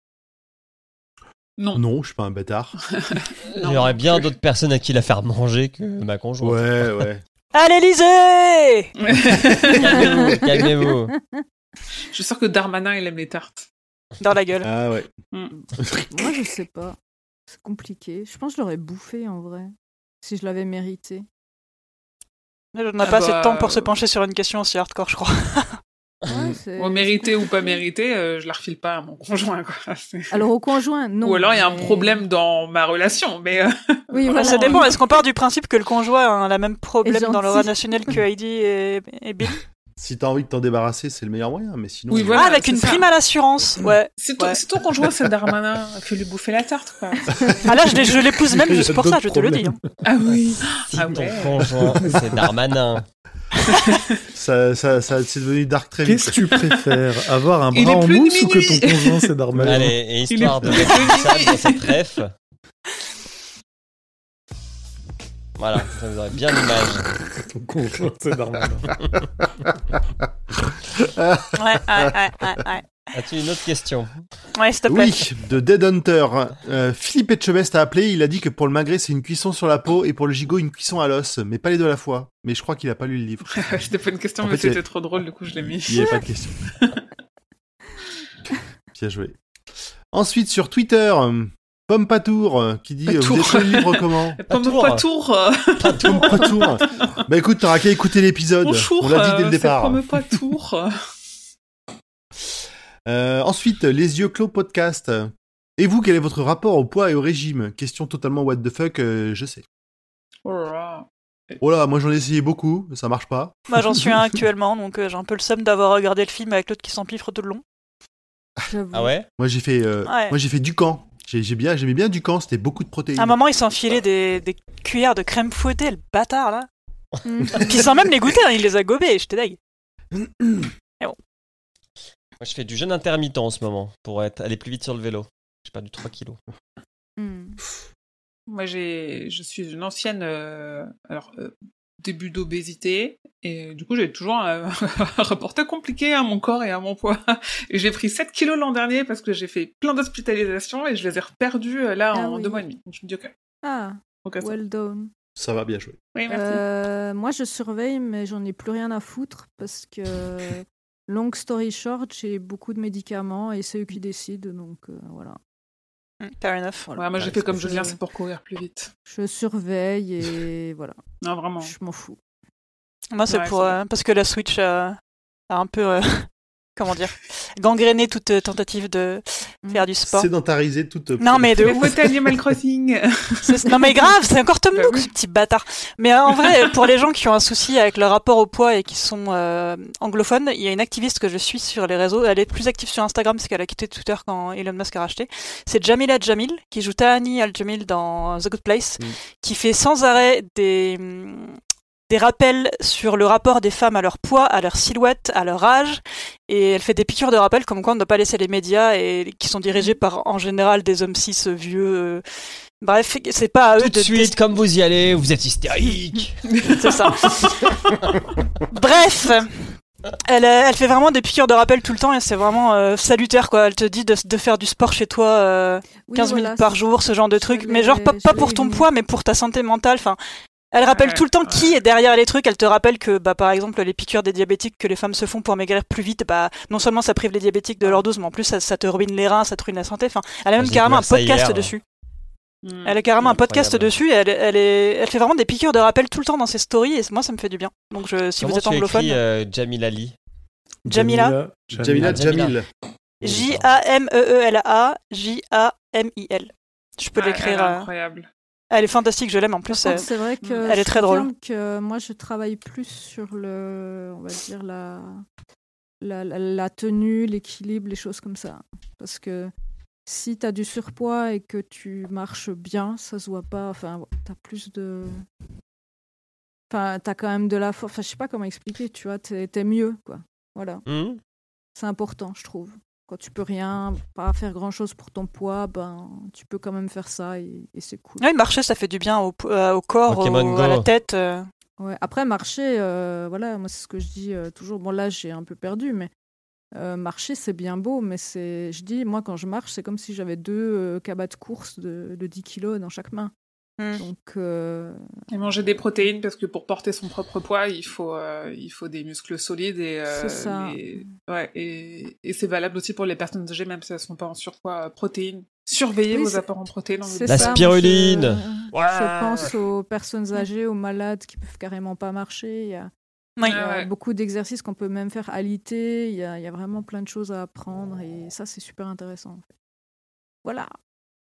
Non. Non, je suis pas un bâtard. Il y aurait bien d'autres personnes à qui la faire manger que ma conjointe. Ouais, ouais. À l'Élysée! Calmez-vous, calmez-vous. Je suis sûre que Darmanin, il aime les tartes. Dans la gueule. Ah ouais. Moi, je sais pas. C'est compliqué. Je pense que je l'aurais bouffé en vrai. Si je l'avais mérité. On n'a Ah pas assez bah, de temps pour se pencher sur une question aussi hardcore, je crois. Ouais, c'est- Bon, mérité ou pas mérité, euh, je la refile pas à mon conjoint, quoi. C'est- Alors, au conjoint, non. ou alors il y a un mais- problème dans ma relation, mais euh, Oui, Ouais, voilà. ça dépend. Est-ce qu'on part du principe que le conjoint a le même problème Et dans le gentil. relationnel que Heidi et, et Bill? Si t'as envie de t'en débarrasser, c'est le meilleur moyen. Mais sinon. Oui, euh, voilà. Ah, avec c'est une ça. prime à l'assurance. Ouais. si, ton, Ouais. si ton conjoint c'est Darmanin, fais-lui bouffer la tarte, quoi. Ah là, je l'ai- je l'épouse même Il y a juste pour ça, d'autres je te le dis. problèmes. Ah oui. Si Ah ton ouais. conjoint, c'est Darmanin. Ça, ça, ça, c'est devenu dark très vite. Qu'est-ce que tu préfères? Avoir un Il bras est en plus de mousse ou que minuit. ton conjoint c'est Darmanin? Allez, et histoire de Il est- mettre ça dans cette ref. Voilà, ça vous aurait bien l'image. Ton conjoint c'est Darmanin. Ouais, ouais, ouais, ouais, ouais. As-tu une autre question? Ouais, s'il te plaît. Oui, de Dead Hunter. Euh, Philippe Etchebest a appelé, il a dit que pour le magret c'est une cuisson sur la peau et pour le gigot une cuisson à l'os, mais pas les deux à la fois. Mais je crois qu'il a pas lu le livre. C'était pas une question, En mais fait, il y c'était a- trop drôle, du coup je l'ai mis. Il n'y avait pas de question. Bien joué. Ensuite sur Twitter, euh, Pomme Patour euh, qui dit Patour. vous êtes lu le livre comment? Pomme tour. pas tour. euh, Pomme Patour. Bah écoute, t'auras qu'à écouter l'épisode. Bonjour. On l'a dit dès euh, le départ. C'est Pomme pas tour. Euh, ensuite, Les Yeux Clos Podcast. Et vous, quel est votre rapport au poids et au régime? Question totalement what the fuck, euh, je sais. Oh là là. Oh là, moi j'en ai essayé beaucoup, ça marche pas. Moi, j'en suis un actuellement, donc euh, j'ai un peu le seum d'avoir regardé le film avec l'autre qui s'empiffre tout le long. J'avoue. Ah ouais? Moi j'ai fait, euh, Ouais. moi j'ai fait Ducan. J'ai, j'ai bien, j'aimais bien Ducamp, c'était beaucoup de protéines. À un moment, il s'enfilait des, des cuillères de crème fouettée, le bâtard, là. Puis sans même les goûter, hein, il les a gobés, j'étais deg. Et bon. Moi, je fais du jeûne intermittent en ce moment pour être, aller plus vite sur le vélo. J'ai perdu trois kilos. Mm. Moi, j'ai, je suis une ancienne, euh, alors, euh, début d'obésité, et du coup, j'ai toujours un, un rapport très compliqué à mon corps et à mon poids. Et j'ai pris sept kilos l'an dernier parce que j'ai fait plein d'hospitalisations et je les ai reperdus euh, là Ah en oui. deux mois et demi. Donc, je me dis, ok. Ah, ok, ça. well done. Ça va bien jouer. Oui, merci. Euh, moi, je surveille, mais j'en ai plus rien à foutre parce que, long story short, j'ai beaucoup de médicaments et c'est eux qui décident, donc euh, voilà. Mm, Fair enough. Voilà. Ouais, moi, j'ai Ouais, fait c'est comme pas Julien, ça. c'est pour courir plus vite. Je surveille et voilà, Non, vraiment. je m'en fous. Moi, c'est Ouais, pour c'est euh, parce que la Switch euh, a un peu, euh, comment dire, gangréné toute euh, tentative de faire du sport. Sédentariser toute. Non, mais de Le ouf. côté Animal Crossing. C'est- Non mais grave, c'est encore Tom Bah Nook, oui. ce petit bâtard. Mais euh, en vrai, pour les gens qui ont un souci avec leur rapport au poids et qui sont euh, anglophones, il y a une activiste que je suis sur les réseaux. Elle est plus active sur Instagram parce qu'elle a quitté Twitter quand Elon Musk a racheté. C'est Jamila Jamil, qui joue Tahani Al-Jamil dans The Good Place, Mm. qui fait sans arrêt des hum, des rappels sur le rapport des femmes à leur poids, à leur silhouette, à leur âge. Et elle fait des piqûres de rappel comme quoi on ne doit pas laisser les médias et qui sont dirigés par, en général, des hommes cis vieux. euh, Bref, c'est pas à eux Tout de de suite, comme vous y allez, vous êtes hystérique. c'est ça. Bref, elle, euh, elle fait vraiment des piqûres de rappel tout le temps et c'est vraiment euh, salutaire, quoi. Elle te dit de, de faire du sport chez toi euh, Oui, quinze voilà, minutes par c'est- jour, ce genre de truc. j'allais- Mais genre, pas, pas j'allais pour y ton venir. poids, mais pour ta santé mentale. Enfin, elle rappelle Ouais, tout le temps ouais. qui est derrière les trucs. Elle te rappelle que, bah, par exemple, les piqûres des diabétiques que les femmes se font pour maigrir plus vite, bah, non seulement ça prive les diabétiques de leur dose, mais en plus ça, ça te ruine les reins, ça te ruine la santé. Enfin, elle a même J'ai carrément un découvert ça podcast hier. dessus. Mm. Elle a carrément un podcast Incroyable. dessus et elle, elle, est, elle fait vraiment des piqûres de rappel tout le temps dans ses stories et moi ça me fait du bien. Donc je, si Comment vous êtes tu anglophone, écris euh, Jamil Ali Jamila. Jamila Ah, Jamila. Jamil. J A M E E L A J A M I L. Je peux Ouais, l'écrire. elle est euh, incroyable. Elle est fantastique, je l'aime en Par plus. contre, euh, c'est vrai que elle est je très drôle. confirme que moi, je travaille plus sur le, on va dire la, la, la, la tenue, l'équilibre, les choses comme ça. Parce que si tu as du surpoids et que tu marches bien, ça se voit pas. Enfin, tu as plus de, enfin, t'as quand même de la force. Enfin, je sais pas comment expliquer. Tu vois, t'es, t'es mieux, quoi. Voilà, Hmm c'est important, je trouve. Quand tu peux rien, pas faire grand chose pour ton poids, ben, tu peux quand même faire ça et, et c'est cool. Oui, marcher, ça fait du bien au, euh, au corps, Pokémon au- Go. à la tête. euh. Ouais. Après, marcher, euh, voilà, moi, c'est ce que je dis euh, toujours. Bon, là, j'ai un peu perdu, mais euh, marcher, c'est bien beau. Mais c'est, je dis, moi, quand je marche, c'est comme si j'avais deux euh, cabas de course de, de dix kilos dans chaque main. Mm. Donc, euh, Et manger des protéines parce que pour porter son propre poids, il faut, euh, il faut des muscles solides et, euh, C'est ça. les- ouais, et, et c'est valable aussi pour les personnes âgées, même si elles sont pas en surpoids. euh, Protéines. Surveillez Oui, vos c'est- apports en protéines. on vous c'est dit. La ça, moi, spiruline. Je, Ouais. je pense aux personnes âgées, aux malades qui peuvent carrément pas marcher. Il y a, Oui. il y a Ah ouais. beaucoup d'exercices qu'on peut même faire alité. Il y a, il y a vraiment plein de choses à apprendre et ça, c'est super intéressant. En fait. Voilà.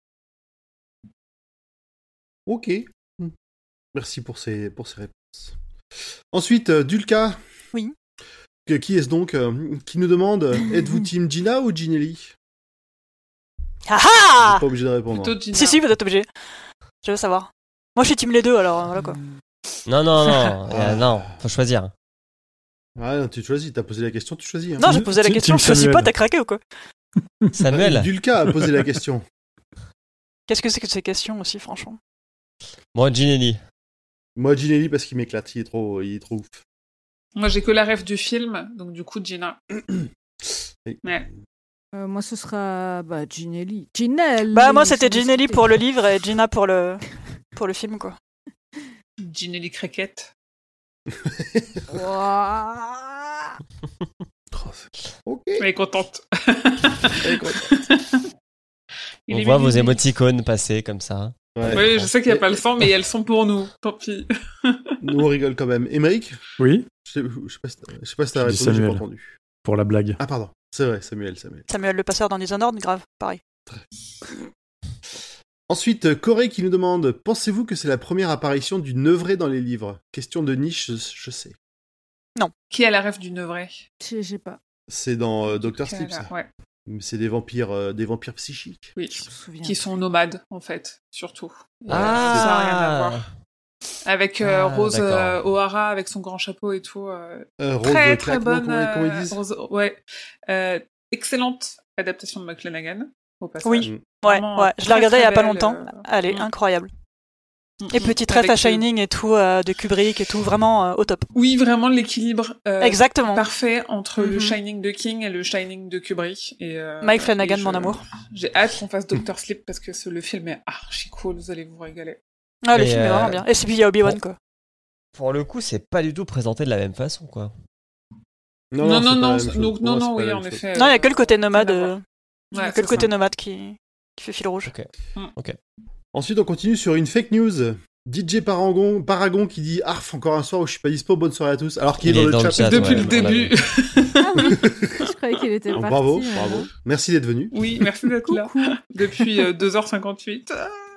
Ok. Hmm. Merci pour ces, pour ces réponses. Ensuite, euh, Dulka. Oui. Que- qui est-ce donc euh, qui nous demande euh, êtes-vous team Gina ou Ginelli? Ah Vous ah n'êtes pas obligé de répondre. Plutôt Gina. Si, si, vous êtes obligé. Je veux savoir. Moi, je suis team les deux, alors euh, voilà quoi. Non, non, non, euh, non, faut choisir. Ah, non, tu choisis, t'as posé la question, tu choisis. hein. Non, j'ai posé la Team- question, Team je choisis pas, Samuel. t'as craqué ou quoi? Samuel, Dulka a posé la question. Qu'est-ce que c'est que ces questions aussi, franchement? moi Ginelli. Moi, Ginelli, parce qu'il m'éclate, il est trop, il est trop ouf. Moi, j'ai que la rêve du film, donc du coup, Gina. Et- Ouais. Euh, moi, ce sera bah, Ginelli. Ginelli Bah, moi, c'était c'est Ginelli discuté. pour le livre et Gina pour le, pour le film, quoi. Ginelli Cricket. Ouah. Ok. Elle est contente. Elle est contente. Il On est voit vos mignon. émoticônes passer comme ça. Ouais. Oui, je sais qu'il n'y a pas le sang, mais elles sont pour nous. Tant pis. Nous, on rigole quand même. Émeric, Oui, je sais, je sais pas si t'as, je sais pas si t'as Je dis répondu, j'ai pas Samuel. entendu. pour la blague. Ah, pardon. C'est vrai, Samuel, Samuel. Samuel le passeur dans Dishonored, grave, pareil. Ensuite, Corée qui nous demande pensez-vous que c'est la première apparition du Neuvré dans les livres? Question de niche, je, je sais. Qui a la rêve du Neuvré? Je sais pas. C'est dans euh, Doctor Qui a Sleep, la- ça. Ouais. C'est des vampires, euh, des vampires psychiques. Oui, Je me souviens. qui sont nomades, en fait, surtout. Et, euh, Ah. ça n'a rien à voir. Avec euh, Ah, Rose d'accord. euh, O'Hara, avec son grand chapeau et tout. euh, Euh, Rose très, Clack, très non, bonne. comment, comment ils euh, disent Rose- ouais. Euh, excellente adaptation de McFlanagan, au passage. Oui. Mm. Ouais, Vraiment, ouais. Je très, l'ai regardé il y a très pas belle, longtemps. euh, Elle est mm. incroyable. Mm, Et mm. petit ref Avec à le- Shining et tout, euh, de Kubrick et tout, vraiment euh, au top. Oui, vraiment l'équilibre euh, Exactement. parfait entre le Mhm. Shining de King et le Shining de Kubrick. Et, euh, Mike Flanagan, et je- mon amour. J'ai hâte qu'on fasse Doctor Sleep parce que ce- le film est archi cool, vous allez vous régaler. Ah, le Et, film est euh, vraiment bien. Et puis il y a Obi-Wan, bon. quoi. Pour le coup, c'est pas du tout présenté de la même façon, quoi. Non, non, c'est pas non, la même c'est- chose. donc, non, c'est non, pas la oui, même en chose. effet. Non, il y a euh, que le côté nomade. rien à euh, voir. il y a Ouais, que c'est le côté ça. nomade qui, qui fait fil rouge. Ok. Ensuite, on continue sur une fake news. D J Paragon, Paragon qui dit Arf, encore un soir où je suis pas dispo, bonne soirée à tous. Alors qu'il est, Il dans, le chat. Depuis ouais, le on l'a début. vu. Ah oui, je croyais qu'il était Donc, parti. bravo, mais bravo. non. Merci d'être venu. Oui, merci d'être là. Depuis euh, deux heures cinquante-huit.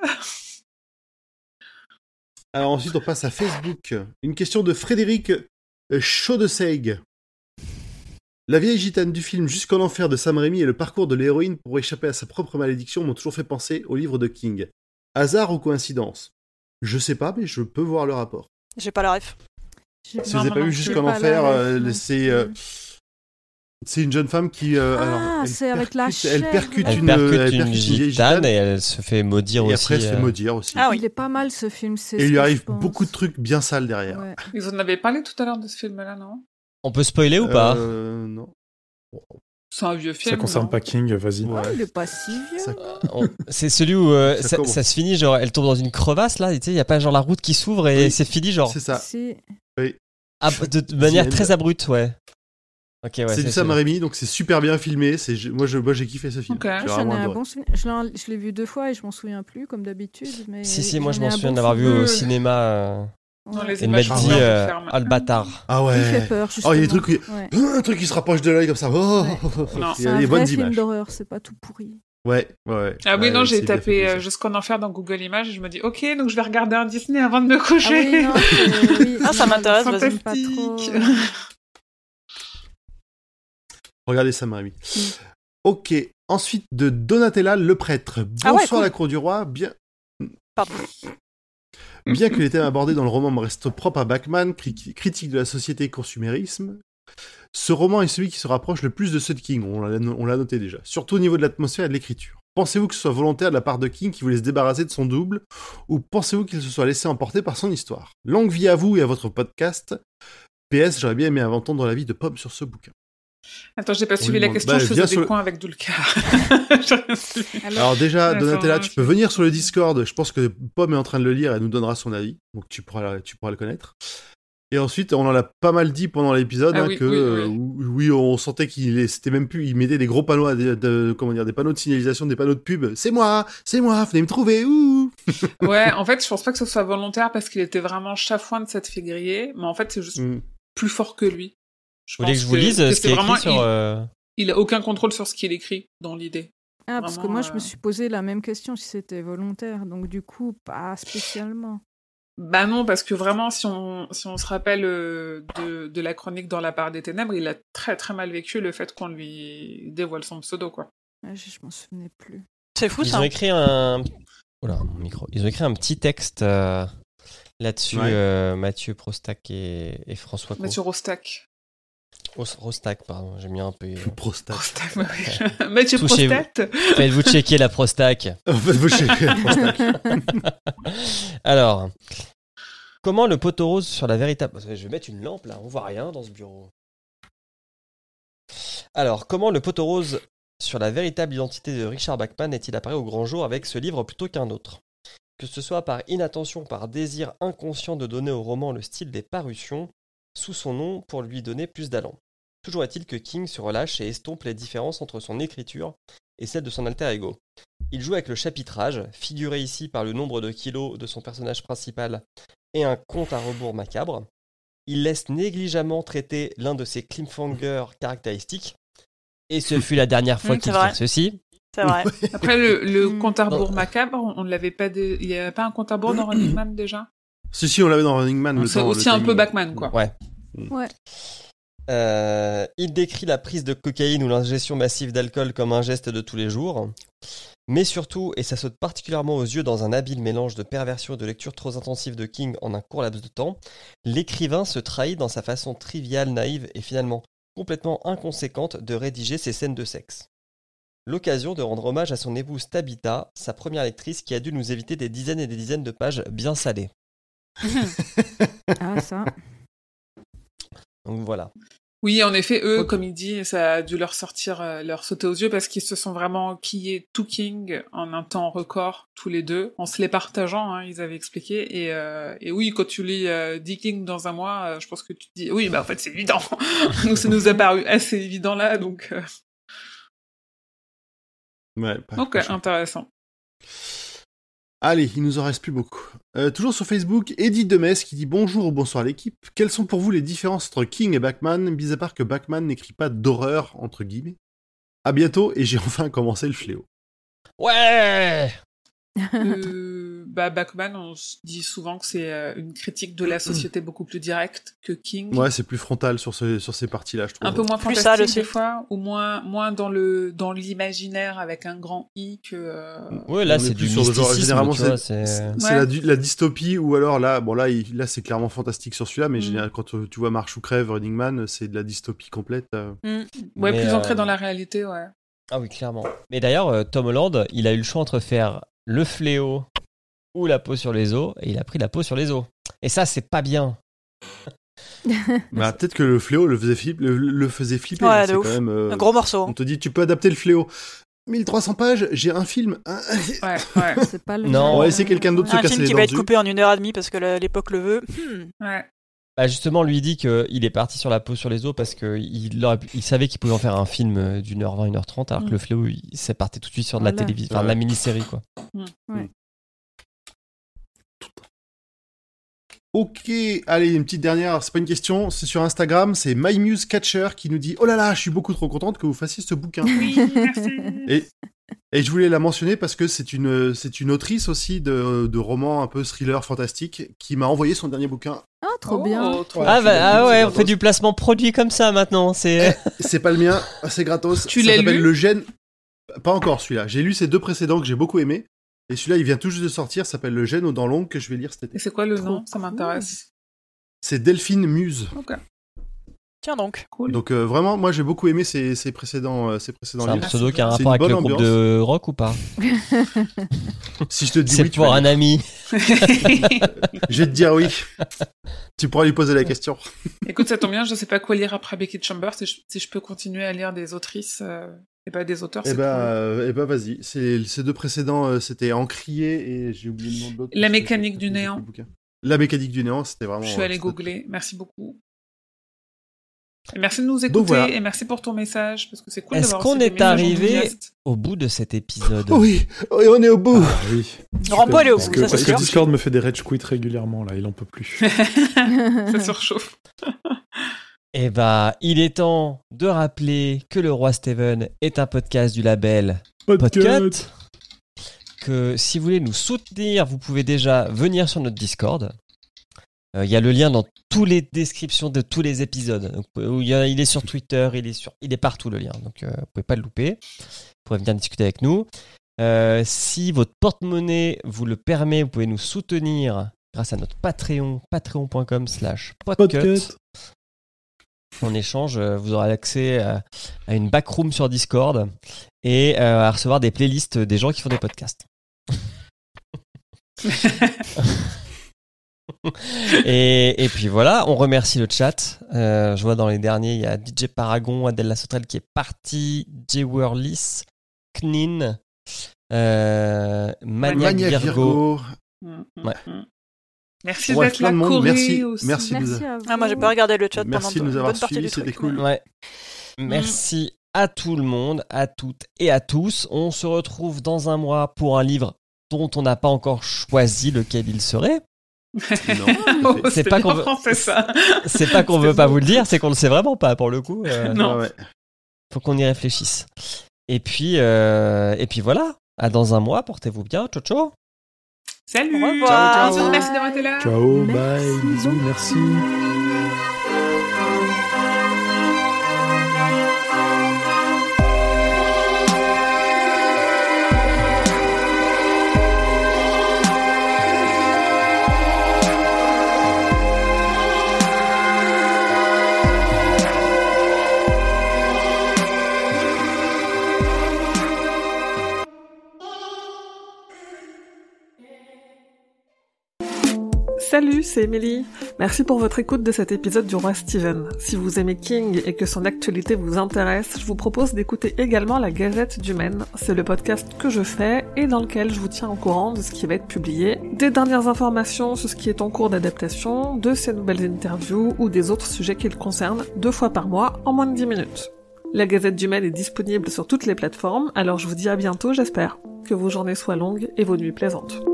Alors ensuite, on passe à Facebook. Une question de Frédéric Chaudeseig. La vieille gitane du film Jusqu'en enfer de Sam Raimi et le parcours de l'héroïne pour échapper à sa propre malédiction m'ont toujours fait penser au livre de King. Hasard ou coïncidence ? Je sais pas, mais je peux voir le rapport. J'ai pas la ref. J'ai- Si Non, vous n'avez non, pas non, vu j'ai Jusqu'en pas la enfer, ref euh, non c'est euh, plus. c'est une jeune femme qui euh, Ah, alors, elle c'est avec la percute- elle chair, percute ouais. Elle une, percute elle une percute vieille gitane et elle se fait maudire et aussi. après elle se fait euh, maudire aussi. Ah oui. Il est pas mal ce film. C'est Et ce il lui que arrive je pense. beaucoup de trucs bien sales derrière. Ouais. Ils en avaient parlé tout à l'heure de ce film-là, non? On peut spoiler ou pas Euh, non. C'est un vieux film. Ça concerne non pas King, vas-y. Ouais. Ah, il est pas si vieux. Ça- On- C'est celui où euh, Ça ça, commence. ça se finit, genre elle tombe dans une crevasse là, tu sais, il y a pas genre la route qui s'ouvre et Oui. c'est fini, genre C'est ça. C'est- ab- de, de manière The end. très abrupte, ouais. Ok, ouais. c'est du Sam Raimi, donc c'est super bien filmé. C'est moi, je, moi j'ai kiffé ce film. Ok. J'ai Moi, j'en vraiment ai un adoré. bon souvenir. Je l'ai- je l'ai vu deux fois et je m'en souviens plus, comme d'habitude. Mais Si, si, moi je j'en ai m'en un souviens bon d'avoir vu souvenir. au cinéma euh, Dans les et de m'être images dit qu'on euh, ferme. ah le bâtard. Ah Il fait ouais. peur, Oh, justement. il y a des trucs, où- Ouais. un truc qui se rapproche de l'œil comme ça. Oh, Non. il C'est y a un des vrai bonnes film images. d'horreur, c'est pas tout pourri. Ouais, ouais, ouais. Ah oui, Ouais, non, c'est j'ai bien tapé fait, euh, ça. Jusqu'en enfer dans Google Images et je me dis, ok, donc je vais regarder un Disney avant de me Ah coucher. oui, non, c'est- oui, Ah, ça non, m'intéresse, vas-y. j'aime pas trop. Fantastique. Regardez Sam Raimi. Ok. Ensuite, de Donatella le prêtre. Ah ouais, Bonsoir cool. la cour du roi. Bien. Pardon. Bien que les thèmes abordés dans le roman me restent propres à Bachman, cri- critique de la société et consumérisme, ce roman est celui qui se rapproche le plus de ceux de King, on l'a, on l'a noté déjà, surtout au niveau de l'atmosphère et de l'écriture. Pensez-vous que ce soit volontaire de la part de King qui voulait se débarrasser de son double, ou pensez-vous qu'il se soit laissé emporter par son histoire ? Longue vie à vous et à votre podcast. P S, j'aurais bien aimé entendre l'avis de Pomme sur ce bouquin. Attends, j'ai pas suivi lui la demande- question, bah, je faisais viens des sur le- coins avec Dulcar. J'ai rien suivi. Alors déjà, Attends, Donatella, hein, tu je- peux venir sur le Discord, je pense que Pomme est en train de le lire, elle nous donnera son avis, donc tu pourras, tu pourras le connaître. Et ensuite, on en a pas mal dit pendant l'épisode, Ah hein, oui, que oui, euh, oui. oui, on sentait qu'il est- c'était même plus, il mettait des gros panneaux, à des- de, comment dire, des panneaux de signalisation, des panneaux de pub. C'est moi, c'est moi, venez me trouver, ouh. Ouais, en fait, je pense pas que ce soit volontaire parce qu'il était vraiment chafouin de s'être fait griller, mais en fait, c'est juste Mm. plus fort que lui. Je Vous voulez que pense je vous lise que ce c'est qui est écrit vraiment- sur. il- euh, Il a aucun contrôle sur ce qu'il écrit dans l'idée. Ah, parce que Vraiment, moi, je euh, me suis posé la même question si c'était volontaire. Donc, du coup, pas spécialement. Bah non, parce que vraiment, si on, si on se rappelle euh, de, de la chronique dans la part des ténèbres, il a très très mal vécu le fait qu'on lui dévoile son pseudo, quoi. Ah, je je m'en souvenais plus. C'est fou, Ils ça. ont écrit un. Oula, mon micro. Ils ont écrit un petit texte euh, là-dessus, Ouais. euh, Mathieu Prostac et, et François Co. Mathieu Rostac. Ros- Rostac, pardon, j'ai mis un peu. euh. Prostate. Prostac, ouais, ouais. Mathieu Touchez-vous. Prostate. Faites-vous checker la Prostac. En fait, vous chez- Prostate. Alors, comment le poteau rose sur la véritable... Je vais mettre une lampe là, on voit rien dans ce bureau. Alors, comment le poteau rose sur la véritable identité de Richard Bachman est-il apparu au grand jour avec ce livre plutôt qu'un autre ? Que ce soit par inattention, par désir inconscient de donner au roman le style des parutions, sous son nom pour lui donner plus d'allant. Toujours est-il que King se relâche et estompe les différences entre son écriture et celle de son alter ego. Il joue avec le chapitrage, figuré ici par le nombre de kilos de son personnage principal et un compte à rebours macabre. Il laisse négligemment traiter l'un de ses cliffhangers caractéristiques. Et ce fut la dernière fois Mmh, qu'il c'est vrai. fit ceci. C'est vrai. Après, le, le Mm. compte à rebours Non. macabre, on ne l'avait pas... dé- Il n'y avait pas un compte à rebours dans Running Man, déjà Si, si, on l'avait dans Running Man. le C'est temps- aussi le un peu timing. Bachman, quoi. Ouais. Ouais. Euh, il décrit la prise de cocaïne ou l'ingestion massive d'alcool comme un geste de tous les jours. Mais surtout, et ça saute particulièrement aux yeux dans un habile mélange de perversion et de lecture trop intensive de King en un court laps de temps, l'écrivain se trahit dans sa façon triviale, naïve et finalement complètement inconséquente de rédiger ses scènes de sexe. L'occasion de rendre hommage à son épouse Tabitha, sa première lectrice qui a dû nous éviter des dizaines et des dizaines de pages bien salées. Ah, ça. Donc voilà. Oui, en effet, eux, comme il dit, ça a dû leur sortir, euh, leur sauter aux yeux parce qu'ils se sont vraiment quillés tout King en un temps record, tous les deux, en se les partageant, hein, ils avaient expliqué. Et, euh, et oui, quand tu lis euh, dix King dans un mois, euh, je pense que tu te dis, oui, bah en fait, c'est évident. Nous, ça nous a paru assez évident là, donc... Euh... Ouais, pas, ok, pas intéressant. Allez, il nous en reste plus beaucoup. Euh, toujours sur Facebook, Edith Demès qui dit bonjour ou bonsoir l'équipe. Quelles sont pour vous les différences entre King et Bachman, mis à part que Bachman n'écrit pas d'horreur, entre guillemets. À bientôt, et j'ai enfin commencé le fléau. Ouais. euh, bah, Bachman, on se dit souvent que c'est euh, une critique de la société beaucoup plus directe que King. Ouais, c'est plus frontal sur, ce, sur ces parties-là, je trouve. Un peu moins Plus fantastique sale aussi. des fois, ou moins, moins dans, le, dans l'imaginaire avec un grand I que... Euh... Ouais, là, On c'est est plus du sur le genre, mysticisme, généralement, tu vois, c'est, c'est... c'est Ouais. la, du- la dystopie, ou alors là, bon là, il- là c'est clairement fantastique sur celui-là, mais Mm. général, quand euh, tu vois Marche ou Crève, Running Man, c'est de la dystopie complète. euh. Mm. Ouais, Mais, plus euh, ancré dans la réalité, ouais. Ah oui, clairement. Mais d'ailleurs, euh, Tom Holland, il a eu le choix entre faire le fléau ou la peau sur les os, et il a pris la peau sur les os. Et ça, c'est pas bien. Bah, peut-être que le fléau le faisait, flip- le, le faisait flipper. Ouais, hein, de c'est ouf. quand même, euh, Un gros morceau. on te dit, tu peux adapter le fléau. mille trois cents pages, j'ai un film. hein. Ouais, ouais, C'est pas le Non. genre, On va laisser euh, quelqu'un d'autre se Un casser film les qui dents va être dessus. coupé en une heure et demie parce que la- l'époque le veut. Hmm. ouais. Bah justement, lui il dit qu'il est parti sur la peau sur les os parce qu'il aurait pu- il savait qu'il pouvait en faire un film euh, d'une heure vingt, une heure trente, alors Mm. que le fléau, il s'est parti tout de suite sur de la Voilà. télévision, enfin de la Ouais. mini-série, quoi. Ok, allez, une petite dernière, c'est pas une question, c'est sur Instagram, c'est MyMuseCatcher qui nous dit « Oh là là, je suis beaucoup trop contente que vous fassiez ce bouquin !» Oui, merci. Et, et je voulais la mentionner parce que c'est une, c'est une autrice aussi de, de romans un peu thriller fantastique qui m'a envoyé son dernier bouquin. Ah, trop Oh, bien. trop Ah, je bah, suis ah d'accord, ouais, c'est on fait gratos. du placement produit comme ça maintenant. C'est... C'est pas le mien, c'est gratos. Tu Ça l'as s'appelle lu Le Gène. Pas encore celui-là. J'ai lu ces deux précédents que j'ai beaucoup aimés. Et celui-là, il vient tout juste de sortir, s'appelle Le Gène aux dents longues que je vais lire cet été. Et c'est quoi le Trop nom? Ça cool. m'intéresse. C'est Delphine Muse. Ok, Tiens donc. cool. Donc euh, vraiment, moi j'ai beaucoup aimé ces, ces précédents, euh, ces précédents C'est un livres. pseudo qui a un C'est rapport une avec le bonne groupe ambiance. de rock ou pas? Si je te dis C'est oui, tu pour vas un dire. ami. Je vais te dire oui. Tu pourras lui poser la question. Écoute, ça tombe bien, je sais pas quoi lire après Becky Chambers. Si je, si je peux continuer à lire des autrices euh, et pas des auteurs, Eh c'est ben, cool. euh, eh ben vas-y. C'est, ces deux précédents, euh, c'était Encrier et j'ai oublié le nom de l'autre. La parce que mécanique j'ai- du j'ai néant. plus le bouquin. La mécanique du néant, c'était vraiment. Je suis allée euh, c'était- googler. Merci beaucoup. Et merci de nous écouter voilà. et merci pour ton message parce que c'est cool Est-ce d'avoir qu'on reçu des est messages arrivé enthousiastes. au bout de cet épisode? Oh oui, oh, et on est au bout. Ah oui. Rambo, elle est au Parce bout, que, ça c'est parce que sûr. Discord me fait des rage quits régulièrement, là, il en peut plus. Ça surchauffe. Eh bah, il est temps de rappeler que Le Roi Steven est un podcast du label Podcut. Que si vous voulez nous soutenir, vous pouvez déjà venir sur notre Discord. Il euh, y a le lien dans toutes les descriptions de tous les épisodes. Donc, où y a, il est sur Twitter, il est, sur, il est partout le lien. Donc, euh, vous pouvez pas le louper. Vous pourrez venir discuter avec nous. Euh, si votre porte-monnaie vous le permet, vous pouvez nous soutenir grâce à notre Patreon, patreon.com slash podcut. Podcut. En échange, euh, vous aurez accès à, à une backroom sur Discord et euh, à recevoir des playlists des gens qui font des podcasts. et, et puis voilà, on remercie le chat. Euh, je vois dans les derniers, il y a D J Paragon, Adèle Lassotrel qui est parti, J. Worlis, Knin, euh, Maniac, Maniac Virgo. Virgo. Mm, Ouais. mm. Merci Ouais, d'être plein là, de monde. Corée Merci, aussi. merci de nous Merci à vous. Ah, moi j'ai pas regardé le chat Merci de pendant nous une avoir bonne partie suivis, du c'était truc. cool. mais- Ouais. Merci à tout le monde, à toutes et à tous. On se retrouve dans un mois pour un livre dont on n'a pas encore choisi lequel il serait. Non, Oh, tout à fait. c'était pas bien qu'on veut- français, ça. C'est pas qu'on veut pas vous le dire, c'est qu'on le sait vraiment pas pour le coup. Euh, Non. Ouais, ouais. faut qu'on y réfléchisse. Et puis, euh, et puis voilà. À dans un mois. Portez-vous bien. Ciao ciao. Salut. Au revoir. Ciao, ciao. Merci d'avoir été là. Ciao, Merci. bye, bisous, merci. Salut, c'est Émilie. Merci pour votre écoute de cet épisode du Roi Steven. Si vous aimez King et que son actualité vous intéresse, je vous propose d'écouter également la Gazette du Maine. C'est le podcast que je fais et dans lequel je vous tiens au courant de ce qui va être publié, des dernières informations sur ce qui est en cours d'adaptation, de ses nouvelles interviews ou des autres sujets qui le concernent, deux fois par mois en moins de dix minutes. La Gazette du Maine est disponible sur toutes les plateformes, alors je vous dis à bientôt, j'espère. Que vos journées soient longues et vos nuits plaisantes.